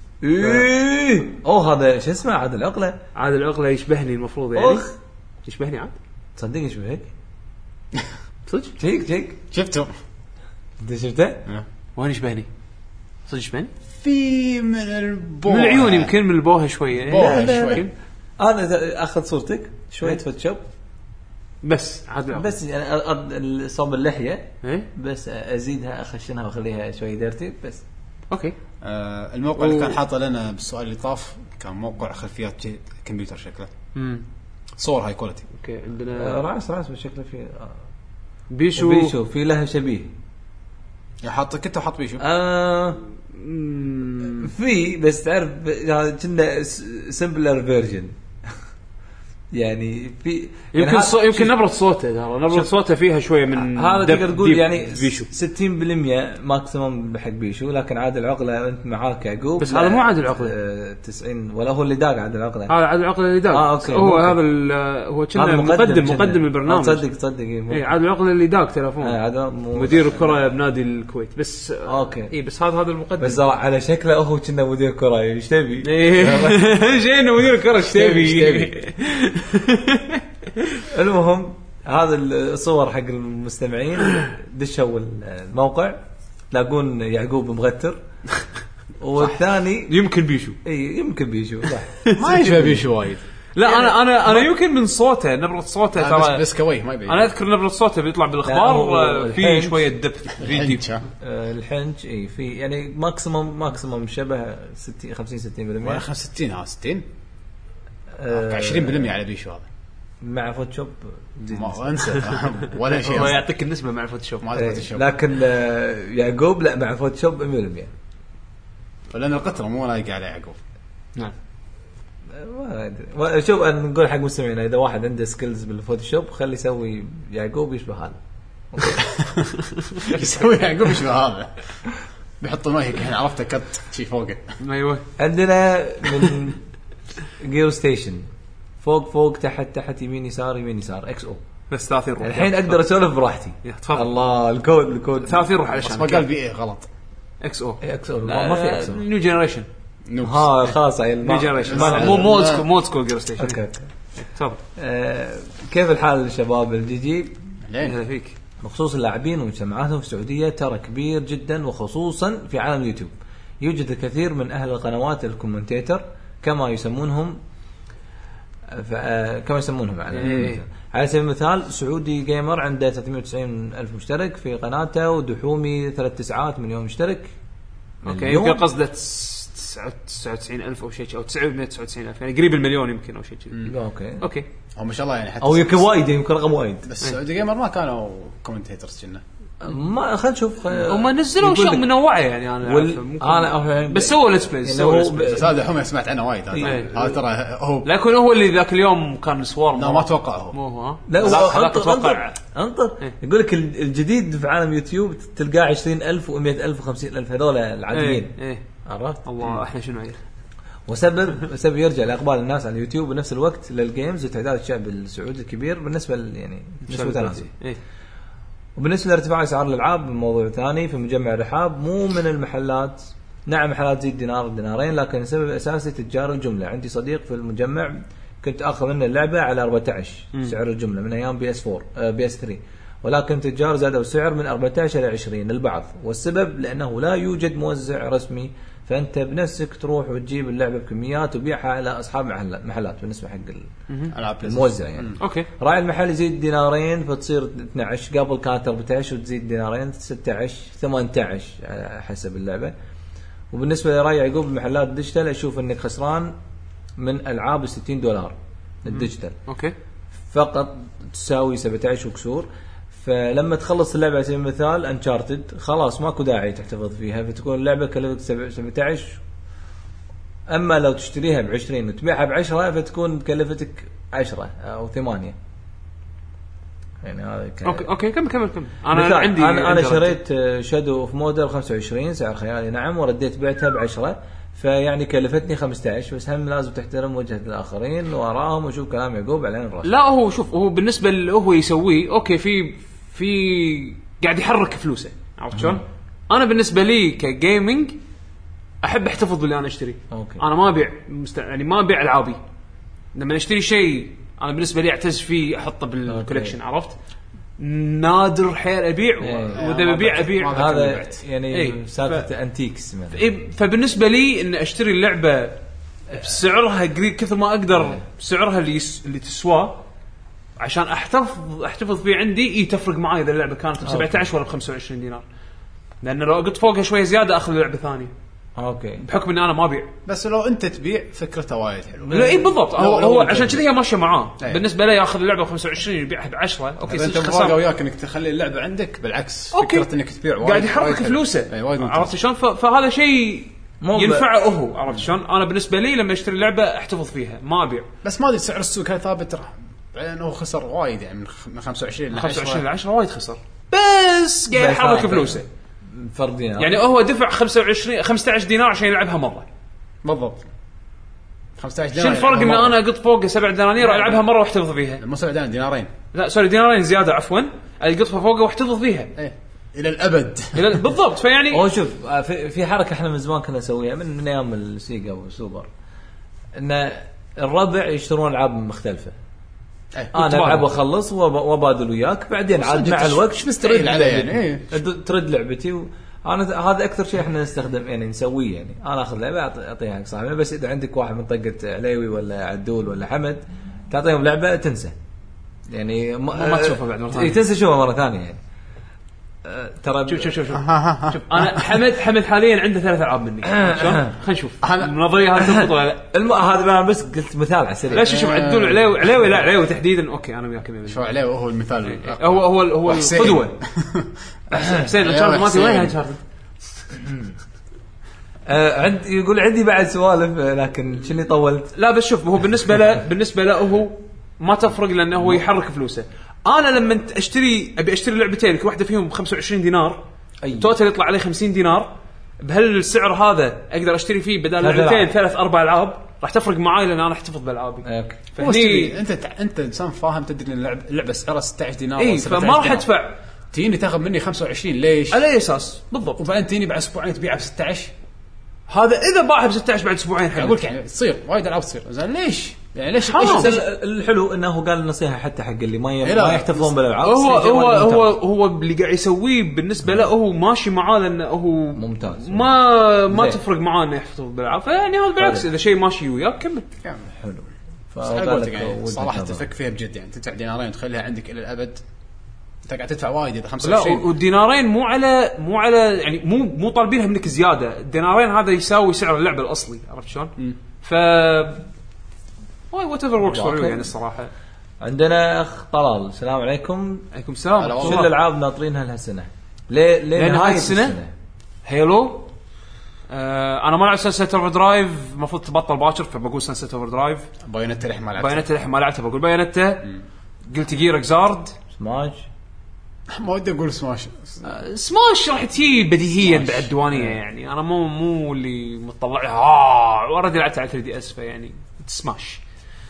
Speaker 3: هذا شو اسمه عادل العقله يشبهني المفروض يعني يشبهني عاد
Speaker 2: تصدق
Speaker 3: يشبهك
Speaker 2: صدق
Speaker 3: تشيك
Speaker 1: شفته
Speaker 3: انت شفته
Speaker 2: وين يشبهني صدق يشبهني
Speaker 1: في من البوه
Speaker 2: من العيون يمكن من البوه شويه
Speaker 1: شوي.
Speaker 3: انا اخذ صورتك شويه فوتوشوب
Speaker 2: بس عاد
Speaker 3: بس يعني صوب اللحيه بس ازيدها اخشنها واخليها شوي ديرتي بس
Speaker 2: اوكي.
Speaker 1: الموقع اللي كان حاطه لنا بالسؤال اللي طاف كان موقع خلفيات كمبيوتر شكله صور هاي كواليتي.
Speaker 2: اوكي عندنا
Speaker 3: راس بشكله في
Speaker 2: بيشو
Speaker 3: في لها شبيه
Speaker 1: حاطه كنت حاط بيشو
Speaker 3: في بس تعرف كنا سمبلر فيرجن يعني في
Speaker 2: يمكن يمكن نبرة صوته نبرة صوته فيها شوية من
Speaker 3: هذا تقدر تقول يعني
Speaker 2: بيشو
Speaker 3: 60% ماكسيموم حق بيشو. لكن عادل العقلة انت معاك يعقوب
Speaker 2: بس هذا مو عادل العقلة
Speaker 3: 90 ولا هو اللي داق عادل العقلة.
Speaker 2: هذا عادل العقلة اللي داق هو هذا هو كنا مقدم البرنامج.
Speaker 3: تصدق
Speaker 2: اي عادل العقلة اللي داق تلفون مدير الكرة بنادي الكويت بس
Speaker 3: اوكي
Speaker 2: اي بس هذا المقدم
Speaker 3: بس على شكله هو كنا مدير كرة ايش تبي
Speaker 2: جينا مدير الكرة ايش تبي.
Speaker 3: المهم هذا الصور حق المستمعين دشوا الموقع تلاقون يعقوب مغتر والثاني
Speaker 2: يمكن بيشو
Speaker 3: يمكن بيشو صح
Speaker 1: ما يشبه بيشو وايد.
Speaker 2: لا يعني انا يمكن من صوته نبرة صوته ترى
Speaker 1: بس كوي ما يبين.
Speaker 2: انا اذكر نبرة صوته بيطلع بالاخبار في شويه دبث
Speaker 3: الحنج اي في يعني ماكسيموم شبه 60 50 60%
Speaker 1: 65 60 20% على بيشو هذا
Speaker 3: مع فوتوشوب
Speaker 1: ما انسى ولا شيء.
Speaker 2: ما يعطيك النسبه مع فوتوشوب
Speaker 1: ما فوتوشوب.
Speaker 3: لكن يعقوب لا مع فوتوشوب 100%.
Speaker 1: لان القطره مو لايقه على يعقوب.
Speaker 2: نعم
Speaker 3: شوف أنا نقول حق مستمعينا إذا واحد عنده سكيلز بالفوتوشوب خلي يسوي يعقوب يشبه هذا.
Speaker 1: يسوي يعقوب يشبه هذا بيحط المايك الحين عرفته كت شي فوقه.
Speaker 2: ايوه
Speaker 3: عندنا من جير ستيشن فوق تحت يمين يسار اكس او
Speaker 2: بس 30 روح
Speaker 3: الحين اقدر اسولف براحتي.
Speaker 2: الله
Speaker 3: الكود
Speaker 2: 30 روح علشان
Speaker 1: ما قال بي ايه غلط.
Speaker 2: اكس او
Speaker 3: ما في اكس او
Speaker 2: نيو جنريشن
Speaker 3: ها خلاص
Speaker 2: نيو جنريشن مو سكول جير ستيشن.
Speaker 3: اوكي
Speaker 2: تفضل.
Speaker 3: كيف الحال الشباب الجي
Speaker 2: لين فيك
Speaker 3: بخصوص اللاعبين ومجتمعاتهم في السعوديه ترى كبير جدا وخصوصا في عالم اليوتيوب. يوجد الكثير من اهل القنوات الكومنتيتر كما يسمونهم على سبيل المثال سعودي جيمر عنده 390 ألف مشترك في قناته ودحومي 3 مليون مشترك.
Speaker 2: اوكي يمكن قصده 99 ألف او شيء او 999 ألف يعني قريب المليون يمكن او شيء كذا. اوكي
Speaker 1: او ما شاء الله يعني حتى
Speaker 3: او يمكن وايد يمكن رقم وايد.
Speaker 1: بس سعودي جيمر ما كانوا كومنتيترز كنا
Speaker 3: ما خل نشوف
Speaker 2: هم نزلوا اشياء منوعه يعني انا
Speaker 3: بس
Speaker 2: سووا ليتس بلاي
Speaker 1: بس هذا هم سمعت عنه وايد هذا ترى هو
Speaker 2: لكن هو اللي ذاك اليوم كان سوار
Speaker 1: لا ما اتوقع هو
Speaker 2: مو هو
Speaker 3: لا اتوقع انطر يقول لك الجديد في عالم يوتيوب تلقاه 20,000 و100,000 و50,000 هذول العاديين. عرفت
Speaker 2: الله احنا شنو عيل
Speaker 3: وسبب يرجع لاقبال الناس على اليوتيوب بنفس الوقت للجيمز وتعداد الشعب السعودي الكبير بالنسبه يعني نسبه تناسب. وبالنسبه لارتفاع اسعار الالعاب موضوع ثاني. في مجمع الرحاب مو من المحلات نعم محلات زيد دينار دينارين لكن السبب الاساسي تجار الجمله. عندي صديق في المجمع كنت اخذ منه اللعبه على 14 سعر الجمله من ايام PS3 ولكن تجار زادوا السعر من 14 إلى 20 للبعض والسبب لأنه لا يوجد موزع رسمي فأنت بنفسك تروح وتجيب اللعبة بكميات وبيعها على أصحاب محلات بالنسبة حق الموزع يعني.
Speaker 2: أوكي.
Speaker 3: راعي المحل يزيد دينارين فتصير 12 قبل كانت 14 وتزيد دينارين 16 18 حسب اللعبة. وبالنسبة لراعي يعقوب المحلات الديجيتال أشوف أنك خسران من ألعاب $60 الديجيتال.
Speaker 2: أوكي.
Speaker 3: فقط تساوي 17 وكسور. فلما تخلص اللعبة على سبيل المثال أنشارتد خلاص ماكو داعي تحتفظ فيها فتكون اللعبة كلفتك 17 أما لو تشتريها ب20 وتبيعها ب10 فتكون كلفتك 10 أو 8 يعني هذا
Speaker 2: أوكي كمل أنا عندي
Speaker 3: أنا شريت شادو اوف مودر 25 سعر خيالي نعم ورديت بعتها ب10 فيعني كلفتني 15 بس هم لازم تحترم وجهة الآخرين وراهم وشوف كلام يعقوب على الراس.
Speaker 2: لا هو شوف هو بالنسبة اللي هو يسويه أوكي في قاعد يحرك فلوسه عرفت شلون؟ أنا بالنسبة لي كجيمينج أحب أحتفظ باللي أنا أشتري. أنا ما أبيع يعني ما أبيع ألعابي لما أشتري شيء أنا بالنسبة لي أعتز فيه أحطه بالكولكشن عرفت؟ نادر حيل أبيع وإذا ببيع
Speaker 3: هذا يعني سالفة أنتيكس
Speaker 2: فبالنسبة لي إن أشتري اللعبة بسعرها قريب كثر ما أقدر بسعرها اللي تسوى عشان أحتفظ فيه عندي تفرق معي إذا اللعبة كانت ب17 ولا ب25 دينار لأن لو قلت فوقها شوية زيادة أخذ لعبة ثانية. بحكم إن أنا ما أبيع
Speaker 1: بس لو أنت تبيع فكرته وايد حلوة.
Speaker 2: لا بالضبط هو عشان كذا هي ماشية معاه. بالنسبة لي يأخذ اللعبة ب25 يبيعها ب10 أوكي
Speaker 1: أنت مراقب وياك إنك تخلي اللعبة عندك بالعكس فكرة إنك تبيع
Speaker 2: قاعد يحرك فلوسه عرفت شلون فهذا شيء ينفعه هو. عرفت شلون؟ انا بالنسبه لي لما اشتري لعبه احتفظ فيها ما ابيع.
Speaker 1: بس ما ادري سعر السوق هل ثابت ترى، بعدين هو خسر وايد يعني من 25 ل
Speaker 2: 10 وايد خسر، بس قاعد يحرك فلوسه
Speaker 3: فرق دينار.
Speaker 2: يعني هو دفع 15 دينار عشان يلعبها مره
Speaker 1: بالضبط. 15
Speaker 2: شو الفرق ان انا اقط فوق 7 دنانير والعبها مره واحتفظ فيها؟
Speaker 1: مو 7 دينارين،
Speaker 2: لا سوري دينارين زياده عفوا، اقطها فوقه واحتفظ فيها
Speaker 1: ايه الى الابد.
Speaker 2: بالضبط. فيعني
Speaker 3: هو شوف في حركه احنا من زمان كنا نسويها من ايام السيجا والسوبر، ان الربع يشترون العاب مختلفه. انا العب واخلص وابادل وياك، بعدين عاد مع الوقت
Speaker 1: مش مستعجل عليه يعني
Speaker 3: ترد لعبتي انا هذا اكثر شيء احنا نستخدم يعني نسويه. يعني انا اخذ لعبه اعطيها حق صاحبي، بس اذا عندك واحد من طقه عليوي ولا عدول ولا حمد تعطيهم لعبه تنسى يعني
Speaker 2: ما تشوفها بعد مره ثانيه،
Speaker 3: تنسى شوفها مره ثانيه يعني. ترى
Speaker 2: شوف انا حمد حاليا عنده 3 العاب مني. شلون خلينا نشوف النظريه هذه تضبط ولا لا.
Speaker 3: هذا انا بس قلت مثال على السريع.
Speaker 2: لا شوف عدول عليوي لا عليوي تحديدا اوكي انا وياك
Speaker 1: شو عليوي هو المثال.
Speaker 2: هو القدوه. حسين الشارت مالتي وين هالشارت؟
Speaker 3: يقول عندي بعد سوالف لكن شنو طولت.
Speaker 2: لا بس شوف هو بالنسبه له هو ما تفرق لانه هو يحرك فلوسه. انا لما ابي اشتري لعبتين كل واحده فيهم ب 25 دينار توتال يطلع عليه 50 دينار، بهالسعر هذا اقدر اشتري فيه بدل لعبتين 3-4 العاب. راح تفرق معاي لان انا احتفظ بالالعابي.
Speaker 1: فهني انت انسان فاهم تدري ان اللعبه سعرها 16 دينار
Speaker 2: اي فما راح ادفع.
Speaker 1: تيني تاخذ مني 25 ليش؟
Speaker 2: على اي اساس بالضبط؟
Speaker 1: وبعدين تيني بعد اسبوعين تبيعها ب 16.
Speaker 2: هذا اذا باعها ب 16 بعد اسبوعين
Speaker 1: اقول لك يعني تصير وايد العاب تصير. زين ليش يعني ليش
Speaker 3: الحلو انه قال النصيحه حتى حق اللي ما يحتفظون بالالعاب.
Speaker 2: هو اللي قاعد يسويه بالنسبه له هو ماشي معاه لانه هو
Speaker 3: ممتاز.
Speaker 2: ما تفرق معاه انه يحتفظ بالالعاب. يعني هذا بالعكس اذا شيء ماشي وياك كمل.
Speaker 3: حلو.
Speaker 1: فقلت يعني صراحه تفك فيها بجد يعني تدفع دينارين تخليها عندك الى الابد. انت قاعد تدفع وايد اذا 25.
Speaker 2: لا والدينارين مو على يعني مو طالبينها منك زياده. الدينارين هذا يساوي سعر اللعبه الاصلي. عرفت شلون؟ ف وات ايفر وركس فور يعني الصراحه.
Speaker 3: عندنا اخ طلال السلام عليكم.
Speaker 2: عليكم السلام.
Speaker 3: شو الالعاب ناطرينها لهالسنه؟ ليه نهايه السنه؟
Speaker 2: هيلو. انا ما لعبت سنسيت اوفر درايف المفروض تبطل باكر فبقول سنسيت اوفر درايف.
Speaker 1: بايونيتا لح ما
Speaker 2: لعبتها بقول بايونيتا. قلت جير اكزارد
Speaker 3: سماش.
Speaker 1: ما ودي اقول سماش.
Speaker 2: سماش راح تجي بديهيا بعد الديوانيه يعني انا مو اللي مطلعها ورد لعبت على 3DS فيعني سماش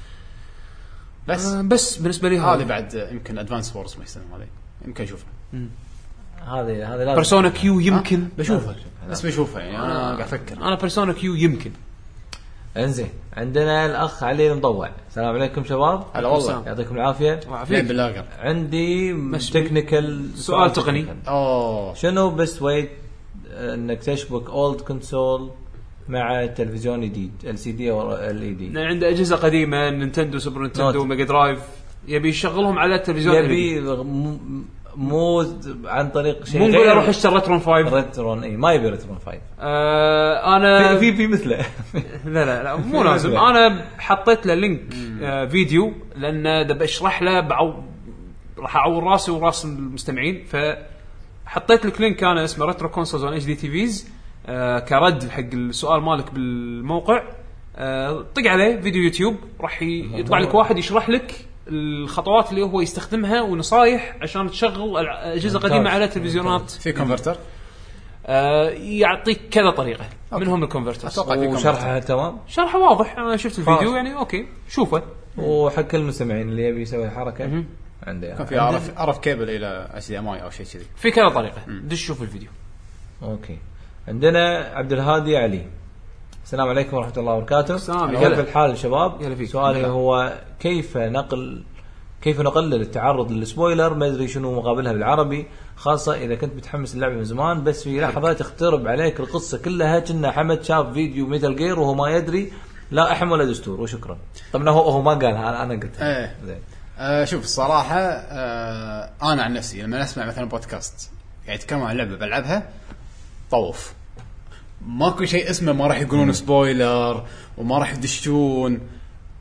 Speaker 2: بس بالنسبه لي
Speaker 1: هذه بعد يمكن ادفانس وورز ما يستلم عليه يمكن اشوفها.
Speaker 3: هذه لازم
Speaker 2: بيرسونا كيو يمكن
Speaker 1: بشوفها بس بشوفها يعني انا قاعد افكر
Speaker 2: انا بيرسونا كيو يمكن.
Speaker 3: انزين عندنا الاخ علي المضوع السلام عليكم شباب.
Speaker 1: هلا والله
Speaker 3: يعطيكم العافيه.
Speaker 1: باللاقر
Speaker 3: عندي تكنيكال
Speaker 2: سؤال تقني.
Speaker 3: شنو بس ويت انك تشبك اولد كونسول مع تلفزيون جديد LCD او LED؟
Speaker 2: عنده اجهزه قديمه نينتندو سوبر نينتندو ميجا درايف يبي يشغلهم على التلفزيون.
Speaker 3: يبي مو عن طريق شيء
Speaker 2: مو نقول اروح اشتري ريترون 5
Speaker 3: ريترون ما يبي ريترون 5.
Speaker 2: انا
Speaker 3: في مثله
Speaker 2: لا مو لازم. انا حطيت له لينك فيديو لان بشرح له راح اعور راسي وراس المستمعين فحطيت لك لينك انا اسمه ريترو كونسولز اون HD TVs كرد حق السؤال مالك بالموقع. طق عليه فيديو يوتيوب راح يطلع لك واحد يشرح لك الخطوات اللي هو يستخدمها ونصايح عشان تشغل أجهزة قديمة على تلفزيونات.
Speaker 1: في كونفرتر
Speaker 2: يعطيك كذا طريقة منهم الكونفرتر
Speaker 3: وشرحها تمام.
Speaker 2: شرحه واضح أنا شفت الفيديو يعني أوكي شوفه.
Speaker 3: وحق المستمعين اللي يبي يسوي حركة عنده
Speaker 1: كان في عرف كيبل إلى HDMI أو شيء كذي
Speaker 2: في كذا طريقة دش شوف الفيديو.
Speaker 3: أوكي عندنا عبد الهادي علي السلام عليكم ورحمة الله وبركاته. قلب الحال شباب. سؤالي هو كيف نقلل التعرض للسبويلر ما أدري شنو مقابلها بالعربي خاصة إذا كنت متحمس اللعبة من زمان بس في لحظة تخترب عليك القصة كلها كنا حمد شاف فيديو ميتال جير وهو ما يدري لا أحم ولا دستور وشكرا. طبعا هو ما قالها أنا قلت
Speaker 1: زين. شوف الصراحة أنا عن نفسي لما أسمع مثلا بودكاست يعني يتكلم عن لعبة بلعبها طوف ماكو شيء اسمه ما راح يقولون سبويلر وما راح يدشون.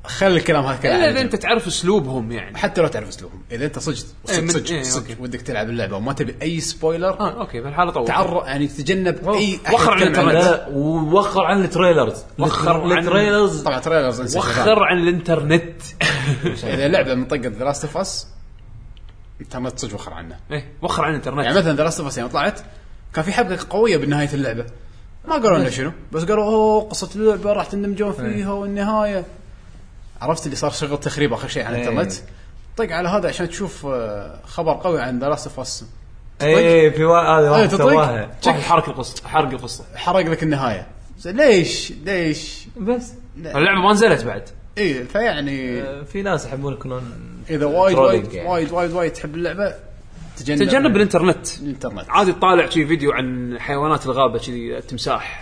Speaker 1: خلي الكلام هذا كله
Speaker 2: الا اذا انت تعرف اسلوبهم يعني.
Speaker 1: حتى لو تعرف اسلوبهم اذا انت صدق ودك تلعب اللعبه وما تبي اي سبويلر
Speaker 2: اوكي في الحاله طول
Speaker 1: يعني تتجنب اي
Speaker 2: وخر عن الانترنت
Speaker 3: ووخر عن التريلرز
Speaker 1: طبعا تريلرز
Speaker 2: وخر عن الانترنت
Speaker 1: اذا لعبه من طقه ذا لاست اوف اس الانترنت صدق وخر عنه
Speaker 2: وخر عن الانترنت.
Speaker 1: يعني مثلا ذا لاست اوف اس يوم طلعت كان في حبكه قويه بنهايه اللعبه ما قالوا لنا شنو بس قالوا قصه اللعبه راح تندمجون فيها والنهايه عرفت اللي صار شغل تخريب اخر شيء على الانترنت طق على هذا عشان تشوف خبر قوي عن ذا لاست اوف اس
Speaker 3: اي في هذا واحد
Speaker 2: سواها حرق القصه
Speaker 1: حرق لك النهايه ليش
Speaker 3: بس
Speaker 2: اللعبه ما نزلت بعد
Speaker 1: فيعني
Speaker 3: في ناس يحبون يكونون
Speaker 1: اذا وايد تحب اللعبه
Speaker 2: تجنب الانترنت عادي تطالع شي فيديو عن حيوانات الغابه كذي التمساح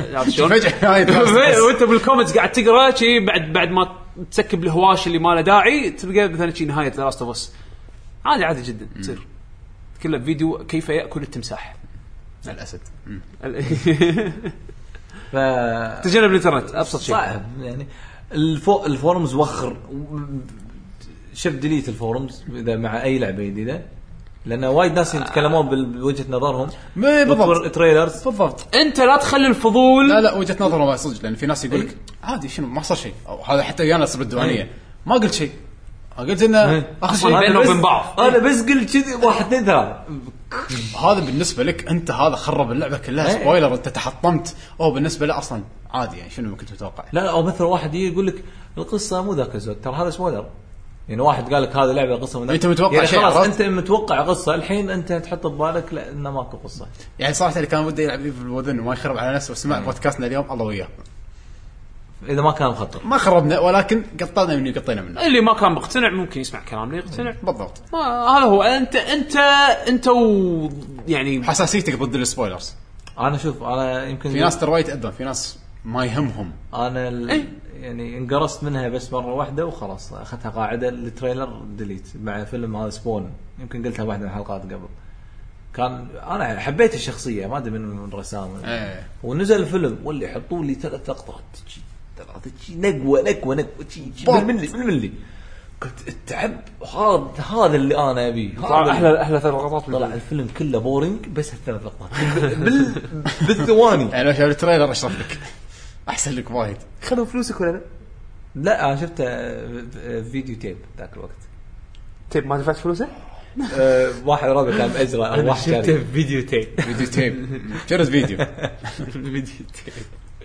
Speaker 2: وانت بالكومنتس قاعد تقرا شي بعد ما تسكب الهواش اللي ما له داعي تلقى مثلا شي نهايه ذا لاست اوف اس عادي جدا تصير كله فيديو كيف ياكل التمساح
Speaker 1: الاسد
Speaker 2: تجنب الانترنت ابسط شيء
Speaker 3: صعب يعني الفورمز وخر شوف ديليت الفورمز اذا مع اي لعبه جديده لأن وايد ناس يتكلمون بوجهة نظرهم
Speaker 1: بالضبط
Speaker 3: تريلرز
Speaker 1: بالضبط
Speaker 2: أنت لا تخلي الفضول
Speaker 1: لا وجهة نظرهم ما صدق لأن في ناس يقولك عادي شنو ما صار شيء أو هذا حتى ويانا صار بالديوانية ما قلت شيء قلت إنه
Speaker 2: آخر شيء بيننا وبين بعض
Speaker 3: أنا بس قلت كذي 1 2 3
Speaker 1: هذا بالنسبة لك أنت هذا خرب اللعبة كلها سبويلر أنت تحطمت بالنسبة له أصلا عادي يعني شنو كنت متوقع
Speaker 3: لا أو مثلا واحد يقول لك القصة مو ذاك الزود ترى هذا سبويلر يعني واحد قال لك هذا لعبه قصه من
Speaker 1: انت متوقع
Speaker 3: يعني
Speaker 1: شيء
Speaker 3: خلاص انت متوقع قصه الحين انت تحط ببالك لا انه ماكو قصه
Speaker 1: يعني صراحه اللي كان وده يلعب في الوذن وما يخرب على نفسه وسمع بودكاستنا اليوم الله وياه
Speaker 3: اذا ما كان خطر
Speaker 1: ما خربنا ولكن قطعنا منه قطينا منه
Speaker 2: اللي ما كان مقتنع ممكن يسمع كلامنا يقتنع
Speaker 1: بالضبط
Speaker 2: هذا هو انت يعني
Speaker 1: حساسيتك ضد السبويلرز
Speaker 3: انا شوف انا يمكن
Speaker 1: في ناس تروي تأذن في ناس ما يهمهم
Speaker 3: انا يعني انقرصت منها بس مره واحده وخلاص اخذتها قاعده التريلر ديليت مع فيلم هذا سبون يمكن قلتها واحده من الحلقات قبل كان انا حبيت الشخصيه ما ادري من الرسام ونزل الفيلم واللي يحطوا لي 3 لقطات نقوه بالملي قلت التعب هذا اللي انا ابيه
Speaker 2: احلى 3 لقطات
Speaker 3: طلع الفيلم كله بورينج بس 3 لقطات بالثواني
Speaker 1: يعني لو شاف التريلر اشرف لك احسن لك وايد
Speaker 2: خذوا فلوسك ولا
Speaker 3: لا انا شفت فيديو تيب ذاك الوقت
Speaker 2: تيب ما دفعت فلوسه
Speaker 3: واحد رابع كان ازرق او واحد
Speaker 2: شفت فيديو تيب
Speaker 1: شريت فيديو
Speaker 2: تيب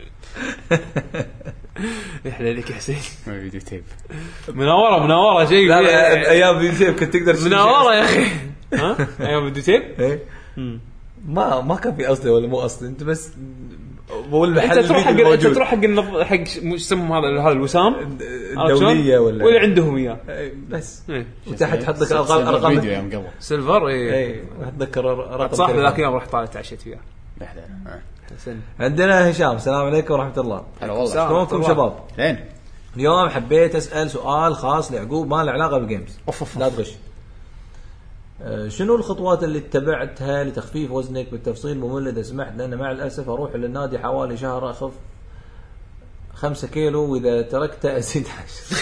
Speaker 2: احلى لك يا حسين
Speaker 1: فيديو تيب
Speaker 2: مناوره شيء
Speaker 3: لا ايام فيديو تيب كنت تقدر
Speaker 2: مناوره يا اخي ها ايام فيديو تيب
Speaker 3: ما كان في اصلي ولا مو اصلي انت بس بقول محل
Speaker 2: الفيديو انت تروح حق اسمهم هذا الوسام
Speaker 3: الدوليه
Speaker 2: ولا عندهم اياه
Speaker 3: بس وتحت حط لك ارقام
Speaker 1: فيديو يوم قبل
Speaker 2: سيلفر
Speaker 3: اتذكر رقم
Speaker 2: صح ذاك يوم رحت طالع تعشيت وياه
Speaker 3: عندنا هشام السلام عليكم ورحمه الله
Speaker 1: هلا والله
Speaker 3: شلونكم شباب
Speaker 1: زين
Speaker 3: اليوم حبيت اسال سؤال خاص ليعقوب ما له علاقه بالجيمز لا تغش شنو الخطوات اللي اتبعتها لتخفيف وزنك بالتفصيل ممل اذا سمحت لان مع الاسف اروح للنادي حوالي شهر اخف 5 كيلو واذا تركته ازيد 10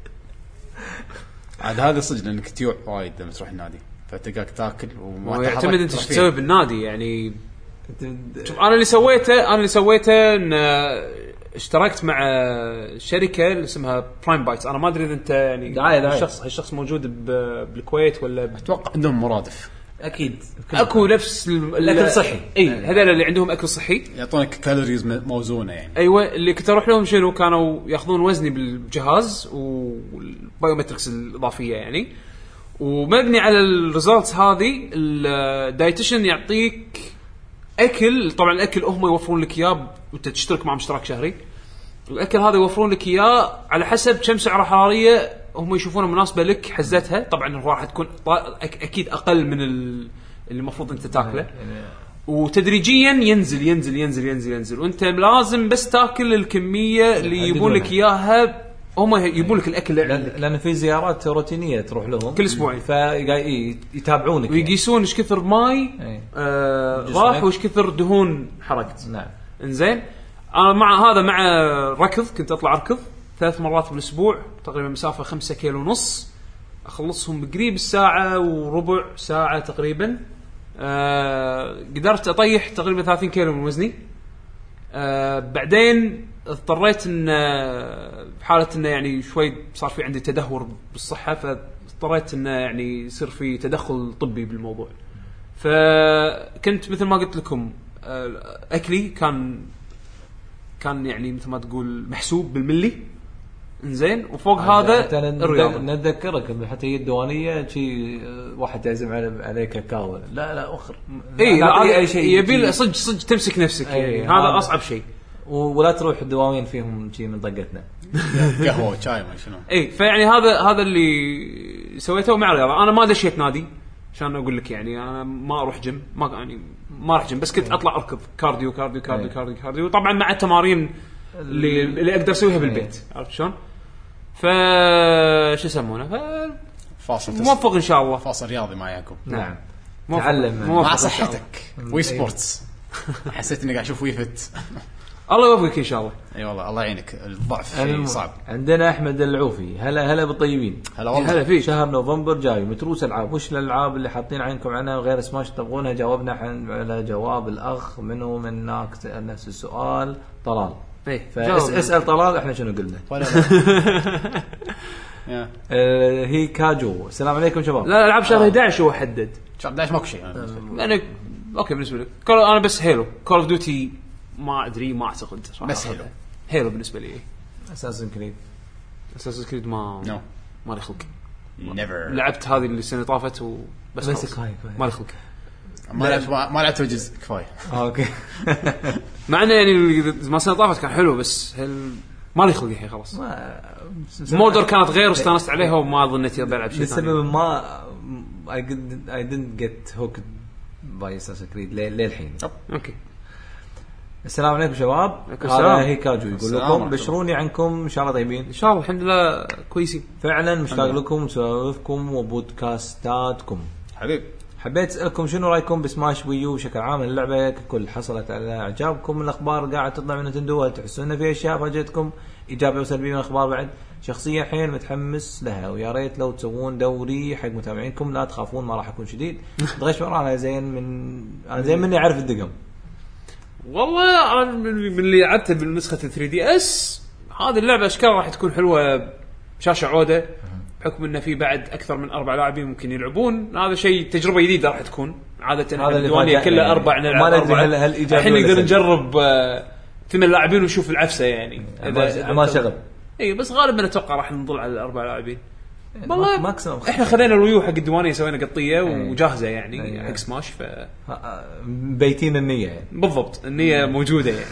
Speaker 1: عاد هذا صدق لانك تيوع وايد لما تروح النادي فتلقاك تاكل وما
Speaker 2: يعتمد انت ايش تسوي بالنادي يعني شوف انا اللي سويته ان اشتركت مع شركه اللي اسمها برايم بايتس انا ما ادري اذا انت يعني
Speaker 3: دعاية.
Speaker 2: الشخص موجود بالكويت ولا
Speaker 1: اتوقع عندهم مرادف
Speaker 3: اكيد
Speaker 2: اكو نفس
Speaker 3: الاكل صحي
Speaker 2: هذول اللي عندهم اكل صحي
Speaker 1: يعطونك كالوريز موزونه يعني
Speaker 2: ايوه اللي كنت اروح لهم شنو كانوا ياخذون وزني بالجهاز والبايومتركس الاضافيه يعني ومبني على الريزلتس هذه الدايتيشن يعطيك اكل طبعا الاكل هم يوفرون لك اياه وانت تشترك معهم اشتراك شهري الاكل هذا يوفرون لك اياه على حسب كم سعره حراريه هم يشوفونه مناسبه لك حزتها طبعا هو راح تكون اكيد اقل من اللي المفروض انت تاكله وتدريجيا ينزل ينزل ينزل ينزل ينزل وانت لازم بس تاكل الكميه اللي يبون لك اياها هم يبون لك الاكل
Speaker 3: لان في زيارات روتينيه تروح لهم
Speaker 2: كل اسبوعين
Speaker 3: فيتابعونك
Speaker 2: ويقيسون ايش كثر ماي راح وايش كثر دهون حرقت
Speaker 3: نعم
Speaker 2: انزين انا مع هذا مع ركض كنت اطلع اركض 3 مرات بالاسبوع تقريبا مسافه 5 كيلو ونص، اخلصهم بقريب الساعه وربع ساعه تقريبا. قدرت اطيح تقريبا 30 كيلو من وزني. بعدين اضطريت ان بحاله انه يعني شوي صار في عندي تدهور بالصحه، فاضطريت انه يعني يصير في تدخل طبي بالموضوع. فكنت مثل ما قلت لكم اكلي كان يعني مثل ما تقول محسوب بالملي، انزين. وفوق هذا الرياضه
Speaker 3: نتذكرك حتى هي الديوانيه شيء واحد يعزم عليك كاكاو، لا اخر
Speaker 2: اي شيء يبي صدق تمسك نفسك، يعني هذا اصعب شيء.
Speaker 3: ولا تروح الدواوين فيهم شيء من طقتنا
Speaker 1: قهوه شاي ما شنو.
Speaker 2: اي فيعني هذا اللي سويته مع الرياضه. انا ما دشيت نادي عشان اقول لك، يعني انا ما اروح جيم، ما اروح جيم، بس كنت اطلع اركض كارديو كارديو كارديو كارديو كارديو، طبعا مع التمارين اللي اقدر اسويها بالبيت، عرفت شلون؟ شو يسمونه
Speaker 1: فاصل
Speaker 2: موفق ان شاء الله،
Speaker 1: فاصل رياضي مع يعقوب.
Speaker 3: نعم
Speaker 1: تعلم مع صحتك. وي سبورتس حسيت اني قاعد اشوف ويفت.
Speaker 2: الله يوفقك ان شاء الله.
Speaker 1: اي والله الله يعينك، الضعف شيء صعب.
Speaker 3: عندنا احمد العوفي، هلا بالطيبين.
Speaker 1: هلا والله.
Speaker 2: هلا فيك.
Speaker 3: شهر نوفمبر جاي متروس العاب، وش الالعاب اللي حاطين عينكم عنها غير سماش تبغونها؟ جاوبنا على جواب الاخ منو منك نفس السؤال طلال. اسال طلال احنا شنو قلنا. هي كاجو. السلام عليكم شباب.
Speaker 2: لا العاب شهر 11 هو حدد
Speaker 1: شهر 11 ماكو شيء.
Speaker 2: انا اوكي بالنسبه لي انا بس هيلو كول اوف ديوتي ما ادري، ما اعتقد
Speaker 1: بس
Speaker 2: هيلو بالنسبه لي.
Speaker 3: اساسن كريد
Speaker 2: ما لي خلق.
Speaker 1: نيفر
Speaker 2: لعبت هذه اللي السنه طافت وبس ما لي خلق.
Speaker 1: ما لعبت جزء كفايه.
Speaker 3: اوكي.
Speaker 2: مع انه يعني ما السنه طافت كان حلو، بس ما لي خلق الحين خلاص. مودر كانت غير واستانست عليها وما ظنيت بلعب شيء ثاني.
Speaker 3: بسبب ما I didn't get hooked by Assassin's Creed للحين.
Speaker 2: اوكي.
Speaker 3: السلام عليكم شباب. هذا هي كاجو يقول لكم بشروني عنكم، ان شاء الله طيبين.
Speaker 2: ان شاء الله الحمد لله كويسين
Speaker 3: فعلا. مشتاق لكم وسوالفكم وبودكاستاتكم
Speaker 1: حبيب.
Speaker 3: حبيت اسالكم شنو رايكم بسماش ويو بشكل عام؟ اللعبه ككل حصلت على اعجابكم؟ الاخبار قاعد تطلع من نينتندو، هل تحسون ان في اشياء فاجأتكم ايجابيه وسلبيه من الاخبار؟ بعد شخصيا حين متحمس لها، ويا ريت لو تسوون دوري حق متابعينكم، لا تخافون ما راح اكون شديد. تغشمر انا زين مني اعرف الدقم.
Speaker 2: والله انا من اللي لعبته بالنسخه 3DS هذه اللعبه اشكال راح تكون حلوه، شاشه عوده، بحكم انه في بعد اكثر من 4 لاعبين ممكن يلعبون. هذا شيء تجربه جديده راح تكون. عاده الديوانيه كلها 4 نلعب 4. الحين نقدر نجرب 8 لاعبين ونشوف العفسه يعني
Speaker 3: اذا ما شغل.
Speaker 2: اي بس غالبا اتوقع راح نضل على 4 لاعبين.
Speaker 3: والله ماكسيموم.
Speaker 2: احنا خلينا الويو حق الديوانيه سوينا قطيه وجاهزه يعني حق سماش،
Speaker 3: بيتين النيه يعني.
Speaker 2: بالضبط النيه موجوده يعني.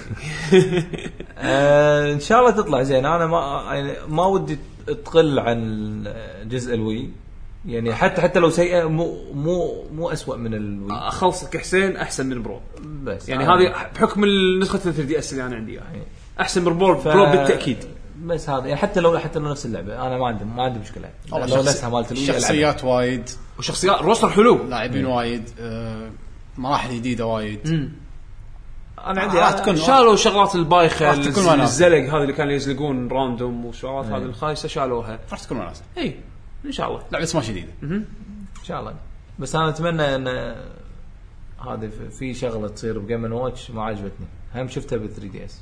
Speaker 3: ان شاء الله تطلع زين. انا ما ودي تقل عن جزء الوي يعني، حتى لو سيئه مو أسوأ من الوي.
Speaker 2: اخلصك حسين احسن من برو
Speaker 3: بس
Speaker 2: يعني هذه بحكم النسخه 3DS اللي انا عندي اياها احسن من برو بالتاكيد.
Speaker 3: بس هذا يعني حتى لو نفس اللعبه انا ما عندي مشكله. لو نفسها مالت الوي،
Speaker 1: شخصيات وايد
Speaker 2: وشخصيات روستر حلو،
Speaker 1: لاعبين وايد، مراحل جديده وايد.
Speaker 3: انا عندي
Speaker 2: شالوا شغلات البايخه الزلق هذه اللي كانوا يزلقون راندوم وشغلات هذه الخايسه شالوها.
Speaker 1: راح تكون وناسه.
Speaker 2: اي ان شاء الله
Speaker 1: لعبه سماش جديده
Speaker 3: ان شاء الله. بس انا اتمنى ان هذه في شغله تصير بجيم ان واتش ما عجبتني. هم شفتها بال 3DS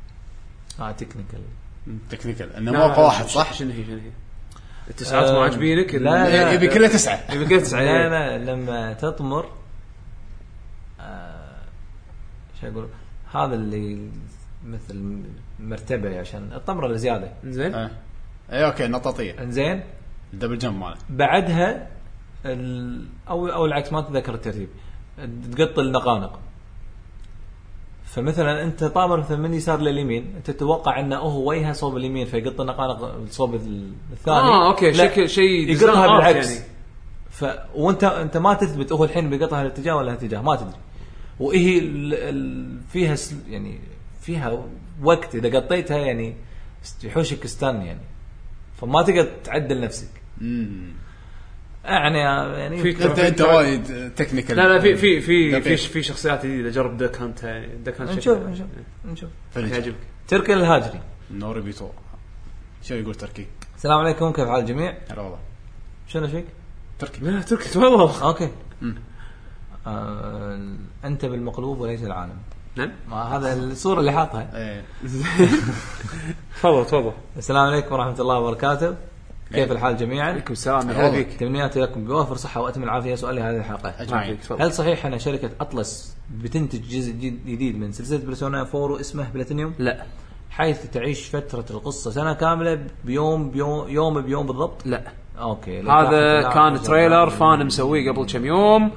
Speaker 1: تكنيكال انه موقع واحد صح.
Speaker 2: شنو هي التسعات ما عاجبينك؟
Speaker 3: لا
Speaker 1: يبي كله 9.
Speaker 3: لا لما تطمر شو اقول، هذا اللي مثل مرتبه عشان الطمره الزياده.
Speaker 2: زين
Speaker 1: اي اوكي نطاطيه.
Speaker 3: انزين
Speaker 1: الدبل جمب ماله
Speaker 3: بعدها او العكس ما اتذكر الترتيب، تقطل النقانق. فمثلا انت طامر مثلا من يسار لليمين، انت تتوقع انه هو وجهه صوب اليمين فيقط النقانق صوب الثاني.
Speaker 2: اوكي شيء
Speaker 3: يقطها بالعكس يعني. وانت ما تثبت هو الحين بيقطها الاتجاه ولا الاتجاه ما تدري. وهي فيها يعني فيها وقت اذا قطيتها يعني يحوشك استن يعني، فما تقدر تعدل نفسك. يعني
Speaker 1: انت وايد تكنيكال.
Speaker 2: لا في شخصيات جديده. جرب دك هانت يعني.
Speaker 3: نشوف يعجبك. تركي الهاجري
Speaker 1: نوربيتو شو يقول تركي؟
Speaker 3: السلام عليكم، كيف حال الجميع؟
Speaker 1: هلا والله.
Speaker 3: شنو فيك؟
Speaker 1: تركي.
Speaker 2: لا تركي تفضل.
Speaker 3: اوكي. انت بالمقلوب وليس العالم.
Speaker 2: نعم.
Speaker 3: ما هذا الصورة اللي حاطها.
Speaker 1: ايه
Speaker 2: تفضل.
Speaker 3: السلام عليكم ورحمة الله وبركاته. كيف الحال جميعا؟
Speaker 2: عليكم السلام. هلا بك.
Speaker 3: تمنياتي لكم بوافر صحة وأتم العافية. سؤالي هذه الحلقة
Speaker 1: اجمعين.
Speaker 3: هل صحيح أن شركة أطلس بتنتج جزء جديد من سلسلة بيرسونا 4 اسمه بلاتينيوم؟
Speaker 2: لا.
Speaker 3: حيث تعيش فترة القصة سنة كاملة بيوم بالضبط؟
Speaker 2: لا.
Speaker 3: اوكي.
Speaker 2: هذا كان تريلر فان مسويه قبل كم يوم.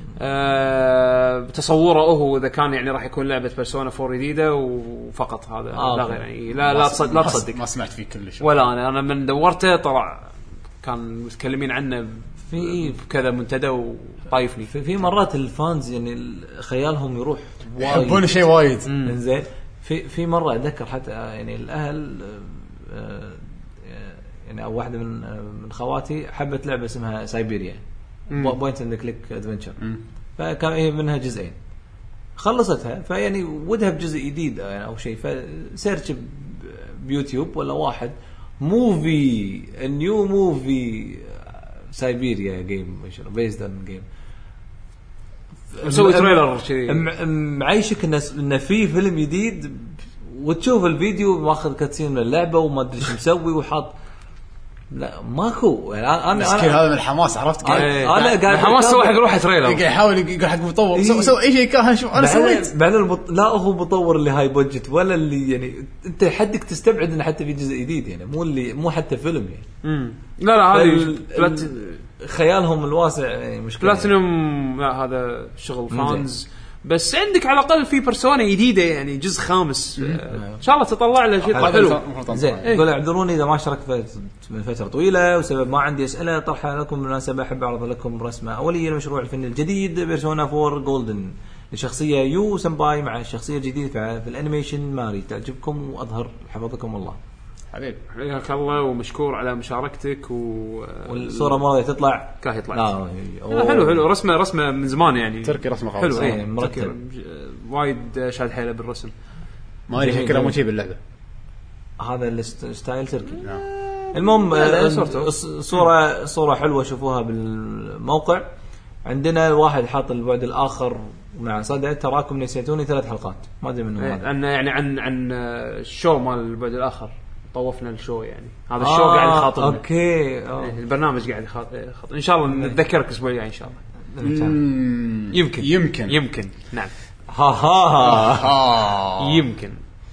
Speaker 2: تصوره هو اذا كان يعني راح يكون لعبه بيرسونا 4 جديده وفقط. هذا لا غير يعني. لا تصدق.
Speaker 1: ما سمعت فيه كلش
Speaker 2: ولا انا من دورته طلع كان متكلمين عنه
Speaker 3: في
Speaker 2: كذا منتدى وطايفني.
Speaker 3: في مرات الفانز يعني خيالهم يروح
Speaker 1: يحبون شيء وايد.
Speaker 3: زين. في مره اتذكر حتى يعني الاهل يعني او واحده من خواتي حبت لعبه اسمها سايبيريا بوينت اند كليك ادفنتشر، فكان هي منها جزئين خلصتها، فيعني ودها بجزء جديد يعني او شيء، فسيرش بيوتيوب ولا واحد موفي نيو موفي سايبيريا جيم بيزد اون جيم،
Speaker 2: مسوي تريلر شيء
Speaker 3: معيشك ان في فيلم جديد، وتشوف الفيديو ماخذ كاتسين من اللعبه وما ادري ايش مسوي وحاط. لا ماكو يعني انا
Speaker 1: مسكين هذا من الحماس. عرفت كيف؟
Speaker 3: انا قاعد
Speaker 2: الحماس سوى حق روحه تريلر،
Speaker 1: قاعد يحاول يقول حق مطور سوي اي شيء كان شوف انا سويت.
Speaker 3: بعدين لا هو مطور اللي هاي بودجت ولا اللي يعني انت حدك تستبعد انه حتى في جزء جديد يعني مو حتى فيلم يعني.
Speaker 2: لا هذه
Speaker 3: خيالهم الواسع يعني مشكله.
Speaker 2: بلاتينوم لا هذا شغل فانز، بس عندك على الاقل في بيرسونا جديده يعني جزء خامس ان شاء الله تطلع له شيء حلو.
Speaker 3: زين قول اعذروني اذا ما شاركت من فتره طويله وسبب ما عندي اسئله طرحها لكم بالمناسبه. احب اعرض لكم رسمه اوليه للمشروع الفني الجديد بيرسونا 4 جولدن لشخصيه يو سمباي مع الشخصيه الجديده في الانيميشن ماري. تعجبكم واظهر حفظكم الله.
Speaker 1: حبيب
Speaker 2: حياك الله ومشكور على مشاركتك.
Speaker 3: والصوره ما تطلع
Speaker 2: كاهي طلعت.
Speaker 3: حلو
Speaker 2: رسمه من زمان يعني.
Speaker 1: تركي رسمه
Speaker 2: حلو
Speaker 3: مرتب
Speaker 2: وايد شاد حيله بالرسم.
Speaker 1: ما ادري شكله مو شيء باللعبه
Speaker 3: هذا الستايل تركي. المهم صوره حلوه شوفوها بالموقع. عندنا الواحد حاط البعد الاخر مع صدى تراكم نسيتوني 3 حلقات ما ادري منهم هذا
Speaker 2: يعني عن الشو مال البعد الاخر. طوفنا الشو يعني هذا الشو قاعد يخاطبنا.
Speaker 3: اوكي
Speaker 2: البرنامج قاعد يخاطب ان شاء الله نتذكرك اسبوع يعني ان شاء الله. يمكن نعم يمكن.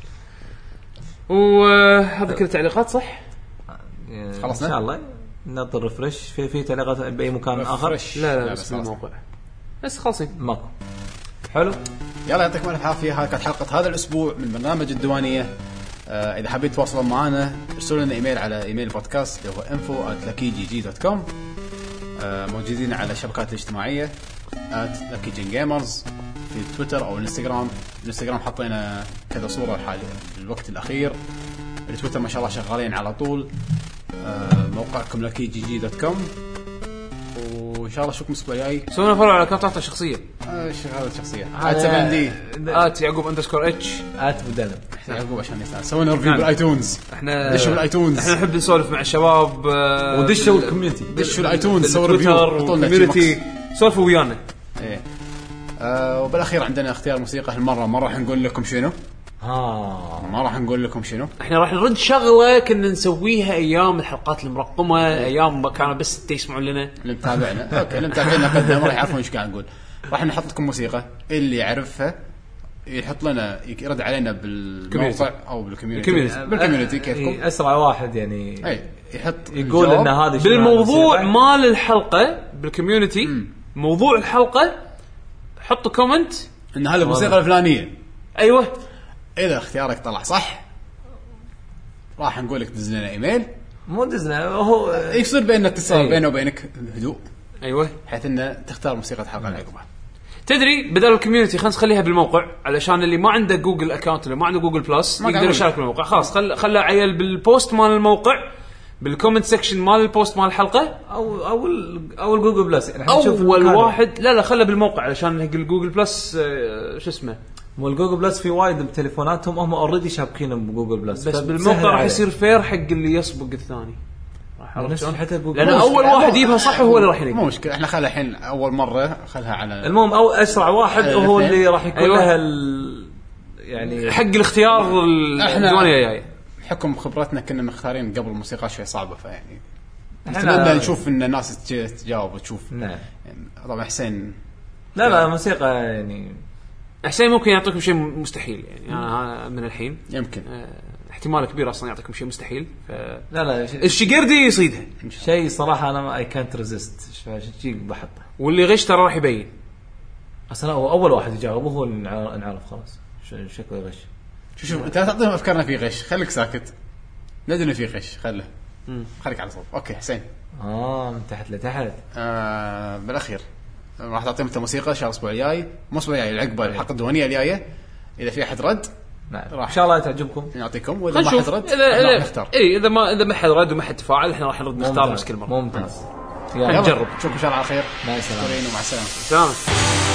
Speaker 2: وهذا كل تعليقات صح
Speaker 3: خلصنا ان شاء الله. ننطر ريفرش في تعليقات باي مكان اخر.
Speaker 2: لا بس الموقع بس خلصين ماكو.
Speaker 3: حلو
Speaker 1: يلا يعطيكم الف عافيه. هذه كانت حلقه هذا الاسبوع من برنامج الديوانيه. اذا حابين تواصلوا معنا ارسلوا لنا ايميل على ايميل البودكاست اللي هو info@luckygg.com. موجودين على الشبكات الاجتماعيه @luckygengamers في تويتر او الانستغرام حطينا كذا صوره حاليا بالوقت الاخير. التويتر ما شاء الله شغالين على طول. موقعكم luckygg.com. وان شاء الله اشوفكم الاسبوع الجاي.
Speaker 2: سوينا فولو على اكونتات الشخصيه.
Speaker 1: ايش هذا الشخصيه @7d
Speaker 2: @يعقوب_h
Speaker 3: @بدلم
Speaker 1: يعقوب عشان يسال. سوينا ريفيو بالايتونز.
Speaker 2: احنا
Speaker 1: دشوا الايتونز.
Speaker 2: احنا نحب نسولف مع الشباب
Speaker 3: ودشوا الكوميونتي.
Speaker 1: دشوا الايتونز سووا ريفيو
Speaker 2: الكوميونتي سولفوا ويانا.
Speaker 1: ايه وبالاخير عندنا اختيار موسيقى هالمره. ما راح نقول لكم شنو. ما راح نقول لكم شنو.
Speaker 2: احنا راح نرد شغله كنا نسويها ايام الحلقات المرقمه. ايام ما كانوا بس تسمعون لنا
Speaker 1: اللي متابعنا. اوكي اللي متابعينا قد ما راح يعرفون ايش قاعد نقول. راح نحط لكم موسيقى اللي يعرفها يحط لنا يرد علينا بالموقع او بالكوميونتي كيفكم.
Speaker 3: اسرع واحد يعني
Speaker 1: اي يحط
Speaker 3: يقول ان هذا
Speaker 2: بالموضوع مال الحلقه بالكوميونتي. موضوع الحلقه حطوا كومنت
Speaker 1: ان هذا الموسيقى الفلانيه.
Speaker 2: ايوه
Speaker 1: اذا اختيارك طلع صح راح نقول لك دز لنا ايميل.
Speaker 3: مو دزنا هو
Speaker 1: يصير بيننا اتصال بينه وبينك هدوء.
Speaker 2: ايوه
Speaker 1: بحيث ان تختار موسيقى الحلقه اللي عقبها.
Speaker 2: تدري بدل الكوميونتي خلينا نخليها بالموقع علشان اللي ما عنده جوجل اكاونت ولا ما عنده جوجل بلس يقدر يشارك بالموقع. خلاص خلى عيل بالبوست مال الموقع بالكومنت سيكشن مال البوست مال الحلقه
Speaker 3: او الجوجل بلس.
Speaker 2: اول واحد لا خلى بالموقع علشان الجوجل بلس شو اسمه
Speaker 3: والجوجل بلس في وايد بتليفوناتهم هم اوريدي شابكين بجوجل بلس،
Speaker 2: بس بالموقع راح يصير فير حق اللي يسبق الثاني.
Speaker 3: حتى
Speaker 2: لأن أول واحد يجيبها صح هو اللي راح ينقل.
Speaker 1: مو مشكلة، إحنا خلها الحين أول مرة خلها على
Speaker 3: المهم أو أسرع واحد هو اللي راح يكون لها يعني
Speaker 2: حق الاختيار الديوانية جاي.
Speaker 1: حكم خبرتنا كنا مختارين قبل الموسيقى شوي صعبة، فيعني نتمنى نشوف إن الناس تجاوب وتشوف.
Speaker 3: نعم
Speaker 1: يعني طبعا حسين
Speaker 3: لا موسيقى يعني
Speaker 2: حسين ممكن يعطيكم شيء مستحيل يعني أنا من الحين
Speaker 1: يمكن
Speaker 2: احتمال كبير اصلا يعطيكم شيء مستحيل.
Speaker 3: لا
Speaker 2: الشقردي يصيدها
Speaker 3: شيء صراحه انا اي كانت ريزيست شيء بحطه،
Speaker 2: واللي غش ترى راح يبين.
Speaker 3: اصلا هو اول واحد يجاوب هو نعرف خلاص شكله غش.
Speaker 1: شوف انت تعطيهم افكارنا في غش، خليك ساكت ندري في غش، خليك على صوب. اوكي حسين
Speaker 3: من تحت لتحت.
Speaker 1: بالاخير راح تعطيهم انت موسيقى شهر الاسبوع الجاي، مو الاسبوع الجاي العقبه الحلقه الديوانيه الجايه. اذا في احد رد
Speaker 3: ان شاء الله تعجبكم
Speaker 1: نعطيكم، واذا ما حد رد
Speaker 2: نختار. اذا ما حد رد وما حد تفاعل احنا راح نرد نختار نفس كل مره.
Speaker 3: ممتاز
Speaker 1: يلا نجرب. نشوفكم ان شاء الله على خير.
Speaker 3: مع السلامه.
Speaker 1: مع السلامه.